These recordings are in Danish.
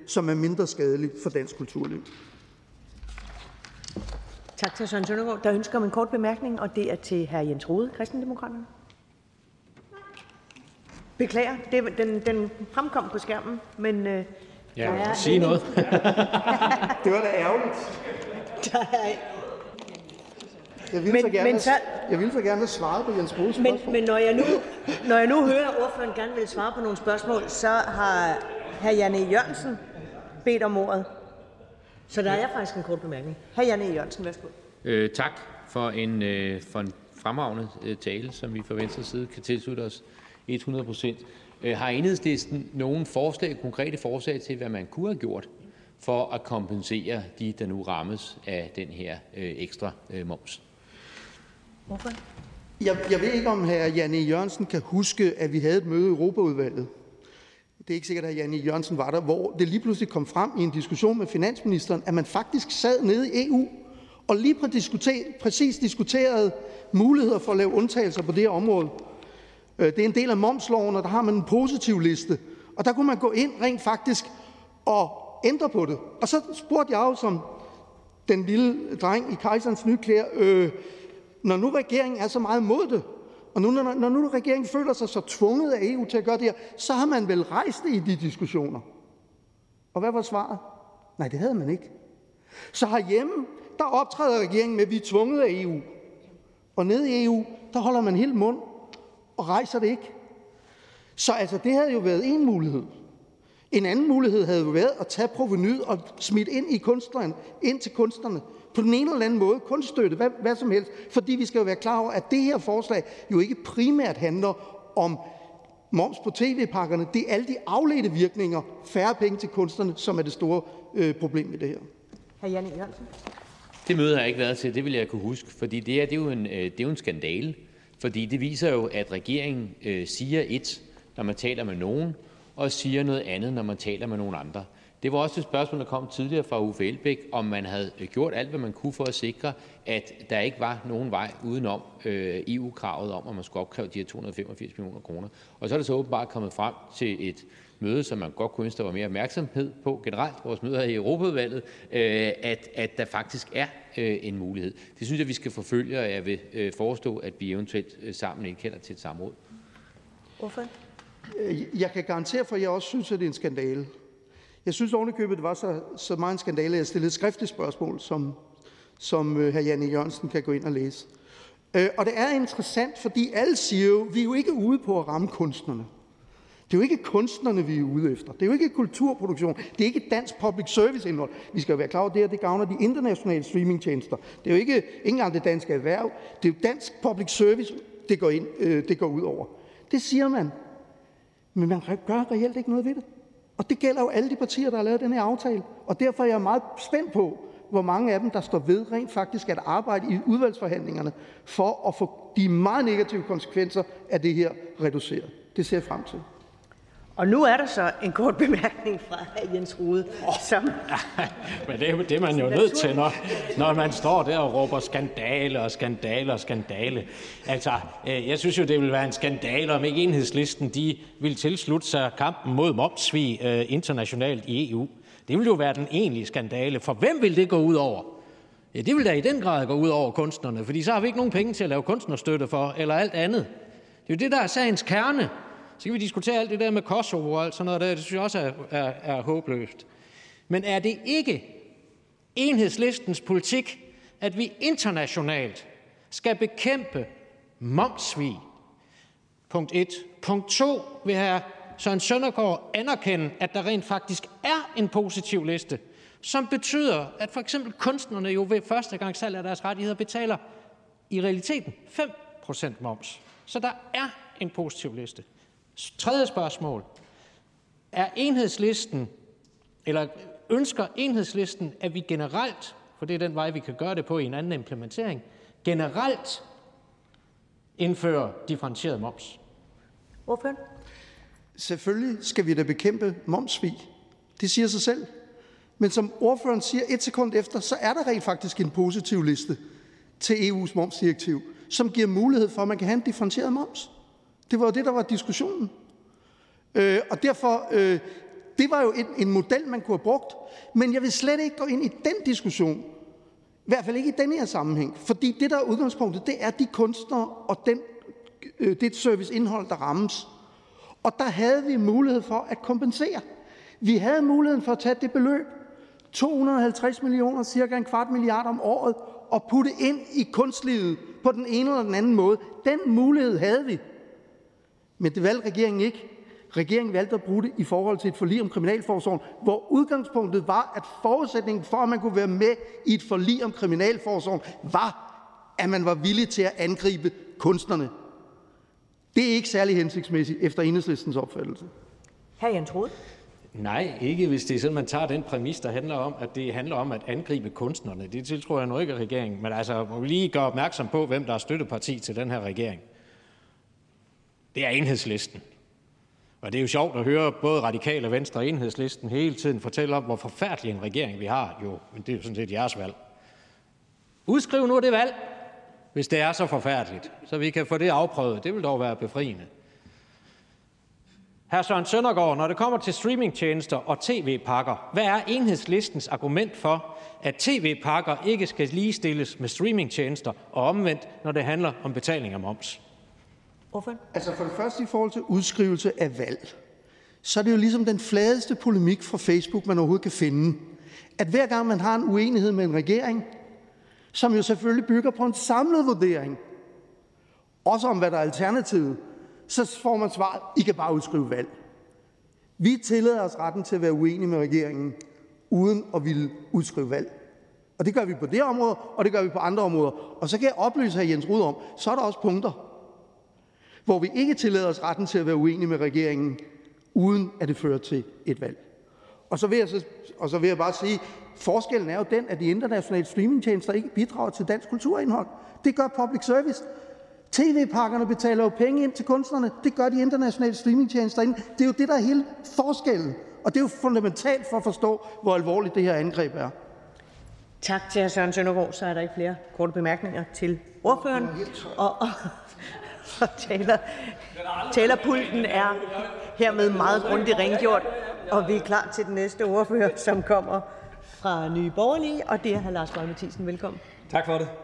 som er mindre skadelig for dansk kulturliv. Tak til Søren Søndergaard. Der ønsker om en kort bemærkning, og det er til hr. Jens Rohde, Kristendemokraterne. Beklager, den fremkom på skærmen, men ja, sige noget. Det var da ærgerligt. Jeg ville så gerne have svaret på Jens Rohdes spørgsmål. Men når jeg nu hører, at ordføreren gerne vil svare på nogle spørgsmål, så har hr. Jan E. Jørgensen bedt om ordet. Så der er faktisk en kort bemærkning. Hr. Jan E. Jørgensen, værsgo. Tak for en fremragende tale, som vi fra Venstres side kan tilslutte os 100%. Har Enhedslisten nogle konkrete forslag til, hvad man kunne have gjort for at kompensere de, der nu rammes af den her ekstra moms? Hvorfor? Jeg ved ikke, om hr. Jan E. Jørgensen kan huske, at vi havde et møde i Europaudvalget. Det er ikke sikkert, at hr. Jan E. Jørgensen var der, hvor det lige pludselig kom frem i en diskussion med finansministeren, at man faktisk sad nede i EU og lige præcis diskuterede muligheder for at lave undtagelser på det her område. Det er en del af momsloven, og der har man en positiv liste. Og der kunne man gå ind rent faktisk og ændre på det. Og så spurgte jeg jo som den lille dreng i Kejserens nye klæder, når nu regeringen er så meget imod det, og når nu regeringen føler sig så tvunget af EU til at gøre det her, så har man vel rejst det i de diskussioner. Og hvad var svaret? Nej, det havde man ikke. Så herhjemme, der optræder regeringen med, at vi er tvunget af EU. Og nede i EU, der holder man helt mund og rejser det ikke. Så altså, det havde jo været en mulighed. En anden mulighed havde jo været at tage provenuet og smide ind til kunstnerne. På den ene eller anden måde, kunststøtte, hvad som helst. Fordi vi skal jo være klar over, at det her forslag jo ikke primært handler om moms på tv-pakkerne. Det er alle de afledte virkninger, færre penge til kunstnerne, som er det store problem i det her. Hr. Jan E. Jørgensen. Det møde har jeg ikke været til, det vil jeg kunne huske, fordi det er jo en skandale. Fordi det viser jo, at regeringen siger et, når man taler med nogen, og siger noget andet, når man taler med nogen andre. Det var også et spørgsmål, der kom tidligere fra Uffe Elbæk, om man havde gjort alt, hvad man kunne for at sikre, at der ikke var nogen vej udenom EU-kravet om, at man skulle opkræve de her 285 millioner kroner. Og så er det så åbenbart kommet frem til et møde, som man godt kunne ønske, der var mere opmærksomhed på generelt, vores møder i Europaudvalget, at der faktisk er en mulighed. Det synes jeg, vi skal forfølge, og jeg vil foreslå, at vi eventuelt sammen indkalder til et samråd. Hvorfor? Jeg kan garantere for, at jeg også synes, at det er en skandale. Jeg synes ovenikøbet, det var så meget en skandale, at jeg stillede et skriftligt spørgsmål, som hr. Jan E. Jørgensen kan gå ind og læse. Og det er interessant, fordi alle siger jo, vi er jo ikke ude på at ramme kunstnerne. Det er jo ikke kunstnerne, vi er ude efter. Det er jo ikke kulturproduktion. Det er ikke dansk public service indhold. Vi skal jo være klar over, at det gavner de internationale streamingtjenester. Det er jo ikke engang det danske erhverv. Det er jo dansk public service, det går ud over. Det siger man. Men man gør reelt ikke noget ved det. Og det gælder jo alle de partier, der har lavet den her aftale. Og derfor er jeg meget spændt på, hvor mange af dem, der står ved rent faktisk at arbejde i udvalgsforhandlingerne for at få de meget negative konsekvenser af det her reduceret. Det ser jeg frem til. Og nu er der så en kort bemærkning fra Jens Rohde, som... Men det er man jo nødt til, når man står der og råber skandale og skandale og skandale. Altså, jeg synes jo, det vil være en skandale, om ikke Enhedslisten de vil tilslutte sig kampen mod momssvig internationalt i EU. Det vil jo være den egentlige skandale. For hvem vil det gå ud over? Ja, det vil da i den grad gå ud over kunstnerne, fordi så har vi ikke nogen penge til at lave kunstnerstøtte for, eller alt andet. Det er jo det, der er sagens kerne. Så kan vi diskutere alt det der med Kosovo og alt sådan noget der. Det synes jeg også er håbløst. Men er det ikke Enhedslistens politik, at vi internationalt skal bekæmpe momssvig? Punkt 1. Punkt 2 vil hr. Søren Søndergaard anerkende, at der rent faktisk er en positiv liste, som betyder, at for eksempel kunstnerne jo ved første gang salg af deres rettigheder betaler i realiteten 5% moms. Så der er en positiv liste. Tredje spørgsmål. Ønsker Enhedslisten, at vi generelt, for det er den vej, vi kan gøre det på i en anden implementering, generelt indfører differentieret moms? Hvorfor? Selvfølgelig skal vi da bekæmpe momssvig. Det siger sig selv. Men som ordføreren siger, 1 sekund efter, så er der rent faktisk en positiv liste til EU's momsdirektiv, som giver mulighed for, at man kan have en differentieret moms. Det var jo det, der var diskussionen. Og derfor Det var jo en model, man kunne have brugt. Men jeg vil slet ikke gå ind i den diskussion. I hvert fald ikke i denne her sammenhæng. Fordi det, der er udgangspunktet, det er de kunstnere og det serviceindhold, der rammes. Og der havde vi mulighed for at kompensere. Vi havde muligheden for at tage det beløb, 250 millioner, cirka 250 milliarder om året, og putte ind i kunstlivet på den ene eller den anden måde. Den mulighed havde vi. Men det valgte regeringen ikke. Regeringen valgte at bruge det i forhold til et forlig om kriminalforsorgen, hvor udgangspunktet var, at forudsætningen for, at man kunne være med i et forlig om kriminalforsorgen, var, at man var villig til at angribe kunstnerne. Det er ikke særlig hensigtsmæssigt efter Enhedslistens opfattelse. Hr. Jens Rohde? Nej, ikke hvis det er sådan, man tager den præmis, der handler om, at det handler om at angribe kunstnerne. Det tiltror jeg nu ikke af regeringen. Men altså, må vi lige gøre opmærksom på, hvem der er støtteparti til den her regering. Det er Enhedslisten. Og det er jo sjovt at høre både Radikale Venstre og Enhedslisten hele tiden fortælle om, hvor forfærdelig en regering vi har. Jo, men det er jo sådan set jeres valg. Udskriv nu det valg, hvis det er så forfærdeligt, så vi kan få det afprøvet. Det vil dog være befriende. Hr. Søren Søndergaard, når det kommer til streamingtjenester og tv-pakker, hvad er Enhedslistens argument for, at tv-pakker ikke skal ligestilles med streamingtjenester og omvendt, når det handler om betaling af moms? Altså for det første i forhold til udskrivelse af valg, så er det jo ligesom den fladeste polemik fra Facebook, man overhovedet kan finde. At hver gang man har en uenighed med en regering, som jo selvfølgelig bygger på en samlet vurdering, også om hvad der er alternativet, så får man svaret, I kan bare udskrive valg. Vi tillader os retten til at være uenige med regeringen, uden at ville udskrive valg. Og det gør vi på det område, og det gør vi på andre områder. Og så kan jeg oplyse hr. Jens Rohde om, så er der også punkter, hvor vi ikke tillader os retten til at være uenige med regeringen, uden at det fører til et valg. Og så vil jeg bare sige, forskellen er jo den, at de internationale streamingtjenester ikke bidrager til dansk kulturindhold. Det gør public service. TV-pakkerne betaler jo penge ind til kunstnerne. Det gør de internationale streamingtjenester ind. Det er jo det, der er hele forskellen. Og det er jo fundamentalt for at forstå, hvor alvorligt det her angreb er. Tak til hr. Søren Søndergaard. Så er der ikke flere korte bemærkninger til ordføreren. Og talerpulten er hermed meget grundigt rengjort, og vi er klar til den næste ordfører, som kommer fra Nye Borgerlige, og det er hr. Lars Boje Mathiesen. Velkommen. Tak for det.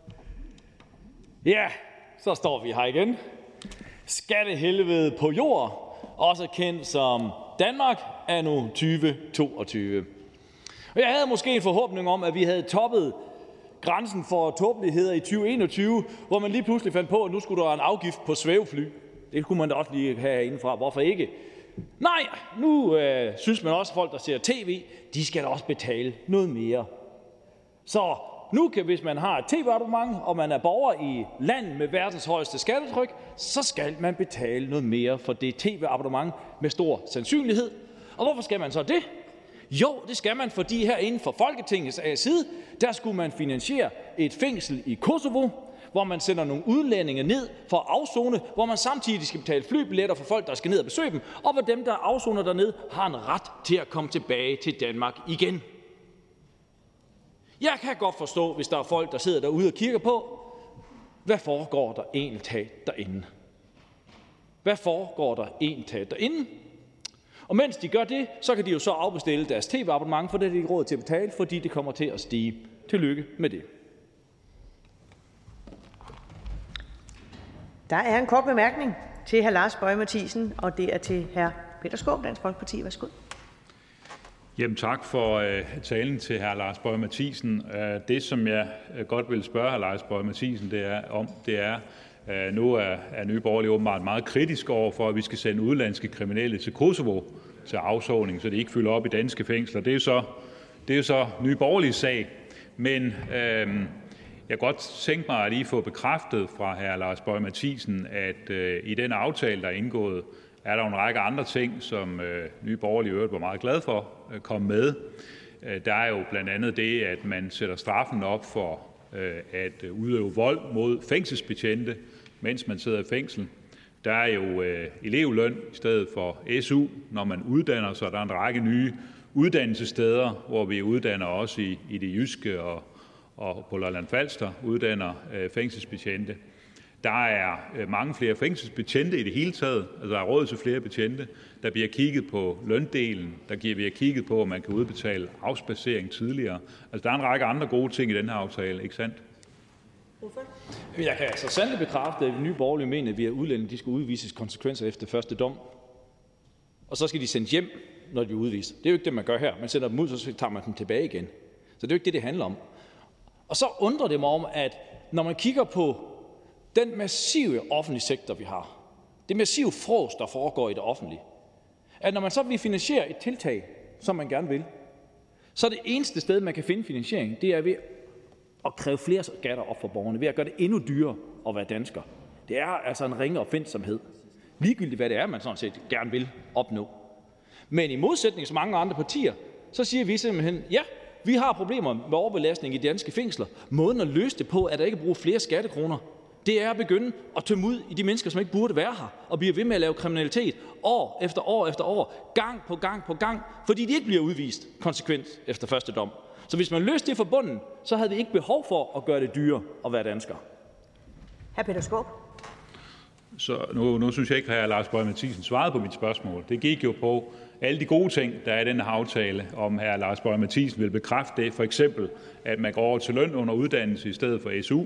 Ja, så står vi her igen. Skattehelvede på jord, også kendt som Danmark anno 2022. Og jeg havde måske en forhåbning om, at vi havde toppet grænsen for tåbeligheder i 2021, hvor man lige pludselig fandt på, at nu skulle der en afgift på svævefly. Det kunne man da også lige have indefra. Hvorfor ikke? Nej, nu synes man også, at folk, der ser tv, de skal da også betale noget mere. Så nu kan, hvis man har et tv-abonnement, og man er borger i land med verdens højeste skattetryk, så skal man betale noget mere for det tv-abonnement med stor sandsynlighed. Og hvorfor skal man så det? Jo, det skal man, fordi herinde fra Folketingets side, der skulle man finansiere et fængsel i Kosovo, hvor man sender nogle udlændinge ned for at afsone, hvor man samtidig skal betale flybilletter for folk, der skal ned og besøge dem, og hvor dem, der afsoner dernede, har en ret til at komme tilbage til Danmark igen. Jeg kan godt forstå, hvis der er folk, der sidder derude og kigger på, hvad foregår der egentlig talt derinde? Hvad foregår der egentlig talt derinde? Og mens de gør det, så kan de jo så afbestille deres tv-abonnement, for det er de ikke råd til at betale, fordi det kommer til at stige. Tillykke med det. Der er en kort bemærkning til hr. Lars Boje Mathiesen, og det er til hr. Peter Skaarup, Dansk Folkeparti. Værsgo. Jamen tak for talen til hr. Lars Boje Mathiesen. Det, som jeg godt vil spørge hr. Lars Boje Mathiesen det er, nu er Nye Borgerlige åbenbart meget kritisk over for, at vi skal sende udenlandske kriminelle til Kosovo til afsoning, så de ikke fylder op i danske fængsler. Det er jo så Nye Borgerliges sag. Men jeg kan godt tænke mig at lige få bekræftet fra hr. Lars Boje Mathiesen, at i den aftale, der er indgået, er der en række andre ting, som Nye Borgerlige i øvrigt var meget glad for at komme med. Der er jo blandt andet det, at man sætter straffen op for at udøve vold mod fængselsbetjente, mens man sidder i fængsel. Der er jo elevløn i stedet for SU, når man uddanner sig. Der er en række nye uddannelsessteder, hvor vi uddanner også i det jyske og på Lolland Falster uddanner fængselsbetjente. Der er mange flere fængselsbetjente i det hele taget. Altså, der er råd til flere betjente. Der bliver kigget på løndelen. Der bliver kigget på, om man kan udbetale afspadsering tidligere. Altså, der er en række andre gode ting i den her aftale, ikke sandt? Jeg kan altså sandelig bekræfte, at Nye Borgerlige mener, at vi er udlændinge, de skal udvises konsekvenser efter første dom. Og så skal de sendes hjem, når de bliver udvist. Det er jo ikke det, man gør her. Man sender dem ud, så tager man dem tilbage igen. Så det er jo ikke det, det handler om. Og så undrer det mig om, at når man kigger på den massive offentlige sektor, vi har, det massive frås, der foregår i det offentlige, at når man så vil finansiere et tiltag, som man gerne vil, så er det eneste sted, man kan finde finansiering, det er ved at kræve flere skatter op for borgerne, ved at gøre det endnu dyrere at være dansker. Det er altså en ringe opfindsomhed. Ligegyldigt hvad det er, man sådan set gerne vil opnå. Men i modsætning til mange andre partier, så siger vi simpelthen, ja, vi har problemer med overbelastning i de danske fængsler. Måden at løse det på, er der ikke bruge flere skattekroner. Det er at begynde at tømme ud i de mennesker, som ikke burde være her, og bliver ved med at lave kriminalitet år efter år efter år, gang på gang på gang, fordi de ikke bliver udvist konsekvent efter første dom. Så hvis man løste det fra bunden, så havde vi ikke behov for at gøre det dyrere at være dansker. Hr. Peter Skaarup. Så nu synes jeg ikke, at hr. Lars Boje Mathiesen svarede på mit spørgsmål. Det gik jo på alle de gode ting, der er i den her aftale, om hr. Lars Boje Mathiesen vil bekræfte det. For eksempel, at man går over til løn under uddannelse i stedet for SU.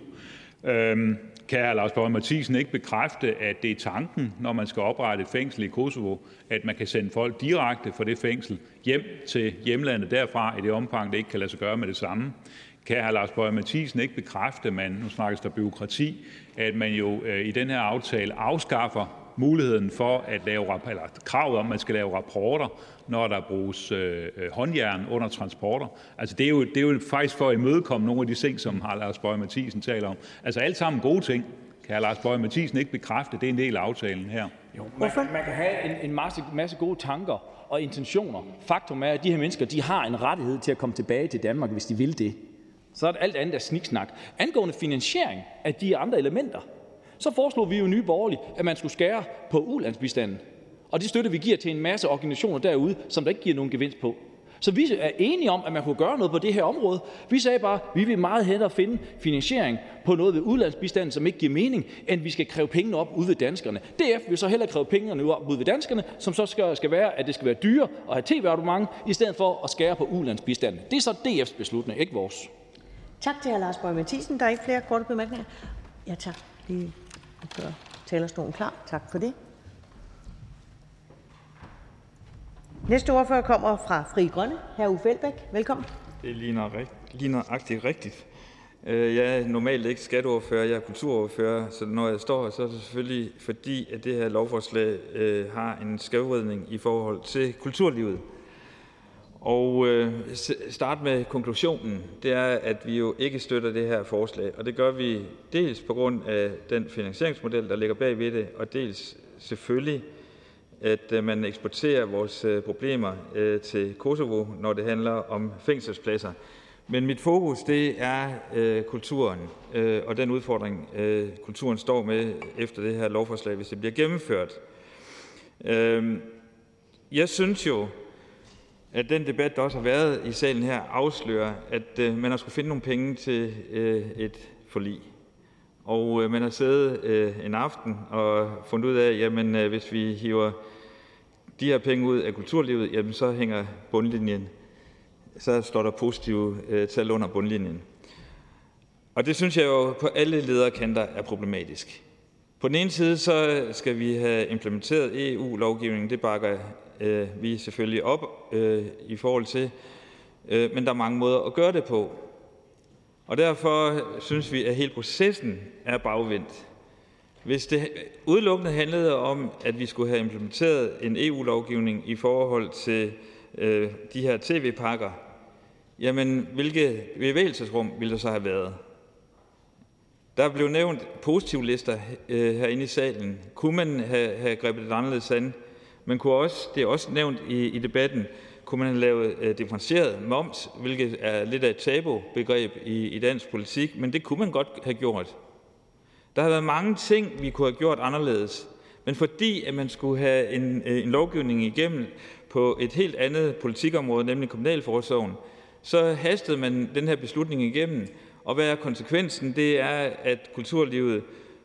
Kan hr. Lars Boje Mathiesen ikke bekræfte, at det er tanken, når man skal oprette et fængsel i Kosovo, at man kan sende folk direkte fra det fængsel hjem til hjemlandet derfra, i det omfang, det ikke kan lade sig gøre med det samme? Kan hr. Lars Boje Mathiesen ikke bekræfte, nu snakkes der bureaukrati, at man jo i den her aftale afskaffer muligheden for at eller kravet om, at man skal lave rapporter, når der bruges håndjern under transporter? Altså det er jo faktisk for at imødekomme nogle af de ting, som hr. Lars Boje Mathiesen taler om. Altså alt sammen gode ting. Kan hr. Lars Boje Mathiesen ikke bekræfte, det er en del af aftalen her? Jo, man kan have en masse gode tanker og intentioner. Faktum er, at de her mennesker, de har en rettighed til at komme tilbage til Danmark, hvis de vil det. Så er det alt andet af sniksnak. Angående finansiering af de andre elementer, så foreslog vi jo Nye Borgerlige, at man skulle skære på ulandsbistanden. Og det støtte, vi giver til en masse organisationer derude, som der ikke giver nogen gevinst på. Så vi er enige om, at man kunne gøre noget på det her område. Vi sagde bare, at vi vil meget hellere finde finansiering på noget ved udlandsbistanden, som ikke giver mening, end vi skal kræve pengene op ude ved danskerne. Derefter vil så hellere kræve pengene op ude ved danskerne, som så skal være, at det skal være dyrere at have tv-abonnement, i stedet for at skære på ulandsbistanden. Det er så DF's beslutning, ikke vores. Tak til hr. Lars Boje Mathiesen. Der er ikke flere korte bemærkninger. Ja, tak. Lige at gøre talerstolen klar. Tak for det. Næste ordfører kommer fra Frie Grønne. Hr. Uffe Elbæk, velkommen. Det ligner rigtigt. Jeg er normalt ikke skatteordfører, jeg er kulturordfører, så når jeg står her, så er det selvfølgelig fordi, at det her lovforslag har en skævvridning i forhold til kulturlivet. Og start med konklusionen, det er, at vi jo ikke støtter det her forslag, og det gør vi dels på grund af den finansieringsmodel, der ligger bag ved det, og dels selvfølgelig, at man eksporterer vores problemer til Kosovo, når det handler om fængselspladser. Men mit fokus, det er kulturen og den udfordring, kulturen står med efter det her lovforslag, hvis det bliver gennemført. Jeg synes jo, at den debat, der også har været i salen her, afslører, at man har skulle finde nogle penge til et forlig. Og man har siddet en aften og fundet ud af, jamen hvis vi hiver de her penge ud af kulturlivet, jamen så hænger bundlinjen, så står der positive tal under bundlinjen. Og det synes jeg jo på alle lederkanter er problematisk. På den ene side, så skal vi have implementeret EU-lovgivningen, det bakker vi selvfølgelig op i forhold til, men der er mange måder at gøre det på. Og derfor synes vi, at hele processen er bagvendt. Hvis det udelukkende handlede om, at vi skulle have implementeret en EU-lovgivning i forhold til de her tv-pakker, jamen hvilke bevægelsesrum ville der så have været? Der blev nævnt positive lister herinde i salen. Kunne man have grebet det anderledes an? Man kunne også, det er også nævnt i debatten, kunne man have lavet differentieret moms, hvilket er lidt af et tabu-begreb i dansk politik, men det kunne man godt have gjort. Der har været mange ting, vi kunne have gjort anderledes, men fordi at man skulle have en lovgivning igennem på et helt andet politikområde, nemlig kriminalforsorgen, så hastede man den her beslutning igennem, og hvad er konsekvensen? Det er, at kulturlivet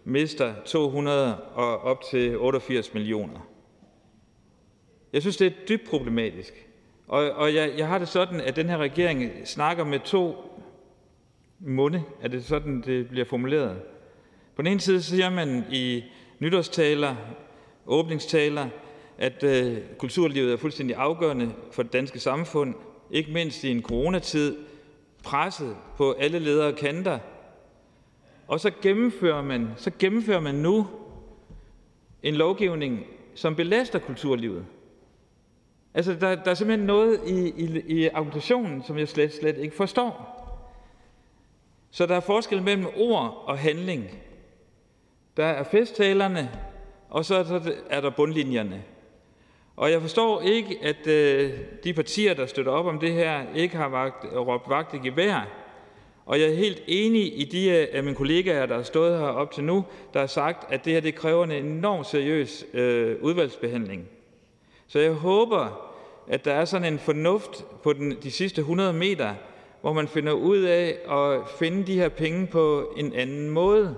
mister 200 og op til 88 millioner. Jeg synes, det er dybt problematisk. Og jeg har det sådan, at den her regering snakker med 2 munde. Er det sådan, det bliver formuleret? På den ene side siger man i nytårstaler, åbningstaler, at kulturlivet er fuldstændig afgørende for det danske samfund, ikke mindst i en coronatid, presset på alle ledere og kanter. Og så gennemfører man nu en lovgivning, som belaster kulturlivet. Altså, der er simpelthen noget i argumentationen, som jeg slet ikke forstår. Så der er forskel mellem ord og handling. Der er festtalerne, og så er der bundlinjerne. Og jeg forstår ikke, at de partier, der støtter op om det her, ikke har råbt vagt i gevær. Og jeg er helt enig i de af mine kollegaer, der har stået her op til nu, der har sagt, at det her kræver en enormt seriøs udvalgsbehandling. Så jeg håber, at der er sådan en fornuft på de sidste 100 meter, hvor man finder ud af at finde de her penge på en anden måde.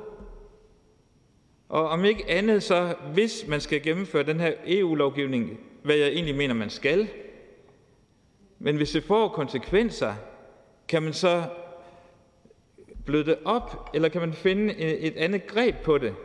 Og om ikke andet så, hvis man skal gennemføre den her EU-lovgivning, hvad jeg egentlig mener, man skal, men hvis det får konsekvenser, kan man så bløde det op, eller kan man finde et andet greb på det?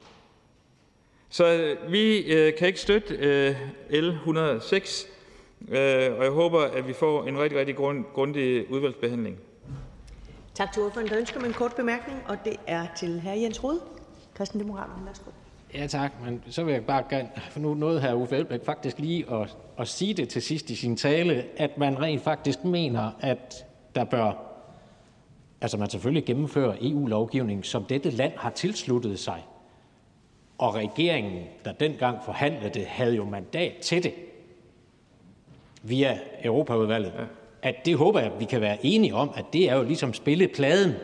Så vi kan ikke støtte L 106, og jeg håber, at vi får en rigtig, rigtig grundig udvalgsbehandling. Tak til ordføreren. Der ønsker man en kort bemærkning, og det er til hr. Jens Rohde, Kristendemokraterne. Værsgo. Ja, tak. Men så vil jeg bare gerne, for nu nåede hr. Uffe Elbæk faktisk lige at sige det til sidst i sin tale, at man rent faktisk mener, at der bør, altså man selvfølgelig gennemfører EU-lovgivning, som dette land har tilsluttet sig. Og regeringen, der dengang forhandlede det, havde jo mandat til det via Europaudvalget. Ja. At det håber jeg, at vi kan være enige om, at det er jo ligesom spillepladen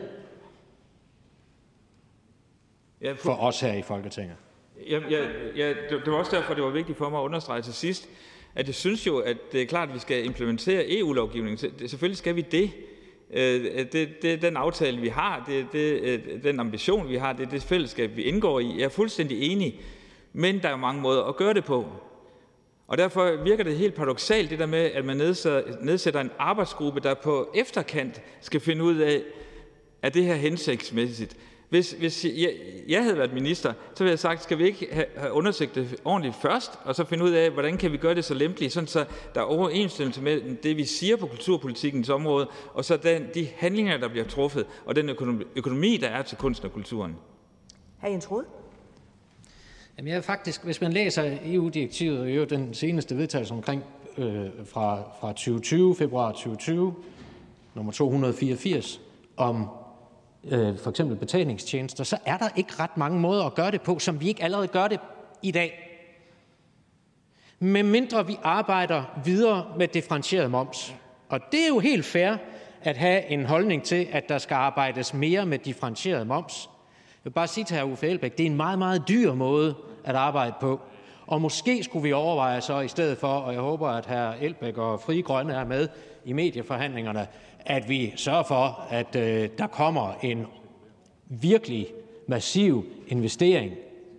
for os her i Folketinget. Det var også derfor, det var vigtigt for mig at understrege til sidst, at jeg synes jo, at det er klart, at vi skal implementere EU-lovgivning. Selvfølgelig skal vi det. Det er den aftale, vi har. Det er den ambition, vi har. Det er det fællesskab, vi indgår i. Jeg er fuldstændig enig, men der er jo mange måder at gøre det på. Og derfor virker det helt paradoksalt, det der med, at man nedsætter en arbejdsgruppe, der på efterkant skal finde ud af, er det her hensigtsmæssigt. Hvis jeg havde været minister, så ville jeg sagt, skal vi ikke have undersøgt det ordentligt først, og så finde ud af, hvordan kan vi gøre det så lempeligt, sådan så der er overensstemmelse med det, vi siger på kulturpolitikkens område, og så de handlinger, der bliver truffet, og den økonomi, der er til kunsten og kulturen. Hr. Jens Rohde? Jamen jeg faktisk, hvis man læser EU-direktivet, og jo den seneste vedtagelse omkring fra 2020, februar 2020, nummer 284, om for eksempel betalingstjenester, så er der ikke ret mange måder at gøre det på, som vi ikke allerede gør det i dag. Med mindre vi arbejder videre med differentieret moms. Og det er jo helt fair at have en holdning til, at der skal arbejdes mere med differentieret moms. Jeg vil bare sige til hr. Uffe Elbæk, det er en meget, meget dyr måde at arbejde på. Og måske skulle vi overveje så i stedet for, og jeg håber, at hr. Elbæk og Frie Grønne er med i medieforhandlingerne, at vi sørger for, at der kommer en virkelig massiv investering,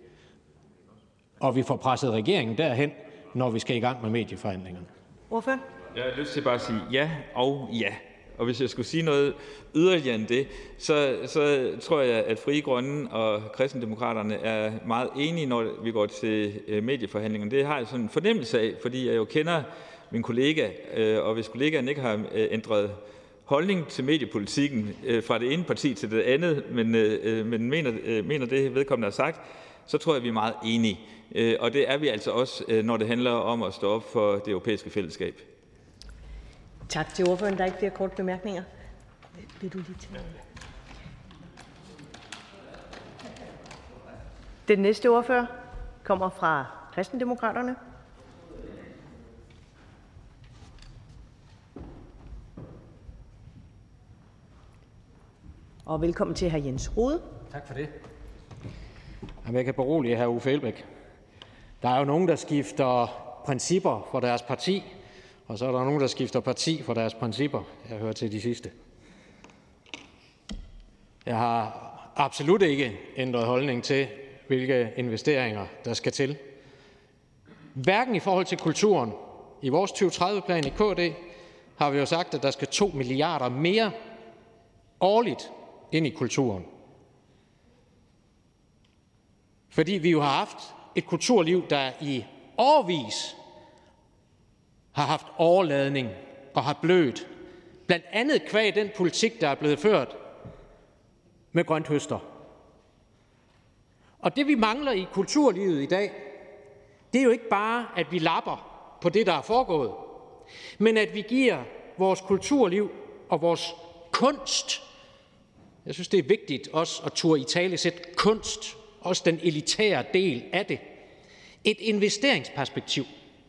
og vi får presset regeringen derhen, når vi skal i gang med medieforhandlingerne. Hvorfor? Jeg har lyst til bare at sige ja og ja. Og hvis jeg skulle sige noget yderligere end det, så tror jeg, at Frie Grønne og Kristendemokraterne er meget enige, når vi går til medieforhandlingerne. Det har jeg sådan en fornemmelse af, fordi jeg jo kender min kollega, og hvis kollegaen ikke har ændret holdning til mediepolitikken fra det ene parti til det andet, men mener det, vedkommende har sagt, så tror jeg, vi er meget enige. Og det er vi altså også, når det handler om at stå op for det europæiske fællesskab. Tak til ordføreren. Der er ikke flere korte bemærkninger. Vil du lige til? Den næste ordfører kommer fra Kristendemokraterne. Og velkommen til hr. Jens Rohde. Tak for det. Jamen, jeg kan berolige hr. Uffe Elbæk. Der er jo nogen, der skifter principper for deres parti, og så er der nogen, der skifter parti for deres principper. Jeg hører til de sidste. Jeg har absolut ikke ændret holdning til, hvilke investeringer der skal til. Hverken i forhold til kulturen. I vores 2030-plan i KD har vi jo sagt, at der skal 2 milliarder mere årligt ind i kulturen. Fordi vi jo har haft et kulturliv, der i årevis har haft overladning og har blødt. Blandt andet kvæg den politik, der er blevet ført med grønthøster. Og det vi mangler i kulturlivet i dag, det er jo ikke bare, at vi lapper på det, der er foregået, men at vi giver vores kulturliv og vores kunst, jeg synes, det er vigtigt også at turde italesætte kunst, også den elitære del af det, et investeringsperspektiv.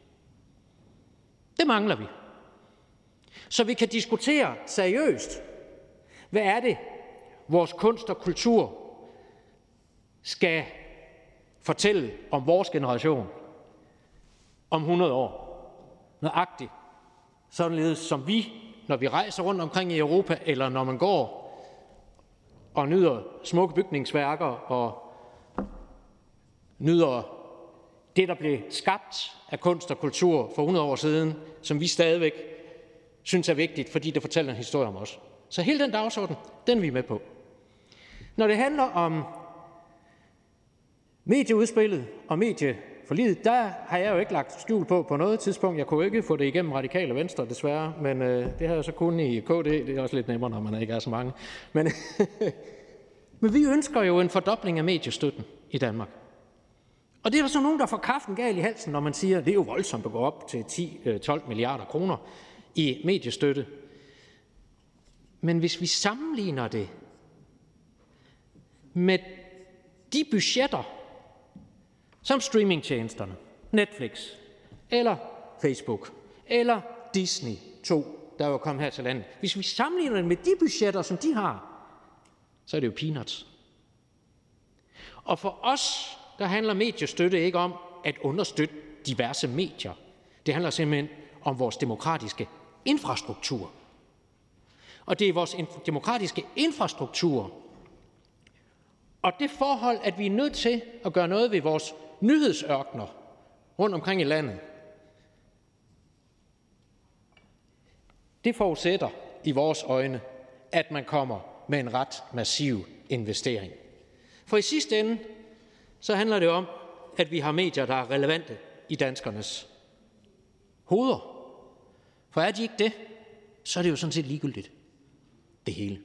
Det mangler vi. Så vi kan diskutere seriøst, hvad er det, vores kunst og kultur skal fortælle om vores generation om 100 år. Nøjagtigt. Således som vi, når vi rejser rundt omkring i Europa, eller når man går og nyder smukke bygningsværker og nyder det, der blev skabt af kunst og kultur for 100 år siden, som vi stadigvæk synes er vigtigt, fordi det fortæller en historie om os. Så hele den dagsorden, den er vi med på. Når det handler om medieudspillet og medieforliget, der har jeg jo ikke lagt skjul på noget tidspunkt. Jeg kunne ikke få det igennem Radikale Venstre, desværre, men det har jeg så kun i KD. Det er også lidt nemmere, når man ikke er så mange. Men, men vi ønsker jo en fordobling af mediestøtten i Danmark. Og det er der så nogen, der får kaffen galt i halsen, når man siger, at det er jo voldsomt at gå op til 10-12 milliarder kroner i mediestøtte. Men hvis vi sammenligner det med de budgetter, som streamingtjenesterne, Netflix, eller Facebook, eller Disney 2, der jo kom her til landet. Hvis vi sammenligner det med de budgetter, som de har, så er det jo peanuts. Og for os, der handler mediestøtte ikke om at understøtte diverse medier. Det handler simpelthen om vores demokratiske infrastruktur. Og det er vores demokratiske infrastruktur, og det forhold, at vi er nødt til at gøre noget ved vores nyhedsørkener rundt omkring i landet, det forudsætter i vores øjne, at man kommer med en ret massiv investering. For i sidste ende, så handler det om, at vi har medier, der er relevante i danskernes hoveder. For er de ikke det, så er det jo sådan set ligegyldigt. Det hele.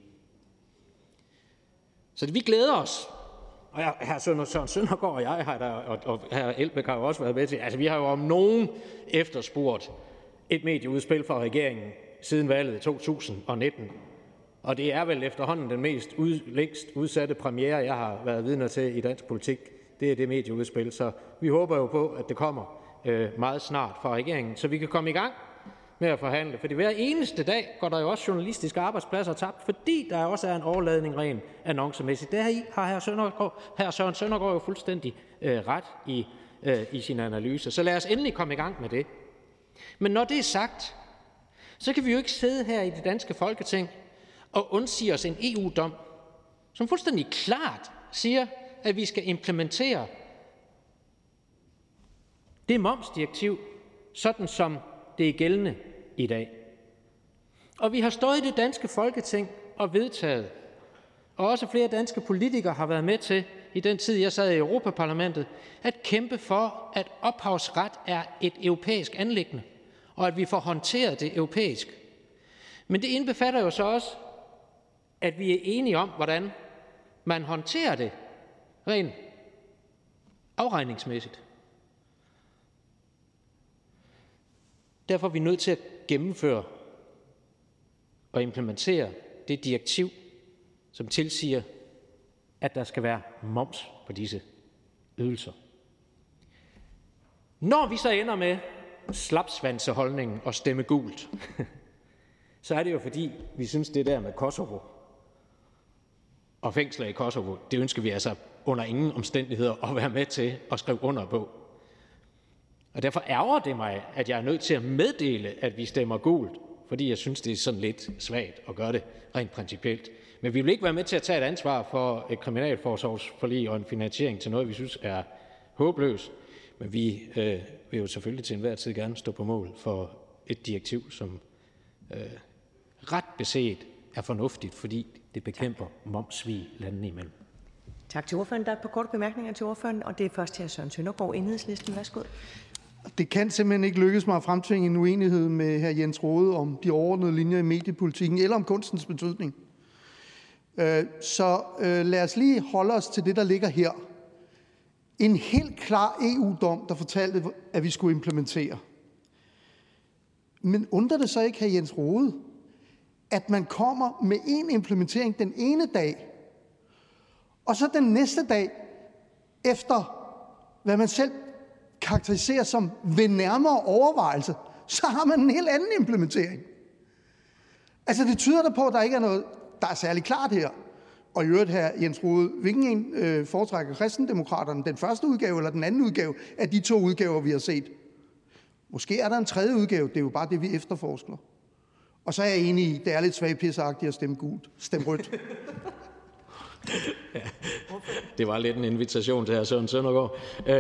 Så vi glæder os. Og hr. Søren Søndergaard og jeg har der, og hr. Elbæk har jo også været med til. Altså vi har jo om nogen efterspurgt et medieudspil fra regeringen siden valget 2019. Og det er vel efterhånden den længst udsatte premiere, jeg har været vidne til i dansk politik. Det er det medieudspil. Så vi håber jo på, at det kommer meget snart fra regeringen, så vi kan komme i gang med at forhandle. Fordi hver eneste dag går der jo også journalistiske arbejdspladser tabt, fordi der også er en overladning rent annoncemæssigt. Det her har hr. Søren Søndergaard jo fuldstændig ret i sin analyse. Så lad os endelig komme i gang med det. Men når det er sagt, så kan vi jo ikke sidde her i det danske Folketing og undsige os en EU-dom, som fuldstændig klart siger, at vi skal implementere det momsdirektiv, sådan som det er gældende i dag. Og vi har stået i det danske Folketing og vedtaget, og også flere danske politikere har været med til, i den tid jeg sad i Europaparlamentet, at kæmpe for, at ophavsret er et europæisk anliggende, og at vi får håndteret det europæisk. Men det indbefatter jo så også, at vi er enige om, hvordan man håndterer det rent afregningsmæssigt. Derfor er vi nødt til at gennemføre og implementere det direktiv, som tilsiger, at der skal være moms på disse ydelser. Når vi så ender med slapsvanseholdningen og stemme gult, så er det jo fordi, vi synes det der med Kosovo og fængsler i Kosovo, det ønsker vi altså under ingen omstændigheder at være med til at skrive under på. Og derfor ærger det mig, at jeg er nødt til at meddele, at vi stemmer gult, fordi jeg synes, det er sådan lidt svagt at gøre det rent principielt. Men vi vil ikke være med til at tage et ansvar for et kriminalforsorgsforlig og en finansiering til noget, vi synes er håbløst. Men vi vil jo selvfølgelig til enhver tid gerne stå på mål for et direktiv, som ret beset er fornuftigt, fordi det bekæmper momssvig landene imellem. Tak til ordføreren. Der er et par korte bemærkninger til ordføreren, og det er først til Søren Søndergaard, Enhedslisten. Værsgo. Det kan simpelthen ikke lykkes mig at fremtvinge en uenighed med hr. Jens Rohde om de overordnede linjer i mediepolitikken eller om kunstens betydning. Så lad os lige holde os til det, der ligger her. En helt klar EU-dom, der fortalte, at vi skulle implementere. Men undrer det så ikke, hr. Jens Rohde, at man kommer med en implementering den ene dag, og så den næste dag, efter hvad man selv karakteriserer som ved nærmere overvejelse, så har man en helt anden implementering. Altså det tyder der på, at der ikke er noget, der er særlig klart her. Og i øvrigt, hr. Jens Rohde, hvilken en foretrækker Kristendemokraterne, den første udgave eller den anden udgave af de 2 udgaver, vi har set? Måske er der en tredje udgave, det er jo bare det, vi efterforsker. Og så er jeg enig i, det er lidt svagpisseagtigt at stemme gult. Stem rødt. Ja, det var lidt en invitation til hr. Søren Søndergaard.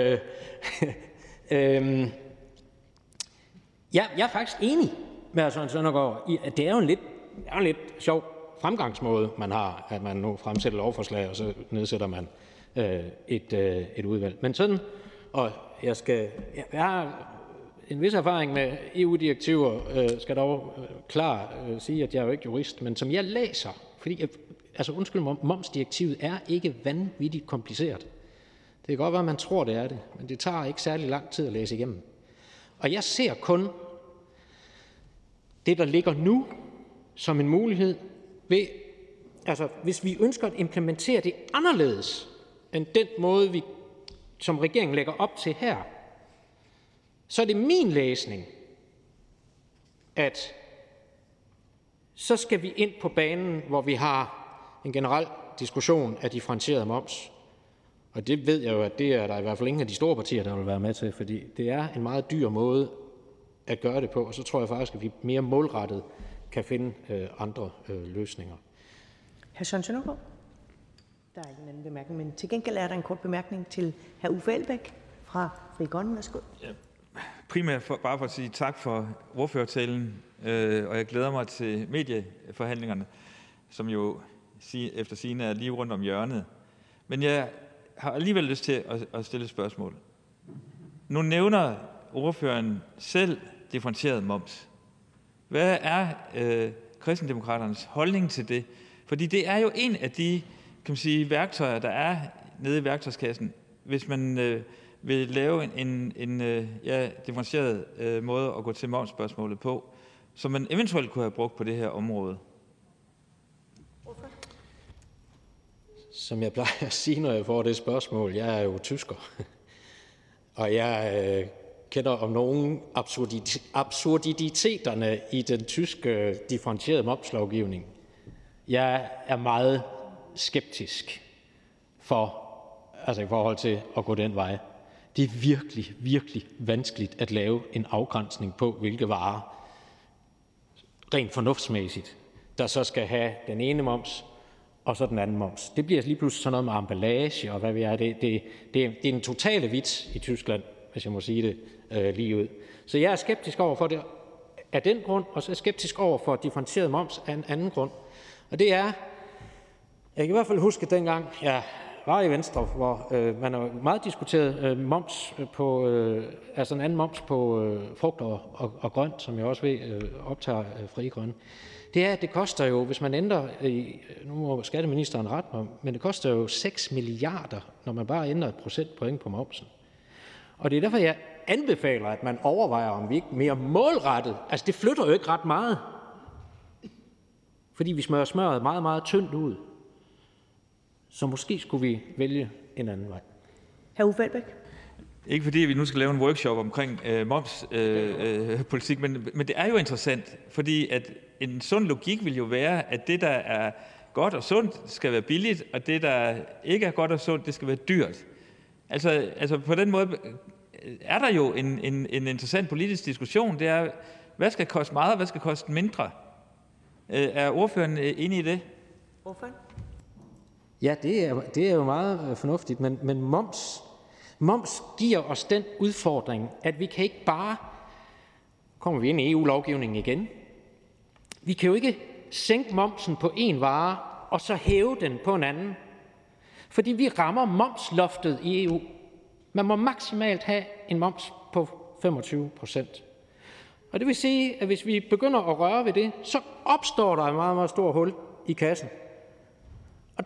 Jeg er faktisk enig med hr. Søren Søndergaard i, at det er jo en lidt sjov fremgangsmåde, man har, at man nu fremsætter lovforslag, og så nedsætter man et udvalg. Men sådan, og jeg har en vis erfaring med EU-direktiver, skal dog klart sige, at jeg er jo ikke jurist, men som jeg læser, fordi momsdirektivet er ikke vanvittigt kompliceret. Det kan godt være, at man tror, det er det, men det tager ikke særlig lang tid at læse igennem. Og jeg ser kun det, der ligger nu, som en mulighed ved, hvis vi ønsker at implementere det anderledes end den måde, som regeringen lægger op til her, så er det min læsning, at så skal vi ind på banen, hvor vi har en generel diskussion af differentieret moms. Og det ved jeg jo, at det er der i hvert fald ingen af de store partier, der vil være med til, fordi det er en meget dyr måde at gøre det på, og så tror jeg faktisk, at vi mere målrettet kan finde andre løsninger. Hr. Søren Søndergaard? Der er ikke en anden bemærkning, men til gengæld er der en kort bemærkning til hr. Uffe Elbæk fra Frie Grønne. Værsgo. Ja. Primært bare for at sige tak for ordførertalen, og jeg glæder mig til medieforhandlingerne, som jo efter sigende er lige rundt om hjørnet. Men jeg har alligevel lyst til at stille et spørgsmål. Nu nævner ordføreren selv differentieret moms. Hvad er Kristendemokraternes holdning til det? Fordi det er jo en af de, kan man sige, værktøjer, der er nede i værktøjskassen, hvis man vil lave en differentieret måde at gå til momsspørgsmålet på, som man eventuelt kunne have brugt på det her område. Som jeg plejer at sige, når jeg får det spørgsmål, jeg er jo tysker, og jeg kender om nogen absurditeterne i den tyske differentierede momslovgivning. Jeg er meget skeptisk i forhold til at gå den vej. Det er virkelig, virkelig vanskeligt at lave en afgrænsning på, hvilke varer, rent fornuftsmæssigt, der så skal have den ene moms, og så den anden moms. Det bliver lige pludselig sådan noget med emballage, og hvad vi er. Det er en totale vits i Tyskland, hvis jeg må sige det lige ud. Så jeg er skeptisk over for det af den grund, og så er jeg skeptisk over for differentieret moms af en anden grund. Og det er, jeg kan i hvert fald huske dengang, jeg var i Venstre, hvor man har meget diskuteret moms på, altså en anden moms på frugt og grønt, som jeg også ved optager Frie Grønne. Det er, at det koster jo, hvis man ændrer, nu må skatteministeren rette mig, men det koster jo 6 milliarder, når man bare ændrer et procentpoint på momsen. Og det er derfor, jeg anbefaler, at man overvejer, om vi ikke mere målrettet, altså det flytter jo ikke ret meget, fordi vi smører smøret meget, meget tyndt ud. Så måske skulle vi vælge en anden vej. Hr. Uffe Elbæk? Ikke fordi vi nu skal lave en workshop omkring momspolitik, men det er jo interessant, fordi at en sund logik vil jo være, at det, der er godt og sundt, skal være billigt, og det, der ikke er godt og sundt, det skal være dyrt. Altså på den måde er der jo en interessant politisk diskussion. Det er, hvad skal koste meget, og hvad skal koste mindre? Er ordføreren enig i det? Ja, det er jo meget fornuftigt, men moms giver os den udfordring, at vi kan ikke bare, kommer vi ind i EU-lovgivningen igen, vi kan jo ikke sænke momsen på en vare, og så hæve den på en anden. Fordi vi rammer momsloftet i EU. Man må maksimalt have en moms på 25%. Og det vil sige, at hvis vi begynder at røre ved det, så opstår der et meget, meget stort hul i kassen. Og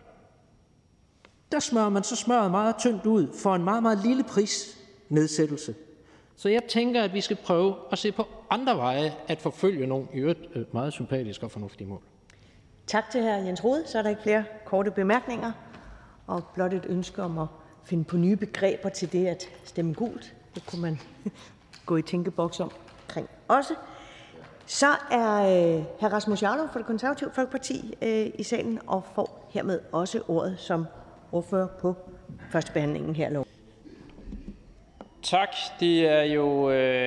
der smører man så smøret meget tyndt ud for en meget, meget lille prisnedsættelse. Så jeg tænker, at vi skal prøve at se på andre veje at forfølge nogle i øvrigt meget sympatiske og fornuftige mål. Tak til hr. Jens Rohde. Så er der ikke flere korte bemærkninger. Og blot et ønske om at finde på nye begreber til det at stemme gult. Det kunne man gå i tænkeboks omkring også. Så er hr. Rasmus Jarlov fra Det Konservative Folkeparti i salen og får hermed også ordet som ordfører på førstebehandlingen her lov. Tak. Det er jo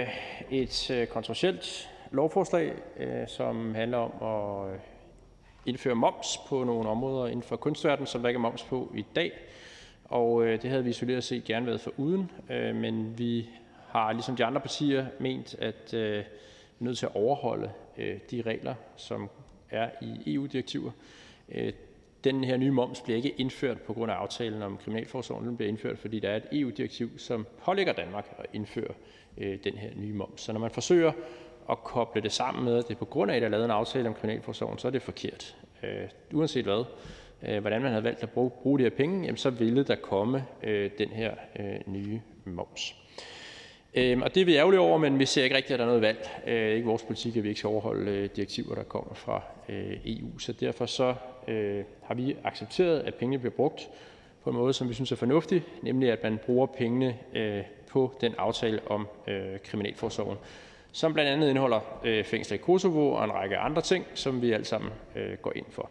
et kontroversielt lovforslag, som handler om at indføre moms på nogle områder inden for kunstverdenen, som der ikke er moms på i dag. Og det havde vi isoleret set gerne været foruden, men vi har ligesom de andre partier ment, at vi er nødt til at overholde de regler, som er i EU-direktiver. Den her nye moms bliver ikke indført på grund af aftalen om kriminalforsorgen. Den bliver indført, fordi der er et EU-direktiv, som pålægger Danmark at indføre den her nye moms. Så når man forsøger at koble det sammen med, at det er på grund af, at der er lavet en aftale om kriminalforsorgen, så er det forkert. Uanset hvad, hvordan man havde valgt at bruge de her penge, jamen så ville der komme den her nye moms. Og det er vi ærgerlige over, men vi ser ikke rigtigt, at der er noget valg. Ikke vores politik, at vi ikke skal overholde direktiver, der kommer fra EU. Så derfor så har vi accepteret, at pengene bliver brugt på en måde, som vi synes er fornuftig, nemlig at man bruger pengene på den aftale om kriminalforsorgen, som blandt andet indeholder fængsler i Kosovo og en række andre ting, som vi alle sammen går ind for.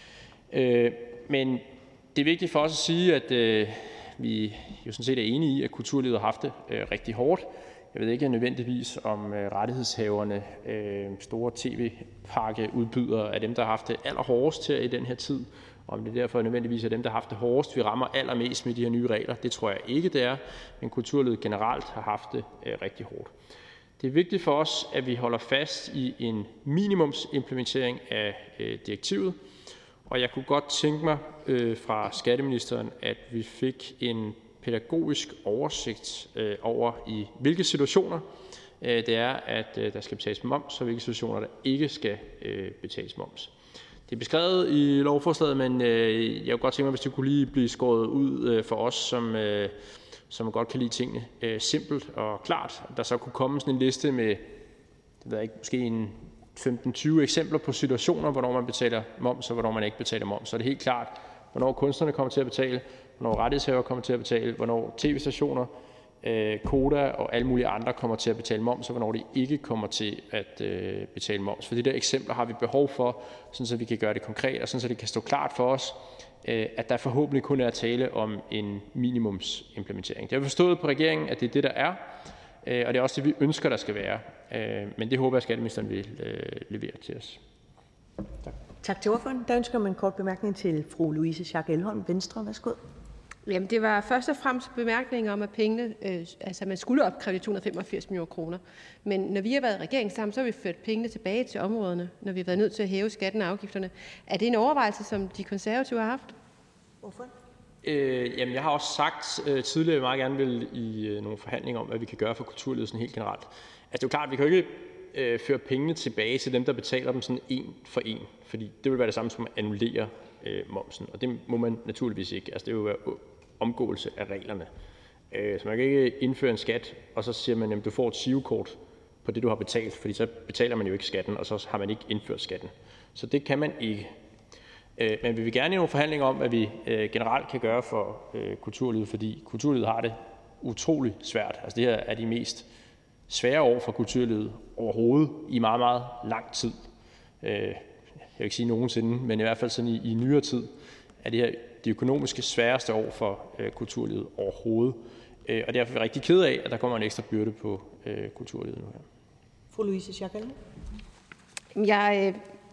Men det er vigtigt for os at sige, at vi jo sådan set er enige i, at kulturlivet har haft det rigtig hårdt. Jeg ved ikke nødvendigvis, om rettighedshaverne, store tv-pakkeudbydere, er dem, der har haft det allerhårdest her i den her tid, om det derfor nødvendigvis er dem, der har haft det hårdest, vi rammer allermest med de her nye regler. Det tror jeg ikke, det er, men kulturlivet generelt har haft det rigtig hårdt. Det er vigtigt for os, at vi holder fast i en minimumsimplementering af direktivet, og jeg kunne godt tænke mig fra skatteministeren, at vi fik en pædagogisk oversigt over, i hvilke situationer det er, at der skal betales moms, og hvilke situationer der ikke skal betales moms. Det er beskrevet i lovforslaget, men jeg kunne godt tænke mig, hvis det kunne lige blive skåret ud for os, som godt kan lide tingene simpelt og klart. Der så kunne komme sådan en liste med, det ved jeg ikke, måske en 15-20 eksempler på situationer, hvornår man betaler moms, og hvornår man ikke betaler moms. Så er det helt klart, hvornår kunstnerne kommer til at betale, hvornår rettighedshaver kommer til at betale, hvornår tv-stationer, Koda og alle mulige andre kommer til at betale moms, og hvornår de ikke kommer til at betale moms. For de der eksempler har vi behov for, sådan så vi kan gøre det konkret, og sådan så det kan stå klart for os, at der forhåbentlig kun er tale om en minimumsimplementering. Det har vi forstået på regeringen, at det er det, der er, og det er også det, vi ønsker, der skal være. Men det håber jeg, at skatteministeren vil levere til os. Tak. Tak til ordføreren. Der ønsker man en kort bemærkning til fru Louise Schack Elholm, Venstre. Værsgo. Jamen, det var først og fremmest bemærkninger om, at pengene, altså man skulle opkræve de 285 millioner kroner. Men når vi har været i regering sammen, så har vi ført pengene tilbage til områderne, når vi har været nødt til at hæve skatten og afgifterne. Er det en overvejelse, som de konservative har haft? Hvorfor? Jamen, jeg har også sagt tidligere, at jeg meget gerne vil i nogle forhandlinger om, hvad vi kan gøre for kulturlivet sådan helt generelt. Altså, det er jo klart, at vi kan jo ikke føre pengene tilbage til dem, der betaler dem sådan en for en, fordi det vil være det samme som at annullere momsen, og det må man naturligvis ikke. Altså, det vil være omgåelse af reglerne. Så man kan ikke indføre en skat, og så siger man, at du får et SIO-kort på det, du har betalt, fordi så betaler man jo ikke skatten, og så har man ikke indført skatten. Så det kan man ikke. Men vi vil gerne i nogle forhandlinger om, hvad vi generelt kan gøre for kulturlivet, fordi kulturlivet har det utrolig svært. Altså det her er de mest svære år for kulturlivet overhovedet i meget, meget lang tid. Jeg vil ikke sige nogensinde, men i hvert fald sådan i nyere tid er det her de økonomiske sværeste år for kulturlivet overhovedet. Og derfor er vi rigtig ked af, at der kommer en ekstra byrde på kulturlivet nu her. Fru Louise Schack Elholm. Jeg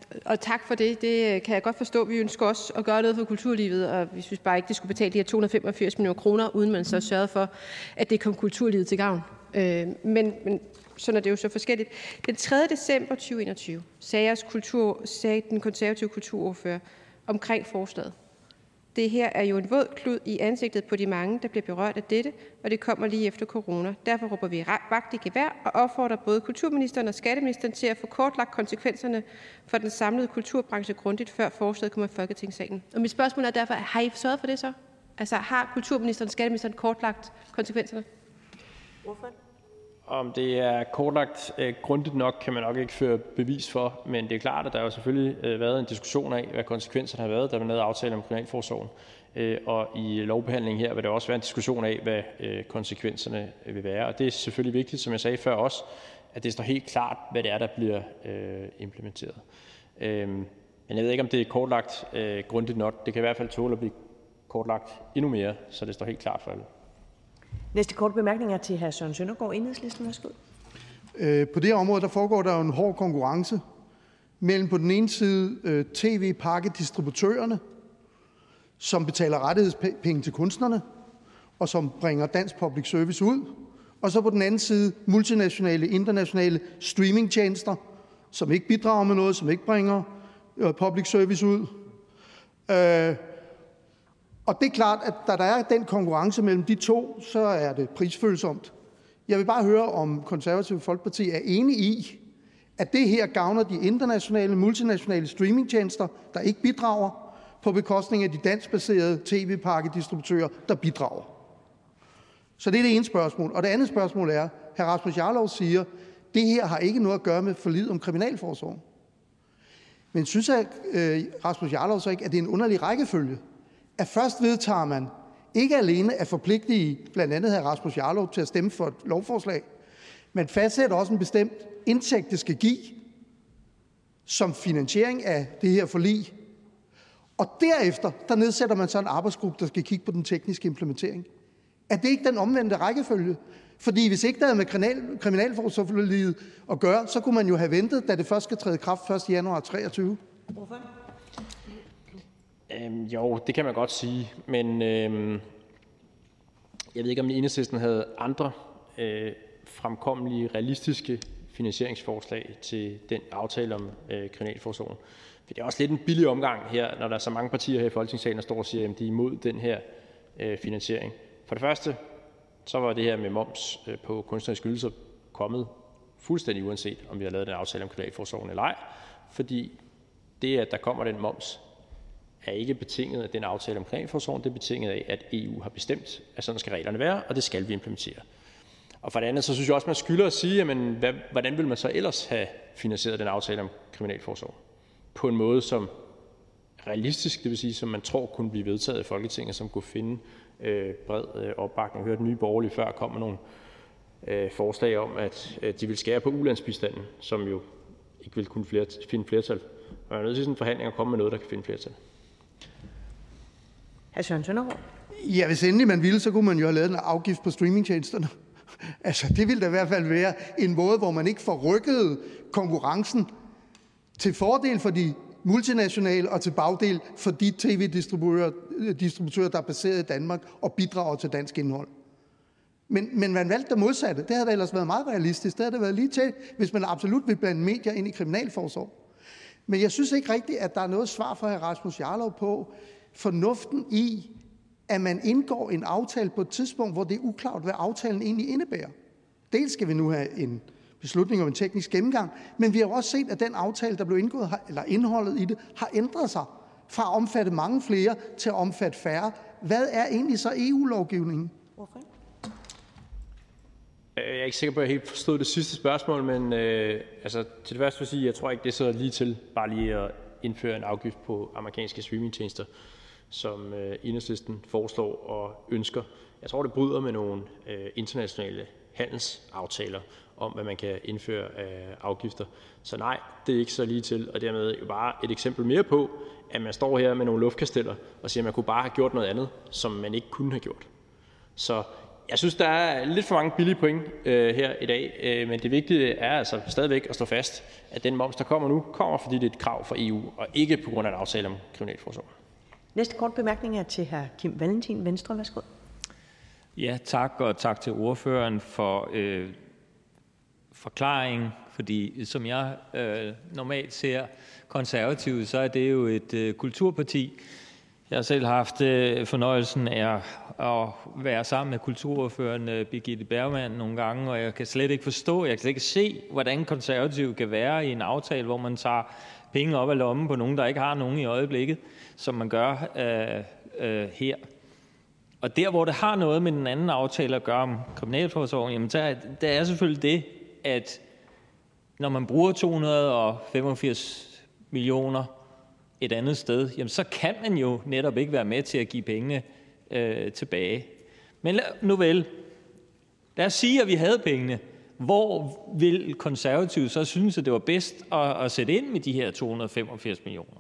Og tak for det. Det kan jeg godt forstå. Vi ønsker også at gøre noget for kulturlivet, og vi synes bare ikke, det skulle betale de her 285 millioner kroner, uden man så sørgede for, at det kom kulturlivet til gavn. Men sådan er det jo så forskelligt. Den 3. december 2021 sagde den konservative kulturordfører omkring forslaget: Det her er jo en våd klud i ansigtet på de mange, der bliver berørt af dette, og det kommer lige efter corona. Derfor råber vi vagt i gevær og opfordrer både kulturministeren og skatteministeren til at få kortlagt konsekvenserne for den samlede kulturbranche grundigt, før forslaget kommer i Folketingssalen. Og mit spørgsmål er derfor, har I sørget for det så? Altså har kulturministeren og skatteministeren kortlagt konsekvenserne? Om det er kortlagt grundigt nok, kan man nok ikke føre bevis for, men det er klart, at der jo selvfølgelig været en diskussion af, hvad konsekvenserne har været, da man lavede aftale om kriminalforsorgen. Og i lovbehandlingen her vil der også være en diskussion af, hvad konsekvenserne vil være. Og det er selvfølgelig vigtigt, som jeg sagde før også, at det står helt klart, hvad det er, der bliver implementeret. Men jeg ved ikke, om det er kortlagt grundigt nok. Det kan i hvert fald tåle at blive kortlagt endnu mere, så det står helt klart for alle. Næste korte bemærkning er til hr. Søren Søndergaard, Enhedslisten. Værsgo. På det her område der foregår der jo en hård konkurrence mellem på den ene side tv-pakkedistributørerne, som betaler rettighedspenge til kunstnerne, og som bringer dansk public service ud, og så på den anden side multinationale, internationale streamingtjenester, som ikke bidrager med noget, som ikke bringer public service ud. Og det er klart, at da der er den konkurrence mellem de to, så er det prisfølsomt. Jeg vil bare høre, om Konservative Folkeparti er enige i, at det her gavner de internationale, multinationale streamingtjenester, der ikke bidrager, på bekostning af de danskbaserede tv-pakkedistributører, der bidrager. Så det er det ene spørgsmål. Og det andet spørgsmål er, hr. Rasmus Jarlov siger, at det her har ikke noget at gøre med forliget om kriminalforsorgen. Men synes jeg, Rasmus Jarlov så ikke, at det er en underlig rækkefølge? At først vedtager man ikke alene at forpligtige blandt andet hr. Rasmus Jarlov til at stemme for et lovforslag, men fastsætter også en bestemt indtægt, det skal give som finansiering af det her forlig. Og derefter, der nedsætter man så en arbejdsgruppe, der skal kigge på den tekniske implementering. Er det ikke den omvendte rækkefølge? Fordi hvis ikke der havde med kriminalforsorgsforliget at gøre, så kunne man jo have ventet, da det først skal træde i kraft 1. januar 2023. Jo, det kan man godt sige, men jeg ved ikke, om Enhedslisten havde andre fremkommelige, realistiske finansieringsforslag til den aftale om kriminalforsorgen. For det er også lidt en billig omgang her, når der er så mange partier her i Folketingssalen, der står og siger, at de er imod den her finansiering. For det første, så var det her med moms på kunstneriske ydelser kommet fuldstændig uanset, om vi har lavet den aftale om kriminalforsorgen eller ej, fordi det, at der kommer den moms, er ikke betinget af den aftale om kriminalforsorgen, det er betinget af, at EU har bestemt, at sådan skal reglerne være, og det skal vi implementere. Og for det andet, så synes jeg også, man skylder at sige, jamen, hvordan vil man så ellers have finansieret den aftale om kriminalforsorgen? På en måde, som er realistisk, det vil sige, som man tror kunne blive vedtaget i Folketinget, som kunne finde bred opbakning. Jeg hørte Nye Borgerlige før kom med nogle forslag om, at de vil skære på ulandsbistanden, som jo ikke vil kunne finde flertal. Man er nødt til sådan en forhandling at komme med noget, der kan finde flertal. Hr. Søren Søndergaard. Ja, hvis endelig man ville, så kunne man jo have lavet en afgift på streamingtjenesterne. Altså, det ville da i hvert fald være en måde, hvor man ikke forrykkede konkurrencen til fordel for de multinationale og til bagdel for de tv-distributører, der er baseret i Danmark og bidrager til dansk indhold. Men man valgte det modsatte. Det havde da ellers været meget realistisk. Det havde det været lige til, hvis man absolut vil blande medier ind i kriminalforsorg. Men jeg synes ikke rigtigt, at der er noget svar fra hr. Rasmus Jarlov på fornuften i, at man indgår en aftale på et tidspunkt, hvor det er uklart, hvad aftalen egentlig indebærer. Dels skal vi nu have en beslutning om en teknisk gennemgang, men vi har også set, at den aftale, der blev indgået, eller indholdet i det, har ændret sig fra at omfatte mange flere til at omfatte færre. Hvad er egentlig så EU-lovgivningen? Hvorfor? Jeg er ikke sikker på, at jeg helt forstod det sidste spørgsmål, men til det første vil jeg sige, at jeg tror ikke, det er så lige til bare lige at indføre en afgift på amerikanske streamingtjenester, som Enhedslisten foreslår og ønsker. Jeg tror, det bryder med nogle internationale handelsaftaler om, hvad man kan indføre af afgifter. Så nej, det er ikke så lige til, og dermed jo bare et eksempel mere på, at man står her med nogle luftkasteller og siger, at man kunne bare have gjort noget andet, som man ikke kunne have gjort. Så jeg synes, der er lidt for mange billige point her i dag, men det vigtige er altså stadigvæk at stå fast, at den moms, der kommer nu, kommer, fordi det er et krav fra EU, og ikke på grund af en aftale om kriminalforsorgen. Næste kort bemærkning er til hr. Kim Valentin, Venstre. Værsgo. Ja, tak, og tak til ordføreren for forklaringen, fordi som jeg normalt ser Konservative, så er det jo et kulturparti. Jeg har selv haft fornøjelsen af at være sammen med kulturordføreren Birgitte Bergman nogle gange, og jeg kan slet ikke forstå, jeg kan slet ikke se, hvordan Konservative kan være i en aftale, hvor man tager penge op af lommen på nogen, der ikke har nogen i øjeblikket, som man gør her. Og der, hvor det har noget med den anden aftale at gøre om kriminalforsorgen, jamen der er selvfølgelig det, at når man bruger 285 millioner et andet sted, jamen så kan man jo netop ikke være med til at give pengene tilbage. Men nu vel, lad os sige, at vi havde pengene. Hvor vil Konservative så synes, at det var bedst at sætte ind med de her 285 millioner?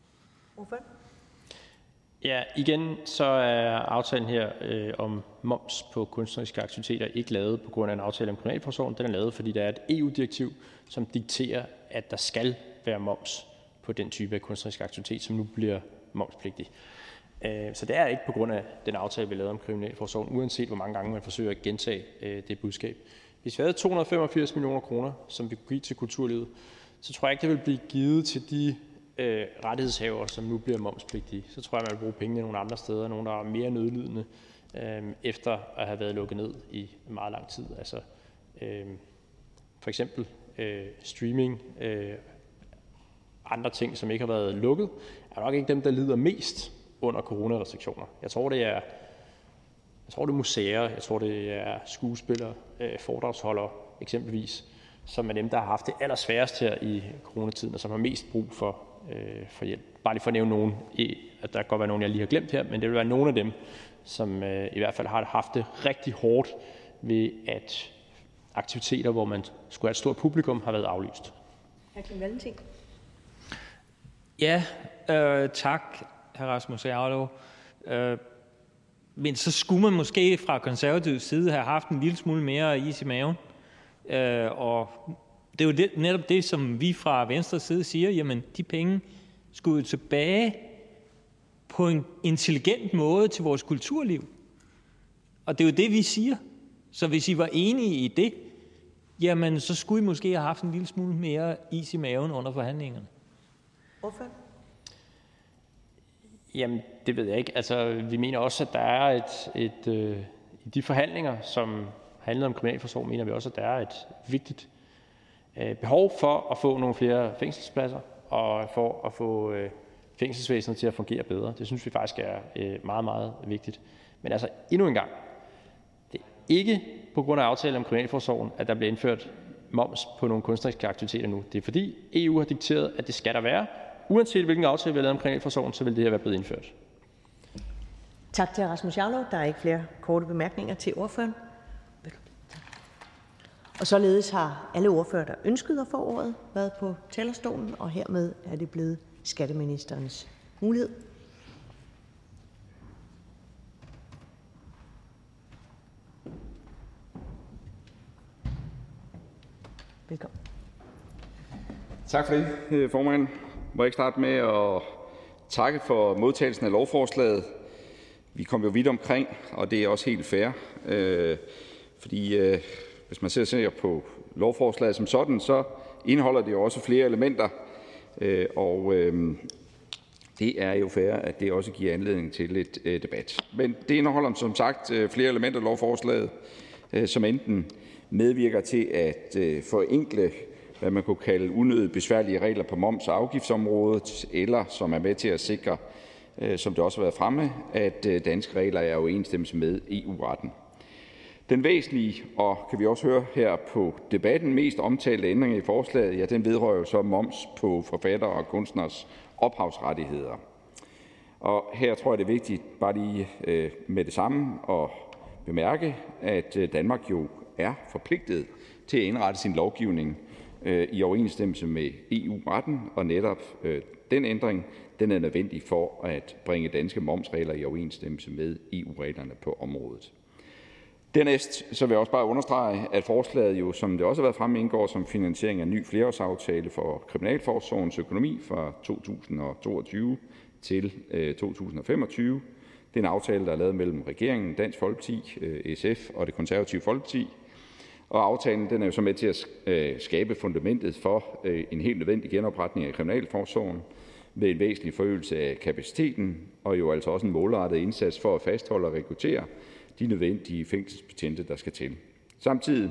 Ja, igen så er aftalen her om moms på kunstneriske aktiviteter ikke lavet på grund af en aftale om kriminalforsorgen. Den er lavet, fordi der er et EU-direktiv, som dikterer, at der skal være moms på den type af kunstnerisk aktivitet, som nu bliver momspligtig. Så det er ikke på grund af den aftale, vi lavede om kriminalforsorgen, uanset hvor mange gange man forsøger at gentage det budskab. Hvis vi havde 285 millioner kroner, som vi kunne give til kulturlivet, så tror jeg ikke, det vil blive givet til de rettighedshavere, som nu bliver momspligtige. Så tror jeg, man vil bruge pengene nogle andre steder, nogle, der er mere nødlidende, efter at have været lukket ned i meget lang tid. Altså for eksempel streaming, andre ting, som ikke har været lukket, er nok ikke dem, der lider mest under coronarestriktioner. Jeg tror, det er museer, jeg tror, det er skuespillere, foredragsholdere eksempelvis, som er dem, der har haft det allersværest her i coronatiden, og som har mest brug for hjælp. Bare lige for at nævne nogen, at der kan godt være nogen, jeg lige har glemt her, men det vil være nogle af dem, som i hvert fald har haft det rigtig hårdt ved, at aktiviteter, hvor man skulle have et stort publikum, har været aflyst. Hr. Kim Valentin. Ja, tak, hr. Rasmus Jarlov. Men så skulle man måske fra Konservatives side have haft en lille smule mere is i maven. Og det er jo netop det, som vi fra Venstres side siger, jamen de penge skulle tilbage på en intelligent måde til vores kulturliv. Og det er jo det, vi siger. Så hvis I var enige i det, jamen så skulle I måske have haft en lille smule mere is i maven under forhandlingerne. Hvorfor? Jamen, det ved jeg ikke. Altså, vi mener også, at der er i de forhandlinger, som handler om kriminalforsorg, mener vi også, at der er et vigtigt behov for at få nogle flere fængselspladser og for at få fængselsvæsenet til at fungere bedre. Det synes vi faktisk er meget, meget vigtigt. Men altså, endnu en gang, det er ikke på grund af aftalen om kriminalforsorgen, at der bliver indført moms på nogle kunstneriske aktiviteter nu. Det er fordi EU har dikteret, at det skal der være. Uanset hvilken aftale vi har lavet om kriminalforsorgen, så vil det her være blevet indført. Tak til Rasmus Jarlov. Der er ikke flere korte bemærkninger til ordføreren. Og således har alle ordførere, der ønskede at få ordet, været på talerstolen, og hermed er det blevet skatteministerens mulighed. Velkommen. Tak for det, formand. Må jeg ikke starte med at takke for modtagelsen af lovforslaget. Vi kom jo vidt omkring, og det er også helt fair, fordi hvis man ser på lovforslaget som sådan, så indeholder det jo også flere elementer, og det er jo fair, at det også giver anledning til lidt debat. Men det indeholder som sagt flere elementer af lovforslaget, som enten medvirker til at forenkle, hvad man kunne kalde unødigt besværlige regler på moms- og afgiftsområdet, eller som er med til at sikre, som det også har været fremme, at danske regler er i overensstemmelse med EU-retten. Den væsentlige, og kan vi også høre her på debatten, mest omtalte ændring i forslaget, ja, den vedrører jo så moms på forfattere og kunstners ophavsrettigheder. Og her tror jeg, det er vigtigt bare lige med det samme at bemærke, at Danmark jo er forpligtet til at indrette sin lovgivning i overensstemmelse med EU-retten, og netop den ændring, den er nødvendig for at bringe danske momsregler i overensstemmelse med EU-reglerne på området. Dernæst så vil jeg også bare understrege, at forslaget jo, som det også har været fremme, indgår som finansiering af en ny flerårsaftale for kriminalforsorgens økonomi fra 2022 til 2025. Det er en aftale, der er lavet mellem regeringen, Dansk Folkeparti, SF og Det Konservative Folkeparti. Og aftalen den er jo så med til at skabe fundamentet for en helt nødvendig genopretning af kriminalforsorgen med en væsentlig forøgelse af kapaciteten og jo altså også en målrettet indsats for at fastholde og rekruttere de nødvendige fængselsbetjente, der skal til. Samtidig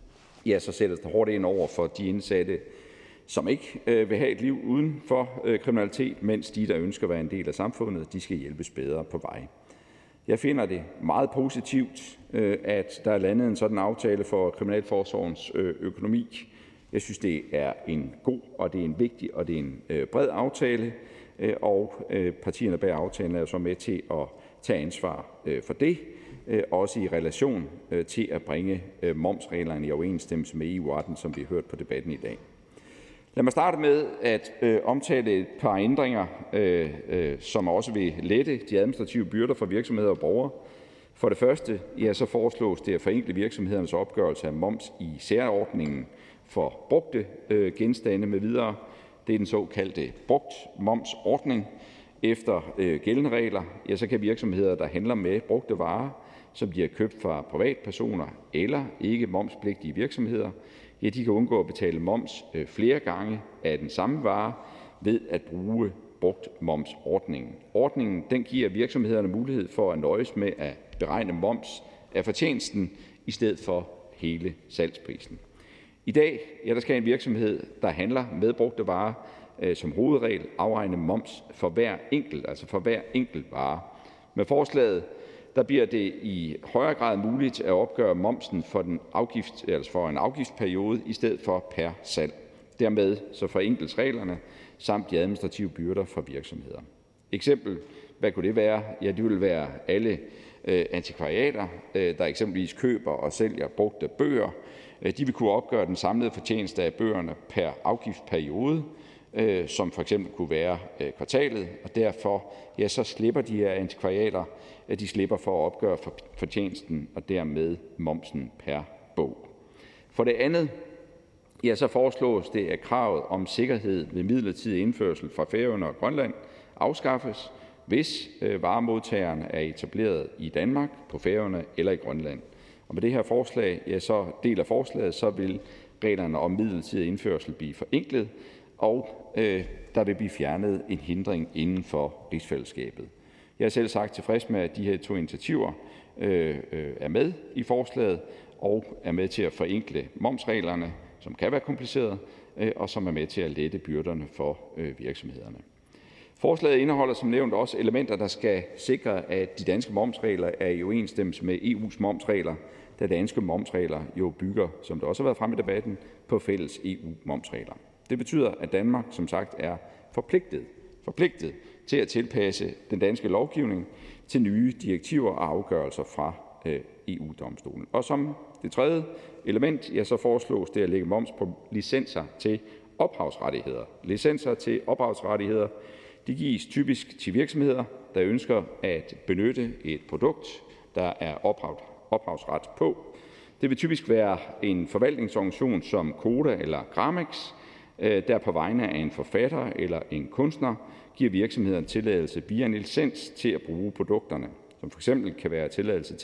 så sættes der hårdt ind over for de indsatte, som ikke vil have et liv uden for kriminalitet, mens de, der ønsker at være en del af samfundet, de skal hjælpes bedre på vej. Jeg finder det meget positivt, at der er landet en sådan aftale for kriminalforsorgens økonomi. Jeg synes, det er en god, og det er en vigtig, og det er en bred aftale, og partierne bag aftalen er jo så med til at tage ansvar for det, også i relation til at bringe momsreglerne i overensstemmelse med EU-retten, som vi har hørt på debatten i dag. Lad mig starte med at omtale et par ændringer, som også vil lette de administrative byrder for virksomheder og borgere. For det første så foreslås det at forenkle virksomhedernes opgørelse af moms i særordningen for brugte genstande med videre. Det er den såkaldte brugt momsordning. Efter gældende regler så kan virksomheder, der handler med brugte varer, som de har købt fra privatpersoner eller ikke momspligtige virksomheder, de kan undgå at betale moms flere gange af den samme vare ved at bruge brugt momsordningen. Ordningen den giver virksomhederne mulighed for at nøjes med at beregne moms af fortjenesten i stedet for hele salgsprisen. I dag der skal en virksomhed, der handler med brugte varer, som hovedregel afregne moms for hver enkelt vare. Med forslaget der bliver det i højere grad muligt at opgøre momsen for en afgiftsperiode i stedet for per salg. Dermed så forenkles reglerne samt de administrative byrder for virksomheder. Eksempel, hvad kunne det være? Ja, det vil være alle antikvariater, der eksempelvis køber og sælger brugte bøger. De vil kunne opgøre den samlede fortjeneste af bøgerne per afgiftsperiode, som for eksempel kunne være kvartalet, og derfor så slipper de her antikvariater, de slipper for at opgøre fortjenesten og dermed momsen per bog. For det andet så foreslås det, at kravet om sikkerhed ved midlertidig indførsel fra Færøerne og Grønland afskaffes, hvis varemodtageren er etableret i Danmark, på Færøerne eller i Grønland. Og med det her forslag, så vil reglerne om midlertidig indførsel blive forenklet, og der vil blive fjernet en hindring inden for rigsfællesskabet. Jeg er selv sagt tilfreds med, at de her 2 initiativer er med i forslaget og er med til at forenkle momsreglerne, som kan være komplicerede, og som er med til at lette byrderne for virksomhederne. Forslaget indeholder som nævnt også elementer, der skal sikre, at de danske momsregler er i overensstemmelse med EU's momsregler, da danske momsregler jo bygger, som det også har været fremme i debatten, på fælles EU-momsregler. Det betyder, at Danmark som sagt er forpligtet til at tilpasse den danske lovgivning til nye direktiver og afgørelser fra EU-domstolen. Og som det tredje element så foreslås det at lægge moms på licenser til ophavsrettigheder. Licenser til ophavsrettigheder de gives typisk til virksomheder, der ønsker at benytte et produkt, der er ophavsret på. Det vil typisk være en forvaltningsorganisation som Koda eller Gramex, der på vegne af en forfatter eller en kunstner giver virksomheden tilladelse via en licens til at bruge produkterne, som f.eks. kan være tilladelse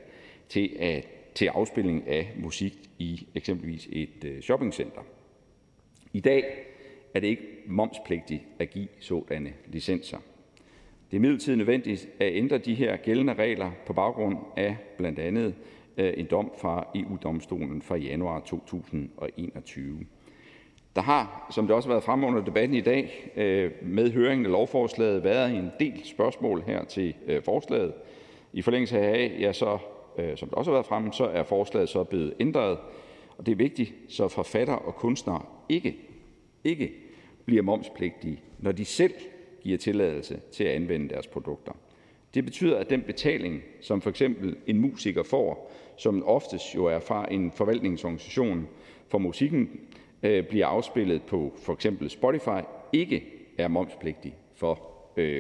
til afspilning af musik i eksempelvis et shoppingcenter. I dag er det ikke momspligtigt at give sådanne licenser. Det er imidlertid nødvendigt at ændre de her gældende regler på baggrund af blandt andet en dom fra EU-domstolen fra januar 2021. Der har, som det også har været fremme under debatten i dag, med høringen af lovforslaget været en del spørgsmål her til forslaget. I forlængelse af så, som det også har været fremme, så er forslaget så blevet ændret, og det er vigtigt, så forfattere og kunstnere ikke bliver momspligtige, når de selv giver tilladelse til at anvende deres produkter. Det betyder, at den betaling, som for eksempel en musiker får, som oftest jo er fra en forvaltningsorganisation for musikken, bliver afspillet på for eksempel Spotify, ikke er momspligtig for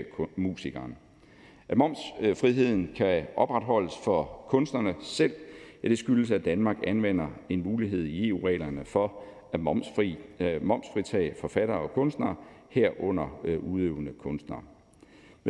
musikeren. At momsfriheden kan opretholdes for kunstnerne selv, det skyldes, at Danmark anvender en mulighed i EU-reglerne for at momsfritage forfattere og kunstnere, herunder udøvende kunstnere. Men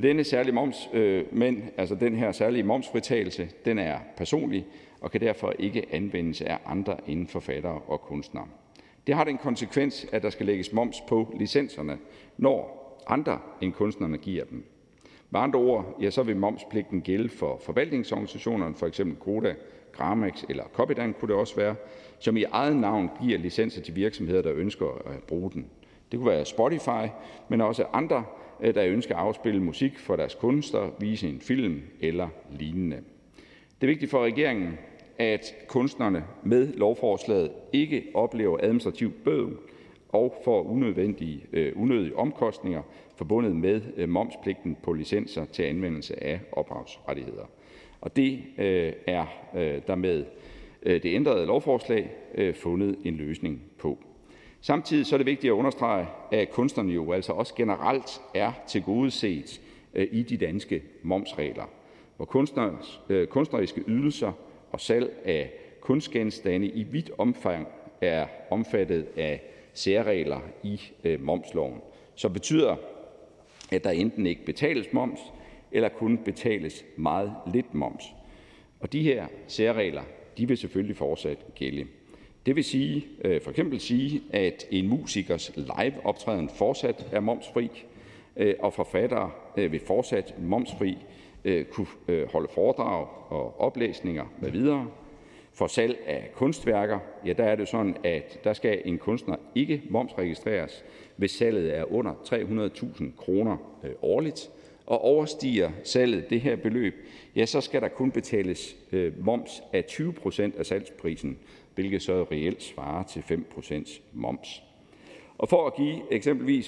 den her særlige momsfritagelse, den er personlig og kan derfor ikke anvendes af andre end forfattere og kunstnere. Det har den konsekvens, at der skal lægges moms på licenserne, når andre end kunstnerne giver dem. Med andre ord, så vil momspligten gælde for forvaltningsorganisationerne, f.eks. Koda, Gramex eller Copydan kunne det også være, som i eget navn giver licenser til virksomheder, der ønsker at bruge den. Det kunne være Spotify, men også andre, der ønsker at afspille musik for deres kunstnere, vise en film eller lignende. Det er vigtigt for regeringen, at kunstnerne med lovforslaget ikke oplever administrativ bøvl og får unødige omkostninger forbundet med momspligten på licenser til anvendelse af ophavsrettigheder. Og det er der med det ændrede lovforslag fundet en løsning på. Samtidig er det vigtigt at understrege, at kunstnerne jo altså også generelt er tilgodeset i de danske momsregler, hvor kunstneriske ydelser og salg af kunstgenstande i vidt omfang er omfattet af særregler i momsloven, som betyder, at der enten ikke betales moms, eller kun betales meget lidt moms. Og de her særregler, de vil selvfølgelig fortsat gælde. Det vil for eksempel sige, at en musikers live-optræden fortsat er momsfri, og forfattere vil fortsat momsfri kunne holde foredrag og oplæsninger med. For salg af kunstværker, der er det sådan, at der skal en kunstner ikke momsregistreres, hvis salget er under 300.000 kroner årligt, og overstiger salget det her beløb, så skal der kun betales moms af 20% af salgsprisen, hvilket så reelt svarer til 5% moms. Og for at give eksempelvis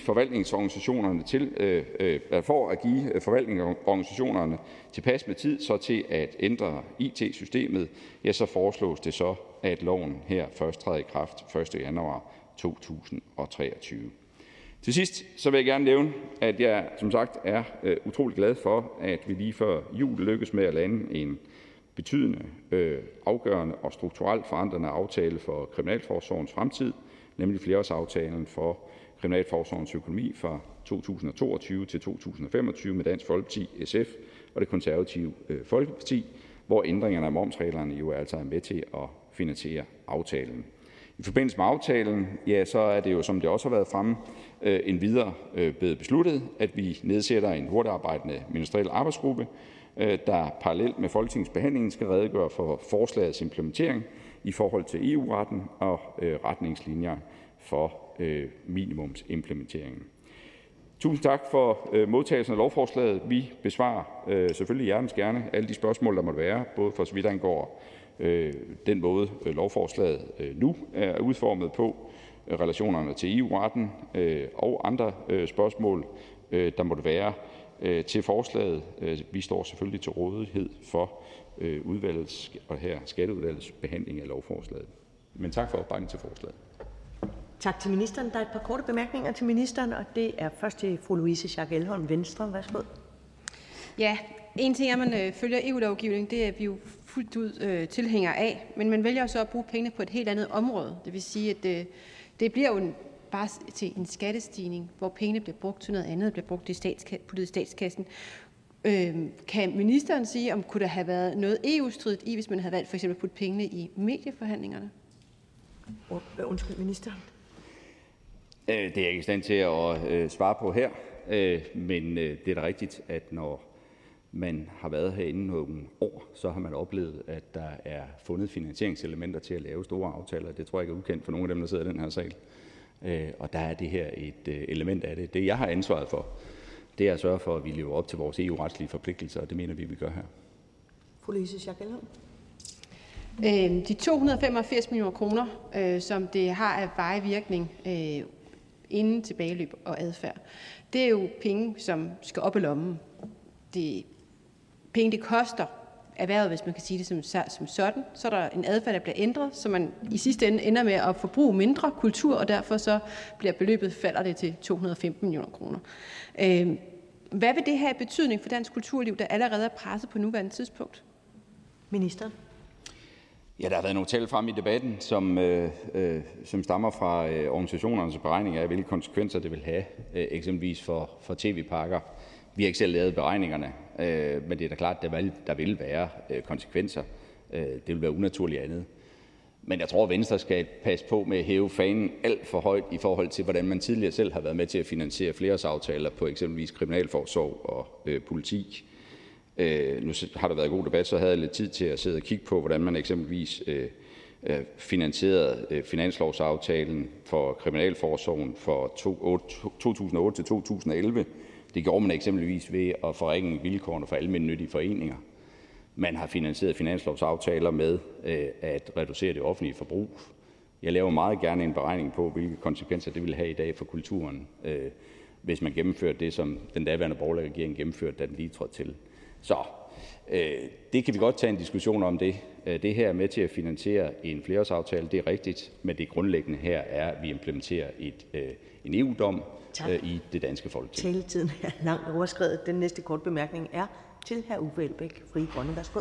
forvaltningsorganisationerne tilpas med tid til at ændre IT-systemet, så foreslås det så, at loven her først træder i kraft 1. januar 2023. Til sidst vil jeg gerne nævne, at jeg som sagt er utrolig glad for, at vi lige før jul lykkedes med at lande en betydende, afgørende og strukturelt forandrende aftale for kriminalforsorgens fremtid, nemlig flerårsaftalen for kriminalforsorgens økonomi fra 2022 til 2025 med Dansk Folkeparti, SF og Det Konservative Folkeparti, hvor ændringerne af momsreglerne jo altså er med til at finansiere aftalen. I forbindelse med aftalen, så er det jo, som det også har været fremme, endvidere blevet besluttet, at vi nedsætter en hurtigarbejdende ministeriel arbejdsgruppe, der parallelt med Folketingets behandling skal redegøre for forslagets implementering i forhold til EU-retten og retningslinjer for minimumsimplementeringen. Tusind tak for modtagelsen af lovforslaget. Vi besvarer selvfølgelig hjertens gerne alle de spørgsmål, der måtte være, både for så vidt angår den måde, lovforslaget nu er udformet på, relationerne til EU-retten og andre spørgsmål, der måtte være til forslaget. Vi står selvfølgelig til rådighed for udvalgets og her skatteudvalgets behandling af lovforslaget. Men tak for opbakningen til forslaget. Tak til ministeren. Der er et par korte bemærkninger til ministeren, og det er først til fru Louise Schack Elholm, Venstre. Værsgo. Ja, en ting er, at man følger EU-lovgivning, det er vi jo fuldt ud tilhængere af, men man vælger så at bruge pengene på et helt andet område. Det vil sige, at det bliver jo bare til en skattestigning, hvor pengene bliver brugt til noget andet, bliver brugt i statskassen. Kan ministeren sige, om kunne der have været noget EU-stridigt i, hvis man havde valgt for eksempel at putte pengene i medieforhandlingerne? Undskyld, ministeren. Det er jeg ikke i stand til at svare på her, men det er da rigtigt, at når man har været herinde nogle år, så har man oplevet, at der er fundet finansieringselementer til at lave store aftaler. Det tror jeg ikke er ukendt for nogle af dem, der sidder i den her sal. Og der er det her et element af det. Det, jeg har ansvaret for, det er at sørge for, at vi lever op til vores EU-retslige forpligtelser, og det mener vi gør her. Fru Louise Schack Elholm. De 285 millioner kroner, som det har af varig virkning inden tilbageløb og adfærd, det er jo penge, som skal op i lommen. Penge, det koster erhvervet, hvis man kan sige det som sådan. Så er der en adfærd, der bliver ændret, så man i sidste ende ender med at forbruge mindre kultur, og derfor så bliver beløbet, falder det til 215 millioner kroner. Hvad vil det have betydning for dansk kulturliv, der allerede er presset på nuværende tidspunkt? Minister. Ja, der har været nogle tal frem i debatten, som stammer fra organisationernes beregninger af, hvilke konsekvenser det vil have, eksempelvis for tv-pakker. Vi har ikke selv lavet beregningerne, men det er da klart, at der vil være konsekvenser. Det vil være unaturligt andet. Men jeg tror, at Venstre skal passe på med at hæve fanen alt for højt i forhold til, hvordan man tidligere selv har været med til at finansiere flerårsaftaler på eksempelvis kriminalforsorg og politi. Nu har der været god debat, så havde jeg lidt tid til at sidde og kigge på, hvordan man eksempelvis finansierede finanslovsaftalen for kriminalforsorgen for 2008 til 2011. Det gjorde man eksempelvis ved at forringe vilkårene for almennyttige foreninger. Man har finansieret finanslovsaftaler med at reducere det offentlige forbrug. Jeg laver meget gerne en beregning på, hvilke konsekvenser det vil have i dag for kulturen, hvis man gennemførte det, som den daværende borgerlige regering gennemførte, da den lige trådte til. Så det kan vi godt tage en diskussion om det. Det her er med til at finansiere en flerårsaftale, det er rigtigt, men det grundlæggende her er, at vi implementerer en EU-dom i det danske Folketing. Taletiden er langt overskredet. Den næste kort bemærkning er til hr. Uffe Elbæk, Frie Grønne. Værsgo.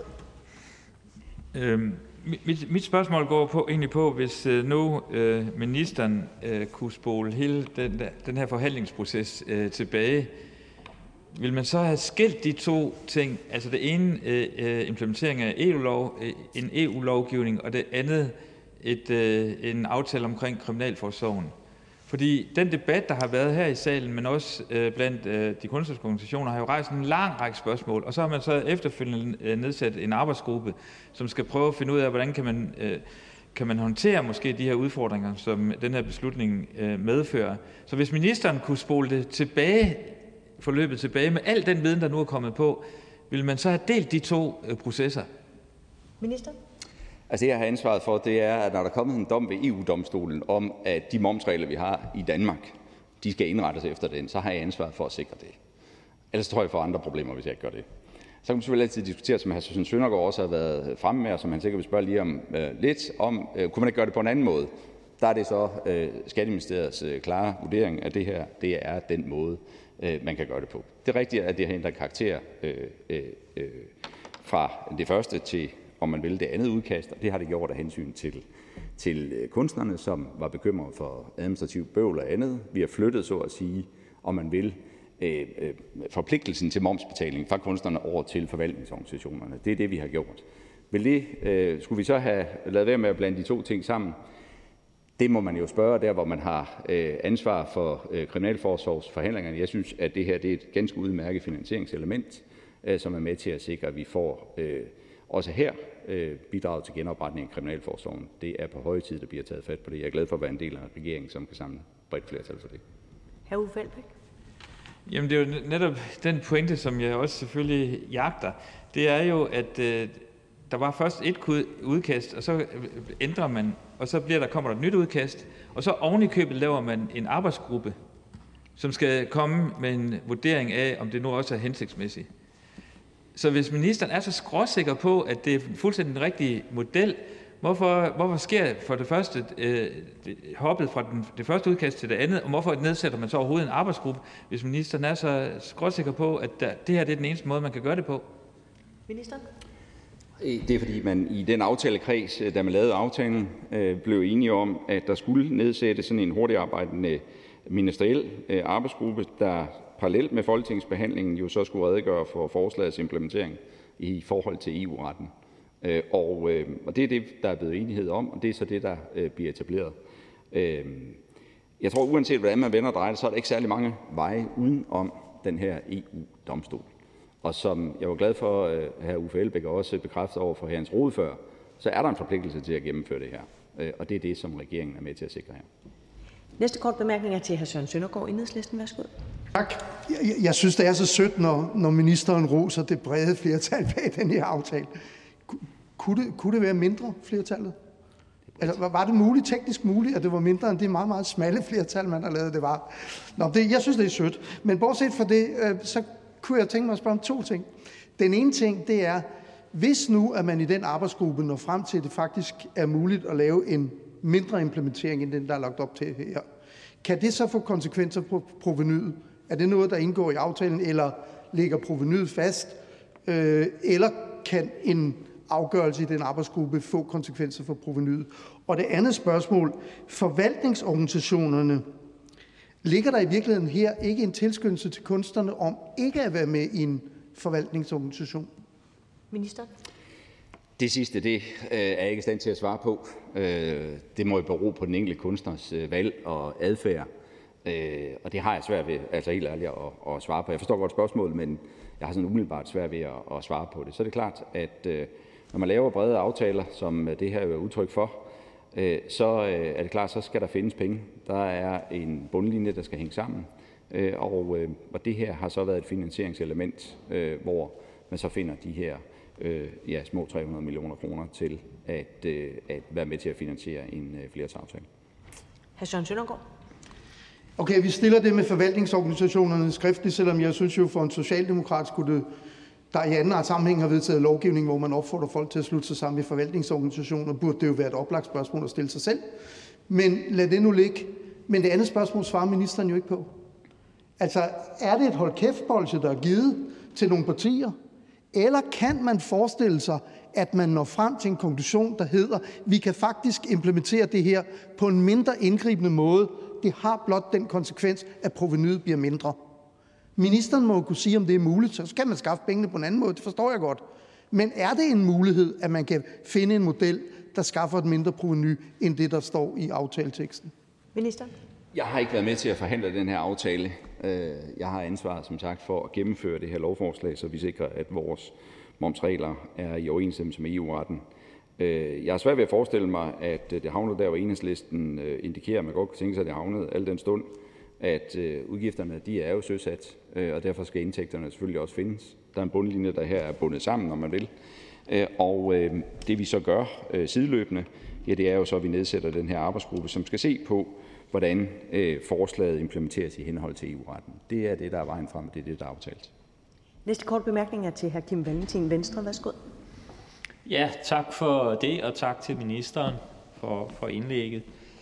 Mit spørgsmål går egentlig på, hvis nu ministeren kunne spole hele den her forhandlingsproces tilbage, vil man så have skilt de to ting, altså det ene implementering af en EU-lovgivning, og det andet en aftale omkring kriminalforsorgen? Fordi den debat, der har været her i salen, men også blandt de kunstneriske organisationer, har jo rejst en lang række spørgsmål, og så har man så efterfølgende nedsat en arbejdsgruppe, som skal prøve at finde ud af, hvordan kan man håndtere måske de her udfordringer, som den her beslutning medfører. Så hvis ministeren kunne spole det forløbet tilbage med al den viden, der nu er kommet på, vil man så have delt de to processer? Minister? Altså det, jeg har ansvaret for, det er, at når der er kommet en dom ved EU-domstolen om, at de momsregler, vi har i Danmark, de skal indrettes efter den, så har jeg ansvaret for at sikre det. Ellers tror jeg, får andre problemer, hvis jeg ikke gør det. Så kan man selvfølgelig altid diskutere, som hr. Søren Søndergaard også har været fremme med, og som han sikkert vil spørge lige om lidt, kunne man ikke gøre det på en anden måde? Der er det så Skatteministeriets klare vurdering, at det her, det er den måde, man kan gøre det på. Det er rigtigt, at det har ændret karakter fra det første til, om man vil, det andet udkast, og det har det gjort af hensyn til kunstnerne, som var bekymret for administrativ bøvl og andet. Vi har flyttet, så at sige, om man vil, forpligtelsen til momsbetaling fra kunstnerne over til forvaltningsorganisationerne. Det er det, vi har gjort. Skulle vi så have lavet være med at blande de to ting sammen? Det må man jo spørge der, hvor man har ansvar for kriminalforsorgsforhandlingerne. Jeg synes, at det her det er et ganske udmærket finansieringselement, som er med til at sikre, at vi får også her bidrag til genopretning af kriminalforsorgen. Det er på høje tid, der bliver taget fat på det. Jeg er glad for at være en del af en regering, som kan samle bredt flertal for det. Hr. Uffe Elbæk? Jamen det er jo netop den pointe, som jeg også selvfølgelig jagter. Det er jo, at der var først et udkast, og så ændrer man, og så kommer der et nyt udkast, og så oven i købet laver man en arbejdsgruppe, som skal komme med en vurdering af, om det nu også er hensigtsmæssigt. Så hvis ministeren er så skråsikker på, at det er fuldstændig den rigtige model, hvorfor sker for det første hoppet fra det første udkast til det andet, og hvorfor nedsætter man så overhovedet en arbejdsgruppe, hvis ministeren er så skråsikker på, at det her det er den eneste måde, man kan gøre det på? Ministeren? Det er, fordi man i den aftalekreds, da man lavede aftalen, blev enige om, at der skulle nedsættes sådan en hurtigarbejdende ministeriel arbejdsgruppe, der parallelt med folketingsbehandlingen jo så skulle redegøre for forslagets implementering i forhold til EU-retten. Og det er det, der er blevet enighed om, og det er så det, der bliver etableret. Jeg tror, uanset hvordan man vender og drejer det, så er der ikke særlig mange veje uden om den her EU-domstol. Og som jeg var glad for, at hr. Uffe Elbæk også bekræftede over for hr. Jens Rohde før, så er der en forpligtelse til at gennemføre det her. Og det er det, som regeringen er med til at sikre her. Næste kort bemærkning er til hr. Søren Søndergaard, Enhedslisten. Værsgo. Tak. Jeg synes, det er så sødt, når ministeren roser det brede flertal bag den her aftale. Kunne det være mindre, flertallet? Eller var det muligt, teknisk muligt, at det var mindre end det meget, meget smalle flertal, man har lavet det var? Jeg synes, det er sødt. Men bortset fra det, så kunne jeg tænke mig at spørge om to ting. Den ene ting, det er, hvis nu, at man i den arbejdsgruppe når frem til, at det faktisk er muligt at lave en mindre implementering, end den, der er lagt op til her, kan det så få konsekvenser på provenuet? Er det noget, der indgår i aftalen, eller ligger provenuet fast? Eller kan en afgørelse i den arbejdsgruppe få konsekvenser for provenuet? Og det andet spørgsmål, forvaltningsorganisationerne, ligger der i virkeligheden her ikke en tilskyndelse til kunstnerne om ikke at være med i en forvaltningsorganisation? Minister? Det sidste, det er jeg ikke i stand til at svare på. Det må jo bero på den enkelte kunstners valg og adfærd. Og det har jeg svært ved, altså helt ærligt, at svare på. Jeg forstår godt spørgsmålet, men jeg har sådan umiddelbart svært ved at svare på det. Så er det klart, at når man laver brede aftaler, som det her er udtryk for, så er det klart, så skal der findes penge. Der er en bundlinje, der skal hænge sammen. Og det her har så været et finansieringselement, hvor man så finder de her små 300 millioner kroner til at være med til at finansiere en flerårsaftale. Hr. Søren Søndergaard. Okay, vi stiller det med forvaltningsorganisationerne skriftligt, selvom jeg synes jo for en socialdemokrat skulle det, der i anden sammenhæng har vedtaget lovgivning, hvor man opfordrer folk til at slutte sig sammen i forvaltningsorganisationer, burde det jo være et oplagt spørgsmål at stille sig selv. Men lad det nu ligge. Men det andet spørgsmål svarer ministeren jo ikke på. Altså, er det et hold kæft-bolsje, der er givet til nogle partier? Eller kan man forestille sig, at man når frem til en konklusion, der hedder, vi kan faktisk implementere det her på en mindre indgribende måde. Det har blot den konsekvens, at provenuet bliver mindre. Ministeren må jo kunne sige, om det er muligt, så skal man skaffe pengene på en anden måde, det forstår jeg godt. Men er det en mulighed, at man kan finde en model, der skaffer et mindre provenu, end det, der står i aftaleteksten? Minister? Jeg har ikke været med til at forhandle den her aftale. Jeg har ansvaret, som sagt, for at gennemføre det her lovforslag, så vi sikrer, at vores momsregler er i overensstemmelse med EU-retten. Jeg er svært ved at forestille mig, at det havnede der, hvor Enhedslisten indikerer, at man godt kan tænke sig, at det havnede al den stund, at udgifterne de er jo søsat, og derfor skal indtægterne selvfølgelig også findes. Der er en bundlinje, der her er bundet sammen, når man vil. Og det vi så gør sideløbende, det er jo så, at vi nedsætter den her arbejdsgruppe, som skal se på, hvordan forslaget implementeres i henhold til EU-retten. Det er det, der er vejen frem, det er det, der er aftalt. Næste kort bemærkning er til hr. Kim Valentin, Venstre. Værsgo. Ja, tak for det, og tak til ministeren for indlægget.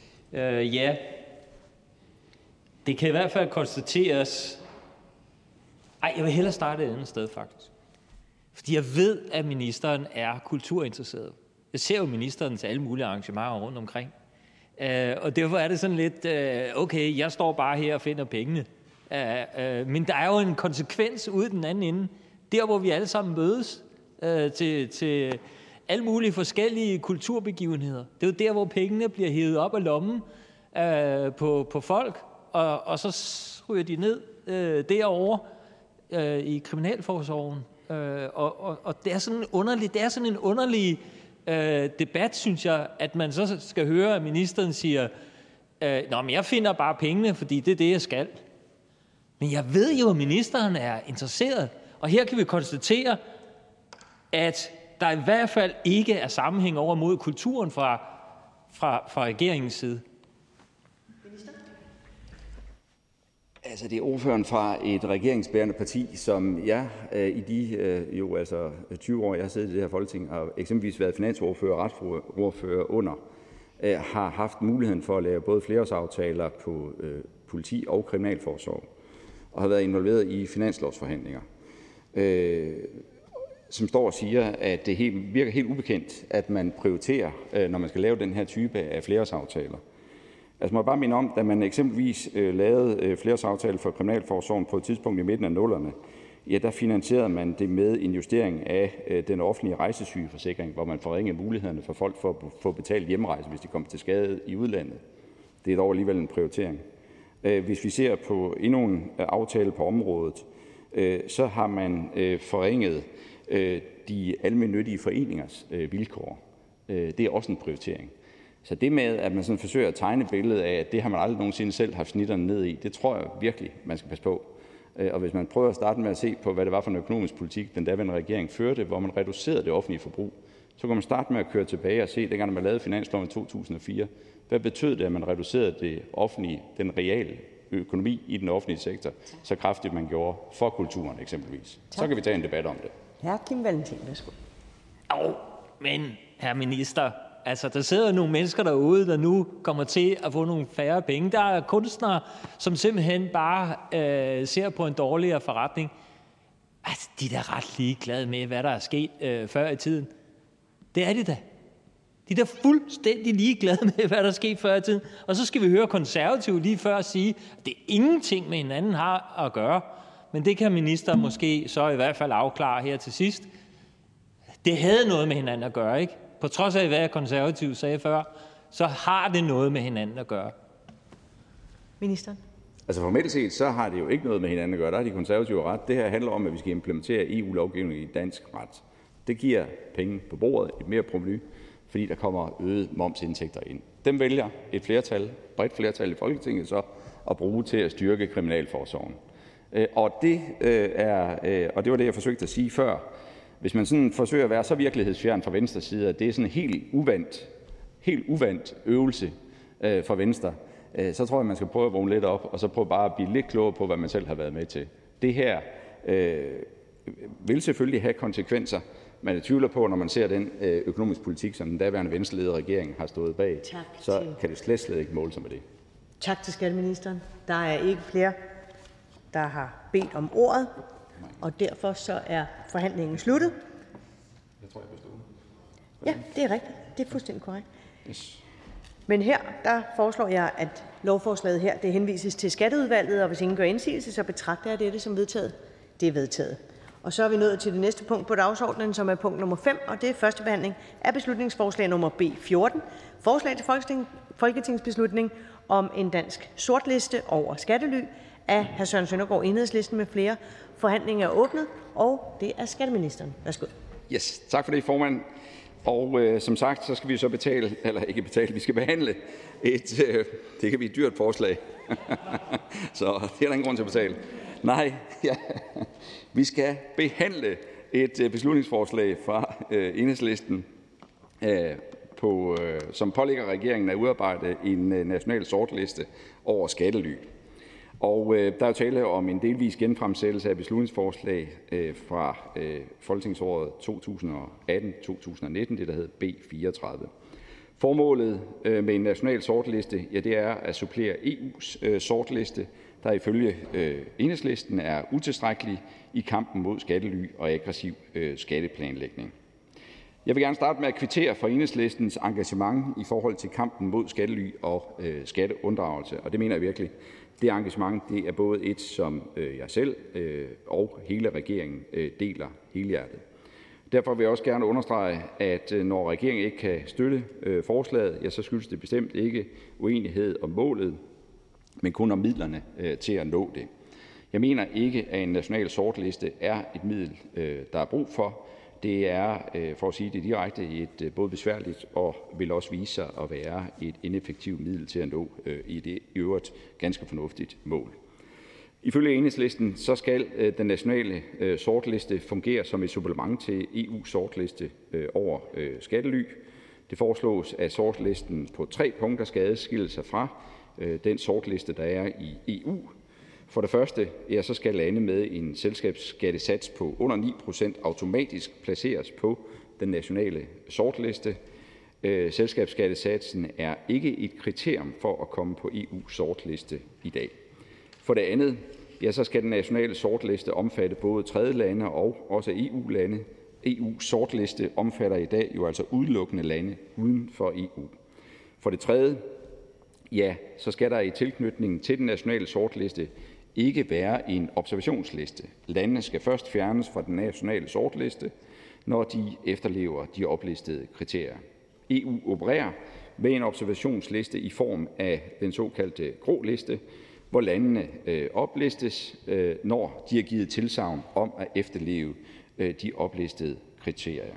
Det kan i hvert fald konstateres. Jeg vil hellere starte et andet sted, faktisk. Fordi jeg ved, at ministeren er kulturinteresseret. Jeg ser jo ministeren til alle mulige arrangementer rundt omkring. Og derfor er det sådan lidt, okay, jeg står bare her og finder pengene. Men der er jo en konsekvens ude den anden ende. Der, hvor vi alle sammen mødes til alle mulige forskellige kulturbegivenheder. Det er jo der, hvor pengene bliver hævet op af lommen på folk, og så ryger de ned derovre i kriminalforsorgen. Og det er sådan en underlig debat, synes jeg, at man så skal høre, at ministeren siger, men jeg finder bare pengene, fordi det er det, jeg skal. Men jeg ved jo, at ministeren er interesseret, og her kan vi konstatere, at der i hvert fald ikke er sammenhæng over mod kulturen fra regeringens side. Altså, det er ordføreren fra et regeringsbærende parti, som jeg i de 20 år, jeg har siddet i det her Folketing, har eksempelvis været finansordfører og retsordfører under, har haft muligheden for at lave både flerårsaftaler på politi og kriminalforsorg, og har været involveret i finanslovsforhandlinger, som står og siger, at det virker helt ubekendt, at man prioriterer, når man skal lave den her type af flerårsaftaler. Altså må jeg bare minde om, da man eksempelvis lavede flerårsaftale for kriminalforsorgen på et tidspunkt i midten af 00'erne, der finansierede man det med en justering af den offentlige rejsesygeforsikring, hvor man forringede mulighederne for folk for at få betalt hjemrejse, hvis de kom til skade i udlandet. Det er dog alligevel en prioritering. Hvis vi ser på endnu en aftale på området, så har man forringet de almennyttige foreningers vilkår. Det er også en prioritering. Så det med, at man sådan forsøger at tegne billedet af, at det har man aldrig nogensinde selv haft snitterne ned i, det tror jeg virkelig, man skal passe på. Og hvis man prøver at starte med at se på, hvad det var for en økonomisk politik, den daværende regering førte, hvor man reducerede det offentlige forbrug, så kan man starte med at køre tilbage og se, dengang man lavede finansloven i 2004, hvad betød det, at man reducerede det offentlige, den reale økonomi i den offentlige sektor, så kraftigt man gjorde for kulturen eksempelvis. Tak. Så kan vi tage en debat om det. Hr. Kim Valentin, værsgo. Men herr minister, altså, der sidder nogle mennesker derude, der nu kommer til at få nogle færre penge. Der er kunstnere, som simpelthen bare ser på en dårligere forretning. Altså, de er da ret ligeglade med, hvad der er sket før i tiden. Det er de da. De er da fuldstændig ligeglade med, hvad der skete før i tiden. Og så skal vi høre Konservative lige før sige, at det ingenting med hinanden har at gøre. Men det kan ministeren måske så i hvert fald afklare her til sidst. Det havde noget med hinanden at gøre, ikke? På trods af, hvad Konservative sagde før, så har det noget med hinanden at gøre. Ministeren? Altså formelt set, så har det jo ikke noget med hinanden at gøre. Der har de konservative ret. Det her handler om, at vi skal implementere EU-lovgivning i dansk ret. Det giver penge på bordet, et mere provenu, fordi der kommer øget momsindtægter ind. Dem vælger et bredt flertal i Folketinget så at bruge til at styrke kriminalforsorgen. Og det var det, jeg forsøgte at sige før. Hvis man sådan forsøger at være så virkelighedsfjern fra Venstre side, at det er sådan en helt uvandt øvelse for Venstre, så tror jeg, man skal prøve at vågne lidt op, og så prøve bare at blive lidt klogere på, hvad man selv har været med til. Det her vil selvfølgelig have konsekvenser, men jeg tvivler på, når man ser den økonomiske politik, som den daværende venstreledede regering har stået bag, så kan det slet ikke måle sig med det. Tak til skatteministeren. Der er ikke flere, der har bedt om ordet, og derfor så er forhandlingen sluttet. Jeg tror, jeg forstår. Ja, det er rigtigt. Det er fuldstændig korrekt. Yes. Men her, der foreslår jeg, at lovforslaget her, det henvises til Skatteudvalget, og hvis ingen gør indsigelse, så betragter jeg dette som vedtaget. Det er vedtaget. Og så er vi nået til det næste punkt på dagsordenen, som er punkt nummer 5, og det er første behandling af beslutningsforslag nummer B 14. Forslag til folketingsbeslutning om en dansk sortliste over skattely af hr. Søren Søndergaard, Enhedslisten med flere. Forhandlingen er åbnet, og det er skatteministeren. Værsgo. Yes, tak for det, formand. Og som sagt, så skal vi så vi skal behandle det kan blive et dyrt forslag. Så det er der ingen grund til at betale. Nej, ja. Vi skal behandle et beslutningsforslag fra Enhedslisten, som pålægger regeringen at udarbejde en national sortliste over skattely. Og der er jo tale om en delvis genfremsættelse af beslutningsforslag fra folketingsåret 2018-2019, det der hed B 34. Formålet med en national sortliste, ja, det er at supplere EU's sortliste, der ifølge Enhedslisten er utilstrækkelig i kampen mod skattely og aggressiv skatteplanlægning. Jeg vil gerne starte med at kvittere for Enhedslistens engagement i forhold til kampen mod skattely og skatteunddragelse, og det mener jeg virkelig. Det engagement, det er både et, som jeg selv og hele regeringen deler helhjertet. Derfor vil jeg også gerne understrege, at når regeringen ikke kan støtte forslaget, ja, så skyldes det bestemt ikke uenighed om målet, men kun om midlerne til at nå det. Jeg mener ikke, at en national sortliste er et middel, der er brug for. Det er, for at sige det direkte, et både besværligt og vil også vise sig at være et ineffektivt middel til at nå i det i øvrigt ganske fornuftigt mål. Ifølge Enhedslisten så skal den nationale sortliste fungere som et supplement til EU's sortliste over skattely. Det foreslås, at sortlisten på 3 punkter skal adskille sig fra den sortliste, der er i EU. For det første, ja, så skal lande med en selskabsskattesats på under 9% automatisk placeres på den nationale sortliste. Selskabsskattesatsen er ikke et kriterium for at komme på EU's sortliste i dag. For det andet, ja, så skal den nationale sortliste omfatte både tredjelande og også EU-lande. EU's sortliste omfatter i dag jo altså udelukkende lande uden for EU. For det tredje, ja, så skal der i tilknytning til den nationale sortliste ikke være en observationsliste. Landene skal først fjernes fra den nationale sortliste, når de efterlever de oplistede kriterier. EU opererer med en observationsliste i form af den såkaldte grå liste, hvor landene oplistes, når de har givet tilsagn om at efterleve de oplistede kriterier.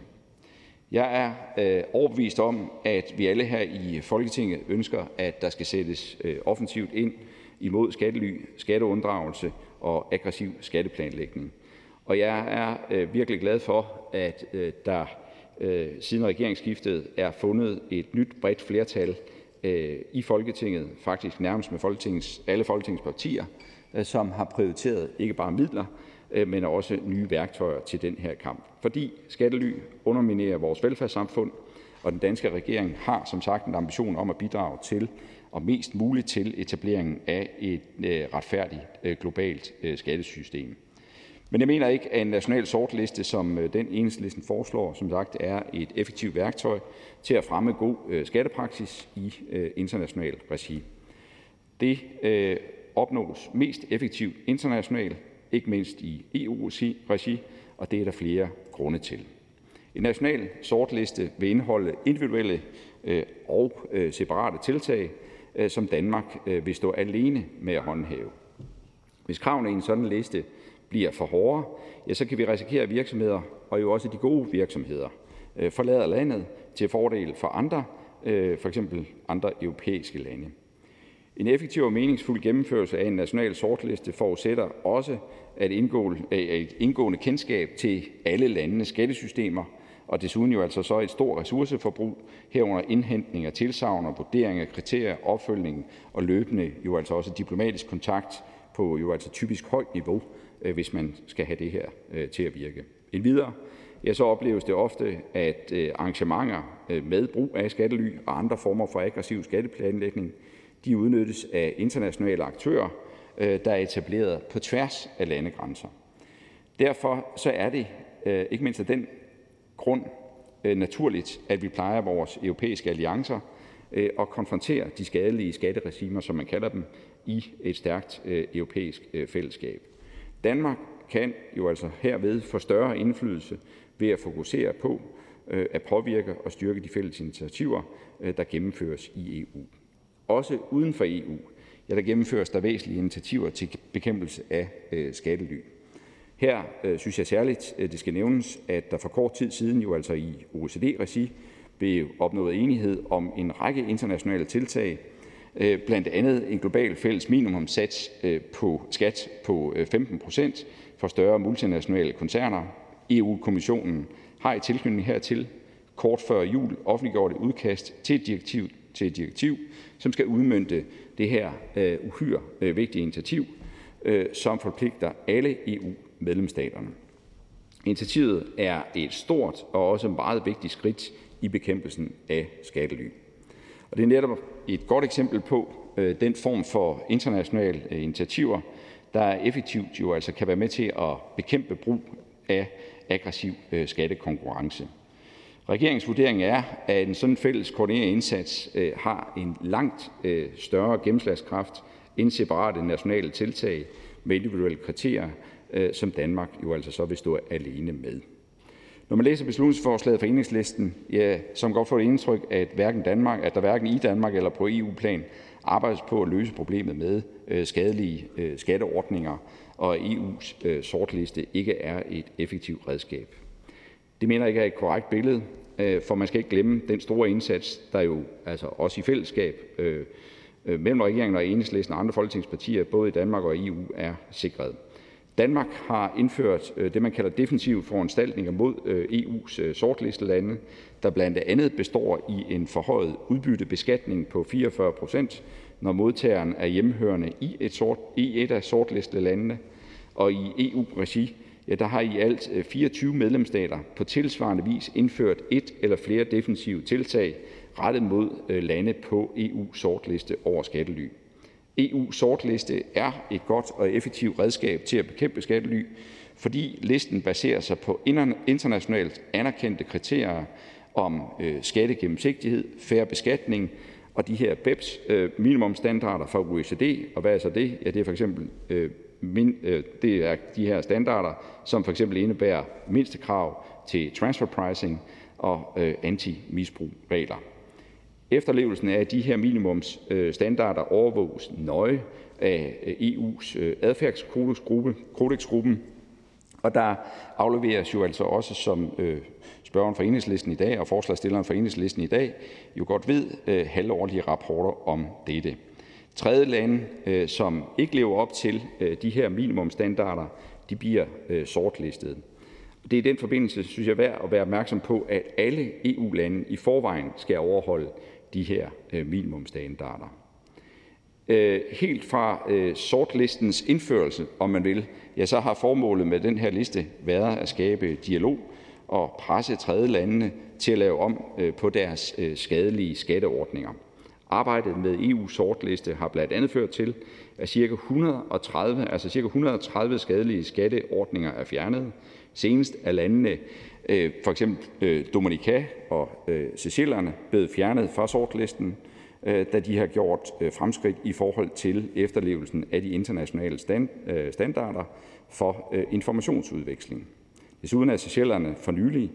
Jeg er overbevist om, at vi alle her i Folketinget ønsker, at der skal sættes offensivt ind imod skattely, skatteunddragelse og aggressiv skatteplanlægning. Og jeg er virkelig glad for, at der siden regeringsskiftet er fundet et nyt bredt flertal i Folketinget, faktisk nærmest med alle Folketingets partier, som har prioriteret ikke bare midler, men også nye værktøjer til den her kamp. Fordi skattely underminerer vores velfærdssamfund, og den danske regering har som sagt en ambition om at bidrage til og mest muligt til etableringen af et retfærdigt globalt skattesystem. Men jeg mener ikke, at en national sortliste, som den Enhedslisten foreslår, som sagt er et effektivt værktøj til at fremme god skattepraksis i international regi. Det opnås mest effektivt internationalt, ikke mindst i EU-regi, og det er der flere grunde til. En national sortliste vil indeholde individuelle og separate tiltag, som Danmark vil stå alene med at håndhæve. Hvis kravene i en sådan liste bliver for hårde, ja, så kan vi risikere, at virksomheder, og jo også de gode virksomheder, forlader landet til fordel for andre, f.eks. andre europæiske lande. En effektiv og meningsfuld gennemførelse af en national sortliste forudsætter også et indgående kendskab til alle landenes skattesystemer, og desuden jo altså så et stort ressourceforbrug, herunder indhentning af tilsagn og vurdering af kriterier, opfølgning og løbende jo altså også diplomatisk kontakt på jo altså typisk højt niveau, hvis man skal have det her til at virke. Endvidere så opleves det ofte, at arrangementer med brug af skattely og andre former for aggressiv skatteplanlægning, de udnyttes af internationale aktører, der er etableret på tværs af landegrænser. Derfor så er det ikke mindst af den grund naturligt, at vi plejer vores europæiske alliancer og konfrontere de skadelige skatteregimer, som man kalder dem, i et stærkt europæisk fællesskab. Danmark kan jo altså herved få større indflydelse ved at fokusere på at påvirke og styrke de fælles initiativer, der gennemføres i EU. Også uden for EU, der gennemføres der væsentlige initiativer til bekæmpelse af skattely. Her synes jeg særligt, det skal nævnes, at der for kort tid siden jo altså i OECD-regi blev opnået enighed om en række internationale tiltag, blandt andet en global fælles minimumssats på skat på 15% for større multinationale koncerner. EU-kommissionen har i tilknytning hertil kort før jul offentliggjort et udkast til et direktiv, som skal udmønte det her uhyre vigtige initiativ, som forpligter alle EU-medlemsstaterne. Initiativet er et stort og også meget vigtigt skridt i bekæmpelsen af skattely. Og det er netop et godt eksempel på den form for internationale initiativer, der effektivt jo altså kan være med til at bekæmpe brug af aggressiv skattekonkurrence. Regeringens vurdering er, at en sådan fælles koordineret indsats har en langt større gennemslagskraft end separate nationale tiltag med individuelle kriterier, som Danmark jo altså så vil stå alene med. Når man læser beslutningsforslaget fra Enhedslisten, ja, så kan man godt få det indtryk, at der hverken i Danmark eller på EU-plan arbejdes på at løse problemet med skadelige skatteordninger, og EU's sortliste ikke er et effektivt redskab. Det mener jeg ikke er et korrekt billede, for man skal ikke glemme den store indsats, der jo altså også i fællesskab mellem regeringen og Enhedslisten og andre folketingspartier, både i Danmark og EU, er sikret. Danmark har indført det, man kalder defensive foranstaltninger mod EU's sortlistelande, der blandt andet består i en forhøjet udbyttebeskatning på 44%, når modtageren er hjemmehørende i et af sortlistelandene. Og i EU-regi, ja, der har i alt 24 medlemsstater på tilsvarende vis indført et eller flere defensive tiltag rettet mod lande på EU-sortliste over skattely. EU-sortliste er et godt og effektivt redskab til at bekæmpe skattely, fordi listen baserer sig på internationalt anerkendte kriterier om skattegennemsigtighed, fair beskatning og de her BEPS minimumstandarder fra OECD. Og hvad er så det? Ja, det er for eksempel det er de her standarder, som for eksempel indebærer mindstekrav til transfer pricing og anti-misbrugregler. Efterlevelsen af de her minimumsstandarder overvåges nøje af EU's adfærdskodexgruppen, og der afleveres jo altså også, som spørgeren fra Enhedslisten i dag og forslagsstilleren fra Enhedslisten i dag jo godt ved, halvårlige rapporter om dette. Tredjelande, som ikke lever op til de her minimumsstandarder, de bliver sortlistet. Det er i den forbindelse, synes jeg, værd at være opmærksom på, at alle EU-lande i forvejen skal overholde de her minimumsstandarder. Helt fra sortlistens indførelse, om man vil, ja, så har formålet med den her liste været at skabe dialog og presse tredjelandene til at lave om på deres skadelige skatteordninger. Arbejdet med EU's sortliste har blandt andet ført til, at ca. 130 skadelige skatteordninger er fjernet. Senest er landene f.eks. Dominica og Seychellerne blevet fjernet fra sortlisten, da de har gjort fremskridt i forhold til efterlevelsen af de internationale standarder for informationsudveksling. Desuden er Seychellerne for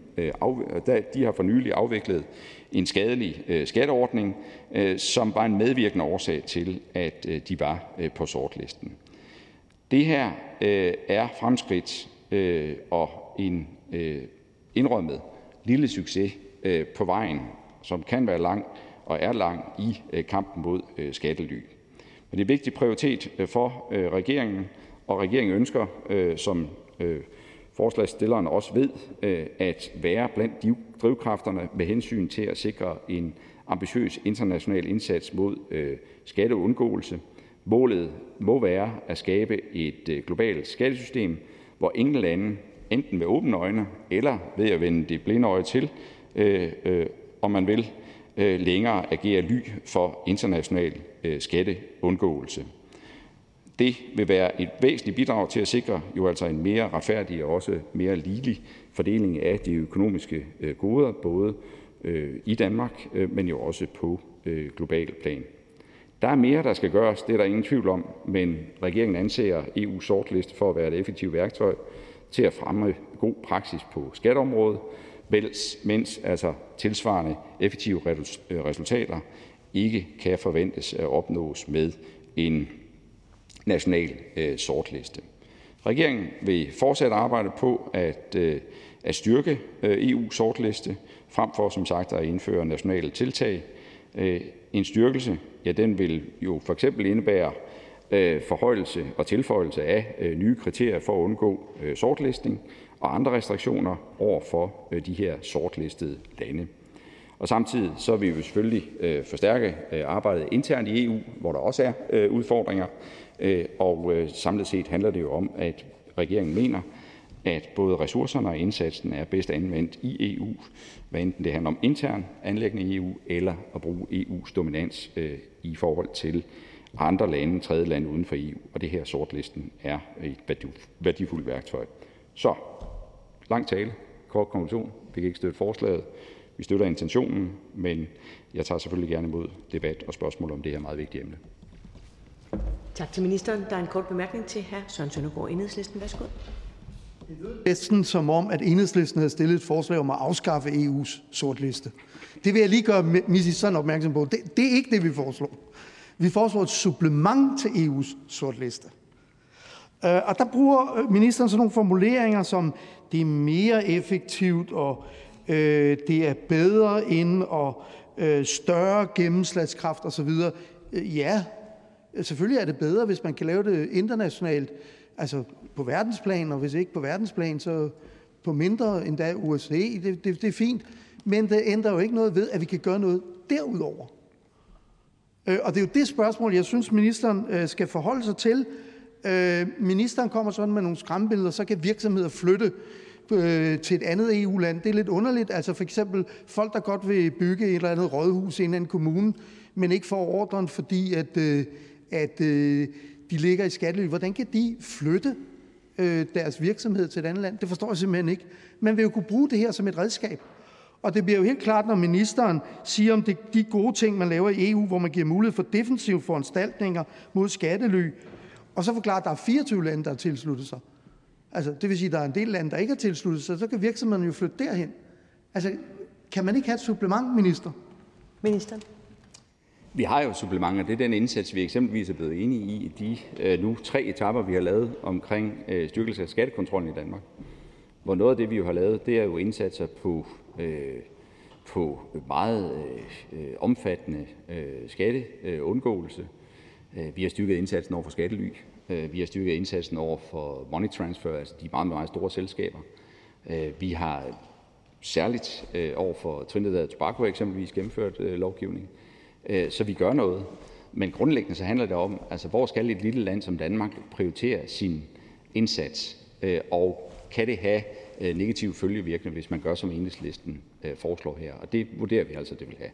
nylig afviklet en skadelig skatteordning, som var en medvirkende årsag til, at de var på sortlisten. Det her er fremskridt og en indrømmet lille succes på vejen, som kan være lang og er lang i kampen mod skattely. Men det er en vigtig prioritet for regeringen, og regeringen ønsker, som forslagsstillerne også ved, at være blandt drivkræfterne med hensyn til at sikre en ambitiøs international indsats mod skatteundgåelse. Målet må være at skabe et globalt skattesystem, hvor ingen lande, enten med åbne øjne eller ved at vende det blinde øje til, om man vil, længere agere ly for international skatteundgåelse. Det vil være et væsentligt bidrag til at sikre en mere retfærdig og også mere ligelig fordeling af de økonomiske goder, både i Danmark, men jo også på global plan. Der er mere, der skal gøres, det er der ingen tvivl om, men regeringen anser EU's sortliste for at være et effektivt værktøj til at fremme god praksis på skatteområdet, mens tilsvarende effektive resultater ikke kan forventes at opnås med en national sortliste. Regeringen vil fortsat arbejde på at styrke EU's sortliste, frem for som sagt at indføre nationale tiltag. En styrkelse, den vil jo for eksempel indebære forhøjelse og tilføjelse af nye kriterier for at undgå sortlistning og andre restriktioner over for de her sortlistede lande. Og samtidig så vil vi selvfølgelig forstærke arbejdet internt i EU, hvor der også er udfordringer. Og samlet set handler det jo om, at regeringen mener, at både ressourcerne og indsatsen er bedst anvendt i EU, hvad enten det handler om intern anliggende i EU eller at bruge EU's dominans i forhold til andre lande, tredje lande uden for EU. Og det her sortlisten er et værdifuldt værktøj. Så lang tale, kort konklusion. Vi kan ikke støtte forslaget. Vi støtter intentionen, men jeg tager selvfølgelig gerne imod debat og spørgsmål om det her meget vigtige emne. Tak til ministeren. Der er en kort bemærkning til hr. Søren Søndergaard, Enhedslisten. Værsgo. Det lød næsten som om, at Enhedslisten havde stillet et forslag om at afskaffe EU's sortliste. Det vil jeg lige gøre ministeren opmærksom på. Det er ikke det, vi foreslår. Vi foreslår et supplement til EU's sortliste. Og der bruger ministeren sådan nogle formuleringer som, det er mere effektivt, og det er bedre end, og større gennemslagskraft osv. Ja, selvfølgelig er det bedre, hvis man kan lave det internationalt, altså på verdensplan, og hvis ikke på verdensplan, så på mindre endda USA. Det er fint, men det ændrer jo ikke noget ved, at vi kan gøre noget derudover. Og det er jo det spørgsmål, jeg synes, ministeren skal forholde sig til. Ministeren kommer sådan med nogle skræmmebilleder, så kan virksomheder flytte til et andet EU-land. Det er lidt underligt. Altså for eksempel folk, der godt vil bygge et eller andet rådhus i en anden kommune, men ikke får ordren, fordi at de ligger i skattely. Hvordan kan de flytte deres virksomhed til et andet land? Det forstår jeg simpelthen ikke. Man vil jo kunne bruge det her som et redskab. Og det bliver jo helt klart, når ministeren siger om de gode ting, man laver i EU, hvor man giver mulighed for defensive foranstaltninger mod skattely, og så forklarer, at der er 24 lande, der har tilsluttet sig. Altså, det vil sige, at der er en del lande, der ikke har tilsluttet sig, så kan virksomhederne jo flytte derhen. Altså, kan man ikke have et supplement, minister? Ministeren. Vi har jo supplementer. Det er den indsats, vi eksempelvis er blevet enige i de nu 3 etaper, vi har lavet omkring styrkelse af skattekontrollen i Danmark. Hvor noget af det, vi jo har lavet, det er jo indsatser på meget omfattende skatteundgåelse. Vi har styrket indsatsen over for skattely. Vi har styrket indsatsen over for money transfer, altså de meget, meget store selskaber. Vi har særligt over for Trinidad og Tobago eksempelvis gennemført lovgivning. Så vi gør noget. Men grundlæggende så handler det om, altså hvor skal et lille land som Danmark prioritere sin indsats, og kan det have negative følgevirkninger, hvis man gør, som Enhedslisten foreslår her. Og det vurderer vi altså, det vil have.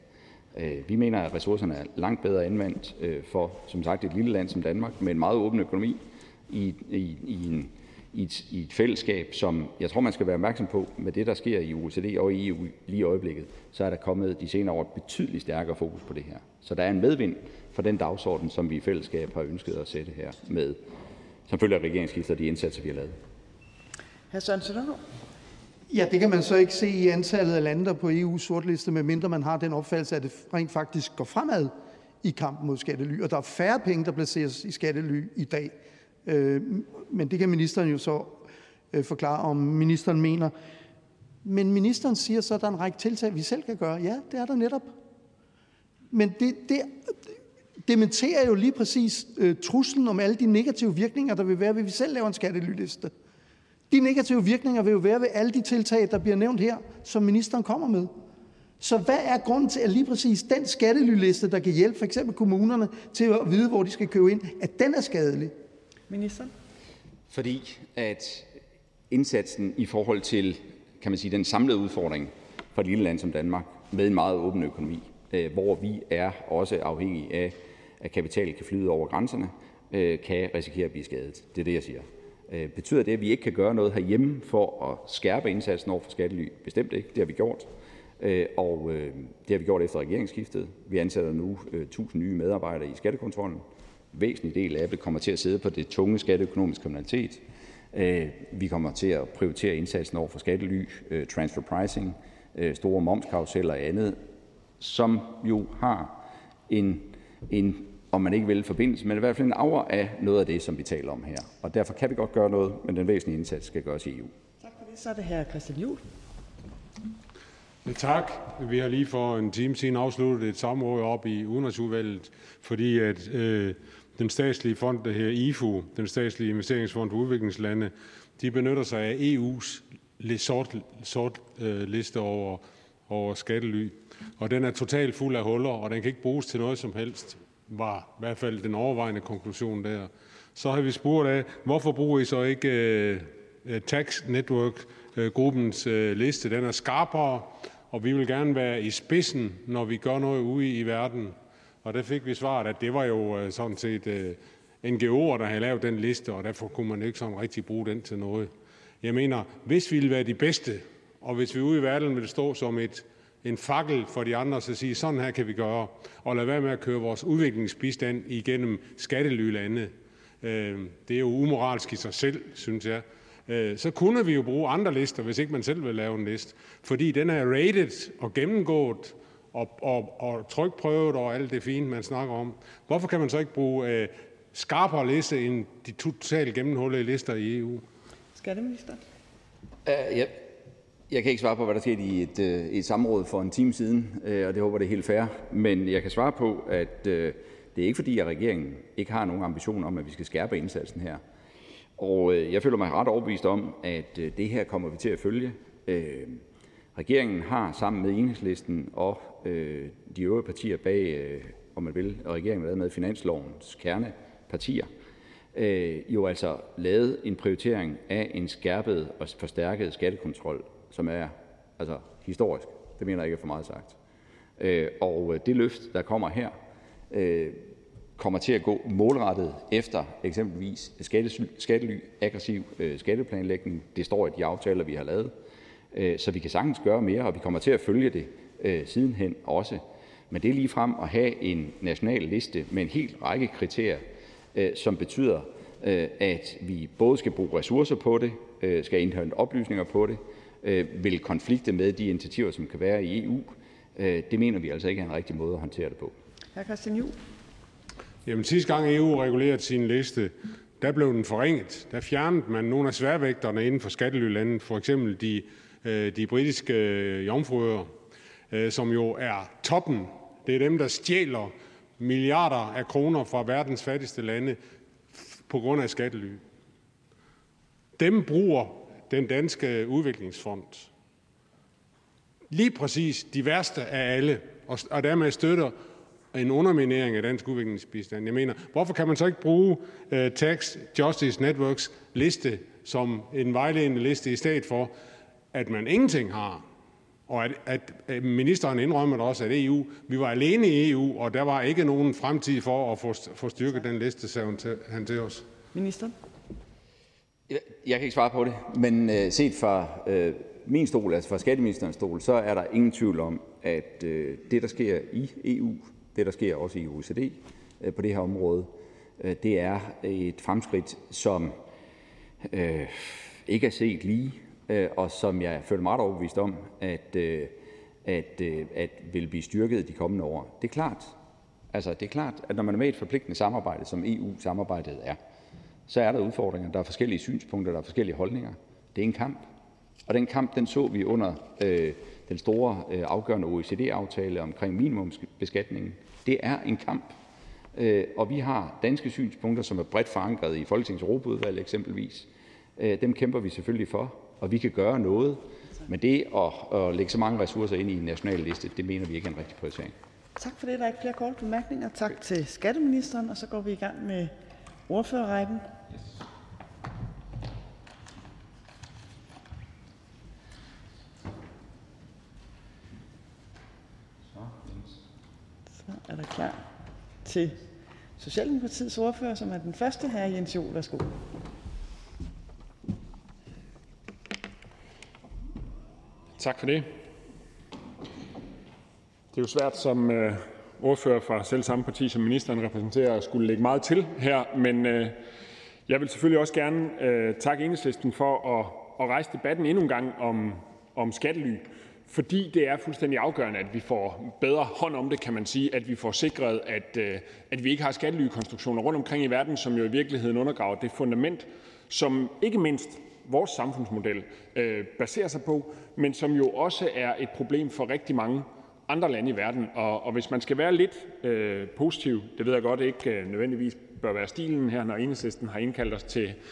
Vi mener, at ressourcerne er langt bedre anvendt for, som sagt, et lille land som Danmark med en meget åben økonomi i et fællesskab, som jeg tror, man skal være opmærksom på med det, der sker i OECD og i EU lige i øjeblikket. Så er der kommet de senere år et betydeligt stærkere fokus på det her. Så der er en medvind for den dagsorden, som vi i fællesskab har ønsket at sætte her med, som følger af regeringsskiftet og de indsatser, vi har lavet. Hr. Søren Søndergaard. Ja, det kan man så ikke se i antallet af lande, der på EU's sortliste, medmindre man har den opfattelse, at det rent faktisk går fremad i kampen mod skattely, og der er færre penge, der placeres i skattely i dag. Men det kan ministeren jo så forklare, om ministeren mener. Men ministeren siger så, at der er en række tiltag, vi selv kan gøre. Ja, det er der netop. Men det dementerer jo lige præcis truslen om alle de negative virkninger, der vil være, ved vi selv laver en skattelyliste. De negative virkninger vil jo være ved alle de tiltag, der bliver nævnt her, som ministeren kommer med. Så hvad er grunden til, at lige præcis den skattelyliste, der kan hjælpe f.eks. kommunerne til at vide, hvor de skal købe ind, at den er skadelig? Ministeren? Fordi at indsatsen i forhold til, kan man sige, den samlede udfordring for et lille land som Danmark med en meget åben økonomi, hvor vi er også afhængige af, at kapital kan flyde over grænserne, kan risikere at blive skadet. Det er det, jeg siger. Betyder det, at vi ikke kan gøre noget herhjemme for at skærpe indsatsen over for skattely? Bestemt ikke. Det har vi gjort. Og det har vi gjort efter regeringsskiftet. Vi ansætter nu 1000 nye medarbejdere i skattekontrollen. En væsentlig del af det kommer til at sidde på det tunge skatteøkonomiske kriminalitet. Vi kommer til at prioritere indsatsen over for skattely, transfer pricing, store momskarruseller og andet, som jo har en om man ikke vil forbindelse, men i hvert fald en aura af noget af det, som vi taler om her. Og derfor kan vi godt gøre noget, men den væsentlige indsats skal gøres i EU. Tak for det. Så er det hr. Christian Juhl. Tak. Vi har lige for en time siden afsluttet et samråd op i Udenrigsudvalget, fordi at den statslige fond, der hedder IFU, den statslige investeringsfond for udviklingslande, de benytter sig af EU's sort liste over skattely. Og den er totalt fuld af huller, og den kan ikke bruges til noget som helst, var i hvert fald den overvejende konklusion der. Så har vi spurgt af, hvorfor bruger I så ikke Tax Network-gruppens liste? Den er skarpere, og vi vil gerne være i spidsen, når vi gør noget ude i verden. Og der fik vi svaret, at det var jo sådan set NGO'er, der havde lavet den liste, og derfor kunne man ikke sådan rigtig bruge den til noget. Jeg mener, hvis vi vil være de bedste, og hvis vi ude i verden vil stå som en fakkel for de andre, så sige, sådan her kan vi gøre, og lade være med at køre vores udviklingsbistand igennem skattelylande. Det er jo umoralsk i sig selv, synes jeg. Så kunne vi jo bruge andre lister, hvis ikke man selv vil lave en liste. Fordi den er rated og gennemgået og trykprøvet og alt det fine, man snakker om. Hvorfor kan man så ikke bruge skarpere liste end de totalt gennemhullede lister i EU? Skatteminister? Jeg kan ikke svare på, hvad der skete i et samråd for en time siden, og det håber det er helt fair. Men jeg kan svare på, at det er ikke fordi, at regeringen ikke har nogen ambition om, at vi skal skærpe indsatsen her. Og jeg føler mig ret overbevist om, at det her kommer vi til at følge. Regeringen har sammen med Enhedslisten og de øvrige partier bag, om man vil, og regeringen har været med finanslovens kernepartier, jo altså lavet en prioritering af en skærpet og forstærket skattekontrol, som er altså historisk. Det mener jeg ikke er for meget sagt. Og det løft, der kommer her, kommer til at gå målrettet efter eksempelvis skattely, aggressiv skatteplanlægning. Det står i de aftaler, vi har lavet. Så vi kan sagtens gøre mere, og vi kommer til at følge det sidenhen også. Men det er lige frem at have en national liste med en hel række kriterier, som betyder, at vi både skal bruge ressourcer på det, skal indhente oplysninger på det, vil konflikte med de initiativer, som kan være i EU. Det mener vi altså ikke er en rigtig måde at håndtere det på. Hr. Christian Juhl. Jamen sidste gang EU regulerede sin liste, der blev den forringet. Der fjernede man nogle af sværvægterne inden for skattelylandet, for eksempel de britiske jomfruøer, som jo er toppen. Det er dem, der stjæler milliarder af kroner fra verdens fattigste lande på grund af skattely. Dem bruger den danske udviklingsfond. Lige præcis de værste af alle, og dermed støtter en underminering af dansk udviklingsbistand. Jeg mener, hvorfor kan man så ikke bruge Tax Justice Networks liste som en vejledende liste i stedet for, at man ingenting har? Og at ministeren indrømmer også, at vi var alene i EU, og der var ikke nogen fremtid for at få styrket den liste, sagde han til os. Ministeren? Jeg kan ikke svare på det, men set fra min stol, altså fra skatteministerens stol, så er der ingen tvivl om, at det, der sker i EU, det, der sker også i OECD på det her område, det er et fremskridt, som ikke er set lige, og som jeg føler meget overbevist om, at vil blive styrket de kommende år. Det er klart, at når man er med i et forpligtende samarbejde, som EU-samarbejdet er, så er der udfordringer. Der er forskellige synspunkter, der er forskellige holdninger. Det er en kamp. Og den kamp, den så vi under den store afgørende OECD-aftale omkring minimumsbeskatningen. Det er en kamp. Og vi har danske synspunkter, som er bredt forankret i Folketingets Europaudvalg eksempelvis. Dem kæmper vi selvfølgelig for, og vi kan gøre noget. Men det at lægge så mange ressourcer ind i en national liste, det mener vi ikke er en rigtig prioritering. Tak for det. Der er ikke flere korte bemærkninger. Tak til skatteministeren, og så går vi i gang med ordførerrækken. Så er der klar til Socialdemokratiets ordfører, som er den første, hr. Jens Joel. Værsgo. Tak for det. Det er jo svært som ordfører fra selv samme parti, som ministeren repræsenterer, at skulle lægge meget til her, men jeg vil selvfølgelig også gerne takke Enhedslisten for at rejse debatten endnu en gang om skattely, fordi det er fuldstændig afgørende, at vi får bedre hånd om det, kan man sige, at vi får sikret, at vi ikke har skattelykonstruktioner rundt omkring i verden, som jo i virkeligheden undergraver det fundament, som ikke mindst vores samfundsmodel baserer sig på, men som jo også er et problem for rigtig mange andre lande i verden. Og hvis man skal være lidt positiv, det ved jeg godt ikke nødvendigvis bør være stilen her, når Enhedslisten har indkaldt os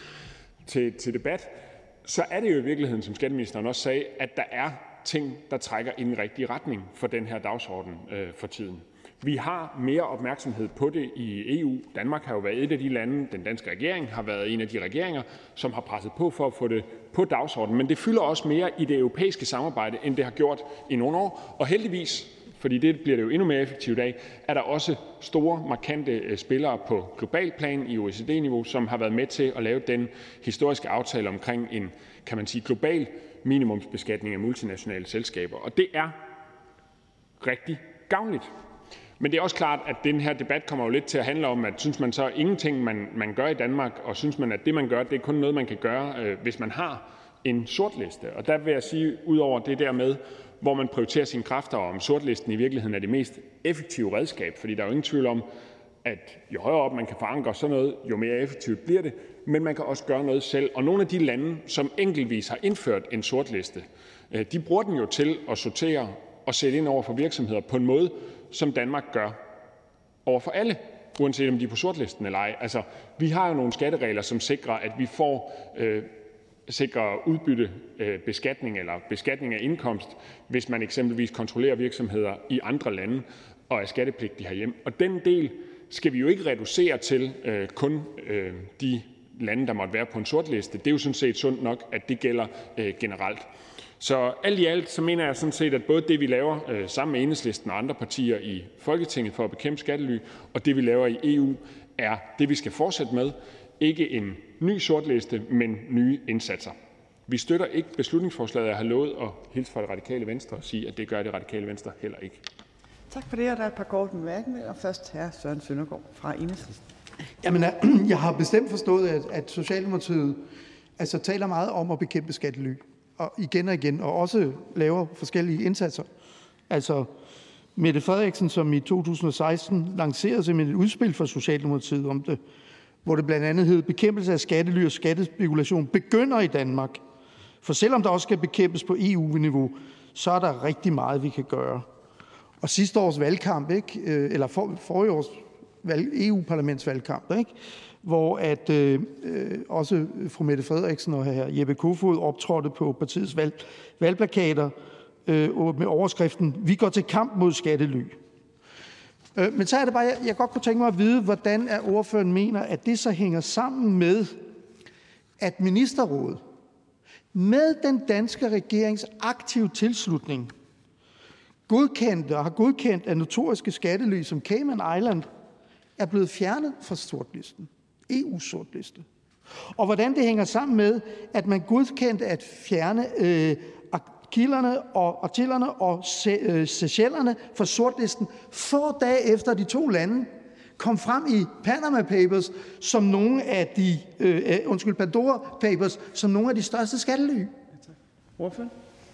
til debat, så er det jo i virkeligheden, som skatteministeren også sagde, at der er ting, der trækker i den rigtige retning for den her dagsorden for tiden. Vi har mere opmærksomhed på det i EU. Danmark har jo været et af de lande, den danske regering har været en af de regeringer, som har presset på for at få det på dagsordenen. Men det fylder også mere i det europæiske samarbejde, end det har gjort i nogle år. Og heldigvis, fordi det bliver det jo endnu mere effektivt af, er der også store, markante spillere på global plan i OECD-niveau, som har været med til at lave den historiske aftale omkring en, kan man sige, global minimumsbeskatning af multinationale selskaber. Og det er rigtig gavnligt. Men det er også klart, at den her debat kommer jo lidt til at handle om, at synes man så ingenting, man gør i Danmark, og synes man, at det, man gør, det er kun noget, man kan gøre, hvis man har en sortliste. Og der vil jeg sige, ud over det der med, hvor man prioriterer sine kræfter, og om sortlisten i virkeligheden er det mest effektive redskab, fordi der er jo ingen tvivl om, at jo højere op man kan forankre sådan noget, jo mere effektivt bliver det, men man kan også gøre noget selv. Og nogle af de lande, som enkeltvis har indført en sortliste, de bruger den jo til at sortere og sætte ind over for virksomheder på en måde, som Danmark gør over for alle, uanset om de er på sortlisten eller ej. Altså, vi har jo nogle skatteregler, som sikrer, at vi får sikrer udbyttebeskatning eller beskatning af indkomst, hvis man eksempelvis kontrollerer virksomheder i andre lande og er skattepligtige herhjemme. Og den del skal vi jo ikke reducere til kun de lande, der måtte være på en sortliste. Det er jo sådan set sundt nok, at det gælder generelt. Så alt i alt, så mener jeg sådan set, at både det, vi laver sammen med Enhedslisten og andre partier i Folketinget for at bekæmpe skattely, og det, vi laver i EU, er det, vi skal fortsætte med. Ikke en ny sortliste, men nye indsatser. Vi støtter ikke beslutningsforslaget. Jeg har lovet at hilse fra Det Radikale Venstre og sige, at det gør Det Radikale Venstre heller ikke. Tak for det, og der er et par korte bemærkninger. Først hr. Søren Søndergaard fra Enhedslisten. Jamen, jeg har bestemt forstået, at Socialdemokratiet taler meget om at bekæmpe skattely. Og igen, og også laver forskellige indsatser. Altså, Mette Frederiksen, som i 2016 lancerede simpelthen et udspil for Socialdemokratiet om det, hvor det blandt andet hed, bekæmpelse af skattely og skattespekulation begynder i Danmark. For selvom der også skal bekæmpes på EU-niveau, så er der rigtig meget, vi kan gøre. Og sidste års valgkamp, eller forrige års EU-parlamentsvalgkamp, hvor at også fru Mette Frederiksen og hr. Jeppe Kofod optrådte på partiets valgplakater med overskriften, vi går til kamp mod skattely. Men så er det bare, jeg godt kunne tænke mig at vide, hvordan ordføreren mener, at det så hænger sammen med, at ministerrådet med den danske regerings aktive tilslutning godkendte og har godkendt, at notoriske skattely som Cayman Island er blevet fjernet fra sortlisten, EU's sortliste. Og hvordan det hænger sammen med, at man godkendte at fjerne Antillerne og Seychellerne fra sortlisten få dage efter de to lande kom frem i Panama Papers som nogle af de Pandora Papers som nogle af de største skattely. Ordfører?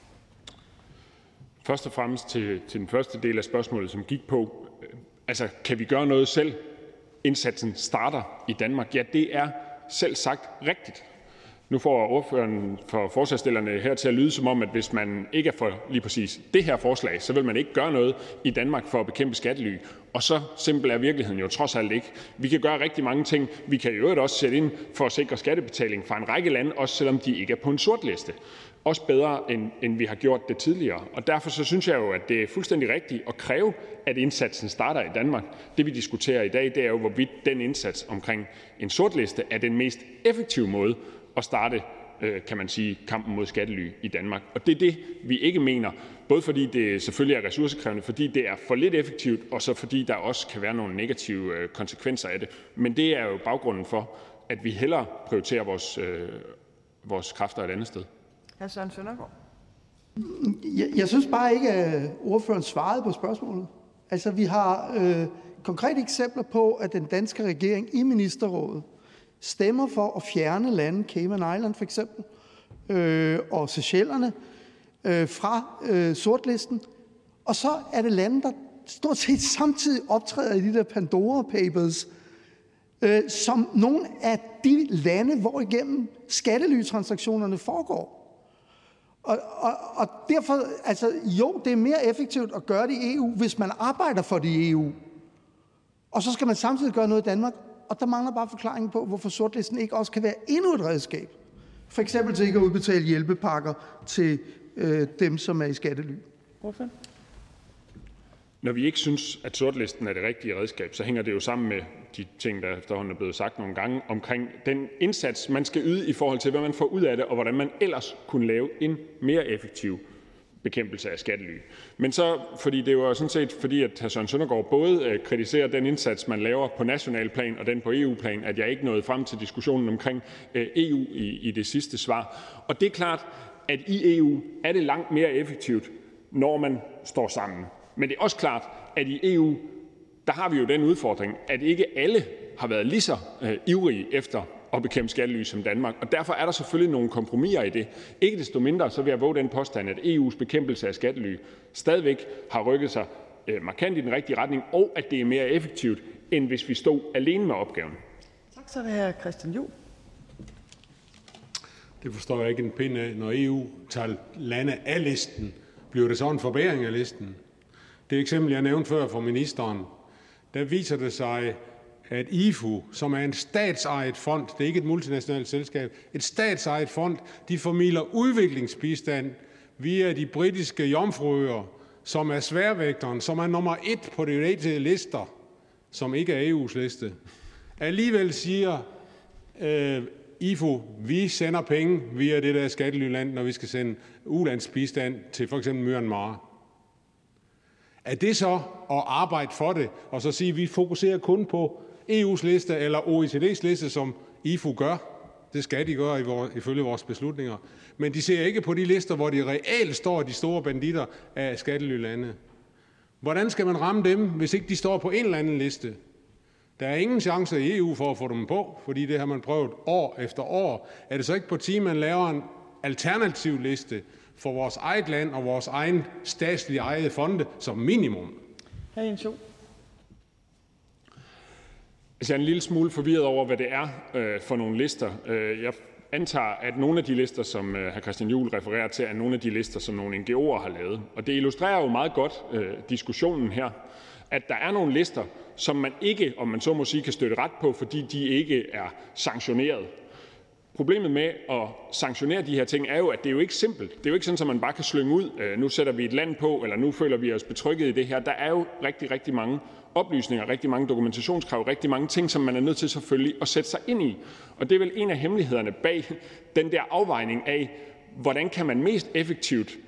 Først og fremmest til den første del af spørgsmålet, som gik på, altså kan vi gøre noget selv? Indsatsen starter i Danmark. Ja, det er selv sagt rigtigt. Nu får ordføreren for forslagsstillerne her til at lyde som om, at hvis man ikke er for lige præcis det her forslag, så vil man ikke gøre noget i Danmark for at bekæmpe skattely. Og så simpel er virkeligheden jo trods alt ikke. Vi kan gøre rigtig mange ting. Vi kan i øvrigt også sætte ind for at sikre skattebetaling fra en række lande, også selvom de ikke er på en sortliste. Også bedre, end vi har gjort det tidligere. Og derfor så synes jeg jo, at det er fuldstændig rigtigt at kræve, at indsatsen starter i Danmark. Det vi diskuterer i dag, det er jo, hvorvidt den indsats omkring en sortliste er den mest effektive måde at starte, kan man sige, kampen mod skattely i Danmark. Og det er det, vi ikke mener, både fordi det selvfølgelig er ressourcekrævende, fordi det er for lidt effektivt, og så fordi der også kan være nogle negative konsekvenser af det. Men det er jo baggrunden for, at vi hellere prioriterer vores kræfter et andet sted. Hr. Søren Søndergaard. Jeg synes bare ikke, at ordføreren svarede på spørgsmålet. Altså, vi har konkrete eksempler på, at den danske regering i ministerrådet stemmer for at fjerne lande, Cayman Island for eksempel, og Seychellerne fra sortlisten. Og så er det lande, der stort set samtidig optræder i de der Pandora Papers, som nogle af de lande, hvor igennem skattelytransaktionerne foregår. Og derfor, altså jo, det er mere effektivt at gøre det i EU, hvis man arbejder for det i EU. Og så skal man samtidig gøre noget i Danmark, og der mangler bare forklaringen på, hvorfor sortlisten ikke også kan være endnu et redskab. For eksempel til ikke at udbetale hjælpepakker til dem, som er i skattely. Hvorfor? Når vi ikke synes, at sortlisten er det rigtige redskab, så hænger det jo sammen med de ting, der efterhånden er blevet sagt nogle gange, omkring den indsats, man skal yde i forhold til, hvad man får ud af det, og hvordan man ellers kunne lave en mere effektiv bekæmpelse af skattely. Men så, fordi det var sådan set fordi, at hr. Søren Søndergaard både kritiserer den indsats, man laver på national plan og den på EU-plan, at jeg ikke nåede frem til diskussionen omkring EU i det sidste svar. Og det er klart, at i EU er det langt mere effektivt, når man står sammen. Men det er også klart, at i EU, der har vi jo den udfordring, at ikke alle har været lige så ivrige efter at bekæmpe skattely som Danmark. Og derfor er der selvfølgelig nogle kompromiser i det. Ikke desto mindre, så vil jeg våge den påstand, at EU's bekæmpelse af skattely stadigvæk har rykket sig markant i den rigtige retning, og at det er mere effektivt, end hvis vi stod alene med opgaven. Tak, så er det hr. Christian Juhl. Det forstår jeg ikke en pind af. Når EU tager lande af listen, bliver det så en forbedring af listen? Det eksempel, jeg nævnte før for ministeren, der viser det sig, at IFU, som er en statsejet fond, det er ikke et multinationalt selskab, et statsejet fond, de formidler udviklingsbistand via de britiske jomfruøer, som er sværvægteren, som er nummer 1 på de rigtige lister, som ikke er EU's liste. Alligevel siger IFU, vi sender penge via det der skattelyland, når vi skal sende ulandsbistand til f.eks. Myanmar. Er det så at arbejde for det, og så sige, at vi fokuserer kun på EU's liste eller OECD's liste, som IFU gør? Det skal de gøre ifølge vores beslutninger. Men de ser ikke på de lister, hvor de reelt står de store banditter af skattelylande. Hvordan skal man ramme dem, hvis ikke de står på en eller anden liste? Der er ingen chance i EU for at få dem på, fordi det har man prøvet år efter år. Er det så ikke på tide, man laver en alternativ liste for vores eget land og vores egen statslige ejede fonde som minimum? Hr. Jens Joel. Jeg er en lille smule forvirret over, hvad det er for nogle lister. Jeg antager, at nogle af de lister, som hr. Christian Juhl refererer til, er nogle af de lister, som nogle NGO'er har lavet. Og det illustrerer jo meget godt diskussionen her, at der er nogle lister, som man ikke, om man så må sige, kan støtte ret på, fordi de ikke er sanktioneret. Problemet med at sanktionere de her ting er jo, at det er jo ikke simpelt. Det er jo ikke sådan, at man bare kan slynge ud, nu sætter vi et land på, eller nu føler vi os betrygget i det her. Der er jo rigtig, rigtig mange oplysninger, rigtig mange dokumentationskrav, rigtig mange ting, som man er nødt til selvfølgelig at sætte sig ind i. Og det er vel en af hemmelighederne bag den der afvejning af, hvordan kan man mest effektivt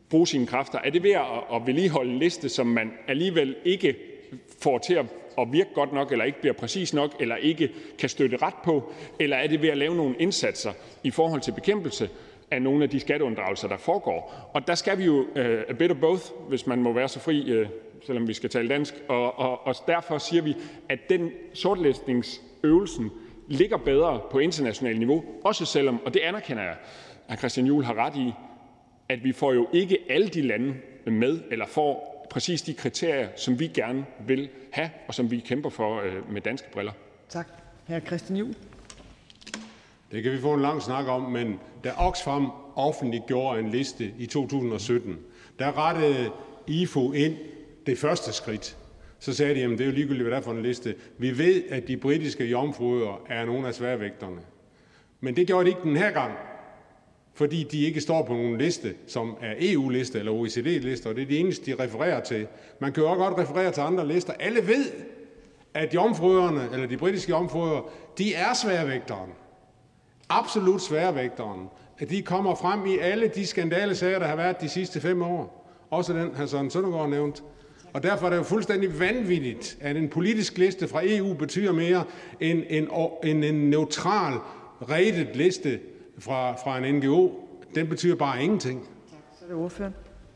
bruge sine kræfter? Er det ved at vedligeholde en liste, som man alligevel ikke får til at virke godt nok, eller ikke bliver præcis nok, eller ikke kan støtte ret på? Eller er det ved at lave nogle indsatser i forhold til bekæmpelse af nogle af de skatteunddragelser, der foregår? Og der skal vi jo a bit of both, hvis man må være så fri, selvom vi skal tale dansk. Og derfor siger vi, at den sortlistningsøvelsen ligger bedre på internationalt niveau, også selvom, og det anerkender jeg, at Christian Juhl har ret i, at vi får jo ikke alle de lande med, eller får præcis de kriterier, som vi gerne vil have, og som vi kæmper for med danske briller. Tak. Hr. Christian Juhl. Det kan vi få en lang snak om, men da Oxfam offentliggjorde en liste i 2017, der rettede IFO ind det første skridt. Så sagde de, at det er jo ligegyldigt, hvad der er for en liste. Vi ved, at de britiske jomfruer er nogle af sværvægterne. Men det gjorde de ikke den her gang, fordi de ikke står på nogen liste, som er EU-liste eller OECD-liste, og det er de eneste, de refererer til. Man kan jo også godt referere til andre lister. Alle ved, at jomfruerne, eller de britiske jomfruer, de er sværvægteren. Absolut sværvægteren. At de kommer frem i alle de skandalesager, der har været de sidste 5 år. Også den, hr. Søren Søndergaard nævnt. Og derfor er det jo fuldstændig vanvittigt, at en politisk liste fra EU betyder mere end en neutral, rated liste fra en NGO. Den betyder bare ingenting. Tak. Så er det ordføreren.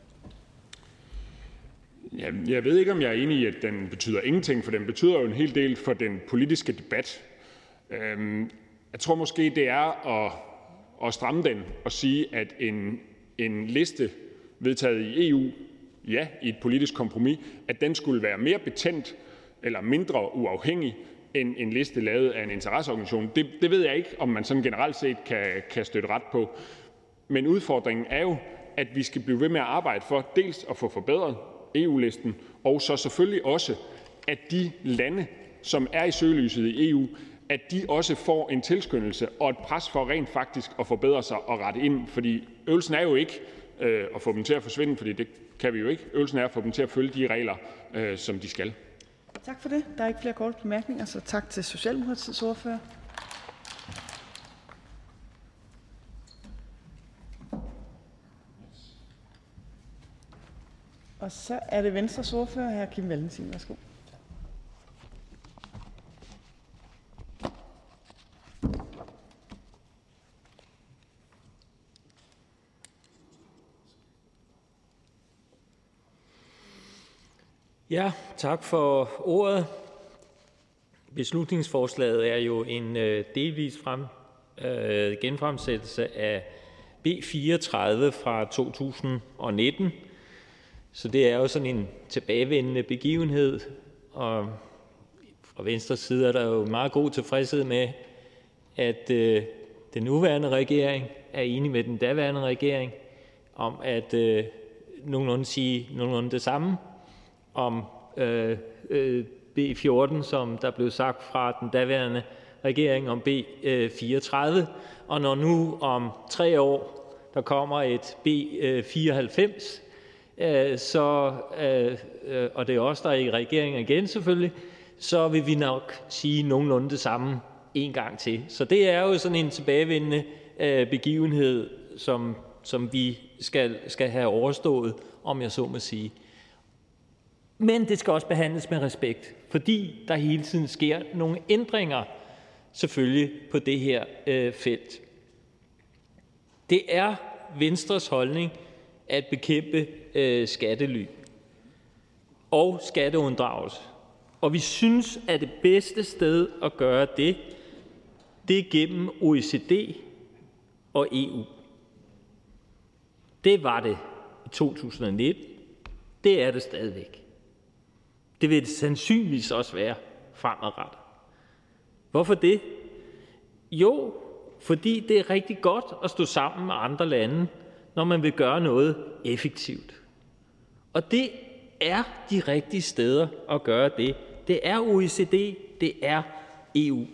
Jeg ved ikke, om jeg er enig i, at den betyder ingenting, for den betyder jo en hel del for den politiske debat. Jeg tror måske, det er at stramme den og sige, at en liste vedtaget i EU, ja, i et politisk kompromis, at den skulle være mere betændt eller mindre uafhængig end en liste lavet af en interesseorganisation. Det ved jeg ikke, om man sådan generelt set kan støtte ret på. Men udfordringen er jo, at vi skal blive ved med at arbejde for dels at få forbedret EU-listen, og så selvfølgelig også, at de lande, som er i søgelyset i EU, at de også får en tilskyndelse og et pres for rent faktisk at forbedre sig og rette ind. Fordi øvelsen er jo ikke at få dem til at forsvinde, fordi det kan vi jo ikke. Øvelsen er at få dem til at følge de regler, som de skal. Tak for det. Der er ikke flere korte bemærkninger, så tak til Socialdemokratiets ordfører. Og så er det Venstres ordfører, hr. Kim Valentin. Værsgo. Ja, tak for ordet. Beslutningsforslaget er jo en delvis genfremsættelse af B 34 fra 2019. Så det er jo sådan en tilbagevendende begivenhed, og fra Venstres side er der jo meget god tilfredshed med, at den nuværende regering er enig med den daværende regering om at sige nogenlunde det samme om B 14, som der blev sagt fra den daværende regering om B 34. Og når nu om 3 år der kommer et B 94, og det er også der er i regeringen igen selvfølgelig, så vil vi nok sige nogenlunde det samme en gang til. Så det er jo sådan en tilbagevendende begivenhed, som vi skal have overstået, om jeg så må sige. Men det skal også behandles med respekt, fordi der hele tiden sker nogle ændringer selvfølgelig på det her felt. Det er Venstres holdning at bekæmpe skattely og skatteunddragelse. Og vi synes, at det bedste sted at gøre det er gennem OECD og EU. Det var det i 2019. Det er det stadigvæk. Det vil det sandsynligvis også være fremadrettet. Hvorfor det? Jo, fordi det er rigtig godt at stå sammen med andre lande, når man vil gøre noget effektivt. Og det er de rigtige steder at gøre det. Det er OECD, det er EU.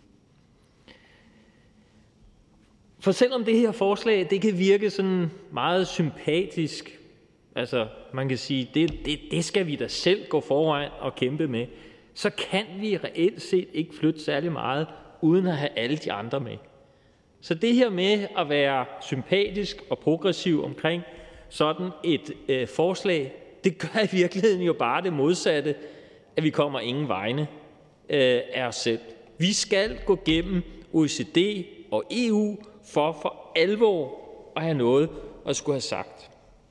For selvom det her forslag, det kan virke sådan meget sympatisk, altså man kan sige, det skal vi da selv gå foran og kæmpe med, så kan vi reelt set ikke flytte særlig meget, uden at have alle de andre med. Så det her med at være sympatisk og progressiv omkring sådan et forslag, det gør i virkeligheden jo bare det modsatte, at vi kommer ingen vegne af os selv. Vi skal gå gennem OECD og EU for alvor at have noget at skulle have sagt.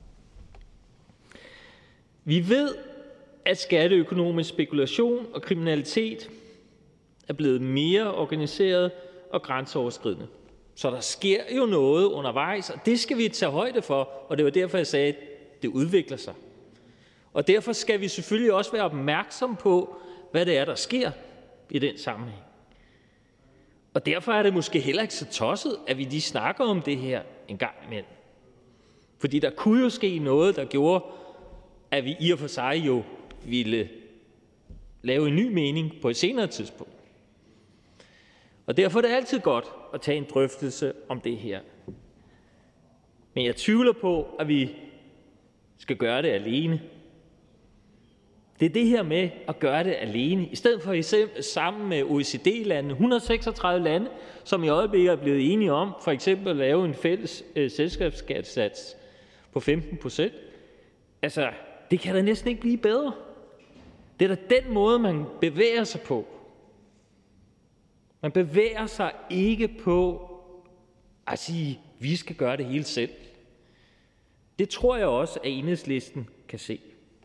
Vi ved, at skatteøkonomisk spekulation og kriminalitet er blevet mere organiseret og grænseoverskridende. Så der sker jo noget undervejs, og det skal vi tage højde for, og det var derfor, jeg sagde, at det udvikler sig. Og derfor skal vi selvfølgelig også være opmærksom på, hvad det er, der sker i den sammenhæng. Og derfor er det måske heller ikke så tosset, at vi lige snakker om det her en gang imellem. Fordi der kunne jo ske noget, der gjorde, at vi i og for sig jo ville lave en ny mening på et senere tidspunkt. Og derfor er det altid godt at tage en drøftelse om det her. Men jeg tvivler på, at vi skal gøre det alene. Det er det her med at gøre det alene, i stedet for eksempel sammen med OECD-landene, 136 lande, som i øjeblikket er blevet enige om, for eksempel at lave en fælles selskabsskattesats på 15%. Altså, det kan da næsten ikke blive bedre. Det er da den måde, man bevæger sig på. Man bevæger sig ikke på at sige, at vi skal gøre det hele selv. Det tror jeg også, at Enhedslisten kan se.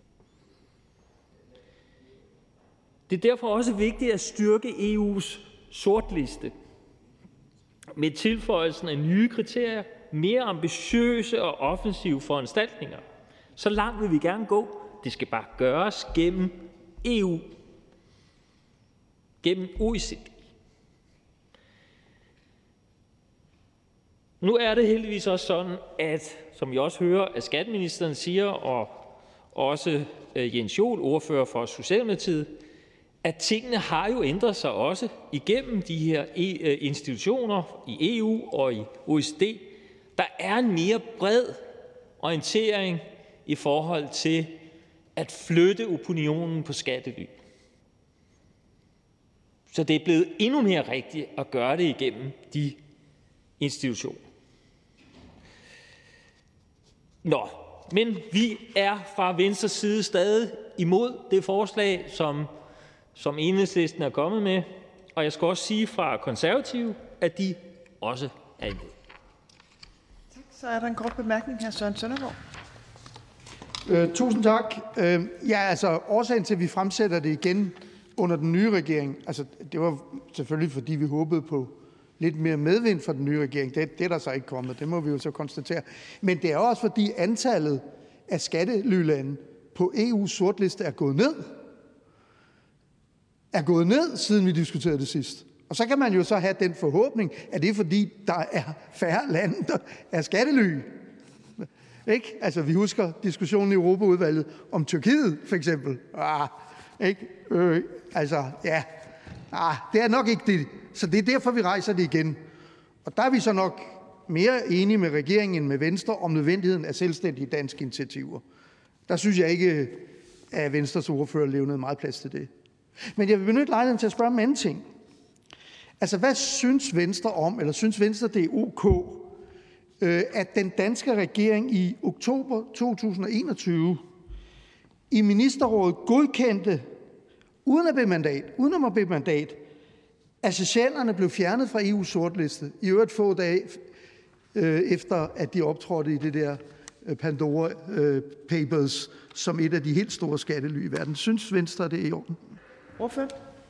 Det er derfor også vigtigt at styrke EU's sortliste med tilføjelsen af nye kriterier, mere ambitiøse og offensive foranstaltninger. Så langt vil vi gerne gå. Det skal bare gøres gennem EU, gennem OECD. Nu er det heldigvis også sådan, at, som vi også hører, at skatteministeren siger, og også Jens Joel, ordfører for Socialdemokratiet, at tingene har jo ændret sig også igennem de her institutioner i EU og i OECD. Der er en mere bred orientering i forhold til at flytte opinionen på skattely. Så det er blevet endnu mere rigtigt at gøre det igennem de institutioner. Nå, men vi er fra Venstres side stadig imod det forslag, som Enhedslisten er kommet med, og jeg skal også sige fra Konservative, at de også er imod. Tak. Så er der en kort bemærkning her, Søren Søndergaard. Tusind tak. Årsagen til, at vi fremsætter det igen under den nye regering, det var selvfølgelig, fordi vi håbede på lidt mere medvind fra den nye regering. Det er der så ikke kommet, det må vi jo så konstatere. Men det er også, fordi antallet af skattelylande på EU's sortliste er gået ned. Er gået ned, siden vi diskuterede det sidst. Og så kan man jo så have den forhåbning, at det er, fordi der er færre lande, der er skattely. Ikke? Altså, vi husker diskussionen i Europaudvalget om Tyrkiet, for eksempel. Det er nok ikke det. Så det er derfor, vi rejser det igen. Og der er vi så nok mere enige med regeringen end med Venstre om nødvendigheden af selvstændige danske initiativer. Der synes jeg ikke, at Venstres ordfører levnede meget plads til det. Men jeg vil benytte lejligheden til at spørge om en anden ting. Altså, hvad synes Venstre om, eller synes Venstre, det er ok, at den danske regering i oktober 2021 i ministerrådet godkendte, uden at bede mandat, at Seychellerne blev fjernet fra EU's sortliste, i øvrigt få dage efter, at de optrådte i det der Pandora Papers som et af de helt store skattely i verden. Synes Venstre, det er i orden? Hvorfor?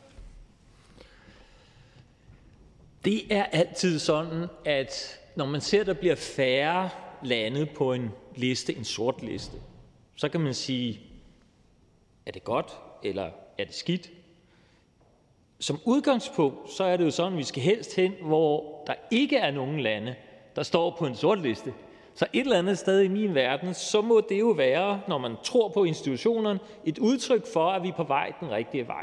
Det er altid sådan, at når man ser, at der bliver færre lande på en liste, en sort liste, så kan man sige, er det godt, eller er det skidt? Som udgangspunkt, så er det jo sådan, at vi skal helst hen, hvor der ikke er nogen lande, der står på en sort liste. Så et eller andet sted i min verden, så må det jo være, når man tror på institutionerne, et udtryk for, at vi er på vej den rigtige vej.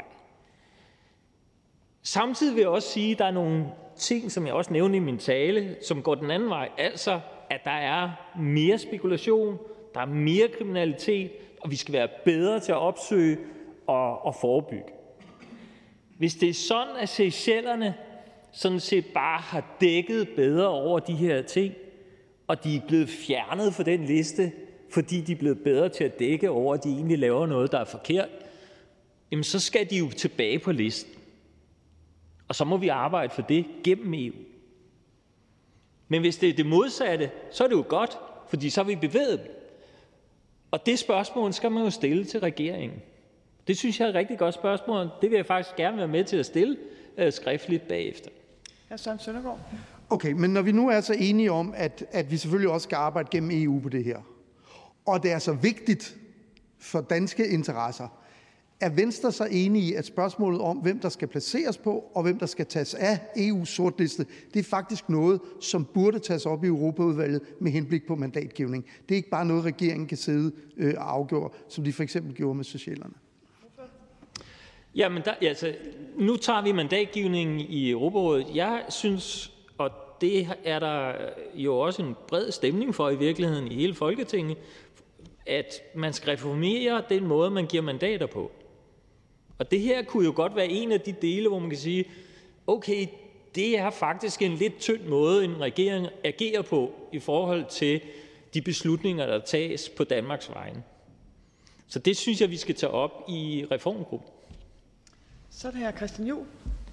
Samtidig vil jeg også sige, at der er nogle ting, som jeg også nævnte i min tale, som går den anden vej. Altså, at der er mere spekulation, der er mere kriminalitet, og vi skal være bedre til at opsøge og forebygge. Hvis det er sådan, at Seychellerne sådan set bare har dækket bedre over de her ting, og de er blevet fjernet fra den liste, fordi de er blevet bedre til at dække over, at de egentlig laver noget, der er forkert, jamen så skal de jo tilbage på listen. Og så må vi arbejde for det gennem EU. Men hvis det er det modsatte, så er det jo godt, fordi så har vi bevæget dem. Og det spørgsmål skal man jo stille til regeringen. Det synes jeg er et rigtig godt spørgsmål. Det vil jeg faktisk gerne være med til at stille skriftligt bagefter. Hr. Søren Søndergaard. Okay, men når vi nu er så enige om, at vi selvfølgelig også skal arbejde gennem EU på det her, og det er så vigtigt for danske interesser, er Venstre så enige i, at spørgsmålet om, hvem der skal placeres på, og hvem der skal tages af EU's sortliste, det er faktisk noget, som burde tages op i Europaudvalget med henblik på mandatgivning. Det er ikke bare noget, regeringen kan sidde og afgøre, som de for eksempel gjorde med Seychellerne. Jamen, nu tager vi mandatgivningen i Europarådet. Jeg synes, og det er der jo også en bred stemning for i virkeligheden i hele Folketinget, at man skal reformere den måde, man giver mandater på. Og det her kunne jo godt være en af de dele, hvor man kan sige, okay, det er faktisk en lidt tynd måde, en regering agerer på i forhold til de beslutninger, der tages på Danmarks vegne. Så det synes jeg, vi skal tage op i reformgruppen. Så er det her Christian Juhl.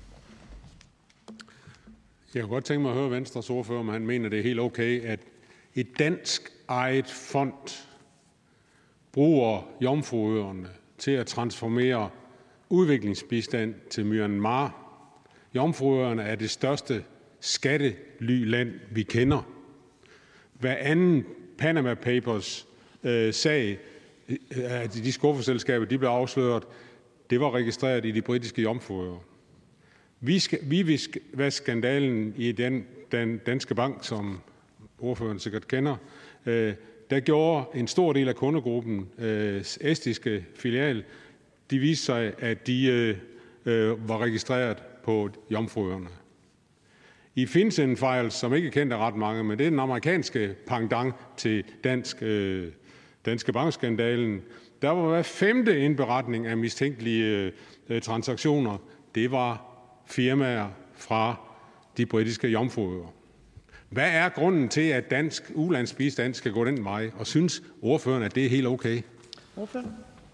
Jeg kunne godt tænke mig at høre Venstres ordfører, om han mener, det er helt okay, at et dansk ejet fond bruger Jomfruøerne til at transformere udviklingsbistand til Myanmar. Jomfruøerne er det største skattelyland, vi kender. Hver anden Panama Papers sag, at de skuffeselskaber, de blev afsløret, det var registreret i de britiske Jomfruøer. Vi visker skandalen i den danske bank, som ordføreren sikkert kender. Der gjorde en stor del af kundegruppen, estiske filial, de viste sig, at de var registreret på Jomfruøerne. I FinCEN Files, som ikke er kendt af ret mange, men det er den amerikanske pendant til danske bankskandalen, der var hver 5. indberetning af mistænkelige transaktioner, det var firmaer fra de britiske Jomfruøer. Hvad er grunden til, at dansk ulandsbistand skal gå den vej? Og synes ordføreren, at det er helt okay? Ordføreren?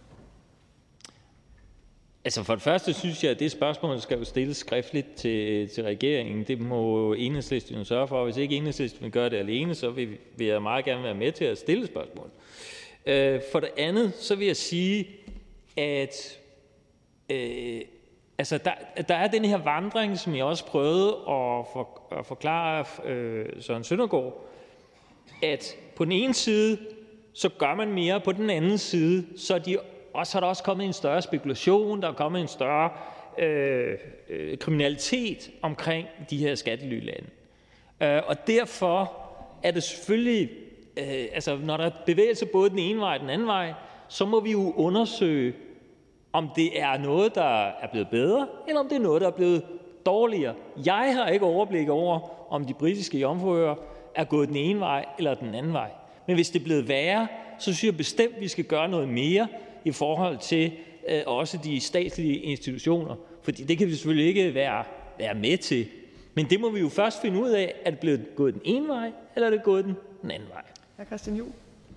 Altså for det første synes jeg, at det spørgsmål skal jo stilles skriftligt til regeringen. Det må Enhedslisten jo sørge for. Hvis ikke Enhedslisten vil gøre det alene, så vil jeg meget gerne være med til at stille spørgsmål. For det andet, så vil jeg sige, at der er den her vandring, som jeg også prøvede at forklare Søren Søndergaard, at på den ene side, så gør man mere, på den anden side, så er der også kommet en større spekulation, der er kommet en større kriminalitet omkring de her skattelylande. Og derfor er det selvfølgelig, når der er bevægelse både den ene vej og den anden vej, så må vi jo undersøge, om det er noget, der er blevet bedre, eller om det er noget, der er blevet dårligere. Jeg har ikke overblik over, om de britiske Jomfruøer er gået den ene vej eller den anden vej. Men hvis det er blevet værre, så synes jeg bestemt, at vi skal gøre noget mere i forhold til også de statslige institutioner. Fordi det kan vi selvfølgelig ikke være med til. Men det må vi jo først finde ud af, er det blevet gået den ene vej, eller er det gået den anden vej. Hr. Christian Juhl.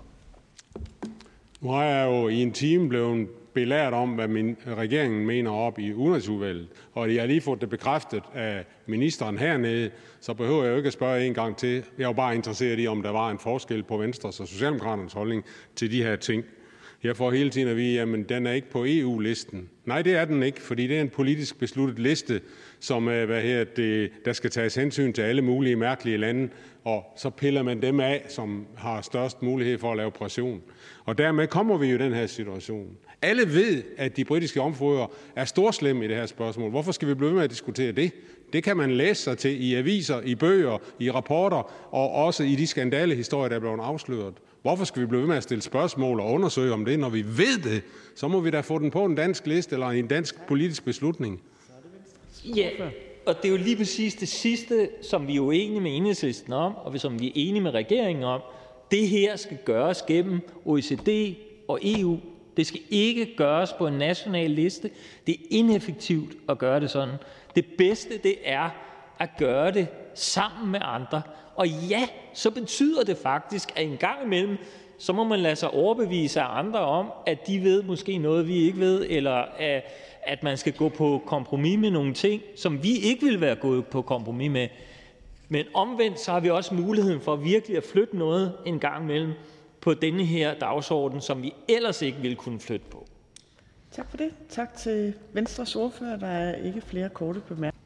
Nu er jeg jo i en time blevet belært om, hvad regeringen mener op i Udenrigsudvalget, og jeg har lige fået det bekræftet af ministeren hernede, så behøver jeg jo ikke at spørge en gang til. Jeg er jo bare interesseret i, om der var en forskel på Venstres og Socialdemokraternes holdning til de her ting. Jeg får hele tiden at vide, at den er ikke på EU-listen. Nej, det er den ikke, fordi det er en politisk besluttet liste, som der skal tages hensyn til alle mulige mærkelige lande, og så piller man dem af, som har størst mulighed for at lave pression. Og dermed kommer vi jo i den her situation. Alle ved, at de britiske Jomfruøer er storslemme i det her spørgsmål. Hvorfor skal vi blive ved med at diskutere det? Det kan man læse sig til i aviser, i bøger, i rapporter og også i de skandalehistorier, der er blevet afsløret. Hvorfor skal vi blive ved med at stille spørgsmål og undersøge om det, når vi ved det? Så må vi da få den på en dansk liste eller en dansk politisk beslutning. Ja, og det er jo lige præcis det sidste, som vi er uenige med Enhedslisten om, og som vi er enige med regeringen om. Det her skal gøres gennem OECD og EU. Det skal ikke gøres på en national liste. Det er ineffektivt at gøre det sådan. Det bedste, det er at gøre det sammen med andre. Og ja, så betyder det faktisk, at en gang imellem, så må man lade sig overbevise af andre om, at de ved måske noget, vi ikke ved, eller at man skal gå på kompromis med nogle ting, som vi ikke vil være gået på kompromis med. Men omvendt så har vi også muligheden for virkelig at flytte noget en gang imellem på denne her dagsorden, som vi ellers ikke ville kunne flytte på. Tak for det. Tak til Venstres ordfører. Der er ikke flere korte bemærkninger.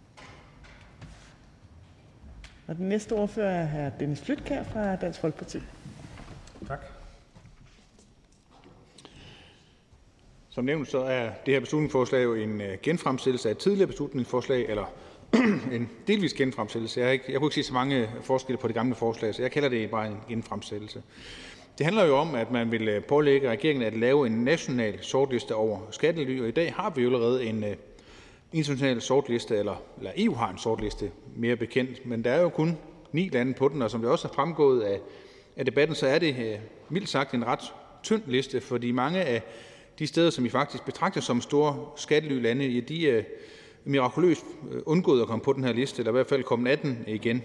Og den næste ordfører er hr. Dennis Flydtkjær fra Dansk Folkeparti. Tak. Som nævnt, så er det her beslutningsforslag jo en genfremsættelse af et tidligere beslutningsforslag, eller en delvis genfremsættelse. Jeg kunne ikke se så mange forskelle på det gamle forslag, så jeg kalder det bare en genfremsættelse. Det handler jo om, at man vil pålægge regeringen at lave en national sortliste over skattely, og i dag har vi jo allerede en international sortliste, eller EU har en sortliste, mere bekendt, men der er jo kun 9 lande på den, og som det også er fremgået af debatten, så er det mildt sagt en ret tynd liste, fordi mange af de steder, som vi faktisk betragter som store skattelylande, de er mirakuløst undgået at komme på den her liste, eller i hvert fald komme af den igen.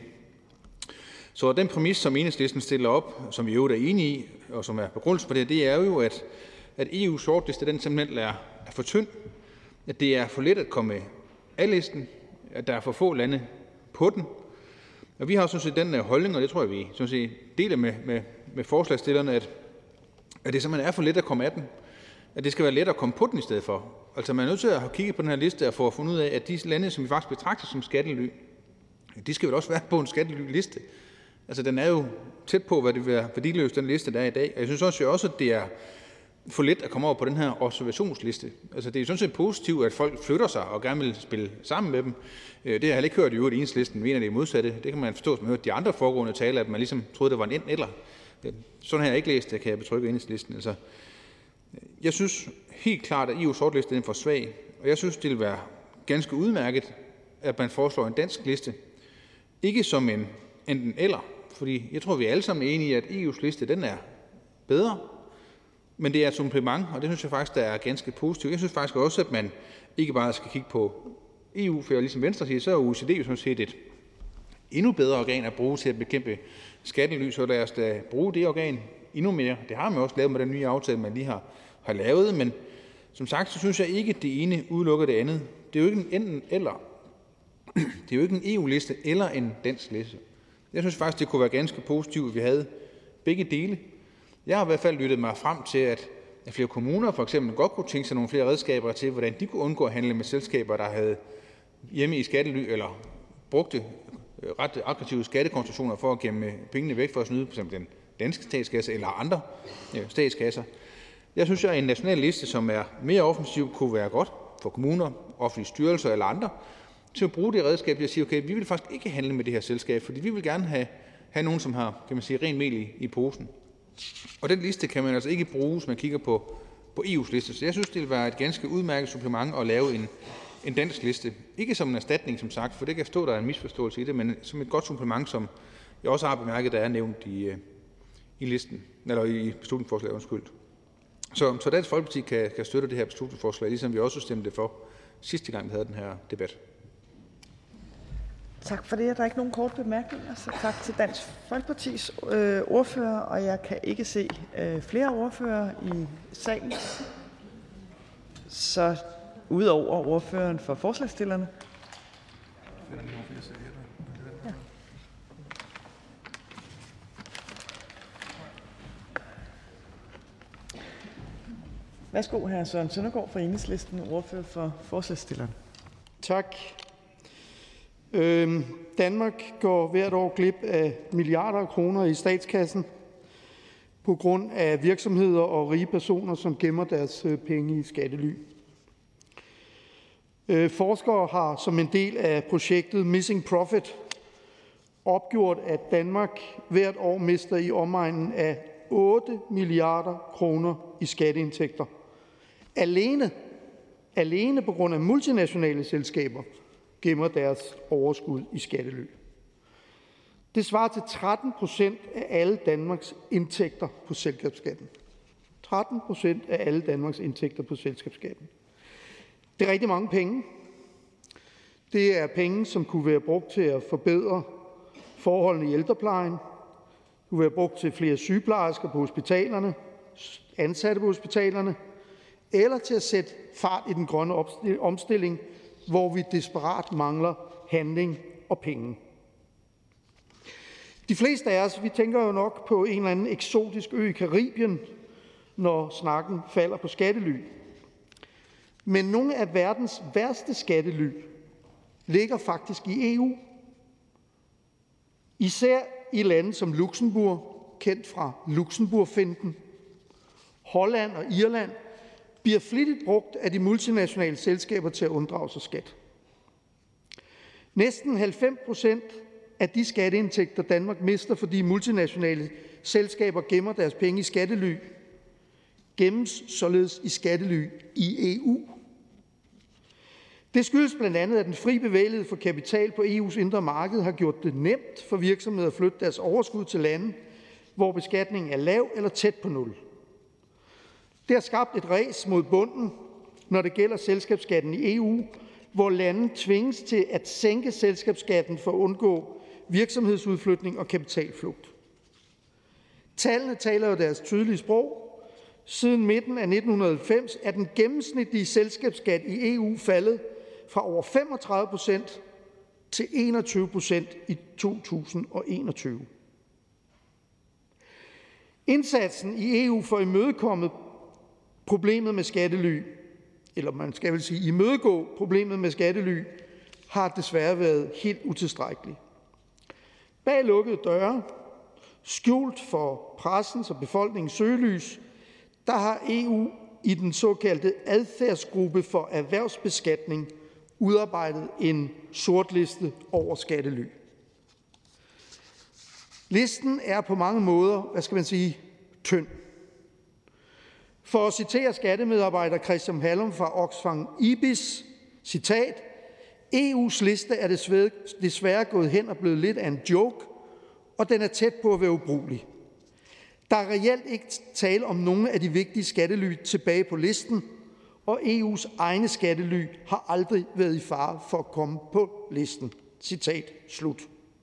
Så den præmis, som Enhedslisten stiller op, som vi jo er enige i, og som er begrundelsen for det er jo, at EU's sortliste, den simpelthen er for tynd, at det er for let at komme af listen, at der er for få lande på den. Og vi har sådan set den holdning, og det tror jeg, vi sådan set deler med forslagsstillerne, at det simpelthen er for let at komme af den. At det skal være let at komme på den i stedet for. Altså man er nødt til at have kigget på den her liste og få fundet ud af, at de lande, som vi faktisk betragter som skattely, de skal vel også være på en skattelyliste. Altså den er jo tæt på, hvad det vil være værdiløst, den liste, der er i dag. Og jeg synes også, at det er for let at komme over på den her observationsliste. Altså det er sådan set positivt, at folk flytter sig og gerne vil spille sammen med dem. Det har jeg heller ikke hørt i øvrigt, Enhedslisten mener det modsatte. Det kan man forstå, som man hørte de andre foregående taler, at man ligesom troede, det var en enten eller. Sådan har jeg ikke læst det, kan jeg betrygge Enhedslisten. Altså, jeg synes helt klart, at EU's sortliste er for svag, og jeg synes, det vil være ganske udmærket, at man foreslår en dansk liste. Ikke som en enten eller, fordi jeg tror, vi er alle sammen enige i, at EU's liste, den er bedre, men det er et supplement, og det synes jeg faktisk, der er ganske positivt. Jeg synes faktisk også, at man ikke bare skal kigge på EU, for ligesom Venstre siger, så er OECD jo sådan set et endnu bedre organ at bruge til at bekæmpe skattely, så lad os da bruge det organ endnu mere. Det har man også lavet med den nye aftale, man lige har lavet, men som sagt, så synes jeg ikke, at det ene udelukker det andet. Det er jo ikke en enten eller. Det er jo ikke en EU-liste eller en dansk liste. Jeg synes faktisk, det kunne være ganske positivt, at vi havde begge dele. Jeg har i hvert fald lyttet mig frem til, at flere kommuner for eksempel godt kunne tænke sig nogle flere redskaber til, hvordan de kunne undgå at handle med selskaber, der havde hjemme i skattely eller brugte ret aggressive skattekonstruktioner for at gemme pengene væk for at snyde, f.eks. den danske statskasse eller andre statskasser. Jeg synes, at en national liste, som er mere offensiv, kunne være godt for kommuner, offentlige styrelser eller andre, til at bruge det redskab til at sige, okay, vi vil faktisk ikke handle med det her selskab, fordi vi vil gerne have nogen, som har, kan man sige, ren mel i posen. Og den liste kan man altså ikke bruge, hvis man kigger på EU's liste. Så jeg synes, det vil være et ganske udmærket supplement at lave en dansk liste. Ikke som en erstatning, som sagt, for det kan jeg forstå, der er en misforståelse i det, men som et godt supplement, som jeg også har bemærket, der er nævnt i listen, eller i beslutningsforslaget, undskyld. Så Dansk Folkeparti kan støtte det her beslutningsforslag, ligesom vi også stemte for sidste gang, vi havde den her debat. Tak for det. Der er ikke nogen korte bemærkninger, så tak til Dansk Folkepartis ordfører, og jeg kan ikke se flere ordførere i salen. Så udover ordføreren for forslagsstillerne. Ja. Værsgo, hr. Søren Søndergaard fra Enhedslisten, ordfører for forslagsstillerne. Tak. Danmark går hvert år glip af milliarder af kroner i statskassen på grund af virksomheder og rige personer, som gemmer deres penge i skattely. Forskere har som en del af projektet Missing Profit opgjort, at Danmark hvert år mister i omegnen af 8 milliarder kroner i skatteindtægter. Alene på grund af multinationale selskaber gemmer deres overskud i skattely. Det svarer til 13% af alle Danmarks indtægter på selskabsskatten. 13% af alle Danmarks indtægter på selskabsskatten. Det er rigtig mange penge. Det er penge, som kunne være brugt til at forbedre forholdene i ældreplejen, kunne være brugt til flere sygeplejersker på hospitalerne, ansatte på hospitalerne, eller til at sætte fart i den grønne omstilling, hvor vi desperat mangler handling og penge. De fleste af os, vi tænker jo nok på en eller anden eksotisk ø i Karibien, når snakken falder på skattely. Men nogle af verdens værste skattely ligger faktisk i EU. Især i lande som Luxembourg, kendt fra Luxembourg-finten. Holland og Irland bliver flittigt brugt af de multinationale selskaber til at unddrage sig skat. Næsten 90% af de skatteindtægter, Danmark mister, fordi multinationale selskaber gemmer deres penge i skattely, gemmes således i skattely i EU. Det skyldes blandt andet, at den fri bevægelighed for kapital på EU's indre marked har gjort det nemt for virksomheder at flytte deres overskud til lande, hvor beskatningen er lav eller tæt på nul. Det har skabt et ræs mod bunden, når det gælder selskabsskatten i EU, hvor lande tvinges til at sænke selskabsskatten for at undgå virksomhedsudflytning og kapitalflugt. Tallene taler jo deres tydelige sprog. Siden midten af 1990 er den gennemsnitlige selskabsskat i EU faldet fra over 35% til 21% i 2021. Indsatsen i EU for at imødekomme problemet med skattely, eller man skal vel sige imødegå problemet med skattely, har desværre været helt utilstrækkelig. Bag lukkede døre, skjult for pressens og befolkningens søgelys, der har EU i den såkaldte adfærdsgruppe for erhvervsbeskatning udarbejdet en sortliste over skattely. Listen er på mange måder, tynd. For at citere skattemedarbejder Christian Hallum fra Oxfam IBIS, citat, EU's liste er desværre gået hen og blevet lidt af en joke, og den er tæt på at være ubrugelig. Der er reelt ikke tale om nogle af de vigtige skattely tilbage på listen, og EU's egne skattely har aldrig været i fare for at komme på listen. Citat slut.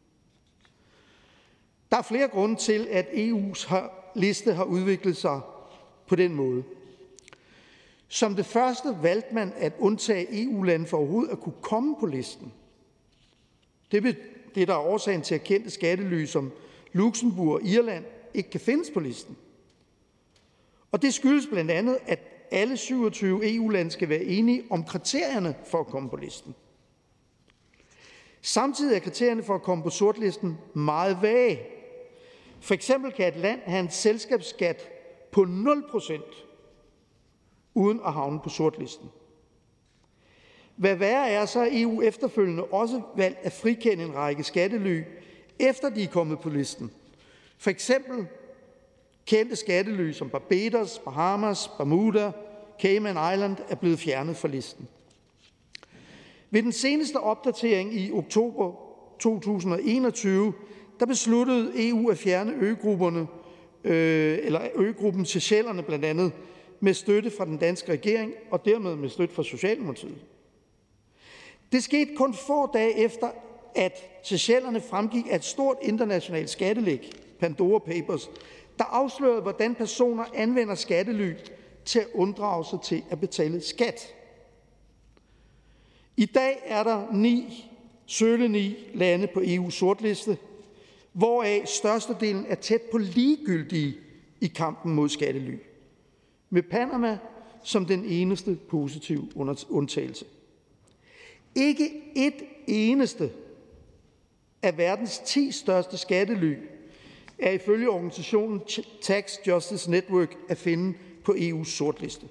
Der er flere grunde til, at EU's liste har udviklet sig på den måde. Som det første valgte man at undtage EU-lande for overhovedet at kunne komme på listen. Det er der årsagen til, at kendte skattely som Luxembourg og Irland ikke kan findes på listen. Og det skyldes blandt andet, at alle 27 EU-lande skal være enige om kriterierne for at komme på listen. Samtidig er kriterierne for at komme på sortlisten meget vage. For eksempel kan et land have en selskabsskat på 0% uden at havne på sortlisten. Hvad værre er, så har EU efterfølgende også valgt at frikende en række skattely, efter de er kommet på listen. For eksempel kendte skattely som Barbados, Bahamas, Bermuda, Cayman Island er blevet fjernet fra listen. Ved den seneste opdatering i oktober 2021, der besluttede EU at fjerne øgruppen Seychellerne blandt andet med støtte fra den danske regering og dermed med støtte fra Socialdemokratiet. Det skete kun få dage efter, at Seychellerne fremgik af et stort internationalt skattelæk, Pandora Papers, der afslørede, hvordan personer anvender skattely til at unddrage sig til at betale skat. I dag er der 9 lande på EU's sortliste, hvoraf størstedelen er tæt på ligegyldige i kampen mod skattely, med Panama som den eneste positive undtagelse. Ikke et eneste af verdens 10 største skattely er ifølge organisationen Tax Justice Network at finde på EU's sortliste.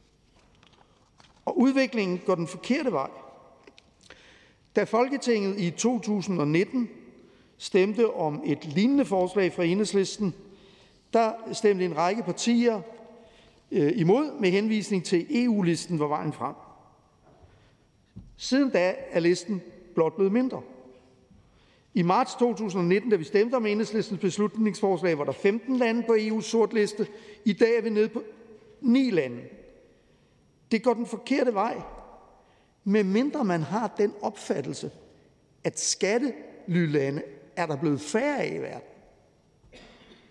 Og udviklingen går den forkerte vej. Da Folketinget i 2019 stemte om et lignende forslag fra Enhedslisten, der stemte en række partier imod med henvisning til EU-listen var vejen frem. Siden da er listen blot blevet mindre. I marts 2019, da vi stemte om Enhedslistens beslutningsforslag, var der 15 lande på EU's sortliste. I dag er vi nede på 9 lande. Det går den forkerte vej, medmindre man har den opfattelse, at skattelylande er der blevet færre af i verden.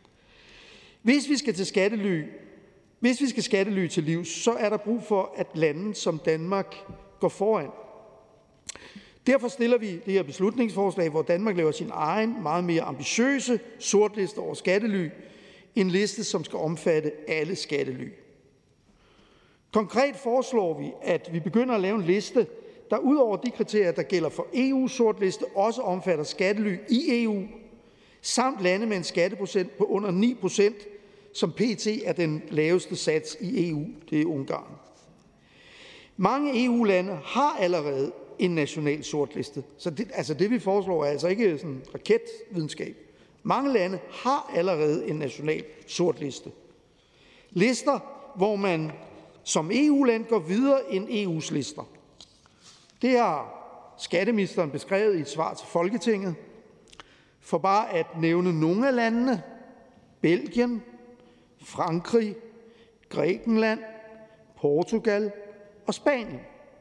Hvis vi skal skattely til livs, så er der brug for, at lande som Danmark går foran. Derfor stiller vi det her beslutningsforslag, hvor Danmark laver sin egen, meget mere ambitiøse sortliste over skattely. En liste, som skal omfatte alle skattely. Konkret foreslår vi, at vi begynder at lave en liste, der ud over de kriterier, der gælder for EU-sortliste, også omfatter skattely i EU, samt lande med en skatteprocent på under 9%, som pt. Er den laveste sats i EU, det er Ungarn. Mange EU-lande har allerede en national sortliste, så det vi foreslår er altså ikke sådan raketvidenskab. Mange lande har allerede en national sortliste. Lister, hvor man som EU-land går videre end EU's lister. Det har skatteministeren beskrevet i et svar til Folketinget. For bare at nævne nogle af landene: Belgien, Frankrig, Grækenland, Portugal og Spanien.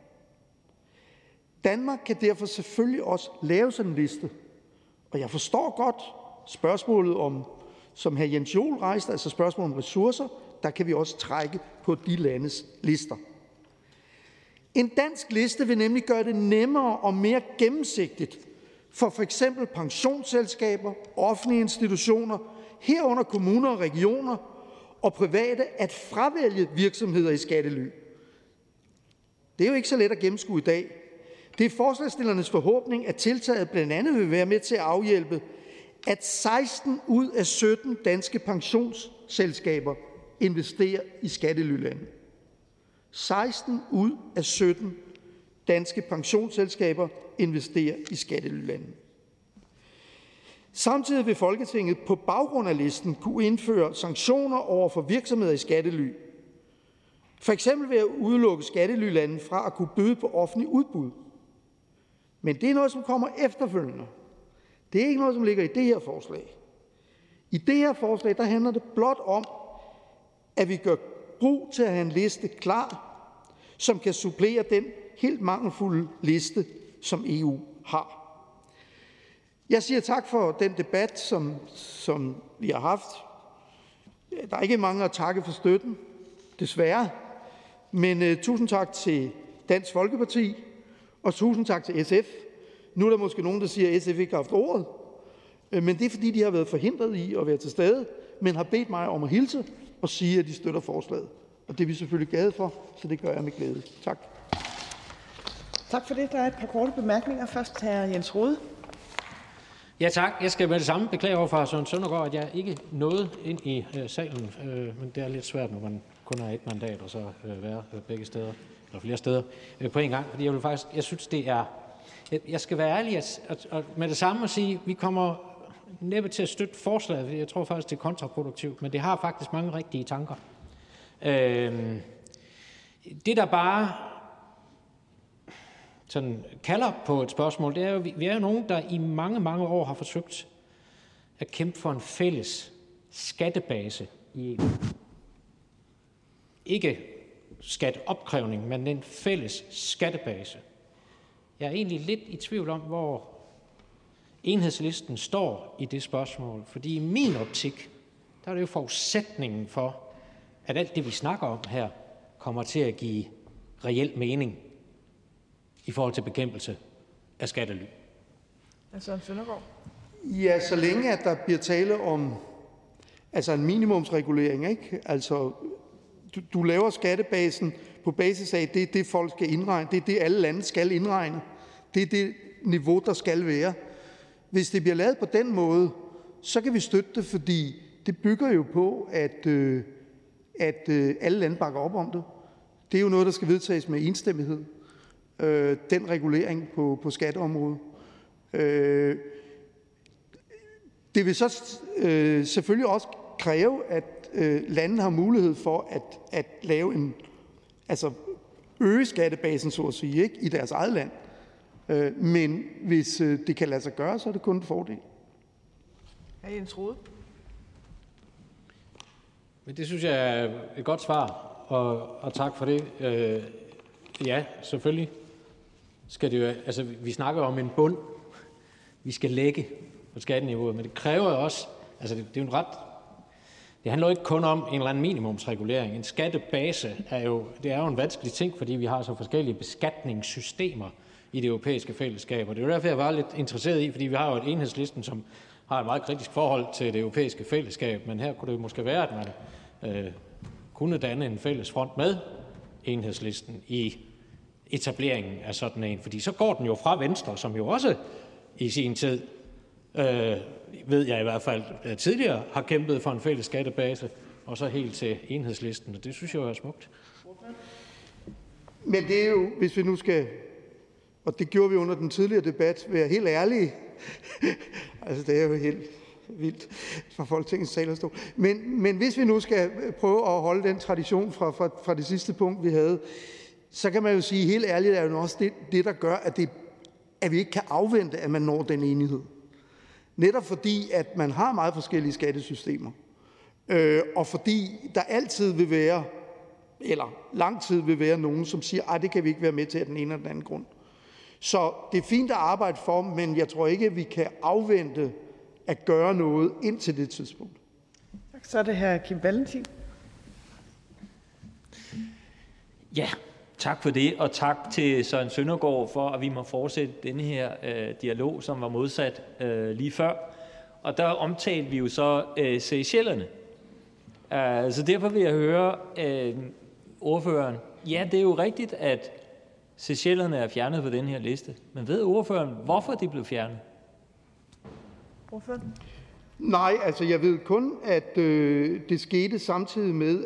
Danmark kan derfor selvfølgelig også lave sådan en liste. Og jeg forstår godt spørgsmålet om, som hr. Jens Joel rejste, altså spørgsmålet om ressourcer. Der kan vi også trække på de landes lister. En dansk liste vil nemlig gøre det nemmere og mere gennemsigtigt for f.eks. pensionsselskaber, offentlige institutioner, herunder kommuner og regioner og private, at fravælge virksomheder i skattely. Det er jo ikke så let at gennemskue i dag. Det er forslagsstillernes forhåbning, at tiltaget blandt andet vil være med til at afhjælpe, at 16 ud af 17 danske pensionsselskaber investerer i skattelylande. 16 ud af 17 danske pensionsselskaber investerer i skattelylande. Samtidig vil Folketinget på baggrund af listen kunne indføre sanktioner over for virksomheder i skattely. For eksempel ved at udelukke skattelylande fra at kunne byde på offentlig udbud. Men det er noget, som kommer efterfølgende. Det er ikke noget, som ligger i det her forslag. I det her forslag, der handler det blot om, at vi gør brug til at have en liste klar, som kan supplere den helt mangelfulde liste, som EU har. Jeg siger tak for den debat, som vi har haft. Der er ikke mange at takke for støtten, desværre. Men tusind tak til Dansk Folkeparti, og tusind tak til SF. Nu er der måske nogen, der siger, at SF ikke har haft ordet. Men det er, fordi de har været forhindret i at være til stede, men har bedt mig om at hilse og sige, at de støtter forslaget. Og det er vi selvfølgelig glade for, så det gør jeg med glæde. Tak. Tak for det. Der er et par korte bemærkninger. Først hr. Jens Rohde. Ja, tak. Jeg skal med det samme beklage over for Søren Søndergaard, at jeg ikke nåede ind i salen, men det er lidt svært, når man kun har et mandat, og så være begge steder, eller flere steder på en gang. Fordi jeg synes, det er... Jeg skal være ærlig og med det samme at sige, at vi kommer næppe til at støtte forslaget, fordi jeg tror faktisk, det er kontraproduktivt, men det har faktisk mange rigtige tanker. Det, der bare sådan kalder på et spørgsmål, det er jo, vi er jo nogen, der i mange, mange år har forsøgt at kæmpe for en fælles skattebase i EU. Ikke skatteopkrævning, men en fælles skattebase. Jeg er egentlig lidt i tvivl om, hvor Enhedslisten står i det spørgsmål, fordi i min optik, der er det jo forudsætningen for, at alt det, vi snakker om her, kommer til at give reel mening i forhold til bekæmpelse af skattely. Søren Søndergaard. Ja, så længe at der bliver tale om en minimumsregulering, ikke? Altså, du laver skattebasen på basis af, det er det, folk skal indregne. Det er det, alle lande skal indregne. Det er det niveau, der skal være. Hvis det bliver lavet på den måde, så kan vi støtte det, fordi det bygger jo på, at alle lande bakker op om det. Det er jo noget, der skal vedtages med enstemmighed. Den regulering på skatteområdet. Det vil så selvfølgelig også kræve, at landene har mulighed for at lave øge skattebasen, så at sige, ikke, i deres eget land. Men hvis det kan lade sig gøre, så er det kun en fordel. Hr. Jens Rohde. Men det synes jeg er et godt svar, og tak for det. Ja, selvfølgelig skal det jo, vi snakker om en bund, vi skal lægge på skatteniveauet, men det kræver jo også, det er jo en ret Det handler jo ikke kun om en eller anden minimumsregulering. En skattebase er jo en vanskelig ting, fordi vi har så forskellige beskatningssystemer i det europæiske fællesskab. Og det er jo derfor, jeg var lidt interesseret i, fordi vi har jo et Enhedslisten, som har et meget kritisk forhold til det europæiske fællesskab. Men her kunne det måske være, at man kunne danne en fælles front med Enhedslisten i etableringen af sådan en. Fordi så går den jo fra Venstre, som jo også i sin tid, ved jeg i hvert fald tidligere, har kæmpet for en fælles skattebase, og så helt til Enhedslisten. Og det synes jeg jo er smukt. Men det er jo, hvis vi nu skal, og det gjorde vi under den tidligere debat, være helt ærlige. Altså det er jo helt vildt fra Folketingets talerstol. Men hvis vi nu skal prøve at holde den tradition fra det sidste punkt, vi havde, så kan man jo sige helt ærligt, er jo også det der gør, at vi ikke kan afvente, at man når den enighed. Netop fordi, at man har meget forskellige skattesystemer, og fordi der altid vil være, eller lang tid vil være nogen, som siger, at det kan vi ikke være med til af den ene eller den anden grund. Så det er fint at arbejde for, men jeg tror ikke, at vi kan afvente at gøre noget indtil det tidspunkt. Tak. Så er det hr. Kim Valentin. Ja, tak for det, og tak til Søren Søndergaard for, at vi må fortsætte denne her dialog, som var modsat lige før. Og der omtalte vi jo så Seychellerne. Så derfor vil jeg høre ordføreren. Ja, det er jo rigtigt, at Seychellerne er fjernet på den her liste. Men ved ordføreren, hvorfor de blev fjernet? Ordføreren? Nej, altså jeg ved kun, at det skete samtidig med,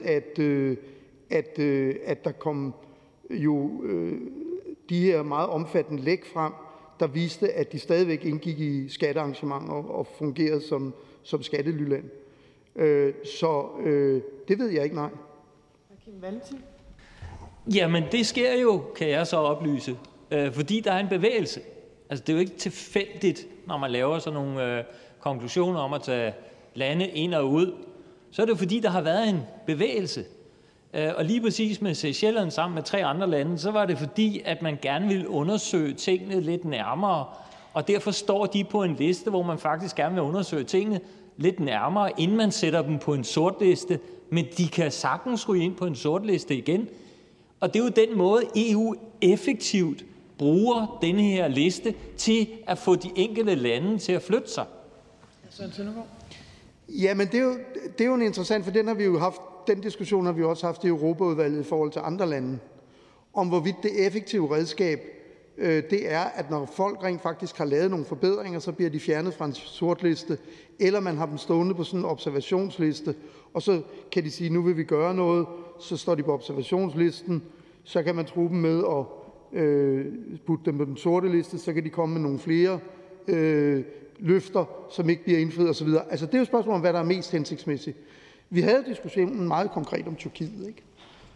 at der kom jo de her meget omfattende læk frem, der viste, at de stadigvæk indgik i skattearrangementer og fungerede som skattelyland. Så det ved jeg ikke, nej. Kim Valentin? Jamen, det sker jo, kan jeg så oplyse, fordi der er en bevægelse. Altså, det er jo ikke tilfældigt, når man laver sådan nogle konklusioner om at tage lande ind og ud. Så er det jo fordi, der har været en bevægelse. Og lige præcis med Seychellerne sammen med 3 andre lande, så var det fordi, at man gerne ville undersøge tingene lidt nærmere. Og derfor står de på en liste, hvor man faktisk gerne vil undersøge tingene lidt nærmere, inden man sætter dem på en sortliste. Men de kan sagtens ryge ind på en sortliste igen. Og det er jo den måde, EU effektivt bruger denne her liste til at få de enkelte lande til at flytte sig. Søren Søndergaard? Jamen, det er jo en interessant, for den diskussion har vi også haft i Europaudvalget i forhold til andre lande, om hvorvidt det effektive redskab, det er, at når folk rent faktisk har lavet nogle forbedringer, så bliver de fjernet fra en sortliste, eller man har dem stående på sådan en observationsliste, og så kan de sige, nu vil vi gøre noget, så står de på observationslisten, så kan man true dem med at putte dem på den sorte liste, så kan de komme med nogle flere løfter, som ikke bliver indfriet osv. Altså det er jo et spørgsmål om, hvad der er mest hensigtsmæssigt. Vi havde diskussionen meget konkret om Tyrkiet, ikke?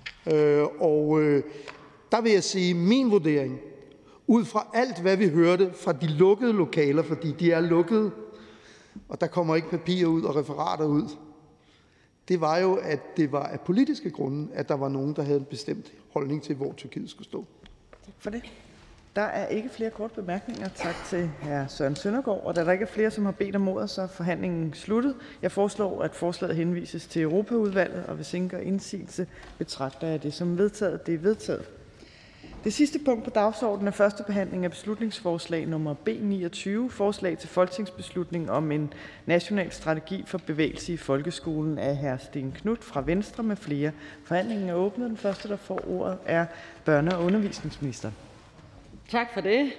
Der vil jeg sige, min vurdering, ud fra alt, hvad vi hørte fra de lukkede lokaler, fordi de er lukkede, og der kommer ikke papirer ud og referater ud, det var jo, at det var af politiske grunde, at der var nogen, der havde en bestemt holdning til, hvor Tyrkiet skulle stå. Tak for det. Der er ikke flere korte bemærkninger. Tak til hr. Søren Søndergaard. Og da der ikke er flere, som har bedt om ordet, så er forhandlingen sluttet. Jeg foreslår, at forslaget henvises til Europaudvalget, og hvis ingen gør indsigelse, betragter jeg det som vedtaget. Det er vedtaget. Det sidste punkt på dagsordenen er første behandling af beslutningsforslag nummer B 29, forslag til folketingsbeslutning om en national strategi for bevægelse i folkeskolen af hr. Stén Knuth fra Venstre med flere. Forhandlingen er åbnet. Den første, der får ordet, er børne- og undervisningsministeren. Tak for det.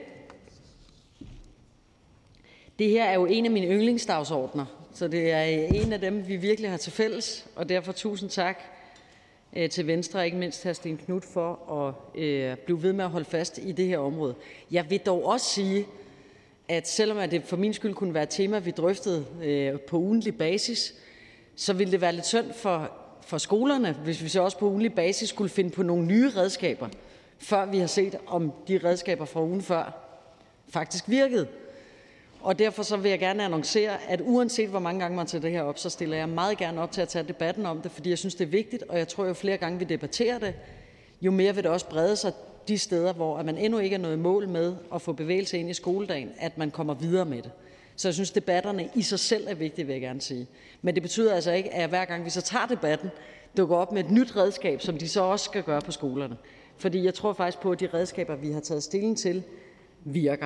Det her er jo en af mine yndlingsdagsordner, så det er en af dem, vi virkelig har til fælles, og derfor tusind tak til Venstre, og ikke mindst hr. Stén Knuth, for at blive ved med at holde fast i det her område. Jeg vil dog også sige, at selvom det for min skyld kunne være et tema, vi drøftede på ugentlig basis, så ville det være lidt synd for skolerne, hvis vi så også på ugentlig basis skulle finde på nogle nye redskaber, før vi har set, om de redskaber fra ugen før faktisk virkede. Og derfor så vil jeg gerne annoncere, at uanset hvor mange gange man tager det her op, så stiller jeg meget gerne op til at tage debatten om det, fordi jeg synes, det er vigtigt, og jeg tror jo flere gange vi debatterer det, jo mere vil det også brede sig de steder, hvor man endnu ikke er nået i mål med at få bevægelse ind i skoledagen, at man kommer videre med det. Så jeg synes, debatterne i sig selv er vigtige, vil jeg gerne sige. Men det betyder altså ikke, at hver gang vi så tager debatten, dukker op med et nyt redskab, som de så også skal gøre på skolerne. Fordi jeg tror faktisk på, at de redskaber, vi har taget stilling til, virker.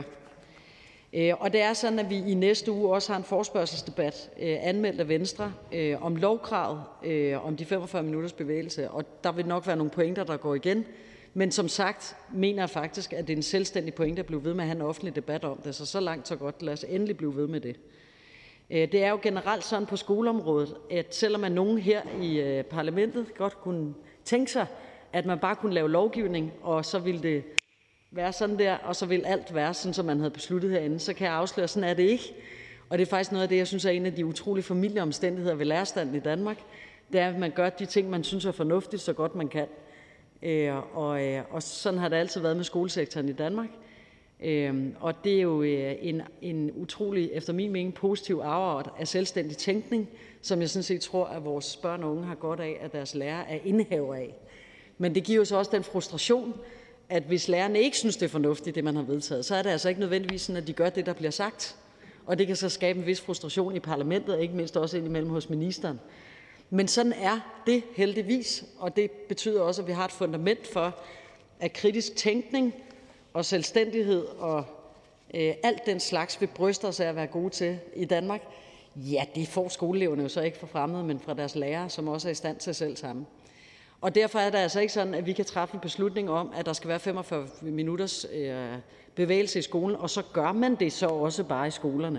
Og det er sådan, at vi i næste uge også har en forespørgselsdebat anmeldt af Venstre om lovkravet om de 45 minutters bevægelse. Og der vil nok være nogle pointer, der går igen. Men som sagt mener jeg faktisk, at det er en selvstændig pointe at blive ved med at have en offentlig debat om det. Så langt, så godt. Lad os endelig blive ved med det. Det er jo generelt sådan på skoleområdet, at selvom man nogen her i parlamentet godt kunne tænke sig, at man bare kunne lave lovgivning, og så ville det være sådan der, og så vil alt være sådan, som man havde besluttet herinde, så kan jeg afsløre, at sådan er det ikke. Og det er faktisk noget af det, jeg synes er en af de utrolige familieomstændigheder ved lærerstanden i Danmark. Det er, at man gør de ting, man synes er fornuftigt, så godt man kan. Og sådan har det altid været med skolesektoren i Danmark. Og det er jo en utrolig, efter min mening, positiv afart af selvstændig tænkning, som jeg sådan set tror, at vores børn og unge har godt af, at deres lærere er indehaver af. Men det giver jo så også den frustration, at hvis lærerne ikke synes, det er fornuftigt, det man har vedtaget, så er det altså ikke nødvendigvis sådan, at de gør det, der bliver sagt. Og det kan så skabe en vis frustration i parlamentet, og ikke mindst også indimellem hos ministeren. Men sådan er det heldigvis, og det betyder også, at vi har et fundament for, at kritisk tænkning og selvstændighed og alt den slags, vi bryster os af at være gode til i Danmark, ja, det får skoleeleverne jo så ikke fra fremmede, men fra deres lærere, som også er i stand til selv sammen. Og derfor er det altså ikke sådan, at vi kan træffe en beslutning om, at der skal være 45 minutters bevægelse i skolen, og så gør man det så også bare i skolerne.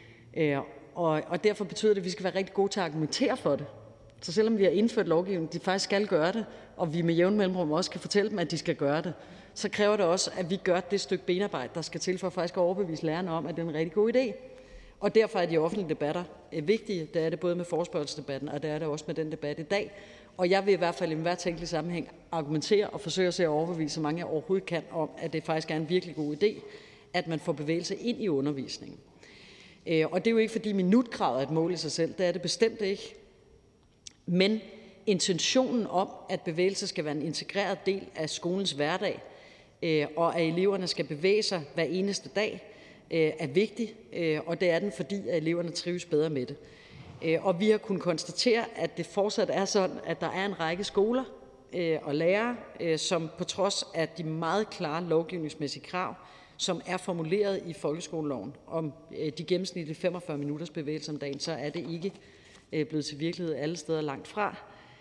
Og derfor betyder det, at vi skal være rigtig gode til at argumentere for det. Så selvom vi har indført lovgivning, de faktisk skal gøre det, og vi med jævn mellemrum også kan fortælle dem, at de skal gøre det, så kræver det også, at vi gør det stykke benarbejde, der skal til for faktisk at overbevise lærerne om, at det er en rigtig god idé. Og derfor er de offentlige debatter vigtige. Det er det både med forespørgselsdebatten, og det er det også med den debat i dag. Og jeg vil i hvert fald i enhver tænkelig sammenhæng argumentere og forsøge at se at overbevise så mange jeg overhovedet kan om, at det faktisk er en virkelig god idé, at man får bevægelse ind i undervisningen. Og det er jo ikke, fordi minutkravet er et mål i sig selv. Det er det bestemt ikke. Men intentionen om, at bevægelse skal være en integreret del af skolens hverdag, og at eleverne skal bevæge sig hver eneste dag, er vigtig, og det er den, fordi at eleverne trives bedre med det. Og vi har kunnet konstatere, at det fortsat er sådan, at der er en række skoler og lærere, som på trods af de meget klare lovgivningsmæssige krav, som er formuleret i folkeskoleloven om de gennemsnitlige 45 minutters bevægelse om dagen, så er det ikke blevet til virkelighed alle steder langt fra.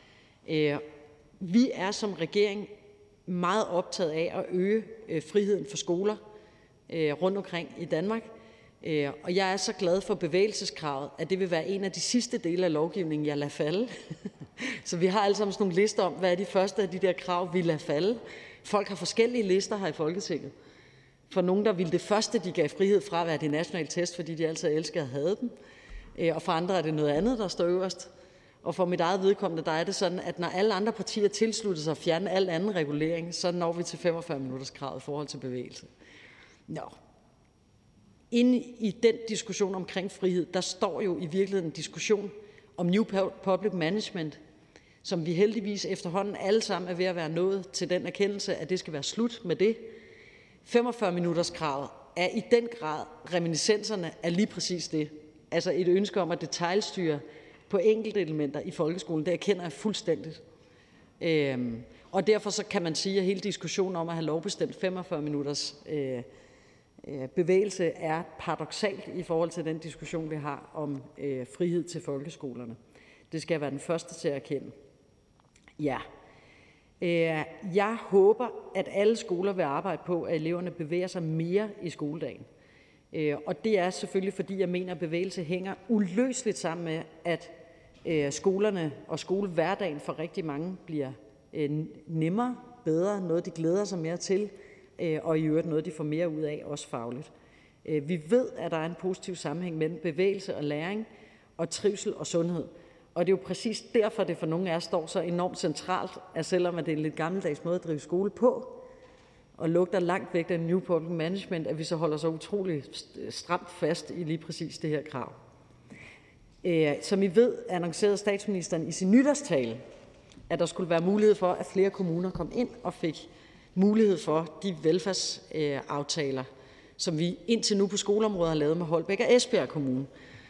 Vi er som regering meget optaget af at øge friheden for skoler rundt omkring i Danmark. Og jeg er så glad for bevægelseskravet, at det vil være en af de sidste dele af lovgivningen, jeg lader falde. Så vi har alle sammen sådan nogle lister om, hvad er de første af de der krav, vi lader falde. Folk har forskellige lister her i Folketinget. For nogen, der ville det første, de gav frihed fra, være de nationale test, fordi de altid elskede at have dem. Og for andre er det noget andet, der står øverst. Og for mit eget vedkommende, der er det sådan, at når alle andre partier tilslutter sig at fjerne al anden regulering, så når vi til 45 minutters krav i forhold til bevægelse. Nå. Inde i den diskussion omkring frihed, der står jo i virkeligheden en diskussion om New Public Management, som vi heldigvis efterhånden alle sammen er ved at være nået til den erkendelse, at det skal være slut med det. 45 minutters kravet er i den grad reminiscenserne af lige præcis det. Altså et ønske om at detailstyre på enkelte elementer i folkeskolen, det erkender jeg fuldstændigt. Og derfor så kan man sige, at hele diskussionen om at have lovbestemt 45 minutters bevægelse er paradoksalt i forhold til den diskussion, vi har om frihed til folkeskolerne. Det skal jeg være den første til at erkende. Ja. Jeg håber, at alle skoler vil arbejde på, at eleverne bevæger sig mere i skoledagen. Og det er selvfølgelig, fordi jeg mener, at bevægelse hænger uløseligt sammen med, at skolerne og skolehverdagen for rigtig mange bliver nemmere, bedre, noget de glæder sig mere til, og i øvrigt noget, de får mere ud af, også fagligt. Vi ved, at der er en positiv sammenhæng mellem bevægelse og læring, og trivsel og sundhed. Og det er jo præcis derfor, det for nogle af os står så enormt centralt, at selvom det er en lidt gammeldags måde at drive skole på, og lugter langt væk af New Public Management, at vi så holder så utrolig stramt fast i lige præcis det her krav. Som I ved, annoncerede statsministeren i sin nytårstale, at der skulle være mulighed for, at flere kommuner kom ind og fik mulighed for de velfærdsaftaler, som vi indtil nu på skoleområdet har lavet med Holbæk og Esbjerg Kommune.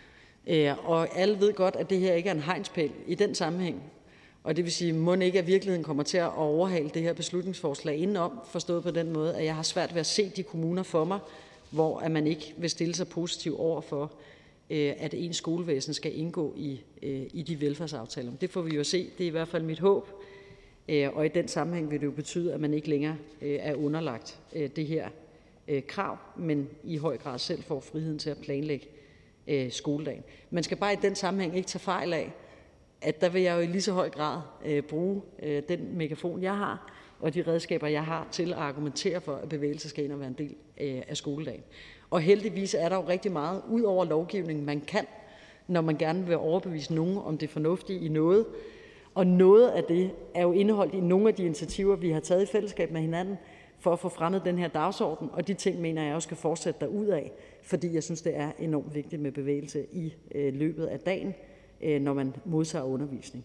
Og alle ved godt, at det her ikke er en hegnspæl i den sammenhæng. Og det vil sige, må ikke, at virkeligheden kommer til at overhale det her beslutningsforslag indenom, forstået på den måde, at jeg har svært ved at se de kommuner for mig, hvor at man ikke vil stille sig positiv over for, at ens skolevæsen skal indgå i de velfærdsaftaler. Det får vi jo at se. Det er i hvert fald mit håb. Og i den sammenhæng vil det jo betyde, at man ikke længere er underlagt det her krav, men i høj grad selv får friheden til at planlægge skoledagen. Man skal bare i den sammenhæng ikke tage fejl af, at der vil jeg jo i lige så høj grad bruge den megafon, jeg har, og de redskaber, jeg har til at argumentere for, at bevægelse skal ind og være en del af skoledagen. Og heldigvis er der jo rigtig meget ud over lovgivningen, man kan, når man gerne vil overbevise nogen om det fornuftige i noget. Og noget af det er jo indeholdt i nogle af de initiativer, vi har taget i fællesskab med hinanden, for at få fremmet den her dagsorden, og de ting mener jeg også skal fortsætte derudad, fordi jeg synes, det er enormt vigtigt med bevægelse i løbet af dagen, når man modtager undervisning.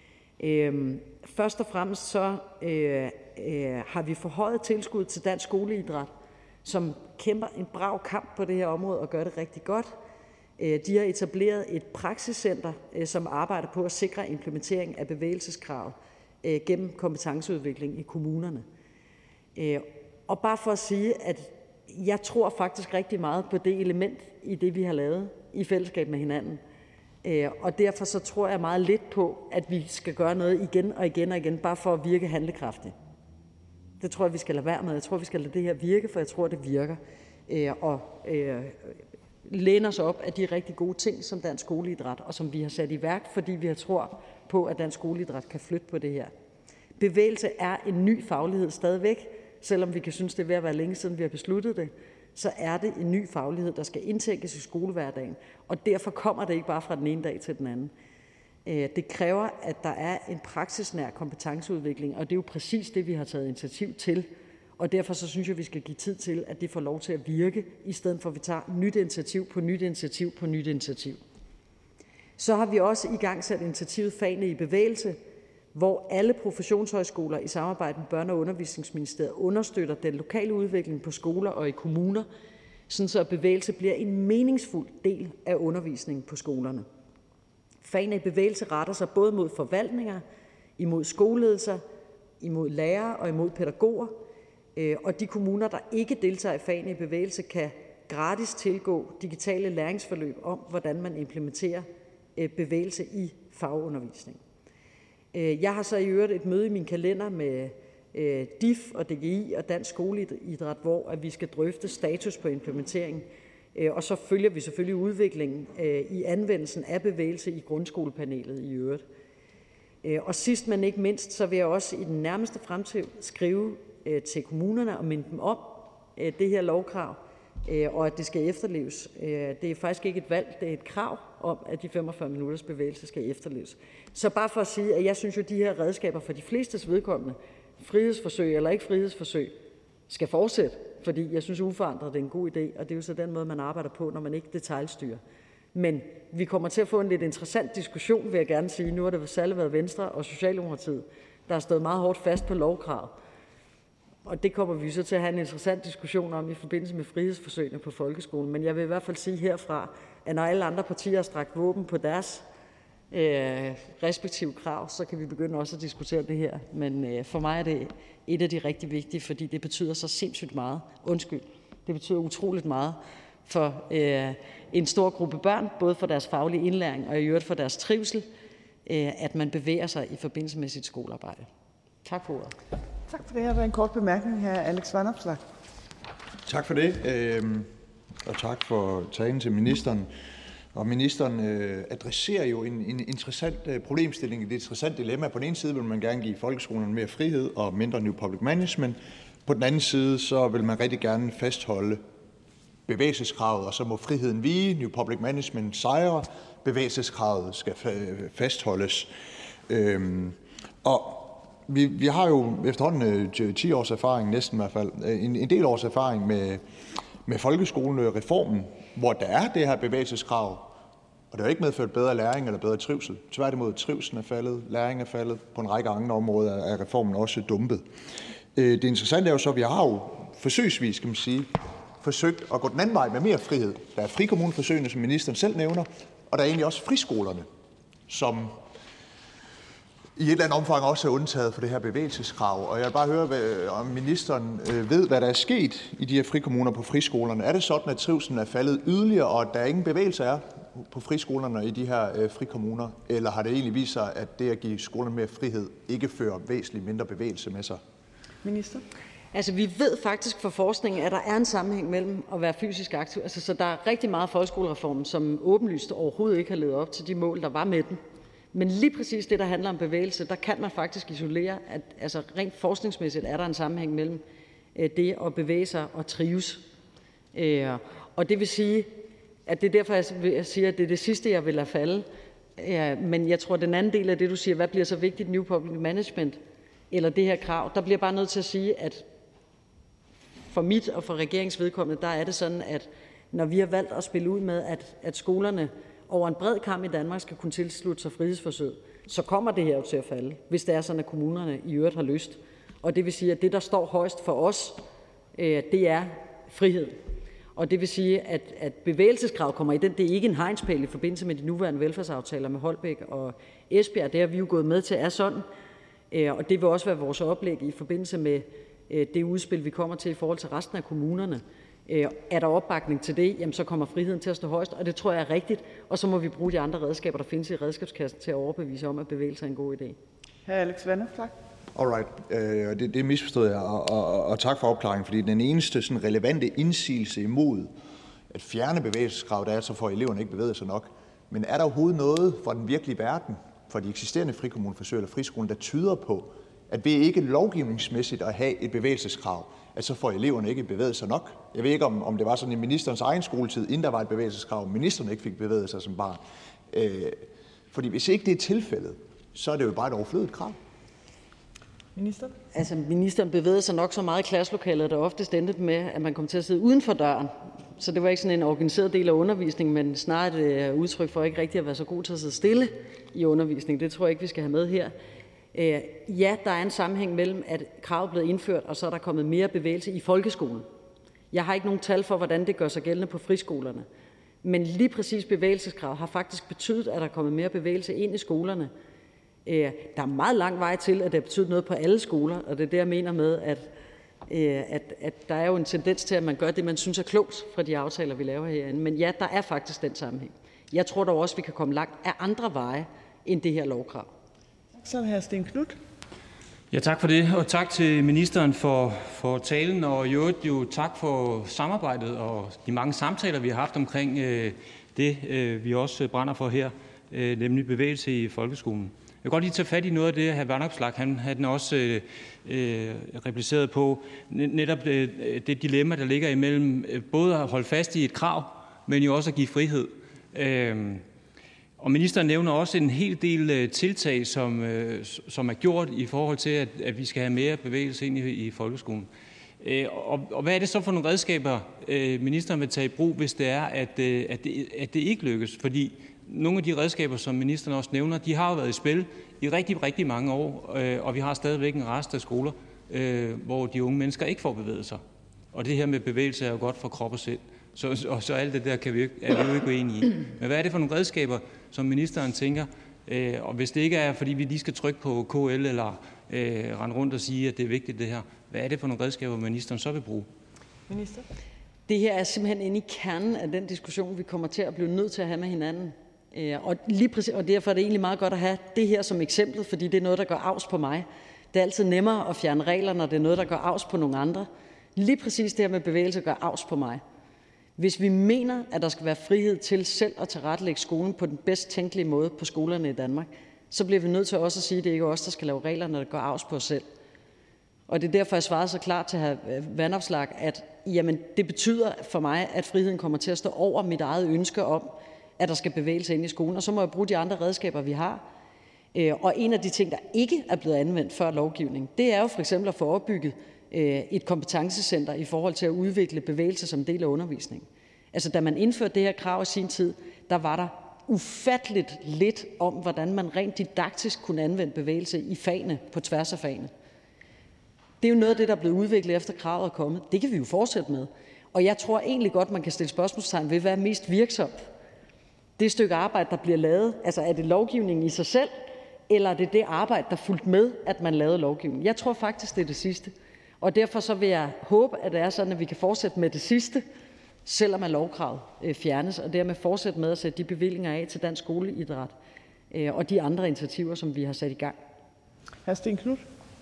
Først og fremmest så har vi forhøjet tilskud til dansk skoleidræt, som kæmper en brav kamp på det her område og gør det rigtig godt. De har etableret et praksiscenter, som arbejder på at sikre implementering af bevægelseskrav gennem kompetenceudvikling i kommunerne. Og bare for at sige, at jeg tror faktisk rigtig meget på det element i det, vi har lavet i fællesskab med hinanden. Og derfor så tror jeg meget lidt på, at vi skal gøre noget igen og igen og igen, bare for at virke handlekraftigt. Det tror jeg, vi skal lade være med. Jeg tror, vi skal lade det her virke, for jeg tror, det virker. Og læne os op af de rigtig gode ting, som dansk skoleidræt, og som vi har sat i værk, fordi vi har tror på, at dansk skoleidræt kan flytte på det her. Bevægelse er en ny faglighed stadigvæk, selvom vi kan synes, det er ved at være længe siden, vi har besluttet det, så er det en ny faglighed, der skal indtænkes i skolehverdagen, og derfor kommer det ikke bare fra den ene dag til den anden. Det kræver, at der er en praksisnær kompetenceudvikling, og det er jo præcis det, vi har taget initiativ til, og derfor så synes jeg, vi skal give tid til, at det får lov til at virke, i stedet for at vi tager nyt initiativ på nyt initiativ på nyt initiativ. Så har vi også i gang sat initiativet Fagene i Bevægelse, hvor alle professionshøjskoler i samarbejde med Børne- og Undervisningsministeriet understøtter den lokale udvikling på skoler og i kommuner, sådan så bevægelse bliver en meningsfuld del af undervisningen på skolerne. Fagene i Bevægelse retter sig både mod forvaltninger, imod skoleledelser, imod lærere og imod pædagoger, og de kommuner, der ikke deltager i Fagene i Bevægelse, kan gratis tilgå digitale læringsforløb om, hvordan man implementerer bevægelse i fagundervisning. Jeg har så i øvrigt et møde i min kalender med DIF og DGI og Dansk Skoleidræt, hvor vi skal drøfte status på implementering. Og så følger vi selvfølgelig udviklingen i anvendelsen af bevægelse i grundskolepanelet i øvrigt. Og sidst men ikke mindst, så vil jeg også i den nærmeste fremtid skrive til kommunerne og minde dem om det her lovkrav, og at det skal efterleves. Det er faktisk ikke et valg, det er et krav om, at de 45 minutters bevægelse skal efterleves. Så bare for at sige, at jeg synes jo, at de her redskaber for de flestes vedkommende, frihedsforsøg eller ikke frihedsforsøg, skal fortsætte, fordi jeg synes uforandret, det er en god idé, og det er jo så den måde, man arbejder på, når man ikke detailstyrer. Men vi kommer til at få en lidt interessant diskussion, vil jeg gerne sige. Nu har det særligt været Venstre og Socialdemokratiet, der har stået meget hårdt fast på lovkrav. Og det kommer vi så til at have en interessant diskussion om i forbindelse med frihedsforsøgene på folkeskolen. Men jeg vil i hvert fald sige herfra, at når alle andre partier har strakt våben på deres respektive krav, så kan vi begynde også at diskutere det her. Men for mig er det et af de rigtig vigtige, fordi det betyder så sindssygt meget. Det betyder utroligt meget for en stor gruppe børn, både for deres faglige indlæring og i øvrigt for deres trivsel, at man bevæger sig i forbindelse med sit skolearbejde. Tak for ordet. Tak for det. Her var en kort bemærkning her, Alex Vanopslagh. Tak for det, og tak for talen til ministeren. Og ministeren adresserer jo en interessant problemstilling, et interessant dilemma. På den ene side vil man gerne give folkeskolerne mere frihed og mindre new public management. På den anden side så vil man rigtig gerne fastholde bevægelseskravet, og så må friheden vige, new public management sejre, bevægelseskravet skal fastholdes. Og vi har jo efterhånden 10 års erfaring, næsten i hvert fald, en del års erfaring med folkeskolereformen, hvor der er det her bevægelseskrav, og det har ikke medført bedre læring eller bedre trivsel. Tværtimod, trivselen er faldet, læring er faldet, på en række andre områder er reformen også dumpet. Det interessante er jo så, at vi har jo forsøgsvis, kan man sige, forsøgt at gå den anden vej med mere frihed. Der er frikommuneforsøgene, som ministeren selv nævner, og der er egentlig også friskolerne, som i et eller andet omfang også er undtaget for det her bevægelseskrav. Og jeg vil bare høre, om ministeren ved, hvad der er sket i de her frikommuner på friskolerne. Er det sådan, at trivselen er faldet yderligere, og at der ingen bevægelse er på friskolerne og i de her frikommuner? Eller har det egentlig vist sig, at det at give skolerne mere frihed ikke fører væsentligt mindre bevægelse med sig? Minister? Altså, vi ved faktisk fra forskningen, at der er en sammenhæng mellem at være fysisk aktiv. Altså, så der er rigtig meget folkeskolereformen, som åbenlyst overhovedet ikke har levet op til de mål, der var med den. Men lige præcis det, der handler om bevægelse, der kan man faktisk isolere, at altså, rent forskningsmæssigt er der en sammenhæng mellem det at bevæge sig og trives. Og det vil sige, at det er derfor, jeg siger, at det er det sidste, jeg vil lade falde. Men jeg tror, den anden del af det, du siger, hvad bliver så vigtigt, New Public Management, eller det her krav, der bliver bare nødt til at sige, at for mit og for regeringsvedkommende, der er det sådan, at når vi har valgt at spille ud med, at skolerne over en bred kam i Danmark skal kunne tilslutte sig frihedsforsøget, så kommer det her jo til at falde, hvis det er sådan, at kommunerne i øvrigt har lyst. Og det vil sige, at det, der står højst for os, det er frihed. Og det vil sige, at bevægelseskravet kommer i den. Det er ikke en hegnspæl i forbindelse med de nuværende velfærdsaftaler med Holbæk og Esbjerg. Det har vi jo gået med til er sådan. Og det vil også være vores oplæg i forbindelse med det udspil, vi kommer til i forhold til resten af kommunerne. Er der opbakning til det, jamen så kommer friheden til at stå højst, og det tror jeg er rigtigt. Og så må vi bruge de andre redskaber, der findes i redskabskassen, til at overbevise om, at bevægelse er en god idé. Hr. Alex Vanopslagh. Alright, det misforstod jeg, og tak for opklaringen, fordi den eneste sådan relevante indsigelse imod at fjerne bevægelseskrav, der er, så får eleverne ikke bevæget sig nok. Men er der overhovedet noget fra den virkelige verden, fra de eksisterende frikommuneforsøg eller friskolen, der tyder på, at ved ikke lovgivningsmæssigt at have et bevægelseskrav, at så får eleverne ikke bevæget sig nok? Jeg ved ikke, om det var sådan i ministerens egen skoletid, inden der var et bevægelseskrav, ministeren ikke fik bevæget sig som barn. Fordi hvis ikke det er tilfældet, så er det jo bare et overflødigt krav. Minister? Altså, ministeren bevægede sig nok så meget i klasselokalet, at det oftest endte med, at man kom til at sidde uden for døren. Så det var ikke sådan en organiseret del af undervisningen, men snarere et udtryk for ikke rigtig at være så god til at sidde stille i undervisningen. Det tror jeg ikke, vi skal have med her. Ja, der er en sammenhæng mellem, at kravet er blevet indført, og så er der kommet mere bevægelse i folkeskolen. Jeg har ikke nogen tal for, hvordan det gør sig gældende på friskolerne. Men lige præcis bevægelseskrav har faktisk betydet, at der er kommet mere bevægelse ind i skolerne. Der er meget lang vej til, at det har betydet noget på alle skoler, og det er det, jeg mener med, at der er jo en tendens til, at man gør det, man synes er klogt fra de aftaler, vi laver herinde. Men ja, der er faktisk den sammenhæng. Jeg tror dog også, at vi kan komme langt af andre veje end det her lovkrav. Så er hr. Stén Knuth. Ja, tak for det, og tak til ministeren for talen, og i øvrigt jo tak for samarbejdet og de mange samtaler, vi har haft omkring det, vi også brænder for her, nemlig bevægelse i folkeskolen. Jeg vil godt lige tage fat i noget af det, hr. Vanopslagh, han også repliceret på, netop det dilemma, der ligger imellem både at holde fast i et krav, men jo også at give frihed. Og ministeren nævner også en hel del tiltag, som er gjort i forhold til, at vi skal have mere bevægelse ind i folkeskolen. Og hvad er det så for nogle redskaber, ministeren vil tage i brug, hvis det er, at det ikke lykkes? Fordi nogle af de redskaber, som ministeren også nævner, de har jo været i spil i rigtig, rigtig mange år, og vi har stadigvæk en rest af skoler, hvor de unge mennesker ikke får bevæget sig. Og det her med bevægelse er jo godt for krop og sind. Så alt det der er vi jo ikke uenige i. Men hvad er det for nogle redskaber, som ministeren tænker, og hvis det ikke er, fordi vi lige skal trykke på KL eller rende rundt og sige, at det er vigtigt det her, hvad er det for nogle redskaber, ministeren så vil bruge? Minister? Det her er simpelthen inde i kernen af den diskussion, vi kommer til at blive nødt til at have med hinanden. Og derfor er det egentlig meget godt at have det her som eksempel, fordi det er noget, der gør afs på mig. Det er altid nemmere at fjerne regler, når det er noget, der gør afs på nogle andre. Lige præcis det her med bevægelse gør afs på mig. Hvis vi mener, at der skal være frihed til selv at tilrettelægge skolen på den bedst tænkelige måde på skolerne i Danmark, så bliver vi nødt til også at sige, at det ikke er os, der skal lave regler, når det går afs på os selv. Og det er derfor, jeg svarede så klart til hr. Vanopslagh, at jamen, det betyder for mig, at friheden kommer til at stå over mit eget ønske om, at der skal bevægelse ind i skolen. Og så må jeg bruge de andre redskaber, vi har. Og en af de ting, der ikke er blevet anvendt før lovgivning, det er jo for eksempel at få opbygget et kompetencecenter i forhold til at udvikle bevægelse som del af undervisningen. Altså, da man indførte det her krav i sin tid, der var der ufatteligt lidt om, hvordan man rent didaktisk kunne anvende bevægelse i fagene, på tværs af fagene. Det er jo noget af det, der er blevet udviklet efter kravet er kommet. Det kan vi jo fortsætte med. Og jeg tror egentlig godt, man kan stille spørgsmålstegn ved, hvad er mest virksomt. Det stykke arbejde, der bliver lavet, altså er det lovgivningen i sig selv, eller er det det arbejde, der fulgte med, at man lavede lovgivningen? Jeg tror faktisk, det er det sidste. Og derfor så vil jeg håbe, at det er sådan, at vi kan fortsætte med det sidste, selvom at lovkravet fjernes, og dermed fortsætte med at sætte de bevillinger af til dansk skoleidræt og de andre initiativer, som vi har sat i gang. Hr. Stén Knuth.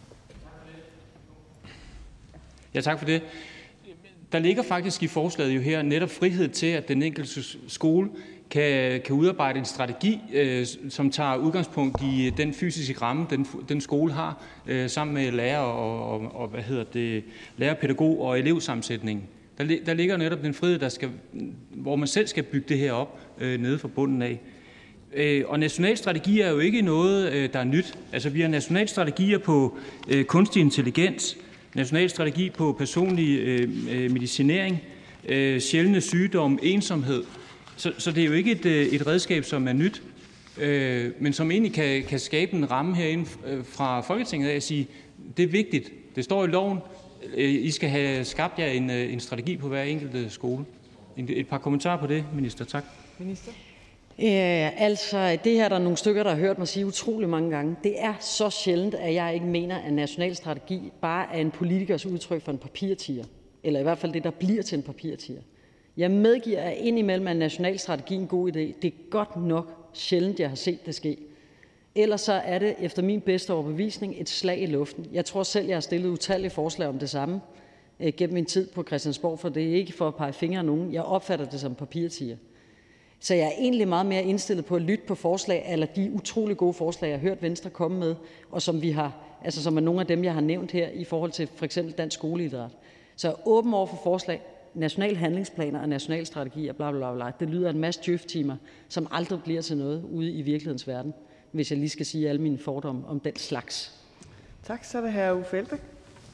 Ja, tak for det. Der ligger faktisk i forslaget jo her netop frihed til, at den enkelte skole kan udarbejde en strategi, som tager udgangspunkt i den fysiske ramme, den skole har, sammen med lærer og lærer, pædagog og elevsammensætning. Der ligger netop den frihed, hvor man selv skal bygge det her op nede fra bunden af. Og national strategi er jo ikke noget, der er nyt. Altså, vi har national strategier på kunstig intelligens, national strategi på personlig medicinering, sjældne sygdomme, ensomhed. Så det er jo ikke et redskab, som er nyt, men som egentlig kan skabe en ramme herinde fra Folketinget af at sige, det er vigtigt, det står i loven, I skal have skabt jer en strategi på hver enkelte skole. Et par kommentarer på det, minister. Tak. Minister? Altså, det her der er nogle stykker, der har hørt mig sige utrolig mange gange. Det er så sjældent, at jeg ikke mener, at national strategi bare er en politikers udtryk for en papirtiger. Eller i hvert fald det, der bliver til en papirtiger. Jeg medgiver, at indimellem er en national strategi en god idé. Det er godt nok sjældent, jeg har set det ske. Ellers så er det efter min bedste overbevisning et slag i luften. Jeg tror selv, jeg har stillet utallige forslag om det samme gennem min tid på Christiansborg, for det er ikke for at pege fingre af nogen. Jeg opfatter det som papirtiger. Så jeg er egentlig meget mere indstillet på at lytte på forslag, eller de utrolig gode forslag, jeg har hørt Venstre komme med, og som som er nogle af dem, jeg har nævnt her i forhold til for eksempel dansk skoleidræt. Så jeg er åben over for forslag, nationale handlingsplaner og nationale strategier, bla bla bla. Det lyder en masse djøf-timer, som aldrig bliver til noget ude i virkelighedens verden, hvis jeg lige skal sige alle mine fordomme om den slags. Tak, så er det hr. Uffe Elbæk.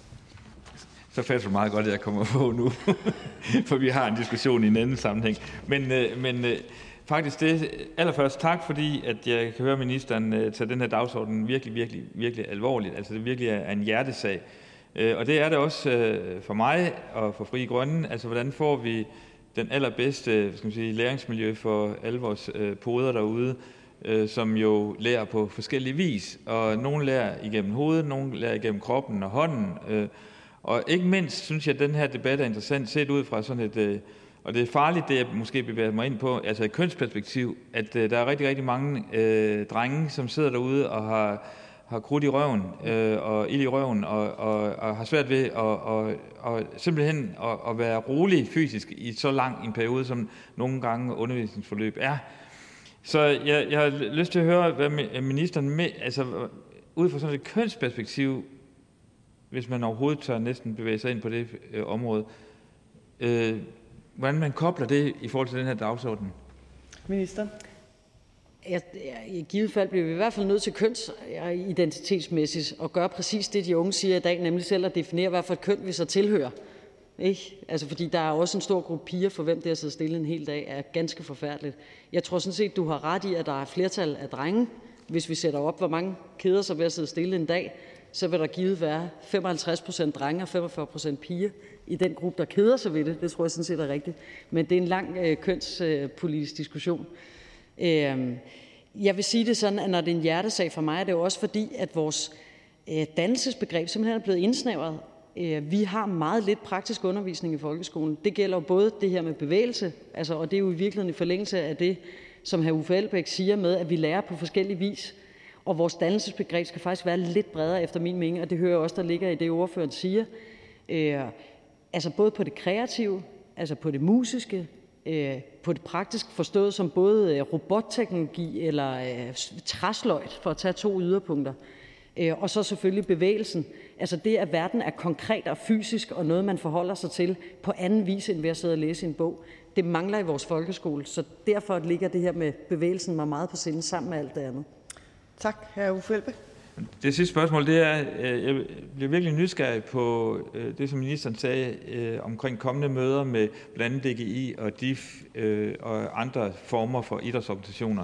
Så passer det meget godt, at jeg kommer på nu, for vi har en diskussion i en anden sammenhæng. Men faktisk det allerførst tak, fordi at jeg kan høre ministeren tage den her dagsorden virkelig alvorligt. Altså det virkelig er en hjertesag. Og det er det også for mig og for Frie Grønne. Altså hvordan får vi den allerbedste læringsmiljø for alle vores poder derude, som jo lærer på forskellige vis. Og nogle lærer igennem hovedet, nogle lærer igennem kroppen og hånden. Og ikke mindst synes jeg, at den her debat er interessant set ud fra sådan et, og det er farligt, det jeg måske bevæger mig ind på, altså et kønsperspektiv, at der er rigtig, rigtig mange drenge, som sidder derude og har krudt i røven og ild i røven og har svært ved at simpelthen at være rolig fysisk i så lang en periode, som nogle gange undervisningsforløb er. Så jeg har lyst til at høre, hvad ministeren altså ud fra sådan et kønsperspektiv, hvis man overhovedet tør næsten bevæge sig ind på det område, hvordan man kobler det i forhold til den her dagsorden? Minister? I givet fald bliver vi i hvert fald nødt til kønsidentitetsmæssigt at gøre præcis det, de unge siger i dag, nemlig selv at definere, hvad for et køn vi så tilhører. Ikke? Altså, fordi der er også en stor gruppe piger, for hvem det at sidde stille en hel dag er ganske forfærdeligt. Jeg tror sådan set, du har ret i, at der er flertal af drenge. Hvis vi sætter op, hvor mange keder sig ved at sidde stille en dag, så vil der givet være 55% drenge og 45% piger i den gruppe, der keder sig ved det. Det tror jeg sådan set er rigtigt. Men det er en lang kønspolitisk diskussion. Jeg vil sige det sådan, at når det er en hjertesag for mig, er det jo også fordi, at vores dannelsesbegreb simpelthen er blevet indsnævret. Vi har meget lidt praktisk undervisning i folkeskolen. Det gælder jo både det her med bevægelse, og det er jo i virkeligheden i forlængelse af det, som hr. Uffe Elbæk siger med, at vi lærer på forskellige vis. Og vores dannelsesbegreb skal faktisk være lidt bredere efter min mening, og det hører jeg også, der ligger i det, ordføreren siger. Altså både på det kreative, altså på det musiske, på det praktisk forstået som både robotteknologi eller træsløjt, for at tage 2 yderpunkter. Og så selvfølgelig bevægelsen. Altså det, at verden er konkret og fysisk, og noget, man forholder sig til på anden vis, end ved at sidde og læse en bog. Det mangler i vores folkeskole, så derfor ligger det her med bevægelsen mig meget på sinde sammen med alt det andet. Tak, hr. Uffe Elbæk. Det sidste spørgsmål, det er, jeg bliver virkelig nysgerrig på det, som ministeren sagde omkring kommende møder med blandt andet DGI og DIF og andre former for idrætsorganisationer.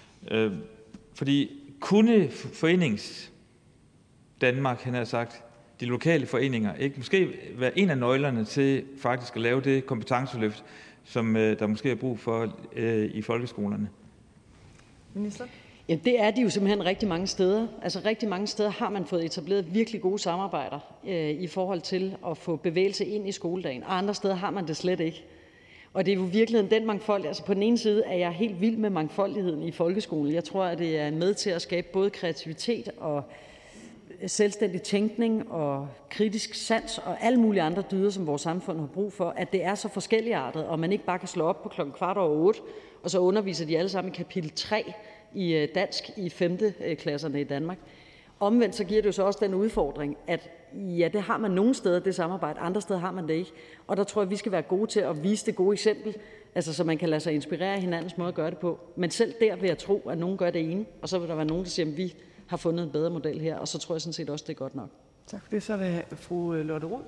Fordi kunne Forenings Danmark, han har sagt, de lokale foreninger ikke måske være en af nøglerne til faktisk at lave det kompetenceløft, som der måske er brug for i folkeskolerne? Minister? Ja, det er de jo simpelthen rigtig mange steder. Altså rigtig mange steder har man fået etableret virkelig gode samarbejder i forhold til at få bevægelse ind i skoledagen, og andre steder har man det slet ikke. Og det er jo virkeligheden den mangfoldighed. Altså på den ene side er jeg helt vild med mangfoldigheden i folkeskolen. Jeg tror, at det er med til at skabe både kreativitet og selvstændig tænkning og kritisk sans og alle mulige andre dyder, som vores samfund har brug for, at det er så forskelligartet, og man ikke bare kan slå op på 7:15, og så underviser de alle sammen i kapitel 3 i dansk i 5. klasserne i Danmark. Omvendt så giver det jo så også den udfordring, at ja, det har man nogle steder, det samarbejde, andre steder har man det ikke. Og der tror jeg, vi skal være gode til at vise det gode eksempel, altså så man kan lade sig inspirere af hinandens måde at gøre det på. Men selv der vil jeg tro, at nogen gør det ene, og så vil der være nogen, der siger, at vi har fundet en bedre model her, og så tror jeg sådan set også, det er godt nok. Tak for det. Så er det fru Lotte Rod.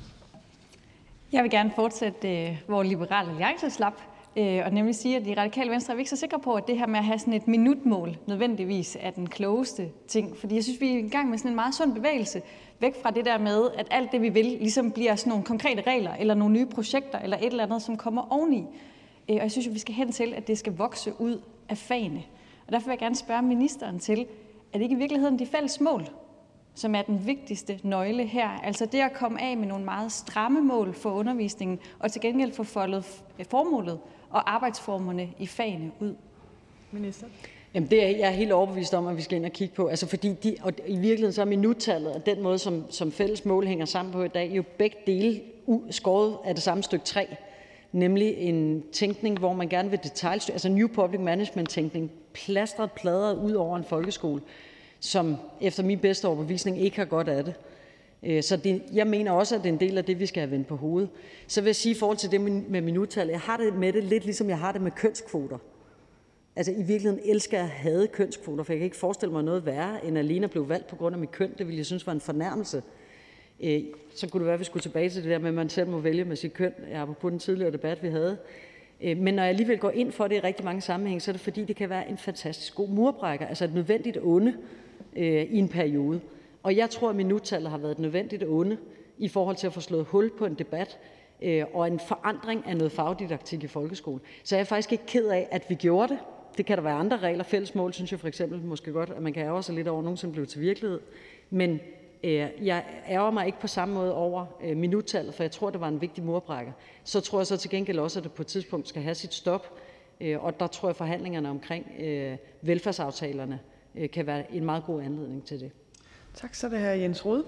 Jeg vil gerne fortsætte, hvor Liberal Alliance slap, og nemlig sige, at i Radikale Venstre er vi ikke så sikre på, at det her med at have sådan et minutmål nødvendigvis er den klogeste ting. Fordi jeg synes, vi er i gang med sådan en meget sund bevægelse, væk fra det der med, at alt det, vi vil, ligesom bliver sådan nogle konkrete regler, eller nogle nye projekter, eller et eller andet, som kommer oveni. Og jeg synes, at vi skal hen til, at det skal vokse ud af fagene. Og derfor vil jeg gerne spørge ministeren til, er det ikke i virkeligheden de fælles mål, som er den vigtigste nøgle her? Altså det at komme af med nogle meget stramme mål for undervisningen, og til gengæld få foldet formålet og arbejdsformerne i fagene ud. Minister? Jamen det er jeg helt overbevist om, at vi skal ind og kigge på. Altså fordi og i virkeligheden så er minuttallet og den måde, som fælles mål hænger sammen på i dag, jo begge dele skåret af det samme stykke 3. Nemlig en tænkning, hvor man gerne vil detailstyre, altså New Public Management-tænkning, pladret ud over en folkeskole, som efter min bedste overbevisning ikke har godt af det. Så jeg mener også, at det er en del af det, vi skal have vendt på hovedet. Så vil jeg sige i forhold til det med minuttallet, jeg har det med det lidt ligesom jeg har det med kønskvoter. Altså i virkeligheden elsker jeg at hade kønskvoter, for jeg kan ikke forestille mig noget værre, end alene at blive valgt på grund af mit køn. Det ville jeg synes var en fornærmelse. Så kunne det være, at vi skulle tilbage til det der med, at man selv må vælge med sit køn. Jeg var på den tidligere debat, vi havde. Men når jeg alligevel går ind for det i rigtig mange sammenhænge, så er det fordi, det kan være en fantastisk god murbrækker, altså et nødvendigt onde i en periode. Og jeg tror, at minuttallet har været et nødvendigt onde i forhold til at få slået hul på en debat og en forandring af noget fagdidaktik i folkeskolen. Så jeg er faktisk ikke ked af, at vi gjorde det. Det kan der være andre regler. Fællesmål synes jeg for eksempel måske godt, at man kan ærge sig lidt over, nogensinde blev til virkelighed. Men jeg ærger mig ikke på samme måde over minuttallet, for jeg tror, det var en vigtig murbrækker. Så tror jeg så til gengæld også, at det på et tidspunkt skal have sit stop. Og der tror jeg, forhandlingerne omkring velfærdsaftalerne kan være en meget god anledning til det. Tak, så er det her Jens Rohde.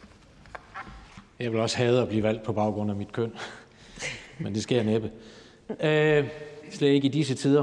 Jeg vil også hade at blive valgt på baggrund af mit køn, men det sker næppe. Slet ikke i disse tider.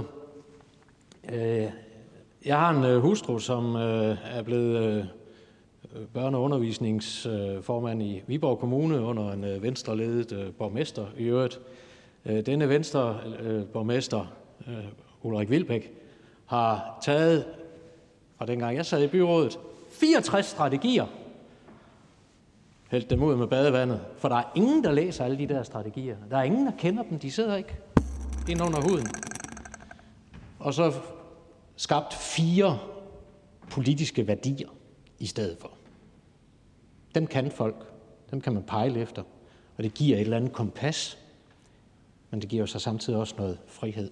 Jeg har en hustru, som er blevet børne- og undervisningsformand i Viborg Kommune under en venstreledet borgmester i øvrigt. Denne venstreborgmester, Ulrik Wilbek, har taget, fra dengang jeg sad i byrådet, 64 strategier, hældt dem ud med badevandet, for der er ingen, der læser alle de der strategier. Der er ingen, der kender dem. De sidder ikke ind under huden. Og så skabt 4 politiske værdier i stedet for. Dem kan folk. Dem kan man pejle efter. Og det giver et eller andet kompas. Men det giver jo så samtidig også noget frihed.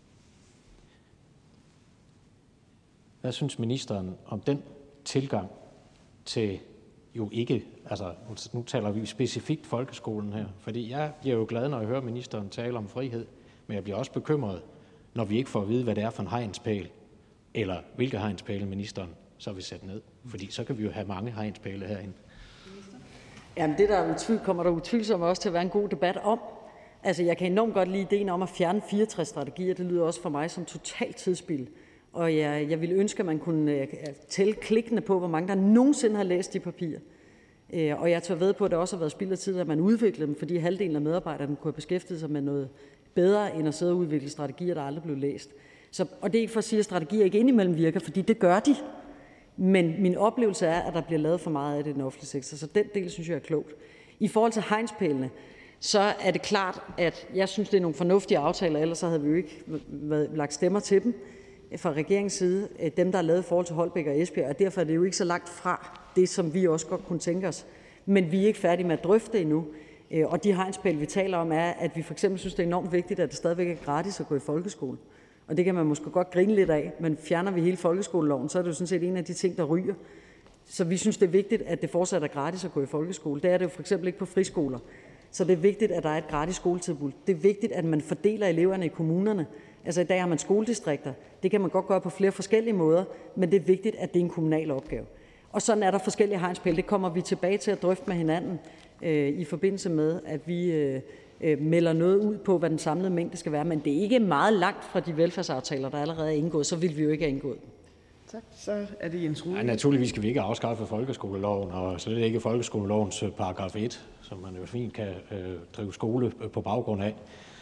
Hvad synes ministeren om den tilgang til jo ikke, altså nu taler vi specifikt folkeskolen her, fordi jeg bliver jo glad, når jeg hører ministeren tale om frihed, men jeg bliver også bekymret, når vi ikke får at vide, hvad det er for en hegnspæl, eller hvilke hegnspæle ministeren så vil sætte ned. Fordi så kan vi jo have mange hegnspæle herinde. Jamen det kommer der utvivlsomt også til at være en god debat om. Altså jeg kan enormt godt lide ideen om at fjerne 64 strategier. Det lyder også for mig som totalt tidsspilde. Og jeg ville ønske, at man kunne tælle klikkene på, hvor mange der nogensinde har læst de papirer. Og jeg tør ved på, at det også har været spild af tid, at man udviklede dem, fordi halvdelen af medarbejderne kunne have beskæftiget sig med noget bedre, end at sidde og udvikle strategier, der aldrig blev læst. Og det er ikke for at sige, at strategier ikke indimellem virker, fordi det gør de. Men min oplevelse er, at der bliver lavet for meget af det i den offentlige sektor, så den del synes jeg er klogt. I forhold til hegnspælene, så er det klart, at jeg synes, det er nogle fornuftige aftaler, ellers så havde vi jo ikke lagt stemmer til dem fra regeringens side, dem, der er lavet i forhold til Holbæk og Esbjerg, og derfor er det jo ikke så langt fra det, som vi også godt kunne tænke os. Men vi er ikke færdige med at drøfte det endnu. Og de hegnspæle, vi taler om, er, at vi for eksempel synes, det er enormt vigtigt, at det stadigvæk er gratis at gå i folkeskole. Og det kan man måske godt grine lidt af, men fjerner vi hele folkeskoleloven, så er det jo sådan set en af de ting, der ryger. Så vi synes, det er vigtigt, at det fortsat er gratis at gå i folkeskole. Det er det jo for eksempel ikke på friskoler. Så det er vigtigt, at der er et gratis skoletilbud. Det er vigtigt, at man fordeler eleverne i kommunerne. Altså i dag har man skoledistrikter. Det kan man godt gøre på flere forskellige måder, men det er vigtigt, at det er en kommunal opgave. Og sådan er der forskellige hegnspæle. Det kommer vi tilbage til at drøfte med hinanden i forbindelse med, at vi melder noget ud på, hvad den samlede mængde skal være. Men det er ikke meget langt fra de velfærdsaftaler, der allerede er indgået. Så vil vi jo ikke have indgået. Tak. Så er det Jens Rohde. Ja, naturligvis skal vi ikke afskaffe folkeskoleloven, og slet ikke folkeskolelovens paragraf 1, som man jo fint kan drive skole på baggrund af.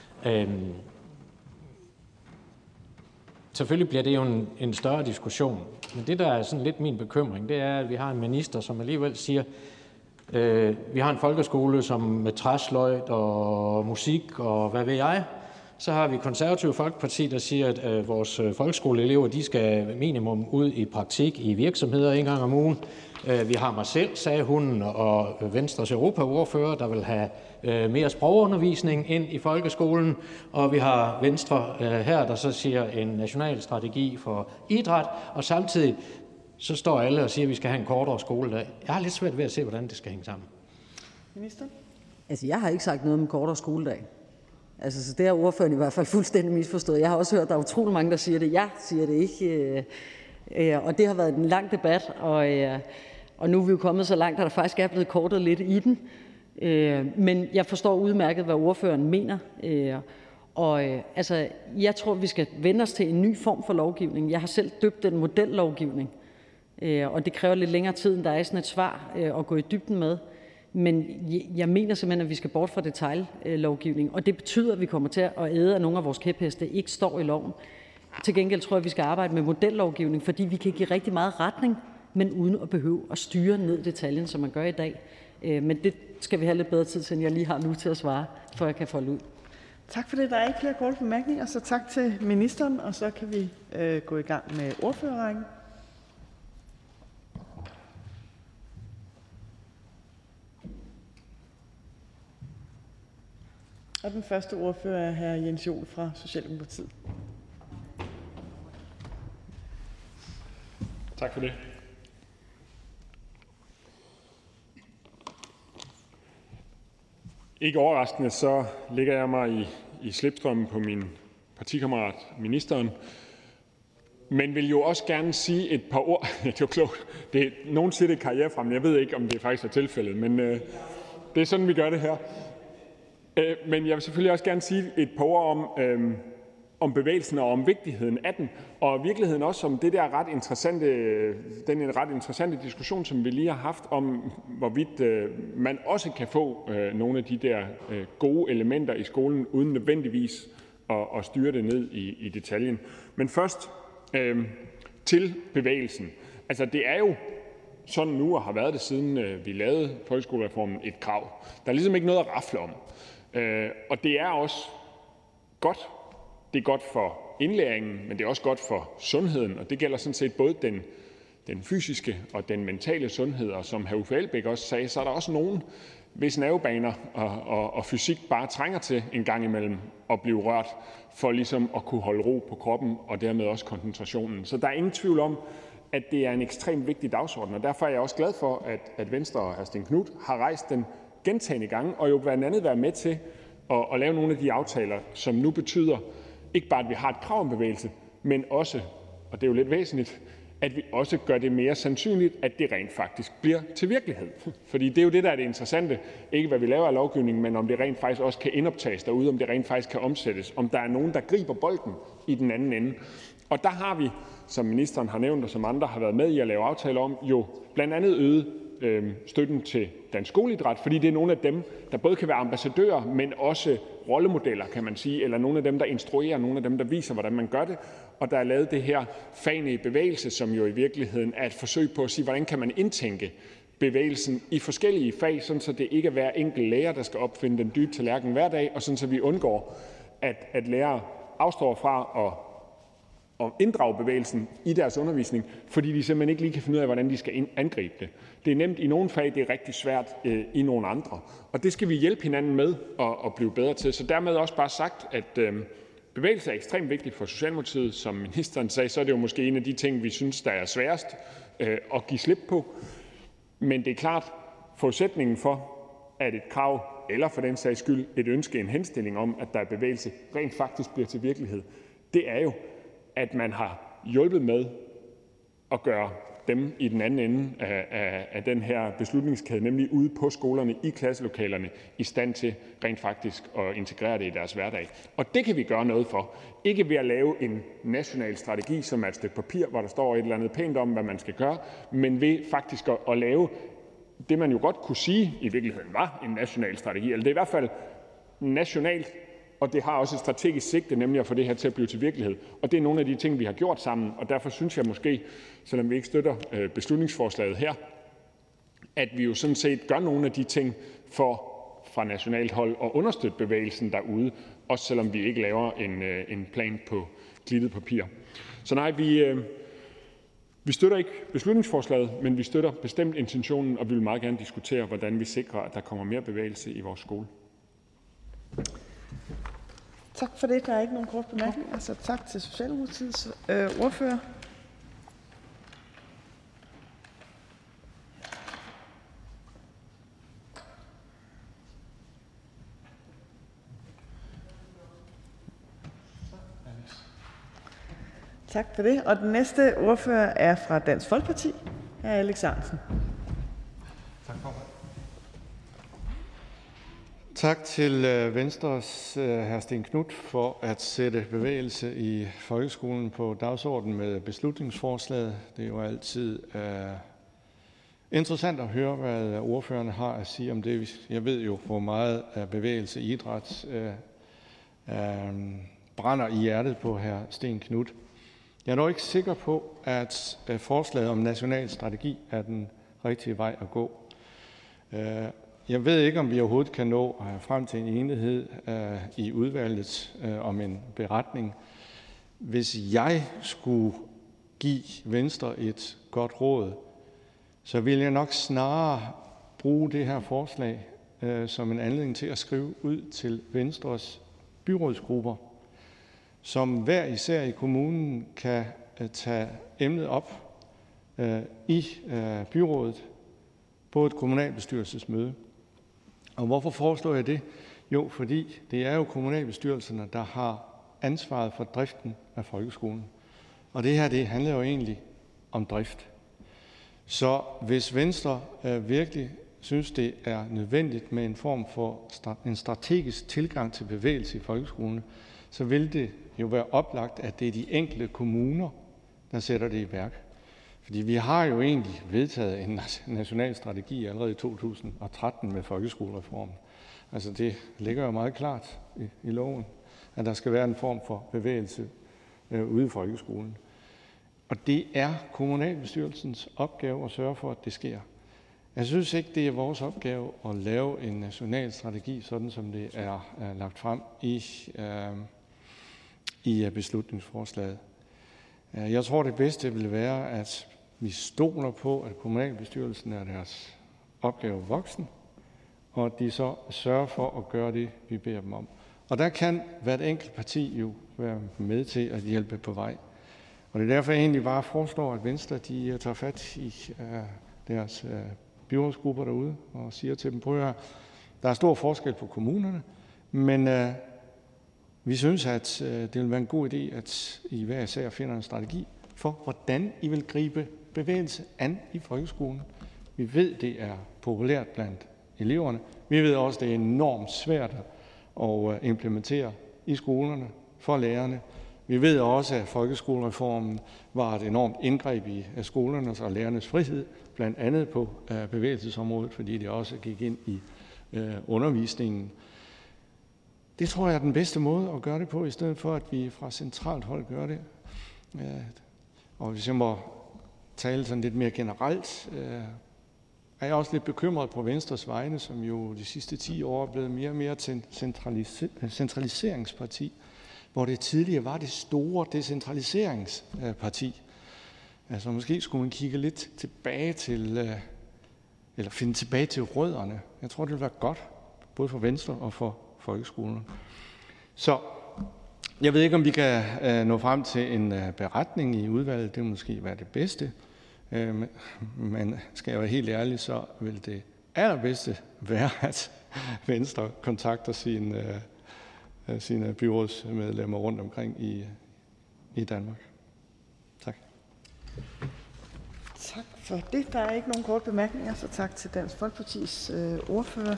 Selvfølgelig bliver det jo en større diskussion, men det, der er sådan lidt min bekymring, det er, at vi har en minister, som alligevel siger, vi har en folkeskole som med træsløjd og musik og hvad ved jeg. Så har vi Konservative Folkeparti, der siger, at vores folkeskoleelever, de skal minimum ud i praktik i virksomheder en gang om ugen. Vi har mig selv, sagde hun, og Venstres europaordfører, der vil have mere sprogundervisning ind i folkeskolen. Og vi har Venstre her, der så siger en national strategi for idræt. Og samtidig så står alle og siger, at vi skal have en kortere skoledag. Jeg har lidt svært ved at se, hvordan det skal hænge sammen. Minister? Altså, jeg har ikke sagt noget om en kortere skoledag. Altså, så det har ordføreren i hvert fald fuldstændig misforstået. Jeg har også hørt, at der er utrolig mange, der siger det. Jeg siger det ikke. Og det har været en lang debat, og nu er vi jo kommet så langt, at der faktisk er blevet kortet lidt i den. Men jeg forstår udmærket, hvad ordføreren mener. Altså, jeg tror, vi skal vende os til en ny form for lovgivning. Jeg har selv døbt den modellovgivning, og det kræver lidt længere tid, end der er i sådan et svar at gå i dybden med. Men jeg mener simpelthen, at vi skal bort fra detaljlovgivning, og det betyder, at vi kommer til at æde, at nogle af vores kæpheste ikke står i loven. Til gengæld tror jeg, at vi skal arbejde med modellovgivning, fordi vi kan give rigtig meget retning, men uden at behøve at styre ned i detaljen, som man gør i dag. Men det skal vi have lidt bedre tid til, end jeg lige har nu til at svare, for jeg kan folde ud. Tak for det. Der er ikke flere korte bemærkninger, så tak til ministeren, og så kan vi gå i gang med ordførerrækken. Og den første ordfører er hr. Jens Joel fra Socialdemokratiet. Tak for det. Ikke overraskende, så ligger jeg mig i slipstrømmen på min partikammerat, ministeren, men vil jo også gerne sige et par ord. Det er jo klogt. Nogen siger det karrierefremme. Jeg ved ikke, om det faktisk er tilfældet, men det er sådan, vi gør det her. Men jeg vil selvfølgelig også gerne sige et par ord om bevægelsen og om vigtigheden af den, og i virkeligheden også om den ret interessante diskussion, som vi lige har haft om, hvorvidt man også kan få nogle af de der gode elementer i skolen, uden nødvendigvis at styre det ned i detaljen. Men først til bevægelsen. Altså det er jo sådan nu, og har været det siden vi lavede folkeskolereformen, et krav. Der er ligesom ikke noget at rafle om. Og det er også godt. Det er godt for indlæringen, men det er også godt for sundheden, og det gælder sådan set både den fysiske og den mentale sundhed. Og som hr. Uffe Elbæk også sagde, så er der også nogen, hvis nervebaner og fysik bare trænger til en gang imellem at blive rørt, for ligesom at kunne holde ro på kroppen og dermed også koncentrationen. Så der er ingen tvivl om, at det er en ekstremt vigtig dagsorden, og derfor er jeg også glad for, at Venstre og hr. Stén Knuth har rejst den gentagne gange, og jo blandt andet være med til at lave nogle af de aftaler, som nu betyder, ikke bare, at vi har et krav om bevægelse, men også, og det er jo lidt væsentligt, at vi også gør det mere sandsynligt, at det rent faktisk bliver til virkelighed. Fordi det er jo det, der er det interessante. Ikke hvad vi laver af lovgivning, men om det rent faktisk også kan indoptages derude, om det rent faktisk kan omsættes, om der er nogen, der griber bolden i den anden ende. Og der har vi, som ministeren har nævnt, og som andre har været med i at lave aftaler om, jo blandt andet øget støtten til dansk skoleidræt, fordi det er nogle af dem, der både kan være ambassadører, men også rollemodeller, kan man sige, eller nogle af dem, der instruerer, nogle af dem, der viser, hvordan man gør det. Og der er lavet det her fagene i bevægelse, som jo i virkeligheden er et forsøg på at sige, hvordan kan man indtænke bevægelsen i forskellige fag, sådan så det ikke er hver enkelt lærer, der skal opfinde den dybe tallerken hver dag, og sådan så vi undgår, at lærere afstår fra at at inddrage bevægelsen i deres undervisning, fordi de simpelthen ikke lige kan finde ud af, hvordan de skal angribe det. Det er nemt i nogle fag, det er rigtig svært i nogle andre. Og det skal vi hjælpe hinanden med at blive bedre til. Så dermed også bare sagt, at bevægelse er ekstremt vigtigt for Socialdemokratiet. Som ministeren sagde, så er det jo måske en af de ting, vi synes, der er sværest at give slip på. Men det er klart, forudsætningen for, at et krav, eller for den sags skyld et ønske, en henstilling om, at der er bevægelse, rent faktisk bliver til virkelighed, det er jo, at man har hjulpet med at gøre dem i den anden ende af den her beslutningskæde, nemlig ude på skolerne, i klasselokalerne, i stand til rent faktisk at integrere det i deres hverdag. Og det kan vi gøre noget for. Ikke ved at lave en national strategi, som er et stykke papir, hvor der står et eller andet pænt om, hvad man skal gøre, men ved faktisk at lave det, man jo godt kunne sige i virkeligheden var en national strategi, eller det er i hvert fald nationalt, og det har også et strategisk sigte, nemlig at få det her til at blive til virkelighed. Og det er nogle af de ting, vi har gjort sammen, og derfor synes jeg måske, selvom vi ikke støtter beslutningsforslaget her, at vi jo sådan set gør nogle af de ting for fra nationalt hold at understøtte bevægelsen derude, også selvom vi ikke laver en plan på glittet papir. Så nej, vi støtter ikke beslutningsforslaget, men vi støtter bestemt intentionen, og vi vil meget gerne diskutere, hvordan vi sikrer, at der kommer mere bevægelse i vores skole. Tak for det. Der er ikke nogen korte bemærkninger, så tak til Socialdemokratiets ordfører. Tak for det. Og den næste ordfører er fra Dansk Folkeparti, hr. Alex Ahrendtsen. Tak, formand. Tak til Venstres hr. Stén Knuth for at sætte bevægelse i folkeskolen på dagsordenen med beslutningsforslaget. Det er jo altid interessant at høre, hvad ordførerne har at sige om det. Jeg ved jo, hvor meget bevægelse i idræt brænder i hjertet på hr. Stén Knuth. Jeg er dog ikke sikker på, at forslaget om national strategi er den rigtige vej at gå. Jeg ved ikke, om vi overhovedet kan nå frem til en enighed i udvalget om en beretning. Hvis jeg skulle give Venstre et godt råd, så vil jeg nok snarere bruge det her forslag som en anledning til at skrive ud til Venstres byrådsgrupper, som hver især i kommunen kan tage emnet op i byrådet på et kommunalbestyrelsesmøde. Og hvorfor foreslår jeg det? Jo, fordi det er jo kommunalbestyrelserne, der har ansvaret for driften af folkeskolen. Og det her, det handler jo egentlig om drift. Så hvis Venstre virkelig synes, det er nødvendigt med en form for en strategisk tilgang til bevægelse i folkeskolen, så vil det jo være oplagt, at det er de enkelte kommuner, der sætter det i værk. Fordi vi har jo egentlig vedtaget en national strategi allerede i 2013 med folkeskolereformen. Altså det ligger jo meget klart i loven, at der skal være en form for bevægelse ude i folkeskolen. Og det er kommunalbestyrelsens opgave at sørge for, at det sker. Jeg synes ikke, det er vores opgave at lave en national strategi, sådan som det er lagt frem i beslutningsforslaget. Jeg tror, det bedste vil være, at vi stoler på, at kommunalbestyrelsen er deres opgave voksen, og at de så sørger for at gøre det, vi beder dem om. Og der kan hvert enkelt parti jo være med til at hjælpe på vej. Og det er derfor, jeg egentlig bare foreslår, at Venstre de tager fat i deres byrådsgrupper derude og siger til dem, prøv at høre, der er stor forskel på kommunerne, men vi synes, at det vil være en god idé, at I hver især finder en strategi for, hvordan I vil gribe bevægelse an i folkeskolen. Vi ved, det er populært blandt eleverne. Vi ved også, det er enormt svært at implementere i skolerne for lærerne. Vi ved også, at folkeskolereformen var et enormt indgreb i skolernes og lærernes frihed, blandt andet på bevægelsesområdet, fordi det også gik ind i undervisningen. Det tror jeg er den bedste måde at gøre det på, i stedet for, at vi fra centralt hold gør det. Og hvis jeg må tale sådan lidt mere generelt, er jeg også lidt bekymret på Venstres vegne, som jo de sidste 10 år er blevet mere og mere til centraliseringsparti. hvor det tidligere var det store decentraliseringsparti. Altså måske skulle man kigge lidt tilbage til, eller finde tilbage til rødderne. Jeg tror, det ville være godt, både for Venstre og for folkeskolerne. Så jeg ved ikke, om vi kan nå frem til en beretning i udvalget. Det vil måske være det bedste. Men skal jeg være helt ærlig, så vil det allerbedste være, at Venstre kontakter sine byrådsmedlemmer rundt omkring i Danmark. Tak. Tak for det. Der er ikke nogen korte bemærkninger, så tak til Dansk Folkepartis ordfører.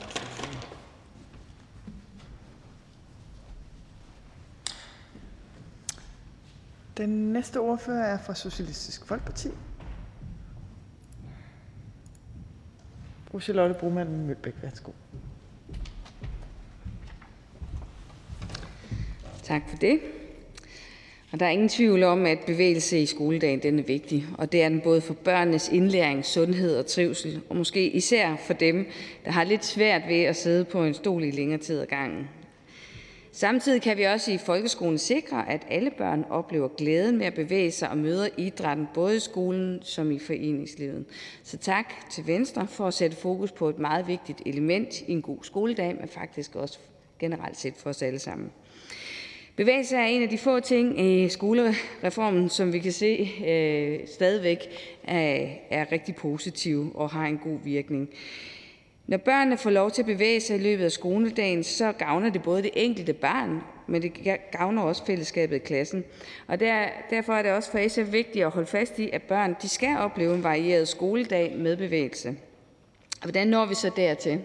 Den næste ordfører er fra Socialistisk Folkeparti. Fru Charlotte Broman Mølbæk, værsgo. Tak for det. Og der er ingen tvivl om, at bevægelse i skoledagen den er vigtig, og det er den både for børnenes indlæring, sundhed og trivsel, og måske især for dem, der har lidt svært ved at sidde på en stol i længere tid ad gangen. Samtidig kan vi også i folkeskolen sikre, at alle børn oplever glæden med at bevæge sig og møder idrætten både i skolen som i foreningslivet. Så tak til Venstre for at sætte fokus på et meget vigtigt element i en god skoledag, men faktisk også generelt set for os alle sammen. Bevægelse er en af de få ting i skolereformen, som vi kan se stadigvæk er rigtig positiv og har en god virkning. Når børnene får lov til at bevæge sig i løbet af skoledagen, så gavner det både det enkelte barn, men det gavner også fællesskabet i klassen. Og derfor er det også for SF vigtigt at holde fast i, at børn de skal opleve en varieret skoledag med bevægelse. Og hvordan når vi så dertil?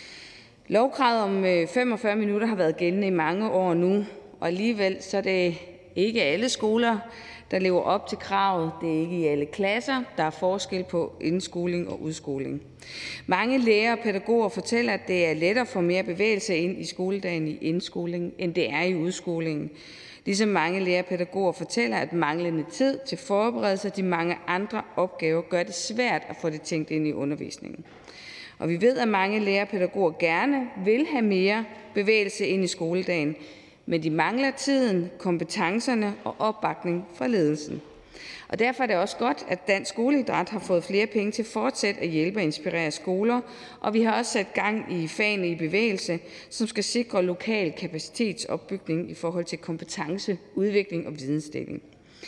Lovkravet om 45 minutter har været gældende i mange år nu, og alligevel så er det ikke alle skoler, der lever op til kravet. Det er ikke i alle klasser. Der er forskel på indskoling og udskoling. Mange lærere og pædagoger fortæller, at det er lettere at få mere bevægelse ind i skoledagen i indskoling, end det er i udskolingen. Ligesom mange lærere og pædagoger fortæller, at manglende tid til forberedelse af de mange andre opgaver gør det svært at få det tænkt ind i undervisningen. Og vi ved, at mange lærere og pædagoger gerne vil have mere bevægelse ind i skoledagen, men de mangler tiden, kompetencerne og opbakning fra ledelsen. Og derfor er det også godt, at Dansk Skoleidræt har fået flere penge til fortsat at hjælpe og inspirere skoler, og vi har også sat gang i fagene i bevægelse, som skal sikre lokal kapacitetsopbygning i forhold til kompetence, udvikling og vidensdeling.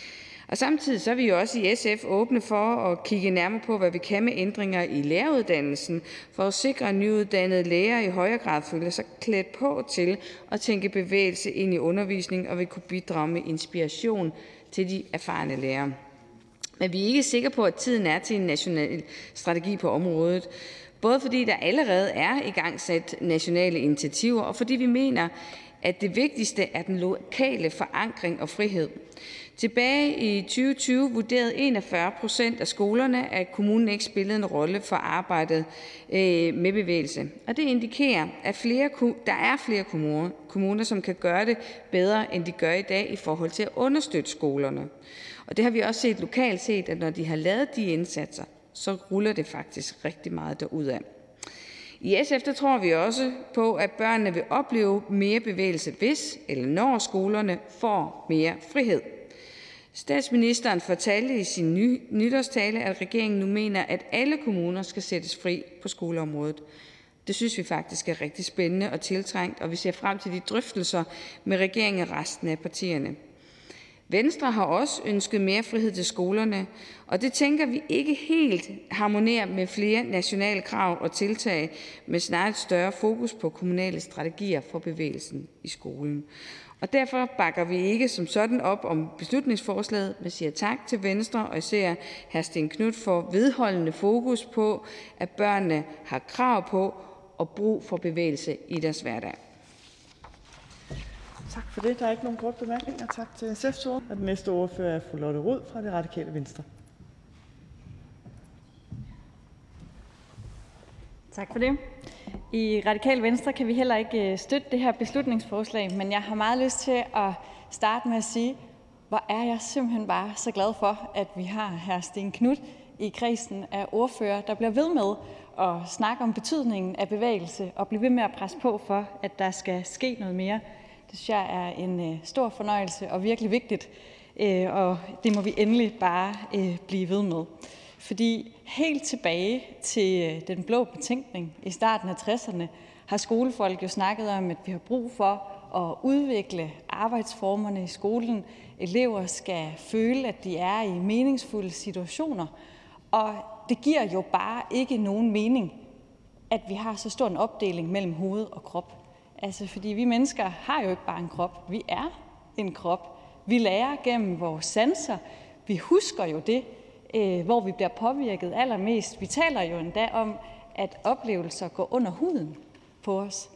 Og samtidig så er vi jo også i SF åbne for at kigge nærmere på, hvad vi kan med ændringer i læreruddannelsen, for at sikre, at nyuddannede lærere i højere grad føler sig klædt på til at tænke bevægelse ind i undervisningen og vil kunne bidrage med inspiration til de erfarne lærere. Men vi er ikke sikre på, at tiden er til en national strategi på området, både fordi der allerede er igangsat nationale initiativer, og fordi vi mener, at det vigtigste er den lokale forankring og frihed. Tilbage i 2020 vurderede 41% af skolerne, at kommunen ikke spillede en rolle for arbejdet med bevægelse. Og det indikerer, at der er flere kommuner, som kan gøre det bedre, end de gør i dag i forhold til at understøtte skolerne. Og det har vi også set lokalt set, at når de har lavet de indsatser, så ruller det faktisk rigtig meget derudad. I SF der tror vi også på, at børnene vil opleve mere bevægelse, hvis eller når skolerne får mere frihed. Statsministeren fortalte i sin nytårstale, at regeringen nu mener, at alle kommuner skal sættes fri på skoleområdet. Det synes vi faktisk er rigtig spændende og tiltrængt, og vi ser frem til de drøftelser med regeringen og resten af partierne. Venstre har også ønsket mere frihed til skolerne, og det tænker vi ikke helt harmonerer med flere nationale krav og tiltag, med snarere et større fokus på kommunale strategier for bevægelsen i skolen. Og derfor bakker vi ikke som sådan op om beslutningsforslaget, men siger tak til Venstre og især hr. Stén Knuth for vedholdende fokus på, at børnene har krav på og brug for bevægelse i deres hverdag. Tak for det. Der er ikke nogen korte bemærkninger. Tak til SF's ordfører. Og den næste ordfører er fru Lotte Rod fra Det Radikale Venstre. Tak for det. I Radikale Venstre kan vi heller ikke støtte det her beslutningsforslag, men jeg har meget lyst til at starte med at sige, hvor er jeg simpelthen bare så glad for, at vi har hr. Stén Knuth i kredsen af ordfører, der bliver ved med at snakke om betydningen af bevægelse og blive ved med at presse på for, at der skal ske noget mere. Det synes jeg er en stor fornøjelse og virkelig vigtigt, og det må vi endelig bare blive ved med. Fordi helt tilbage til den blå betænkning i starten af 60'erne har skolefolk jo snakket om, at vi har brug for at udvikle arbejdsformerne i skolen. Elever skal føle, at de er i meningsfulde situationer, og det giver jo bare ikke nogen mening, at vi har så stor en opdeling mellem hoved og krop. Altså, fordi vi mennesker har jo ikke bare en krop, vi er en krop. Vi lærer gennem vores sanser, vi husker jo det, hvor vi bliver påvirket allermest. Vi taler jo endda om, at oplevelser går under huden på os.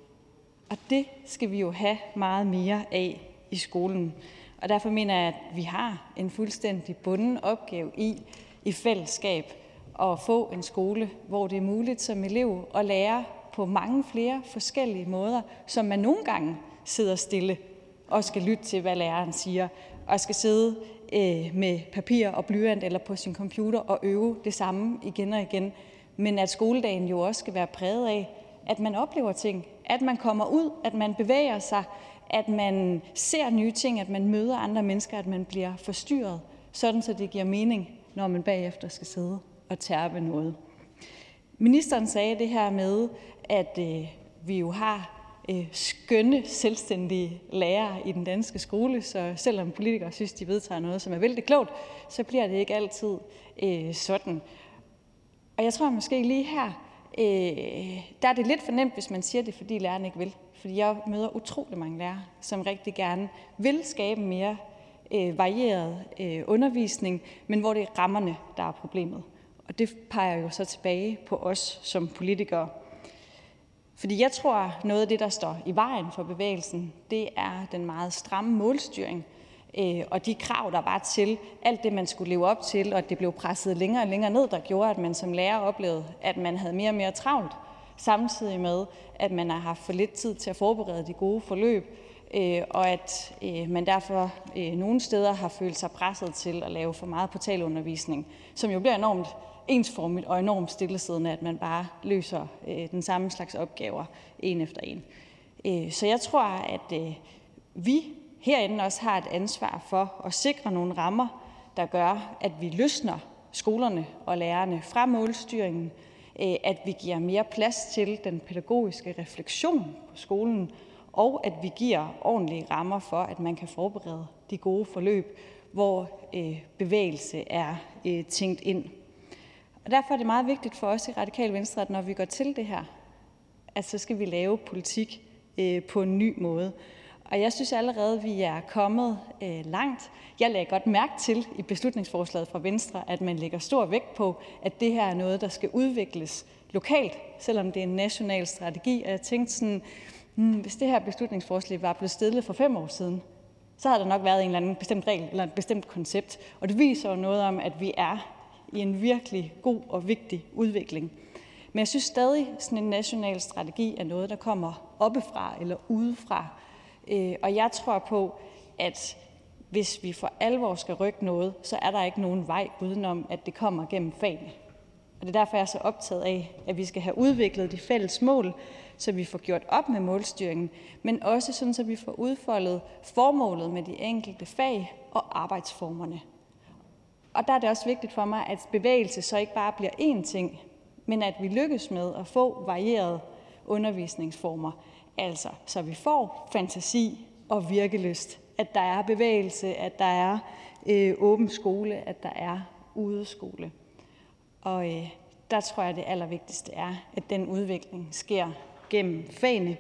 Og det skal vi jo have meget mere af i skolen. Og derfor mener jeg, at vi har en fuldstændig bunden opgave i fællesskab at få en skole, hvor det er muligt som elev at lære på mange flere forskellige måder, som man nogle gange sidder stille og skal lytte til, hvad læreren siger, og skal sidde med papir og blyant eller på sin computer og øve det samme igen og igen. Men at skoledagen jo også skal være præget af, at man oplever ting, at man kommer ud, at man bevæger sig, at man ser nye ting, at man møder andre mennesker, at man bliver forstyrret, sådan så det giver mening, når man bagefter skal sidde og tærpe noget. Ministeren sagde det her med, at vi jo har skønne, selvstændige lærere i den danske skole, så selvom politikere synes, de vedtager noget, som er vældig klogt, så bliver det ikke altid sådan. Og jeg tror måske lige her, der er det lidt for nemt, hvis man siger det, fordi læreren ikke vil. Fordi jeg møder utrolig mange lærere, som rigtig gerne vil skabe mere varieret undervisning, men hvor det er rammerne, der er problemet. Og det peger jo så tilbage på os som politikere. Fordi jeg tror, noget af det, der står i vejen for bevægelsen, det er den meget stramme målstyring og de krav, der var til alt det, man skulle leve op til, og at det blev presset længere og længere ned, der gjorde, at man som lærer oplevede, at man havde mere og mere travlt, samtidig med, at man har haft for lidt tid til at forberede de gode forløb, og at man derfor nogle steder har følt sig presset til at lave for meget portalundervisning, som jo bliver enormt ensformigt og enormt stillesiddende, at man bare løser den samme slags opgaver en efter en. Så jeg tror, at vi herinde også har et ansvar for at sikre nogle rammer, der gør, at vi løsner skolerne og lærerne fra målstyringen, at vi giver mere plads til den pædagogiske refleksion på skolen, og at vi giver ordentlige rammer for, at man kan forberede de gode forløb, hvor bevægelse er tænkt ind. Og derfor er det meget vigtigt for os i Radikale Venstre, at når vi går til det her, at så skal vi lave politik på en ny måde. Og jeg synes allerede, vi er kommet langt. Jeg lagde godt mærke til i beslutningsforslaget fra Venstre, at man lægger stor vægt på, at det her er noget, der skal udvikles lokalt, selvom det er en national strategi. Og jeg tænkte sådan, hvis det her beslutningsforslag var blevet stillet for 5 år siden, så havde der nok været en eller anden bestemt regel eller et bestemt koncept. Og det viser jo noget om, at vi er i en virkelig god og vigtig udvikling. Men jeg synes stadig, at sådan en national strategi er noget, der kommer oppefra eller udefra. Og jeg tror på, at hvis vi for alvor skal rykke noget, så er der ikke nogen vej udenom, at det kommer gennem fagene. Og det er derfor, jeg er så optaget af, at vi skal have udviklet de fælles mål, så vi får gjort op med målstyringen, men også sådan, så vi får udfoldet formålet med de enkelte fag og arbejdsformerne. Og der er det også vigtigt for mig, at bevægelse så ikke bare bliver én ting, men at vi lykkes med at få varierede undervisningsformer. Altså, så vi får fantasi og virkelyst, at der er bevægelse, at der er åben skole, at der er udeskole. Og der tror jeg, det allervigtigste er, at den udvikling sker gennem fagene.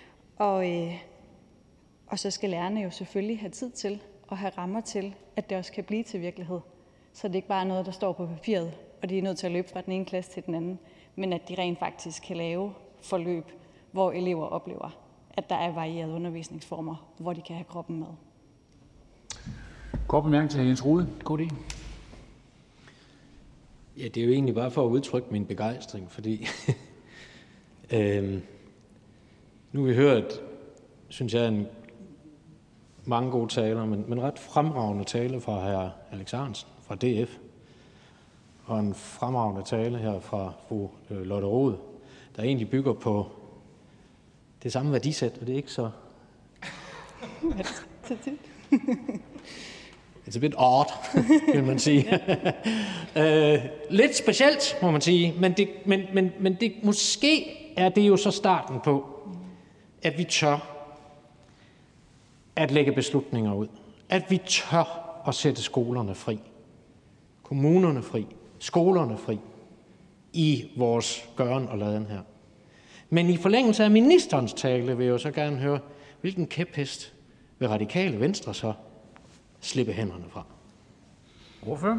Og så skal lærerne jo selvfølgelig have tid til og have rammer til, at det også kan blive til virkelighed. Så det ikke bare er noget, der står på papiret, og de er nødt til at løbe fra den ene klasse til den anden, men at de rent faktisk kan lave forløb, hvor elever oplever, at der er varierede undervisningsformer, hvor de kan have kroppen med. Kort bemærkning til Jens Rohde. God idé. Ja, det er jo egentlig bare for at udtrykke min begejstring, fordi nu har vi hørt, synes jeg, mange gode taler, men ret fremragende tale fra hr. Alex Ahrendtsen fra DF, og en fremragende tale her fra fru Lotte Rod, der egentlig bygger på det samme værdisæt, og det er ikke så It's a bit odd, vil man sige. Lidt specielt, må man sige, men det, måske er det jo så starten på, at vi tør at lægge beslutninger ud. At vi tør at sætte skolerne fri, kommunerne fri, skolerne fri i vores gøren og laden her. Men i forlængelse af ministerens tale vil jeg jo så gerne høre, hvilken kæphest vil Radikale Venstre så slippe hænderne fra? Ordfører?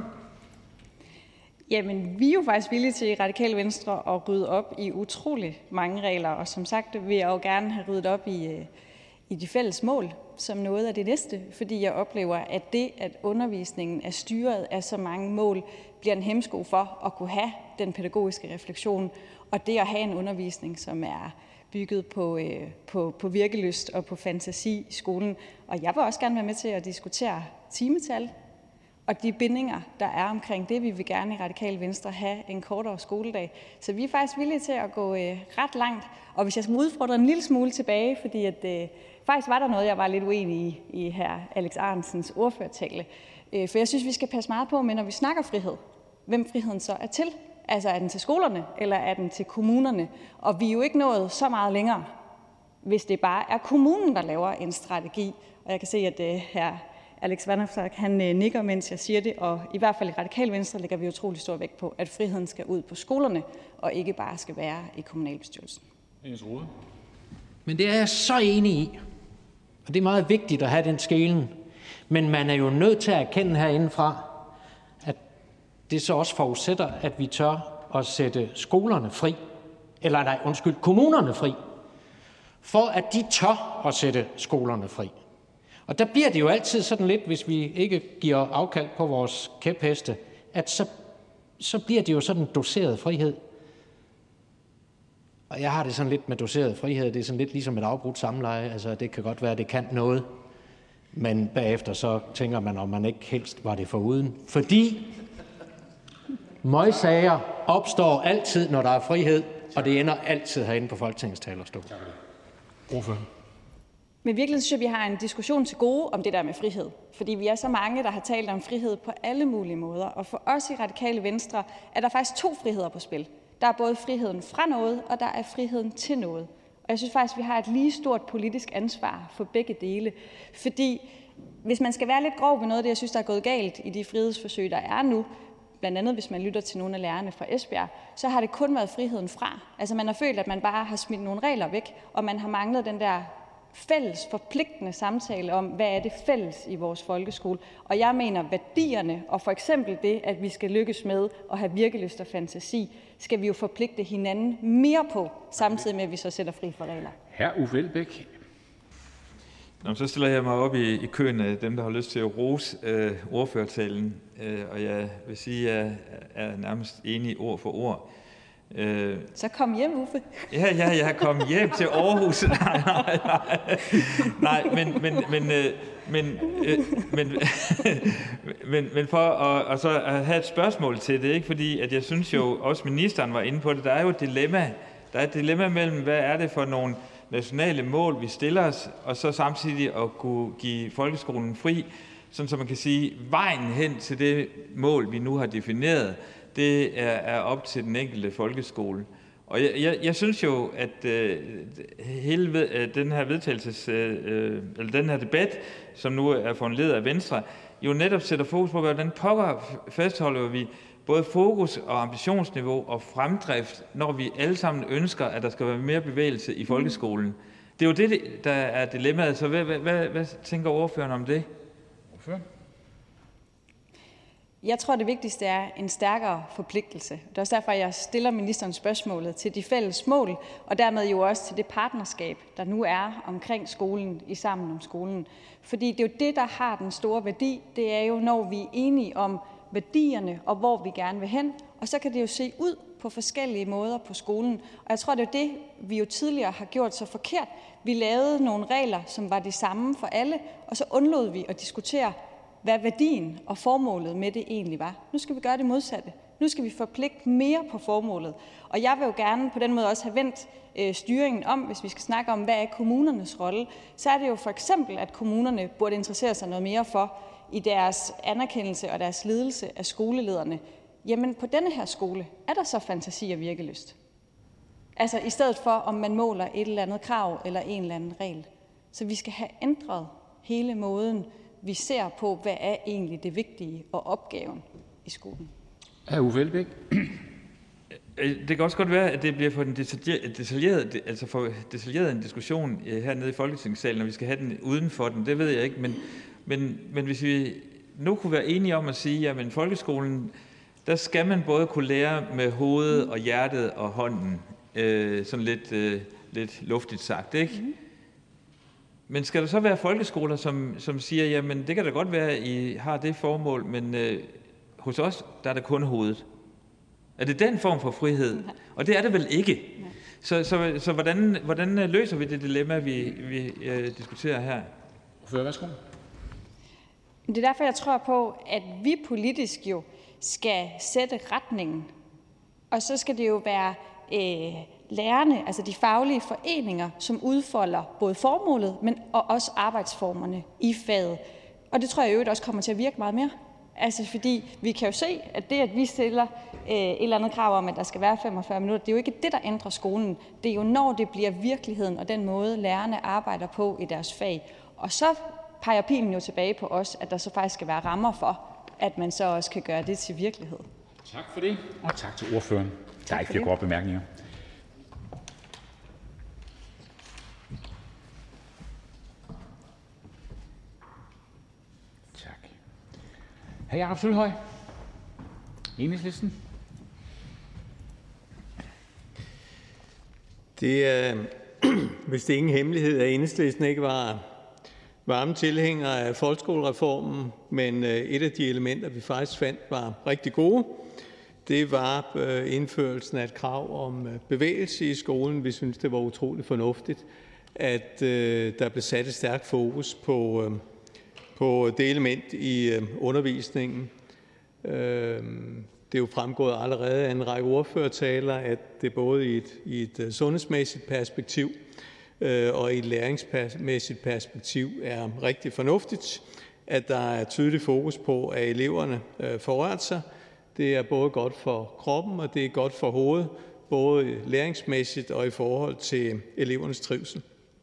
Jamen, vi er jo faktisk villige til i Radikale Venstre at rydde op i utrolig mange regler, og som sagt vil jeg jo gerne have ryddet op i de fælles mål som noget af det næste, fordi jeg oplever, at det, at undervisningen er styret af så mange mål, bliver en hæmsko for at kunne have den pædagogiske refleksion, og det at have en undervisning, som er bygget på virkelyst og på fantasi i skolen. Og jeg vil også gerne være med til at diskutere timetal og de bindinger, der er omkring det. Vi vil gerne i Radikale Venstre have en kortere skoledag. Så vi er faktisk villige til at gå ret langt. Og hvis jeg skal udfordre en lille smule tilbage, fordi at, faktisk var der noget, jeg var lidt uenig i her Alex Ahrensens ordførertale. For jeg synes, vi skal passe meget på med, når vi snakker frihed, hvem friheden så er til. Altså er den til skolerne, eller er den til kommunerne? Og vi er jo ikke nået så meget længere, hvis det bare er kommunen, der laver en strategi. Og jeg kan se, at her Alex Vanopslagh, han nikker, mens jeg siger det. Og i hvert fald i Radikale Venstre lægger vi utrolig stor vægt på, at friheden skal ud på skolerne, og ikke bare skal være i kommunalbestyrelsen. Men det er jeg så enig i. Og det er meget vigtigt at have den skelen. Men man er jo nødt til at erkende herindefra, at det så også forudsætter, at vi tør at sætte skolerne fri. Eller nej, undskyld, kommunerne fri. For at de tør at sætte skolerne fri. Og der bliver det jo altid sådan lidt, hvis vi ikke giver afkald på vores kæpheste, at så bliver det jo sådan en doseret frihed. Og jeg har det sådan lidt med doseret frihed, det er sådan lidt ligesom et afbrudt samleje. Altså det kan godt være, at det kan noget, men bagefter så tænker man, om man ikke helst var det foruden. Fordi møgsager opstår altid, når der er frihed, og det ender altid herinde på Folketingets talerstol. Men virkelig synes jeg, vi har en diskussion til gode om det der med frihed. Fordi vi er så mange, der har talt om frihed på alle mulige måder. Og for os i Radikale Venstre er der faktisk 2 friheder på spil. Der er både friheden fra noget, og der er friheden til noget. Og jeg synes faktisk, vi har et lige stort politisk ansvar for begge dele. Fordi hvis man skal være lidt grov ved noget af det, jeg synes, der er gået galt i de frihedsforsøg, der er nu, blandt andet hvis man lytter til nogle af lærerne fra Esbjerg, så har det kun været friheden fra. Altså man har følt, at man bare har smidt nogle regler væk, og man har manglet den der fælles forpligtende samtale om, hvad er det fælles i vores folkeskole. Og jeg mener, værdierne og for eksempel det, at vi skal lykkes med at have virkelyst og fantasi, skal vi jo forpligte hinanden mere på, samtidig med, at vi så sætter fri for regler. Hr. Uffe Elbæk. Nå, så stiller jeg mig op i køen af dem, der har lyst til at rose ordførertalen, og jeg vil sige, at jeg er nærmest enig ord for ord. Så kom hjem, Uffe. Ja, jeg kom hjem til Aarhus. Nej, men for at så have et spørgsmål til det, ikke? Fordi at jeg synes jo, også ministeren var inde på det, der er jo et dilemma. Der er et dilemma mellem, hvad er det for nogle nationale mål, vi stiller os, og så samtidig at kunne give folkeskolen fri, sådan så man kan sige, vejen hen til det mål, vi nu har defineret, det er op til den enkelte folkeskole. Og jeg synes jo, at hele den her eller den her debat, som nu er foranlediget af Venstre, jo netop sætter fokus på, hvordan pokker fastholder vi både fokus og ambitionsniveau og fremdrift, når vi alle sammen ønsker, at der skal være mere bevægelse i folkeskolen. Det er jo det, der er dilemmaet. Så hvad tænker ordføreren om det? Ordføreren? Jeg tror, det vigtigste er en stærkere forpligtelse. Det er også derfor, jeg stiller ministeren spørgsmålet til de fælles mål, og dermed jo også til det partnerskab, der nu er omkring skolen, i Sammen om skolen. Fordi det er jo det, der har den store værdi. Det er jo, når vi er enige om værdierne og hvor vi gerne vil hen, og så kan det jo se ud på forskellige måder på skolen. Og jeg tror, det er det, vi jo tidligere har gjort så forkert. Vi lavede nogle regler, som var de samme for alle, og så undlod vi at diskutere, hvad værdien og formålet med det egentlig var. Nu skal vi gøre det modsatte. Nu skal vi forpligte mere på formålet. Og jeg vil jo gerne på den måde også have vendt styringen om, hvis vi skal snakke om, hvad er kommunernes rolle. Så er det jo for eksempel, at kommunerne burde interessere sig noget mere for i deres anerkendelse og deres ledelse af skolelederne. Jamen på denne her skole, er der så fantasi og virkelyst? Altså i stedet for, om man måler et eller andet krav eller en eller anden regel. Så vi skal have ændret hele måden, vi ser på, hvad er egentlig det vigtige og opgaven i skolen. Hr. Uffe Elbæk. Det kan også godt være, at det bliver for detaljeret en diskussion hernede i Folketingssalen, når vi skal have den uden for den. Det ved jeg ikke, men hvis vi nu kunne være enige om at sige, at folkeskolen, der skal man både kunne lære med hovedet og hjertet og hånden, sådan lidt luftigt sagt, ikke? Men skal der så være folkeskoler, som siger, jamen det kan da godt være, at I har det formål, men hos os, der er det kun hovedet. Er det den form for frihed? Og det er det vel ikke. Så hvordan løser vi det dilemma, vi diskuterer her? Værsgo. Det er derfor, jeg tror på, at vi politisk jo skal sætte retningen. Og så skal det jo være lærerne, altså de faglige foreninger, som udfolder både formålet, men også arbejdsformerne i faget. Og det tror jeg jo også kommer til at virke meget mere. Altså fordi vi kan jo se, at det, at vi stiller et eller andet krav om, at der skal være 45 minutter, det er jo ikke det, der ændrer skolen. Det er jo, når det bliver virkeligheden og den måde, lærerne arbejder på i deres fag. Og så peger pilen jo tilbage på os, at der så faktisk skal være rammer for, at man så også kan gøre det til virkelighed. Tak for det, og tak til ordføreren. Der er ikke flere gode bemærkninger. Tak. Hr. Jakob Sølhøj, Enhedslisten. Det er, hvis det er ingen hemmelighed, at Enhedslisten ikke var varme tilhængere af folkeskolereformen, men et af de elementer, vi faktisk fandt, var rigtig gode. Det var indførelsen af et krav om bevægelse i skolen. Vi synes, det var utroligt fornuftigt, at der blev sat et stærkt fokus på det element i undervisningen. Det er jo fremgået allerede af en række ordførertaler, at det både i et sundhedsmæssigt perspektiv og i et læringsmæssigt perspektiv er rigtig fornuftigt, at der er tydelig fokus på, at eleverne får rørt sig. Det er både godt for kroppen, og det er godt for hovedet, både læringsmæssigt og i forhold til elevernes trivsel.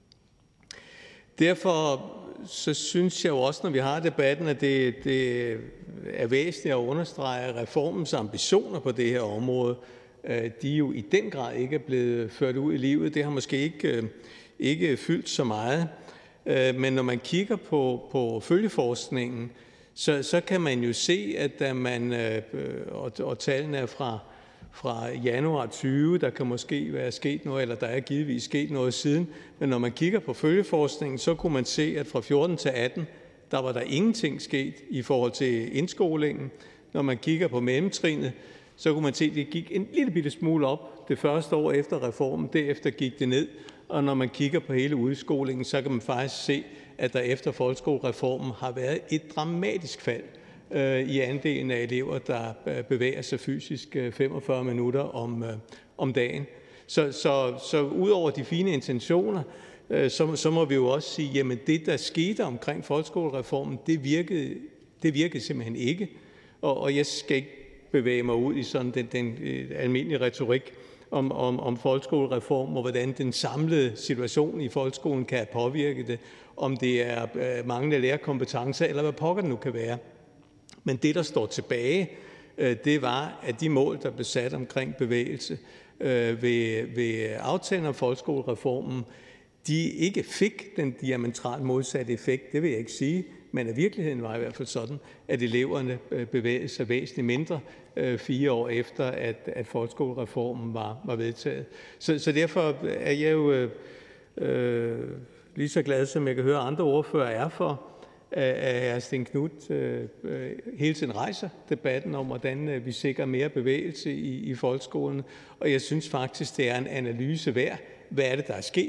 Derfor så synes jeg jo også, når vi har debatten, at det er væsentligt at understrege, at reformens ambitioner på det her område, de jo i den grad ikke er blevet ført ud i livet. Det har måske ikke fyldt så meget. Men når man kigger på følgeforskningen, så kan man jo se, at da man, og tallene er fra januar 20, der kan måske være sket noget, eller der er givetvis sket noget siden, men når man kigger på følgeforskningen, så kunne man se, at fra 14 til 18, der var der ingenting sket i forhold til indskolingen. Når man kigger på mellemtrinnet, så kunne man se, at det gik en lille bitte smule op det første år efter reformen, derefter gik det ned, og når man kigger på hele udskolingen, så kan man faktisk se, at der efter folkeskolereformen har været et dramatisk fald i andelen af elever, der bevæger sig fysisk 45 minutter om dagen. Så ud over de fine intentioner, så må vi jo også sige, jamen det, der skete omkring folkeskolereformen, det virkede simpelthen ikke. Og jeg skal ikke bevæge mig ud i sådan den almindelige retorik om folkeskolereform, og hvordan den samlede situation i folkeskolen kan have påvirket det, om det er manglende lærerkompetencer, eller hvad pokker det nu kan være. Men det, der står tilbage, det var, at de mål, der blev sat omkring bevægelse ved aftalen om folkeskolereformen, de ikke fik den diametralt modsatte effekt, det vil jeg ikke sige, men at virkeligheden var i hvert fald sådan, at eleverne bevægede sig væsentligt mindre 4 år efter, at folkeskolereformen var vedtaget. Så derfor er jeg jo lige så glad, som jeg kan høre andre ordfører er for, at hr. Stén Knuth hele tiden rejser debatten om, hvordan vi sikrer mere bevægelse i folkeskolen. Og jeg synes faktisk, det er en analyse værd. Hvad er det, der er sket?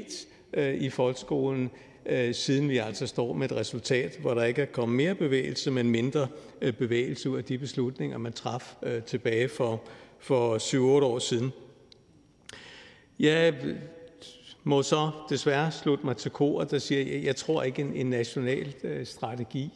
i folkeskolen, siden vi altså står med et resultat, hvor der ikke er kommet mere bevægelse, men mindre bevægelse ud af de beslutninger, man traf tilbage for 7-8 år siden. Jeg må så desværre slutte mig til koret, der siger, at jeg tror ikke, en national strategi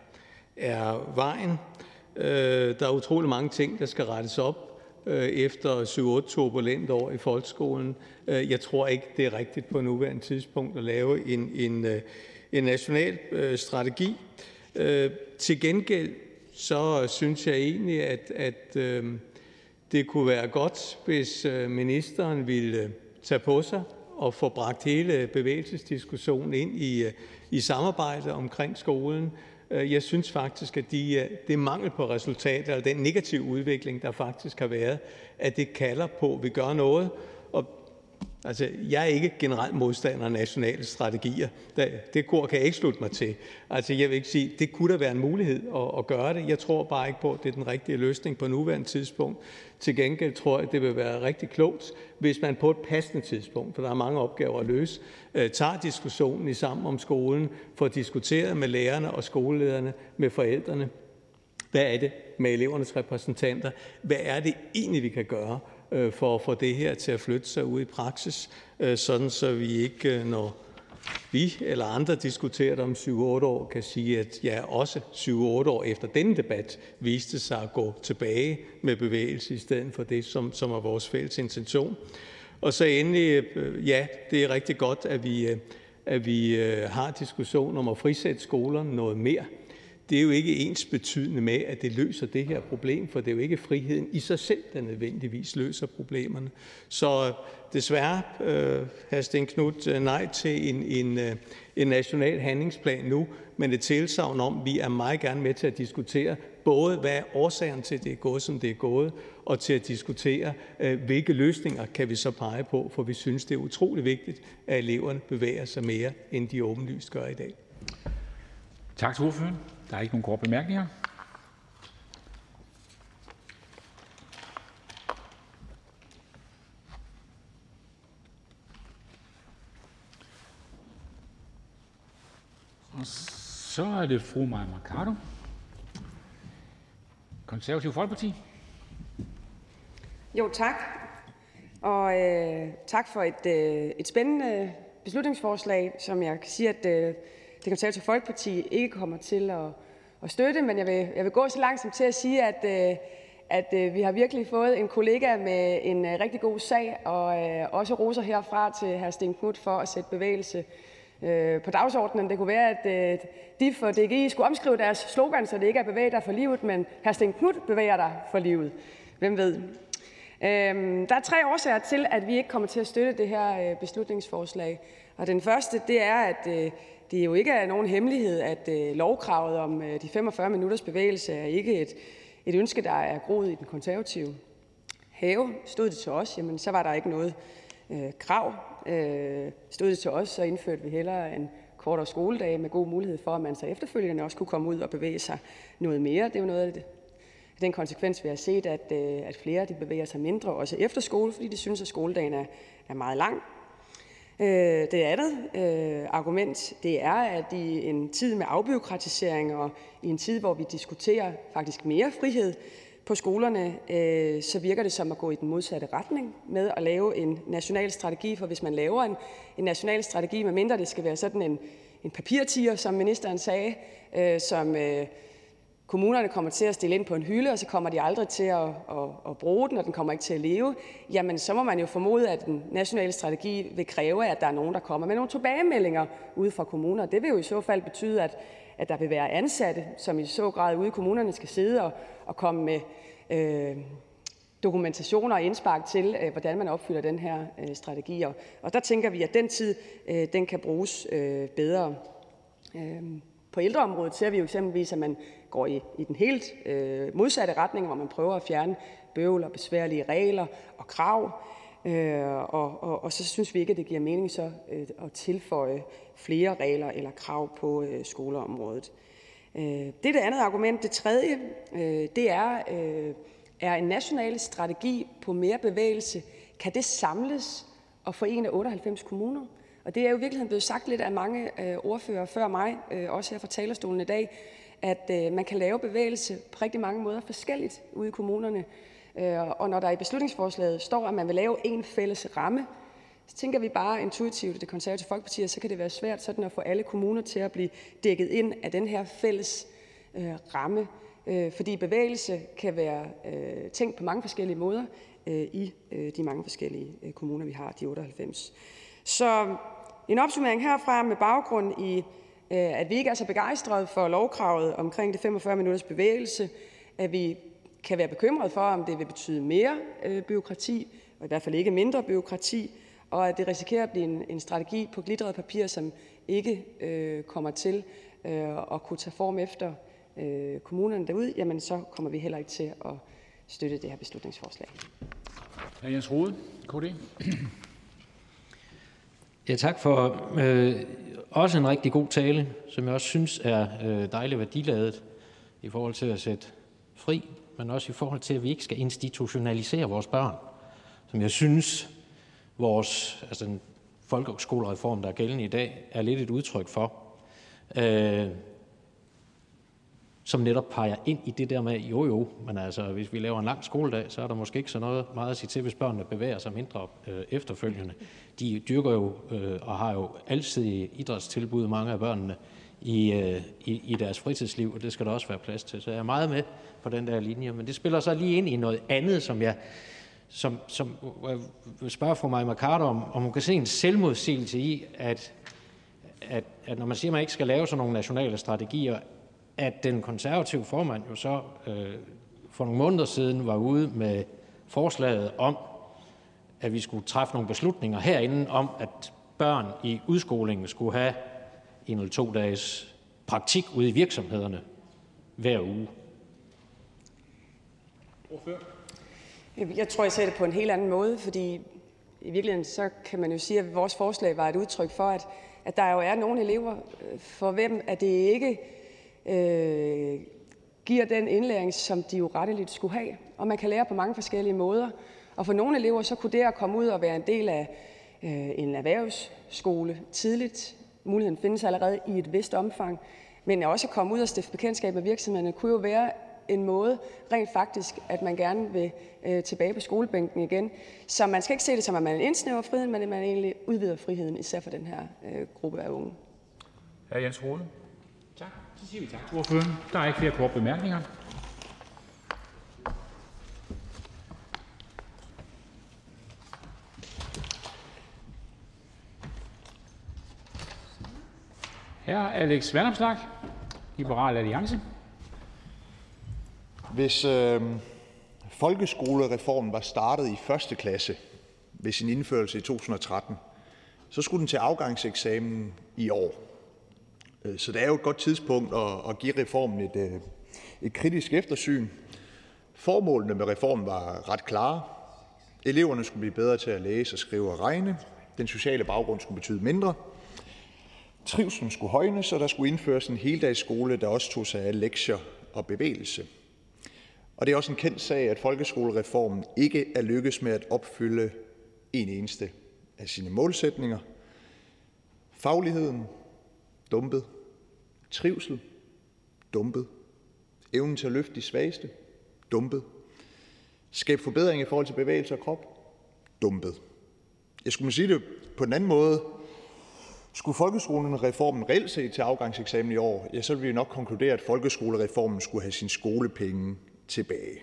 er vejen. Der er utrolig mange ting, der skal rettes op efter 7-8 turbulente år i folkeskolen. Jeg tror ikke, det er rigtigt på nuværende tidspunkt at lave en national strategi. Til gengæld så synes jeg egentlig, at det kunne være godt, hvis ministeren ville tage på sig og få bragt hele bevægelsesdiskussionen ind i samarbejde omkring skolen. Jeg synes faktisk, at det mangel på resultater, eller den negative udvikling, der faktisk har været, at det kalder på, at vi gør noget. Og altså, jeg er ikke generelt modstander af nationale strategier. Det kor kan jeg ikke slutte mig til. Altså, jeg vil ikke sige, det kunne da være en mulighed at gøre det. Jeg tror bare ikke på, at det er den rigtige løsning på nuværende tidspunkt. Til gengæld tror jeg, det vil være rigtig klogt, hvis man på et passende tidspunkt, for der er mange opgaver at løse, tager diskussionen i Sammen om skolen, får diskuteret med lærerne og skolelederne, med forældrene. Hvad er det med elevernes repræsentanter? Hvad er det egentlig, vi kan gøre for at få det her til at flytte sig ud i praksis, sådan så vi ikke, når vi eller andre diskuterer det om 7-8 år, kan sige, at ja, også 7-8 år efter denne debat viste sig at gå tilbage med bevægelse i stedet for det, som er vores fælles intention. Og så endelig, ja, det er rigtig godt, at vi har diskussion om at frisætte skolerne noget mere. Det er jo ikke ensbetydende med, at det løser det her problem, for det er jo ikke friheden i sig selv, der nødvendigvis løser problemerne. Så desværre, hr. Stén Knuth, nej til en national handlingsplan nu, men et tilsagn om, at vi er meget gerne med til at diskutere både, hvad er årsagen til, at det er gået, som det er gået, og til at diskutere, hvilke løsninger kan vi så pege på, for vi synes, det er utrolig vigtigt, at eleverne bevæger sig mere, end de åbenlyst gør i dag. Tak til ordføreren. Der er ikke nogen korte bemærkninger. Og så er det fru Mai Mercado, Konservative Folkeparti. Jo, tak. Og tak for et spændende beslutningsforslag, som jeg kan sige, at det Konservative Folkeparti ikke kommer til at støtte, men jeg vil gå så langt som til at sige, at vi har virkelig fået en kollega med en rigtig god sag, og også roser herfra til hr. Stén Knuth for at sætte bevægelse på dagsordenen. Det kunne være, at DIF og DGI skulle omskrive deres slogan, så det ikke er bevæg dig for livet, men hr. Stén Knuth bevæger dig for livet. Hvem ved? Der er 3 årsager til, at vi ikke kommer til at støtte det her beslutningsforslag. Og den første, det er, at det jo ikke er nogen hemmelighed, at lovkravet om de 45 minutters bevægelse er ikke et ønske, der er groet i den konservative have. Stod det til os, jamen så var der ikke noget krav. Stod det til os, så indførte vi hellere en kortere skoledag med god mulighed for, at man så efterfølgende også kunne komme ud og bevæge sig noget mere. Det er jo noget af den konsekvens, vi har set, at flere de bevæger sig mindre, også efter skole, fordi de synes, at skoledagen er meget lang. Det andet argument, det er, at i en tid med afbureaukratisering og i en tid, hvor vi diskuterer faktisk mere frihed på skolerne, så virker det som at gå i den modsatte retning med at lave en national strategi. For hvis man laver en national strategi, medmindre det skal være sådan en papirtiger, som ministeren sagde, som kommunerne kommer til at stille ind på en hylde, og så kommer de aldrig til at bruge den, og den kommer ikke til at leve, jamen så må man jo formode, at den nationale strategi vil kræve, at der er nogen, der kommer med nogle tilbagemeldinger ude fra kommuner. Det vil jo i så fald betyde, at der vil være ansatte, som i så grad ude i kommunerne skal sidde og komme med dokumentationer og indspark til, hvordan man opfylder den her strategi. Og der tænker vi, at den tid, den kan bruges bedre. På ældreområdet ser vi jo eksempelvis, at man går i den helt modsatte retning, hvor man prøver at fjerne bøvl og besværlige regler og krav. Og så synes vi ikke, at det giver mening så at tilføje flere regler eller krav på skoleområdet. Det er det andet argument. Det tredje, det er en national strategi på mere bevægelse. Kan det samles og forene 98 kommuner? Og det er jo i virkeligheden blevet sagt lidt af mange ordførere før mig, også her fra talerstolen i dag, at man kan lave bevægelse på rigtig mange måder forskelligt ude i kommunerne. Og når der i beslutningsforslaget står, at man vil lave en fælles ramme, så tænker vi bare intuitivt i Det Konservative Folkeparti, at så kan det være svært sådan at få alle kommuner til at blive dækket ind af den her fælles ramme. Fordi bevægelse kan være tænkt på mange forskellige måder i de mange forskellige kommuner, vi har, de 98. Så en opsummering herfra med baggrund i, at vi ikke er så begejstrede for lovkravet omkring det 45 minutters bevægelse, at vi kan være bekymret for, om det vil betyde mere bureaukrati, og i hvert fald ikke mindre bureaukrati, og at det risikerer at blive en strategi på glitret papir, som ikke kommer til at kunne tage form efter kommunerne derude, jamen så kommer vi heller ikke til at støtte det her beslutningsforslag. Hr. Jens Rohde, KD. Ja, tak for også en rigtig god tale, som jeg også synes er dejligt værdiladet i forhold til at sætte fri, men også i forhold til, at vi ikke skal institutionalisere vores børn, som jeg synes den folkeskolereform, der er gældende i dag, er lidt et udtryk for, som netop peger ind i det der med, men altså, hvis vi laver en lang skoledag, så er der måske ikke så meget at sige til, hvis børnene bevæger sig mindre efterfølgende. De dyrker jo og har jo altid idrætstilbud, mange af børnene, i deres fritidsliv, og det skal der også være plads til. Så jeg er meget med på den der linje, men det spiller så lige ind i noget andet, som jeg vil spørge fru Mai Mercado om hun kan se en selvmodsigelse i, at når man siger, at man ikke skal lave sådan nogle nationale strategier, at den konservative formand jo så for nogle måneder siden var ude med forslaget om, at vi skulle træffe nogle beslutninger herinde om, at børn i udskolingen skulle have 1 eller 2 dages praktik ude i virksomhederne hver uge. Jeg tror, jeg ser det på en helt anden måde, fordi i virkeligheden så kan man jo sige, at vores forslag var et udtryk for, at der jo er nogle elever, for hvem at det ikke giver den indlæring, som de jo retteligt skulle have. Og man kan lære på mange forskellige måder. Og for nogle elever, så kunne det at komme ud og være en del af en erhvervsskole tidligt, muligheden findes allerede i et vist omfang, men også at komme ud og stifte bekendtskab med virksomhederne, kunne jo være en måde rent faktisk, at man gerne vil tilbage på skolebænken igen. Så man skal ikke se det som, at man indsnæver friheden, men at man egentlig udvider friheden, især for den her gruppe af unge. Hr. Jens Rohde. Tak. Så siger vi tak til ordføreren. Der er ikke flere korte bemærkninger. Hr. Alex Vanopslagh, Liberal Alliance. Hvis folkeskolereformen var startet i 1. klasse ved sin indførelse i 2013, så skulle den til afgangseksamen i år. Så det er jo et godt tidspunkt at give reformen et kritisk eftersyn. Formålene med reformen var ret klare. Eleverne skulle blive bedre til at læse og skrive og regne. Den sociale baggrund skulle betyde mindre. Trivslen skulle højnes, og der skulle indføres en heldagsskole, der også tog sig af lektier og bevægelse. Og det er også en kendt sag, at folkeskolereformen ikke er lykkes med at opfylde en eneste af sine målsætninger. Fagligheden, dumpet. Trivsel, dumpet. Evnen til at løfte de svageste, dumpet. Skabe forbedring i forhold til bevægelse og krop, dumpet. Jeg skulle sige det på en anden måde. Skulle folkeskolereformen reelt set til afgangseksamen i år, ja, så vil vi nok konkludere, at folkeskolereformen skulle have sin skolepenge tilbage.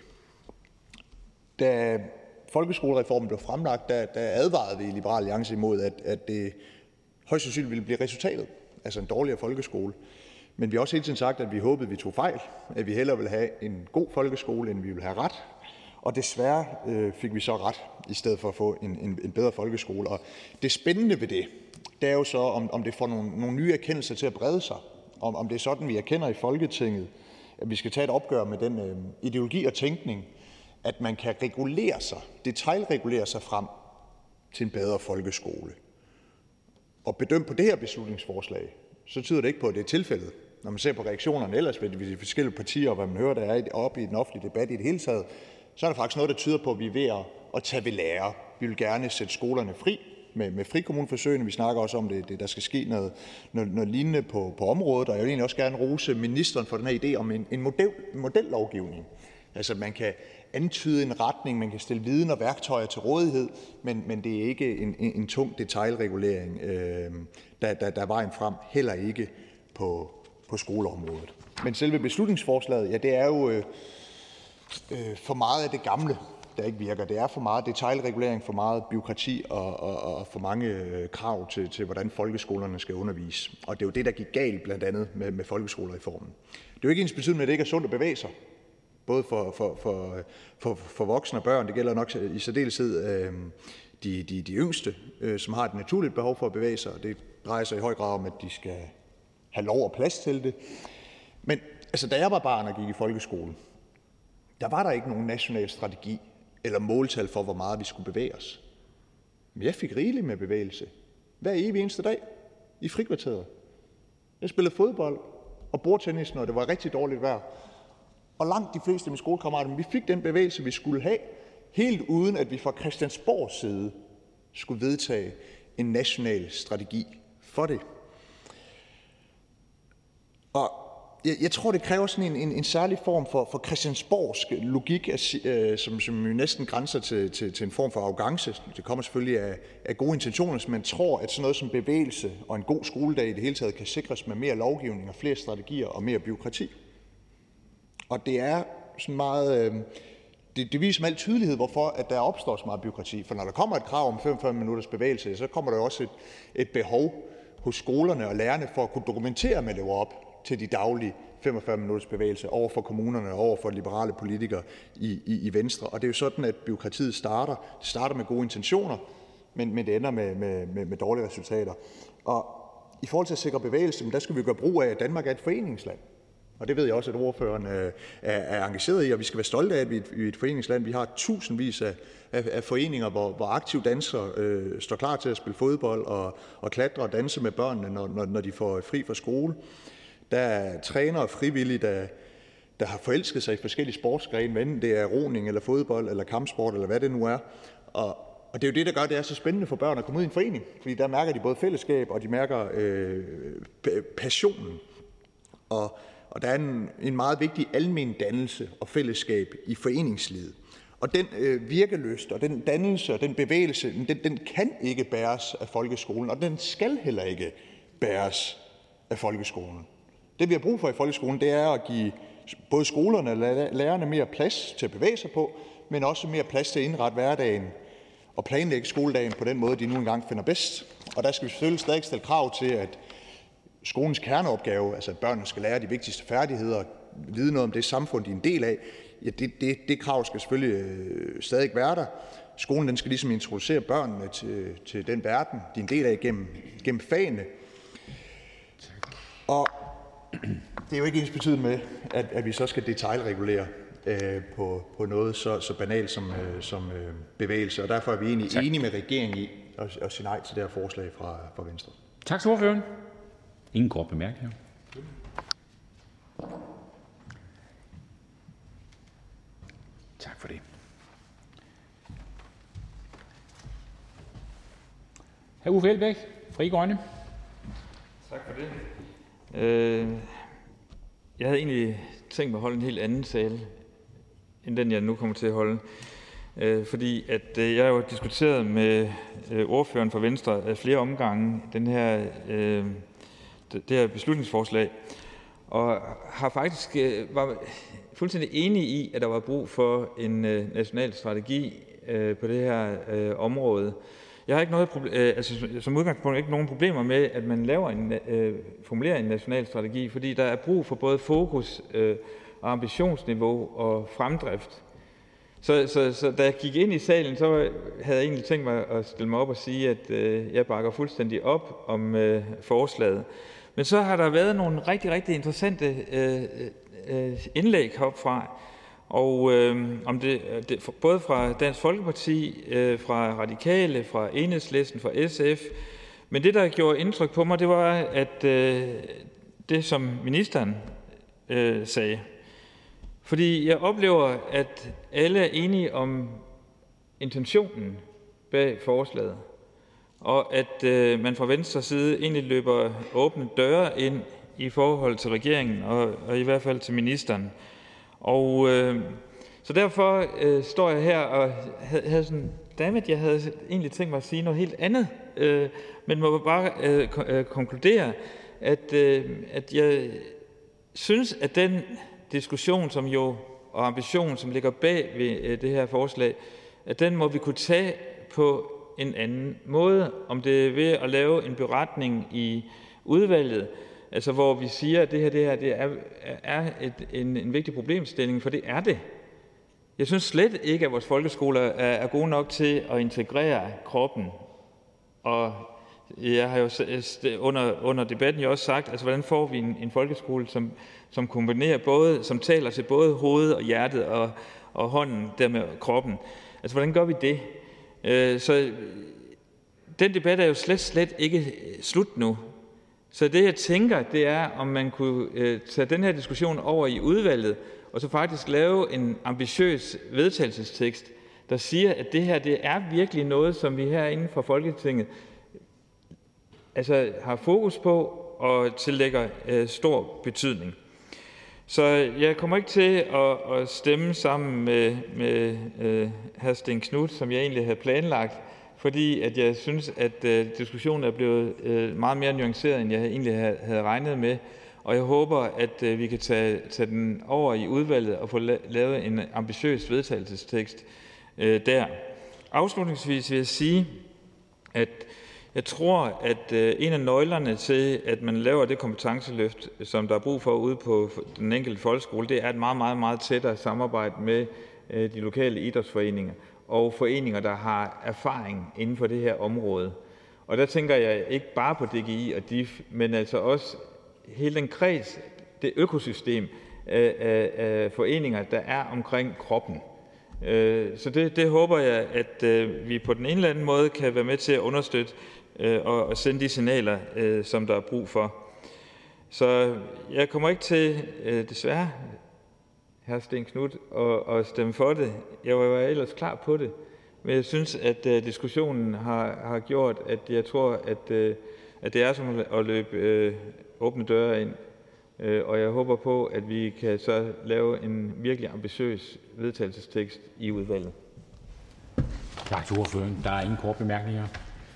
Da folkeskolereformen blev fremlagt, der advarede vi i Liberal Alliance imod, at det højst sandsynligt ville blive resultatet, altså en dårligere folkeskole. Men vi har også hele tiden sagt, at vi håbede, at vi tog fejl, at vi hellere ville have en god folkeskole, end vi ville have ret. Og desværre fik vi så ret, i stedet for at få en bedre folkeskole. Og det spændende ved det er jo så, om det får nogle nye erkendelser til at brede sig. Om det er sådan, vi erkender i Folketinget, at vi skal tage et opgør med den ideologi og tænkning, at man kan regulere sig, detailregulere sig frem til en bedre folkeskole. Og bedømt på det her beslutningsforslag, så tyder det ikke på, at det er tilfældet. Når man ser på reaktionerne ellers ved de forskellige partier, og hvad man hører, der er oppe i den offentlige debat i det hele taget, så er der faktisk noget, der tyder på, at vi er ved at tage ved lære. Vi vil gerne sætte skolerne fri. med frikommuneforsøgene. Vi snakker også om, det der skal ske noget lignende på området, og jeg vil egentlig også gerne rose ministeren for den her idé om en modellovgivning. Altså man kan antyde en retning, man kan stille viden og værktøjer til rådighed, men det er ikke en tung detailregulering, der er vejen frem, heller ikke på skoleområdet. Men selve beslutningsforslaget, ja, det er jo for meget af det gamle, der ikke virker. Det er for meget detailregulering, for meget bureaukrati og for mange krav til, hvordan folkeskolerne skal undervise. Og det er jo det, der gik galt blandt andet med folkeskolereformen. Det er jo ikke ensbetydende med, at det ikke er sundt at bevæge sig. Både for voksne og børn. Det gælder nok i særdeleshed de yngste, som har et naturligt behov for at bevæge sig. Og det drejer sig i høj grad om, at de skal have lov og plads til det. Men altså, da jeg var barn og gik i folkeskolen, der var der ikke nogen national strategi eller måltal for, hvor meget vi skulle bevæge os. Men jeg fik rigeligt med bevægelse hver evig eneste dag i frikvarteret. Jeg spillede fodbold og bordtennis, når det var rigtig dårligt vejr. Og langt de fleste af mine skolekammerater, vi fik den bevægelse, vi skulle have, helt uden at vi fra Christiansborgs side skulle vedtage en national strategi for det. Og jeg tror, det kræver sådan en særlig form for christiansborgsk logik, som jo næsten grænser til en form for arrogance. Det kommer selvfølgelig af gode intentioner, så man tror, at sådan noget som bevægelse og en god skoledag i det hele taget kan sikres med mere lovgivning og flere strategier og mere bureaukrati. Og det er sådan meget, det viser med al tydelighed, hvorfor at der opstår så meget bureaukrati. For når der kommer et krav om 45 minutters bevægelse, så kommer der også et behov hos skolerne og lærerne for at kunne dokumentere, at man lever op til de daglige 45 minutters bevægelse over for kommunerne og over for liberale politikere i Venstre. Og det er jo sådan, at bureaukratiet starter. Det starter med gode intentioner, men det ender med dårlige resultater. Og i forhold til at sikre bevægelse, der skal vi gøre brug af, at Danmark er et foreningsland. Og det ved jeg også, at ordføreren er engageret i, og vi skal være stolte af, at vi er et foreningsland. Vi har tusindvis af foreninger, hvor aktive danskere står klar til at spille fodbold og klatre og danse med børnene, når de får fri fra skole. Der er trænere og frivillige, der har forelsket sig i forskellige sportsgrene, enten det er roning eller fodbold eller kampsport eller hvad det nu er. Og det er jo det, der gør, at det er så spændende for børn at komme ud i en forening, fordi der mærker de både fællesskab, og de mærker passionen. Og der er en meget vigtig almen dannelse og fællesskab i foreningslivet. Og den virkelyst og den dannelse og den bevægelse, den kan ikke bæres af folkeskolen, og den skal heller ikke bæres af folkeskolen. Det vi har brug for i folkeskolen, det er at give både skolerne og lærerne mere plads til at bevæge sig på, men også mere plads til at indrette hverdagen og planlægge skoledagen på den måde, de nu engang finder bedst. Og der skal vi selvfølgelig stadig stille krav til, at skolens kerneopgave, altså at børnene skal lære de vigtigste færdigheder og vide noget om det samfund, de er en del af, ja, det krav skal selvfølgelig stadig være der. Skolen den skal ligesom introducere børnene til den verden, de er en del af gennem fagene. Og det er jo ikke ensbetydende med, at vi så skal detailregulere på noget så banalt som bevægelse. Og derfor er vi egentlig enige med regeringen i at sige nej til det her forslag fra Venstre. Tak til ordføreren. Ingen kort bemærkninger. Tak for det. Hr. Uffe Elbæk, Frie Grønne. Tak for det. Jeg havde egentlig tænkt mig at holde en helt anden tale, end den jeg nu kommer til at holde. Fordi at jeg har jo diskuteret med ordføreren for Venstre af flere omgange det her beslutningsforslag, og har faktisk var fuldstændig enig i, at der var brug for en national strategi på det her område. Jeg har ikke noget som udgangspunkt ikke nogen problemer med, at man formulerer en national strategi, fordi der er brug for både fokus og ambitionsniveau og fremdrift. Så da jeg gik ind i salen, så havde jeg egentlig tænkt mig at stille mig op og sige, at jeg bakker fuldstændig op om forslaget. Men så har der været nogle rigtig, rigtig interessante indlæg heropfra, og både fra Dansk Folkeparti, fra Radikale, fra Enhedslisten, fra SF. Men det, der gjorde indtryk på mig, det var, at det, som ministeren sagde. Fordi jeg oplever, at alle er enige om intentionen bag forslaget. og at man fra venstre side egentlig løber åbne døre ind i forhold til regeringen og i hvert fald til ministeren. Og så derfor står jeg her og havde sådan, jeg havde egentlig tænkt mig at sige noget helt andet, men må bare konkludere, at jeg synes, at den diskussion og ambition, som ligger bag ved det her forslag, at den må vi kunne tage på en anden måde, om det er ved at lave en beretning i udvalget, altså hvor vi siger, at det her er en vigtig problemstilling, for det er det. Jeg synes slet ikke, at vores folkeskoler er gode nok til at integrere kroppen. Og jeg har jo under debatten jo også sagt, altså hvordan får vi en folkeskole, som kombinerer som taler til både hovedet og hjertet og hånden, dermed kroppen. Altså hvordan gør vi det? Så den debat er jo slet ikke slut nu. Så det jeg tænker, det er, om man kunne tage den her diskussion over i udvalget, og så faktisk lave en ambitiøs vedtagelsestekst, der siger, at det her det er virkelig noget, som vi herinde fra Folketinget har fokus på og tillægger stor betydning. Så jeg kommer ikke til at stemme sammen med hr. Stén Knuth, som jeg egentlig havde planlagt, fordi at jeg synes, at diskussionen er blevet meget mere nuanceret, end jeg egentlig havde regnet med. Og jeg håber, at vi kan tage den over i udvalget og få lavet en ambitiøs vedtagelsestekst der. Afslutningsvis vil jeg sige, at jeg tror, at en af nøglerne til, at man laver det kompetenceløft, som der er brug for ude på den enkelte folkeskole, det er et meget, meget, meget tættere samarbejde med de lokale idrætsforeninger og foreninger, der har erfaring inden for det her område. Og der tænker jeg ikke bare på DGI og DIF, men altså også hele den kreds, det økosystem af foreninger, der er omkring kroppen. Så det håber jeg, at vi på den ene eller anden måde kan være med til at understøtte og sende de signaler, som der er brug for. Så jeg kommer ikke til, desværre, hr. Stén Knuth, at stemme for det. Jeg var ellers klar på det, men jeg synes, at diskussionen har gjort, at jeg tror, at det er som at løbe åbne døre ind. Og jeg håber på, at vi kan så lave en virkelig ambitiøs vedtagelsestekst i udvalget. Tak til ordføreren. Der er ingen korte bemærkninger.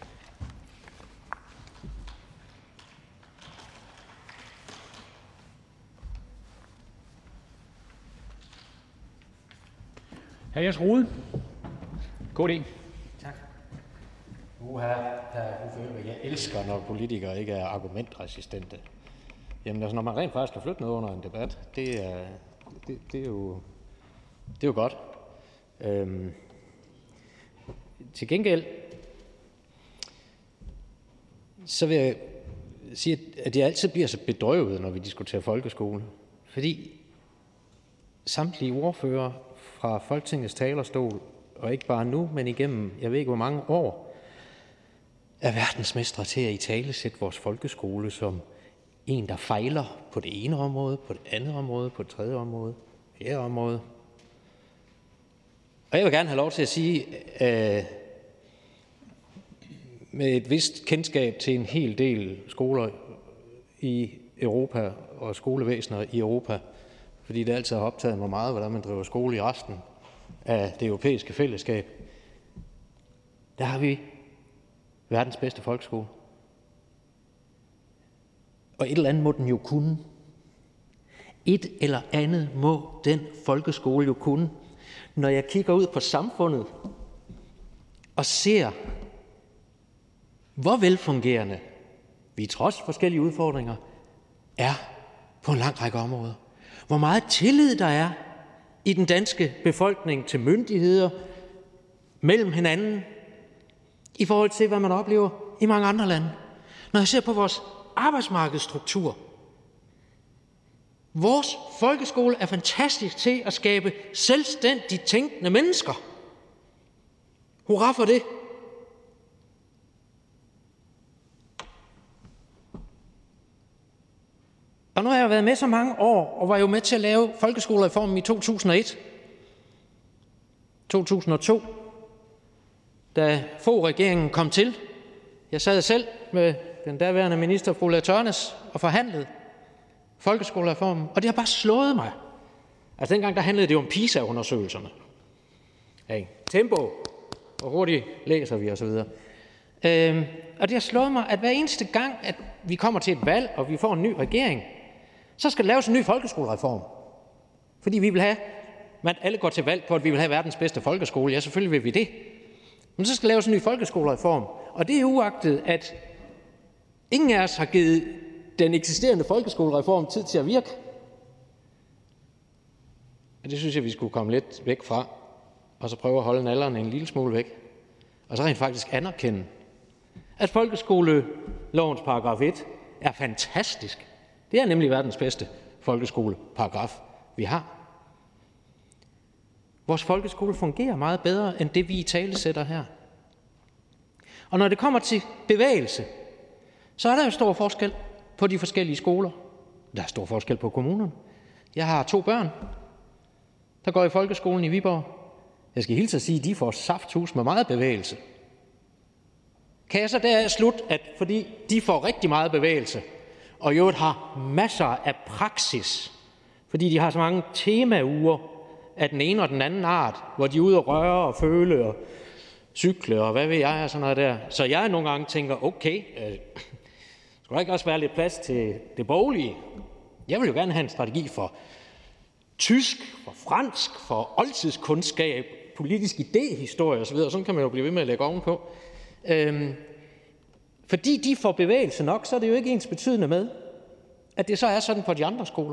Hr. Jens Rohde, KD. Tak. Jeg elsker, når politikere ikke er argumentresistente. Jamen altså, når man rent faktisk kan flytte noget under en debat, det er jo godt. Til gengæld, så vil jeg sige, at jeg altid bliver så bedrøvet, når vi diskuterer folkeskole. Fordi samtlige ordfører fra Folketingets talerstol, og ikke bare nu, men igennem, jeg ved ikke hvor mange år, er verdensmestre til at italesætte vores folkeskole som en, der fejler på det ene område, på det andet område, på det tredje område, fjerde område. Og jeg vil gerne have lov til at sige, med et vist kendskab til en hel del skoler i Europa og skolevæsener i Europa, fordi det altid har optaget mig meget, hvordan man driver skole i resten af det europæiske fællesskab. Der har vi verdens bedste folkeskole. Og et eller andet må den jo kunne. Et eller andet må den folkeskole jo kunne. Når jeg kigger ud på samfundet og ser, hvor velfungerende vi trods forskellige udfordringer er på en lang række områder. Hvor meget tillid der er i den danske befolkning til myndigheder, mellem hinanden, i forhold til, hvad man oplever i mange andre lande. Når jeg ser på vores arbejdsmarkedsstruktur. Vores folkeskole er fantastisk til at skabe selvstændigt tænkende mennesker. Hurra for det. Og nu har jeg været med så mange år, og var jo med til at lave folkeskolereformen i 2001, 2002, da Fogh-regeringen kom til, Jeg sad selv med den daværende minister, fru Ulla Tørnæs, og forhandlede folkeskolereformen, og det har bare slået mig. Altså dengang, der handlede det om PISA-undersøgelserne. Hey, tempo, hvor hurtigt læser vi osv. Og det har slået mig, at hver eneste gang, at vi kommer til et valg, og vi får en ny regering, så skal der laves en ny folkeskolereform. Fordi vi vil have, alle går til valg på, at vi vil have verdens bedste folkeskole. Ja, selvfølgelig vil vi det. Men så skal der laves en ny folkeskolereform. Og det er uagtet, at ingen af os har givet den eksisterende folkeskolereform tid til at virke. Og det synes jeg, vi skulle komme lidt væk fra, og så prøve at holde nallerne en lille smule væk. Og så rent faktisk anerkende, at folkeskolelovens paragraf 1 er fantastisk. Det er nemlig verdens bedste folkeskoleparagraf, vi har. Vores folkeskole fungerer meget bedre, end det vi italesætter her. Og når det kommer til bevægelse, så er der jo stor forskel på de forskellige skoler. Der er stor forskel på kommunerne. Jeg har 2 børn, der går i folkeskolen i Viborg. Jeg skal hilse at sige, at de får safthus med meget bevægelse. Kan jeg så der slutte, at fordi de får rigtig meget bevægelse, og i øvrigt har masser af praksis, fordi de har så mange temauger af den ene og den anden art, hvor de er ude og røre og føle og cykle og hvad ved jeg og sådan noget der. Så jeg nogle gange tænker, okay, skal der ikke også være lidt plads til det boglige? Jeg vil jo gerne have en strategi for tysk, for fransk, for oldtidskundskab, politisk idéhistorie osv., sådan kan man jo blive ved med at lægge ovenpå. Fordi de får bevægelse nok, så er det jo ikke ens betydende med, at det så er sådan på de andre skoler.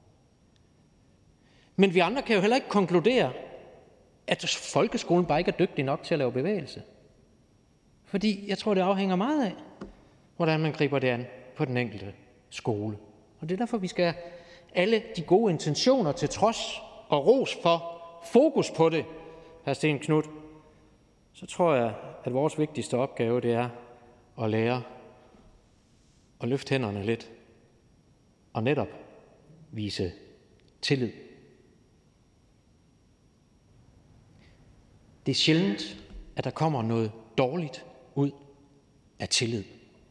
Men vi andre kan jo heller ikke konkludere, at folkeskolen bare ikke er dygtig nok til at lave bevægelse. Fordi jeg tror, det afhænger meget af, hvordan man griber det an på den enkelte skole. Og det er derfor, vi skal alle de gode intentioner til trods og ros for fokus på det, hr. Stén Knuth. Så tror jeg, at vores vigtigste opgave, det er at lære at løfte hænderne lidt og netop vise tillid. Det er sjældent, at der kommer noget dårligt ud af tillid.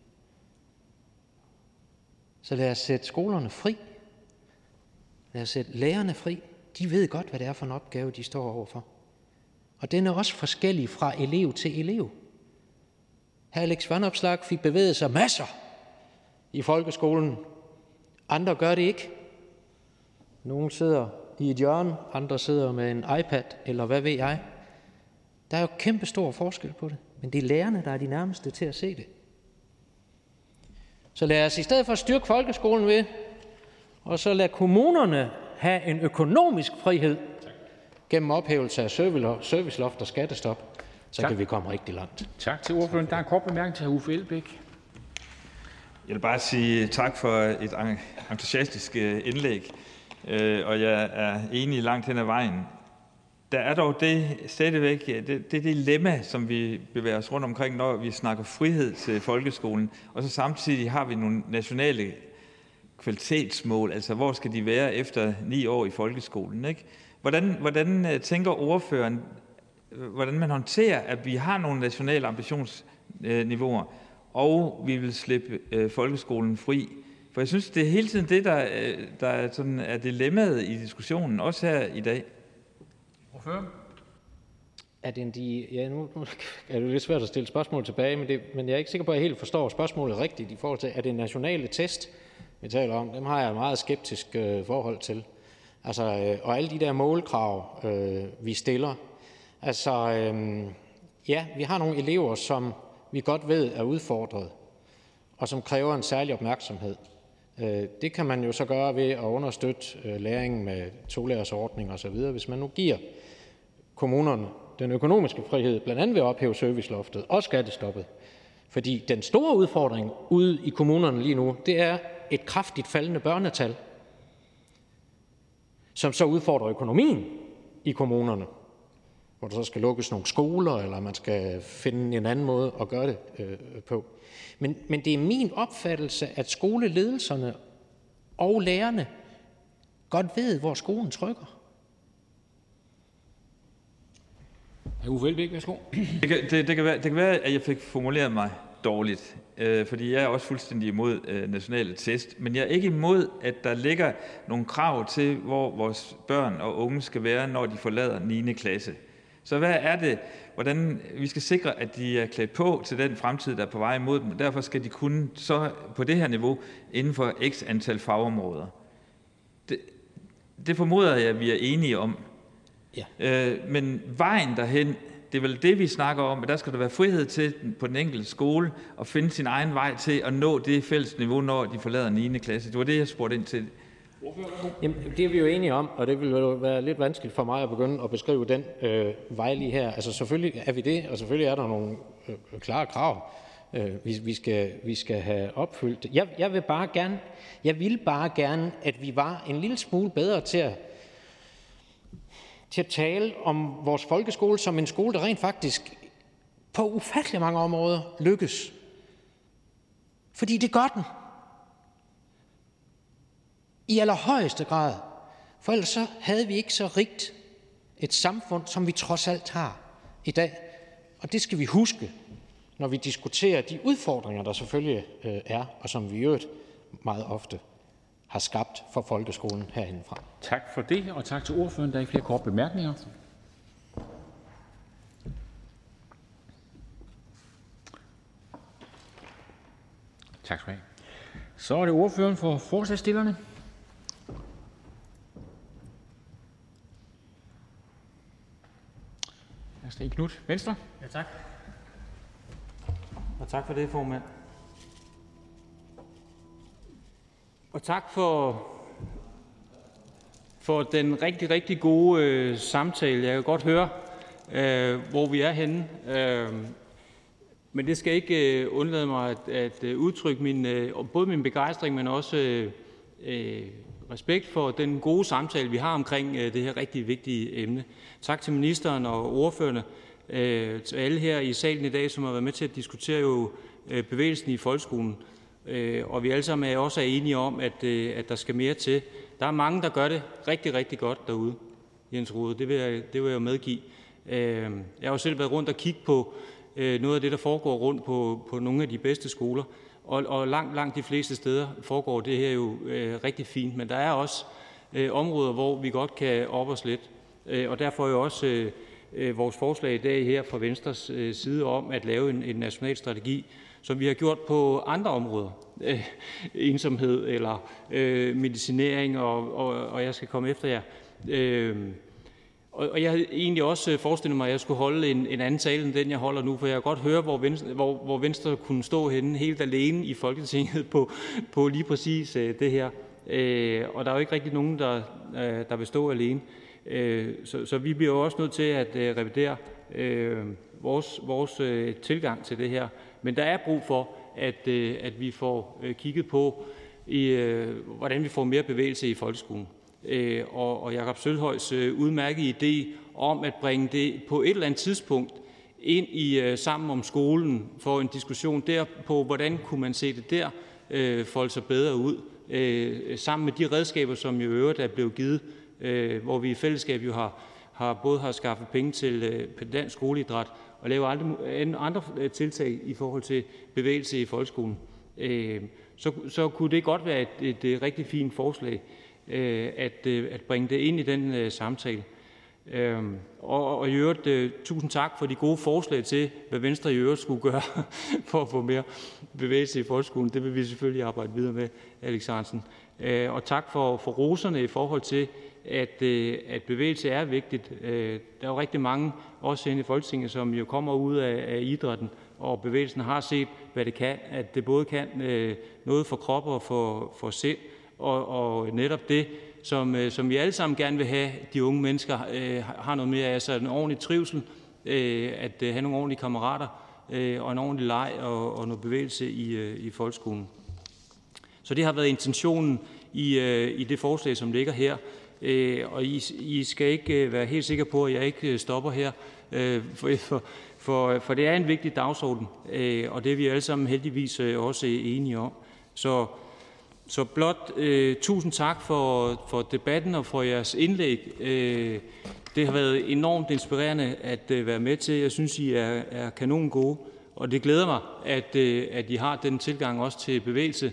Så lad os sætte skolerne fri. Lad os sætte lærerne fri. De ved godt, hvad det er for en opgave, de står overfor. Og den er også forskellig fra elev til elev. Hr. Alex Vanopslagh fik bevæget sig masser i folkeskolen. Andre gør det ikke. Nogle sidder i et hjørne, andre sidder med en iPad, eller hvad ved jeg. Der er jo kæmpe stor forskel på det, men det er lærerne, der er de nærmeste til at se det. Så lad os i stedet for at styrke folkeskolen ved, og så lad kommunerne have en økonomisk frihed gennem ophævelse af serviceloft og skattestop, så kan vi komme rigtig langt. Tak til ordføreren. Der er en kort bemærkning til Uffe Elbæk. Jeg vil bare sige tak for et entusiastisk indlæg, og jeg er enig langt hen ad vejen. Der er dog stadigvæk det dilemma, som vi bevæger os rundt omkring, når vi snakker frihed til folkeskolen, og så samtidig har vi nogle nationale kvalitetsmål, altså hvor skal de være efter 9 år i folkeskolen, ikke? Hvordan tænker ordføreren, hvordan man håndterer, at vi har nogle nationale ambitionsniveauer, og vi vil slippe folkeskolen fri? For jeg synes, det er hele tiden det, der sådan er dilemmaet i diskussionen, også her i dag. Ordfører? Nu er det lidt svært at stille spørgsmål tilbage, men jeg er ikke sikker på, at jeg helt forstår spørgsmålet rigtigt i forhold til, at det nationale test, vi taler om, dem har jeg et meget skeptisk forhold til. Altså, og alle de der målkrav, vi stiller. Altså, ja, vi har nogle elever, som vi godt ved er udfordret, og som kræver en særlig opmærksomhed. Det kan man jo så gøre ved at understøtte læringen med tolærersordning og så videre. Hvis man nu giver kommunerne den økonomiske frihed, blandt andet ved at ophæve serviceloftet og skattestoppet. Fordi den store udfordring ude i kommunerne lige nu, det er et kraftigt faldende børnetal, som så udfordrer økonomien i kommunerne, hvor der så skal lukkes nogle skoler, eller man skal finde en anden måde at gøre det på. Men det er min opfattelse, at skoleledelserne og lærerne godt ved, hvor skoen trykker. Uffe Elbæk, værsgo. Det kan være, at jeg fik formuleret mig dårligt, fordi jeg er også fuldstændig imod nationale test, men jeg er ikke imod, at der ligger nogle krav til, hvor vores børn og unge skal være, når de forlader 9. klasse. Så hvad er det, hvordan vi skal sikre, at de er klædt på til den fremtid, der er på vej imod dem, og derfor skal de kunne så på det her niveau inden for x antal fagområder. Det formoder jeg, at vi er enige om. Ja. Men vejen derhen, det er vel det, vi snakker om, at der skal der være frihed til på den enkelte skole at finde sin egen vej til at nå det fælles niveau, når de forlader 9. klasse. Det var det, jeg spurgte ind til. Jamen, det er vi jo enige om, og det vil jo være lidt vanskeligt for mig at begynde at beskrive den vej lige her. Altså selvfølgelig er vi det, og selvfølgelig er der nogle klare krav, vi skal have opfyldt. Jeg vil bare gerne, at vi var en lille smule bedre til at tale om vores folkeskole som en skole, der rent faktisk på ufattelig mange områder lykkes. Fordi det gør den. I allerhøjeste grad. For ellers så havde vi ikke så rigt et samfund, som vi trods alt har i dag. Og det skal vi huske, når vi diskuterer de udfordringer, der selvfølgelig er, og som vi i øvrigt meget ofte har skabt for folkeskolen herindefra. Tak for det, og tak til ordføreren. Der er ikke flere korte bemærkninger. Tak skal du have. Så er det ordføreren for forslagsstillerne. Stén Knuth, Venstre. Ja, tak. Og tak for det, formand. Og tak for den rigtig, rigtig gode samtale. Jeg kan godt høre, hvor vi er henne. Men det skal ikke undlade mig at udtrykke både min begejstring, men også respekt for den gode samtale, vi har omkring det her rigtig vigtige emne. Tak til ministeren og ordførerne, til alle her i salen i dag, som har været med til at diskutere jo bevægelsen i folkeskolen. Og vi alle sammen er også enige om, at der skal mere til. Der er mange, der gør det rigtig, rigtig godt derude, Jens Rohde. Det vil jeg medgive. Jeg har jo selv været rundt og kigge på noget af det, der foregår rundt på nogle af de bedste skoler. Og langt de fleste steder foregår det her jo rigtig fint. Men der er også områder, hvor vi godt kan oppe os lidt. Og derfor er jo også vores forslag i dag her fra Venstres side om at lave en national strategi, som vi har gjort på andre områder. Ensomhed eller medicinering, og jeg skal komme efter jer. Og jeg havde egentlig også forestillet mig, at jeg skulle holde en anden tale end den, jeg holder nu, for jeg kan godt høre, hvor Venstre kunne stå henne helt alene i Folketinget på lige præcis det her. Og der er jo ikke rigtig nogen, der vil stå alene. Så vi bliver jo også nødt til at revidere vores tilgang til det her. Men der er brug for, at vi får kigget på, hvordan vi får mere bevægelse i folkeskolen. Og Jakob Sølvhøjs udmærkede idé om at bringe det på et eller andet tidspunkt ind i Sammen om skolen for en diskussion der på, hvordan kunne man se det der folde sig bedre ud, sammen med de redskaber, som jo øvrigt er blevet givet, hvor vi i fællesskab jo både har skaffet penge til dansk skoleidræt og lave andre tiltag i forhold til bevægelse i folkeskolen. Så kunne det godt være et rigtig fint forslag at bringe det ind i den samtale. Og i øvrigt, tusind tak for de gode forslag til, hvad Venstre i øvrigt skulle gøre for at få mere bevægelse i folkeskolen. Det vil vi selvfølgelig arbejde videre med, Alex Ahrendtsen. Og tak for roserne i forhold til, at bevægelse er vigtigt. Der er jo rigtig mange, også inde i Folketinget, som jo kommer ud af idrætten, og bevægelsen har set, hvad det kan. At det både kan noget for krop og for sind, og netop det, som vi alle sammen gerne vil have, de unge mennesker har noget mere af, altså en ordentlig trivsel, at have nogle ordentlige kammerater, og en ordentlig leg og noget bevægelse i folkeskolen. Så det har været intentionen i det forslag, som ligger her. Og I skal ikke være helt sikre på, at jeg ikke stopper her, for det er en vigtig dagsorden, og det er vi alle sammen heldigvis også enige om. Så blot tusind tak for debatten og for jeres indlæg. Det har været enormt inspirerende at være med til. Jeg synes, I er kanon gode, Og det glæder mig, at I har den tilgang også til bevægelse,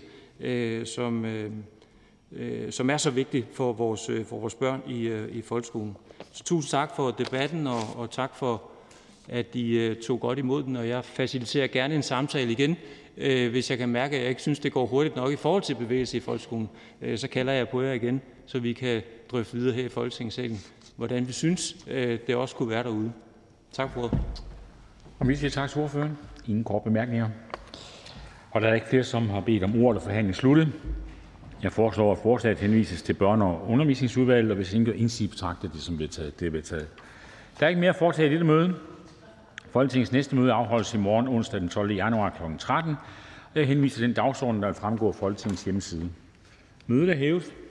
som er så vigtig for vores børn i folkeskolen. Så tusind tak for debatten, og tak for, at I tog godt imod den, og jeg faciliterer gerne en samtale igen. Hvis jeg kan mærke, at jeg ikke synes, det går hurtigt nok i forhold til bevægelse i folkeskolen, så kalder jeg på jer igen, så vi kan drøfte videre her i Folketingssalen, hvordan vi synes, det også kunne være derude. Tak for ordet. Og vi siger tak til ordføreren. Ingen korte bemærkninger. Og der er ikke flere, som har bedt om ordet, og forhandlingen sluttet. Jeg foreslår, at forslaget henvises til Børne- og Undervisningsudvalget, og hvis ingen gør indsigelse, betragter det som vedtaget. Det er vedtaget. Der er ikke mere at foretage i dette møde. Folketingets næste møde afholdes i morgen, onsdag den 12. januar kl. 13. Jeg henviser til den dagsorden, der vil fremgå af Folketingets hjemmeside. Mødet er hævet.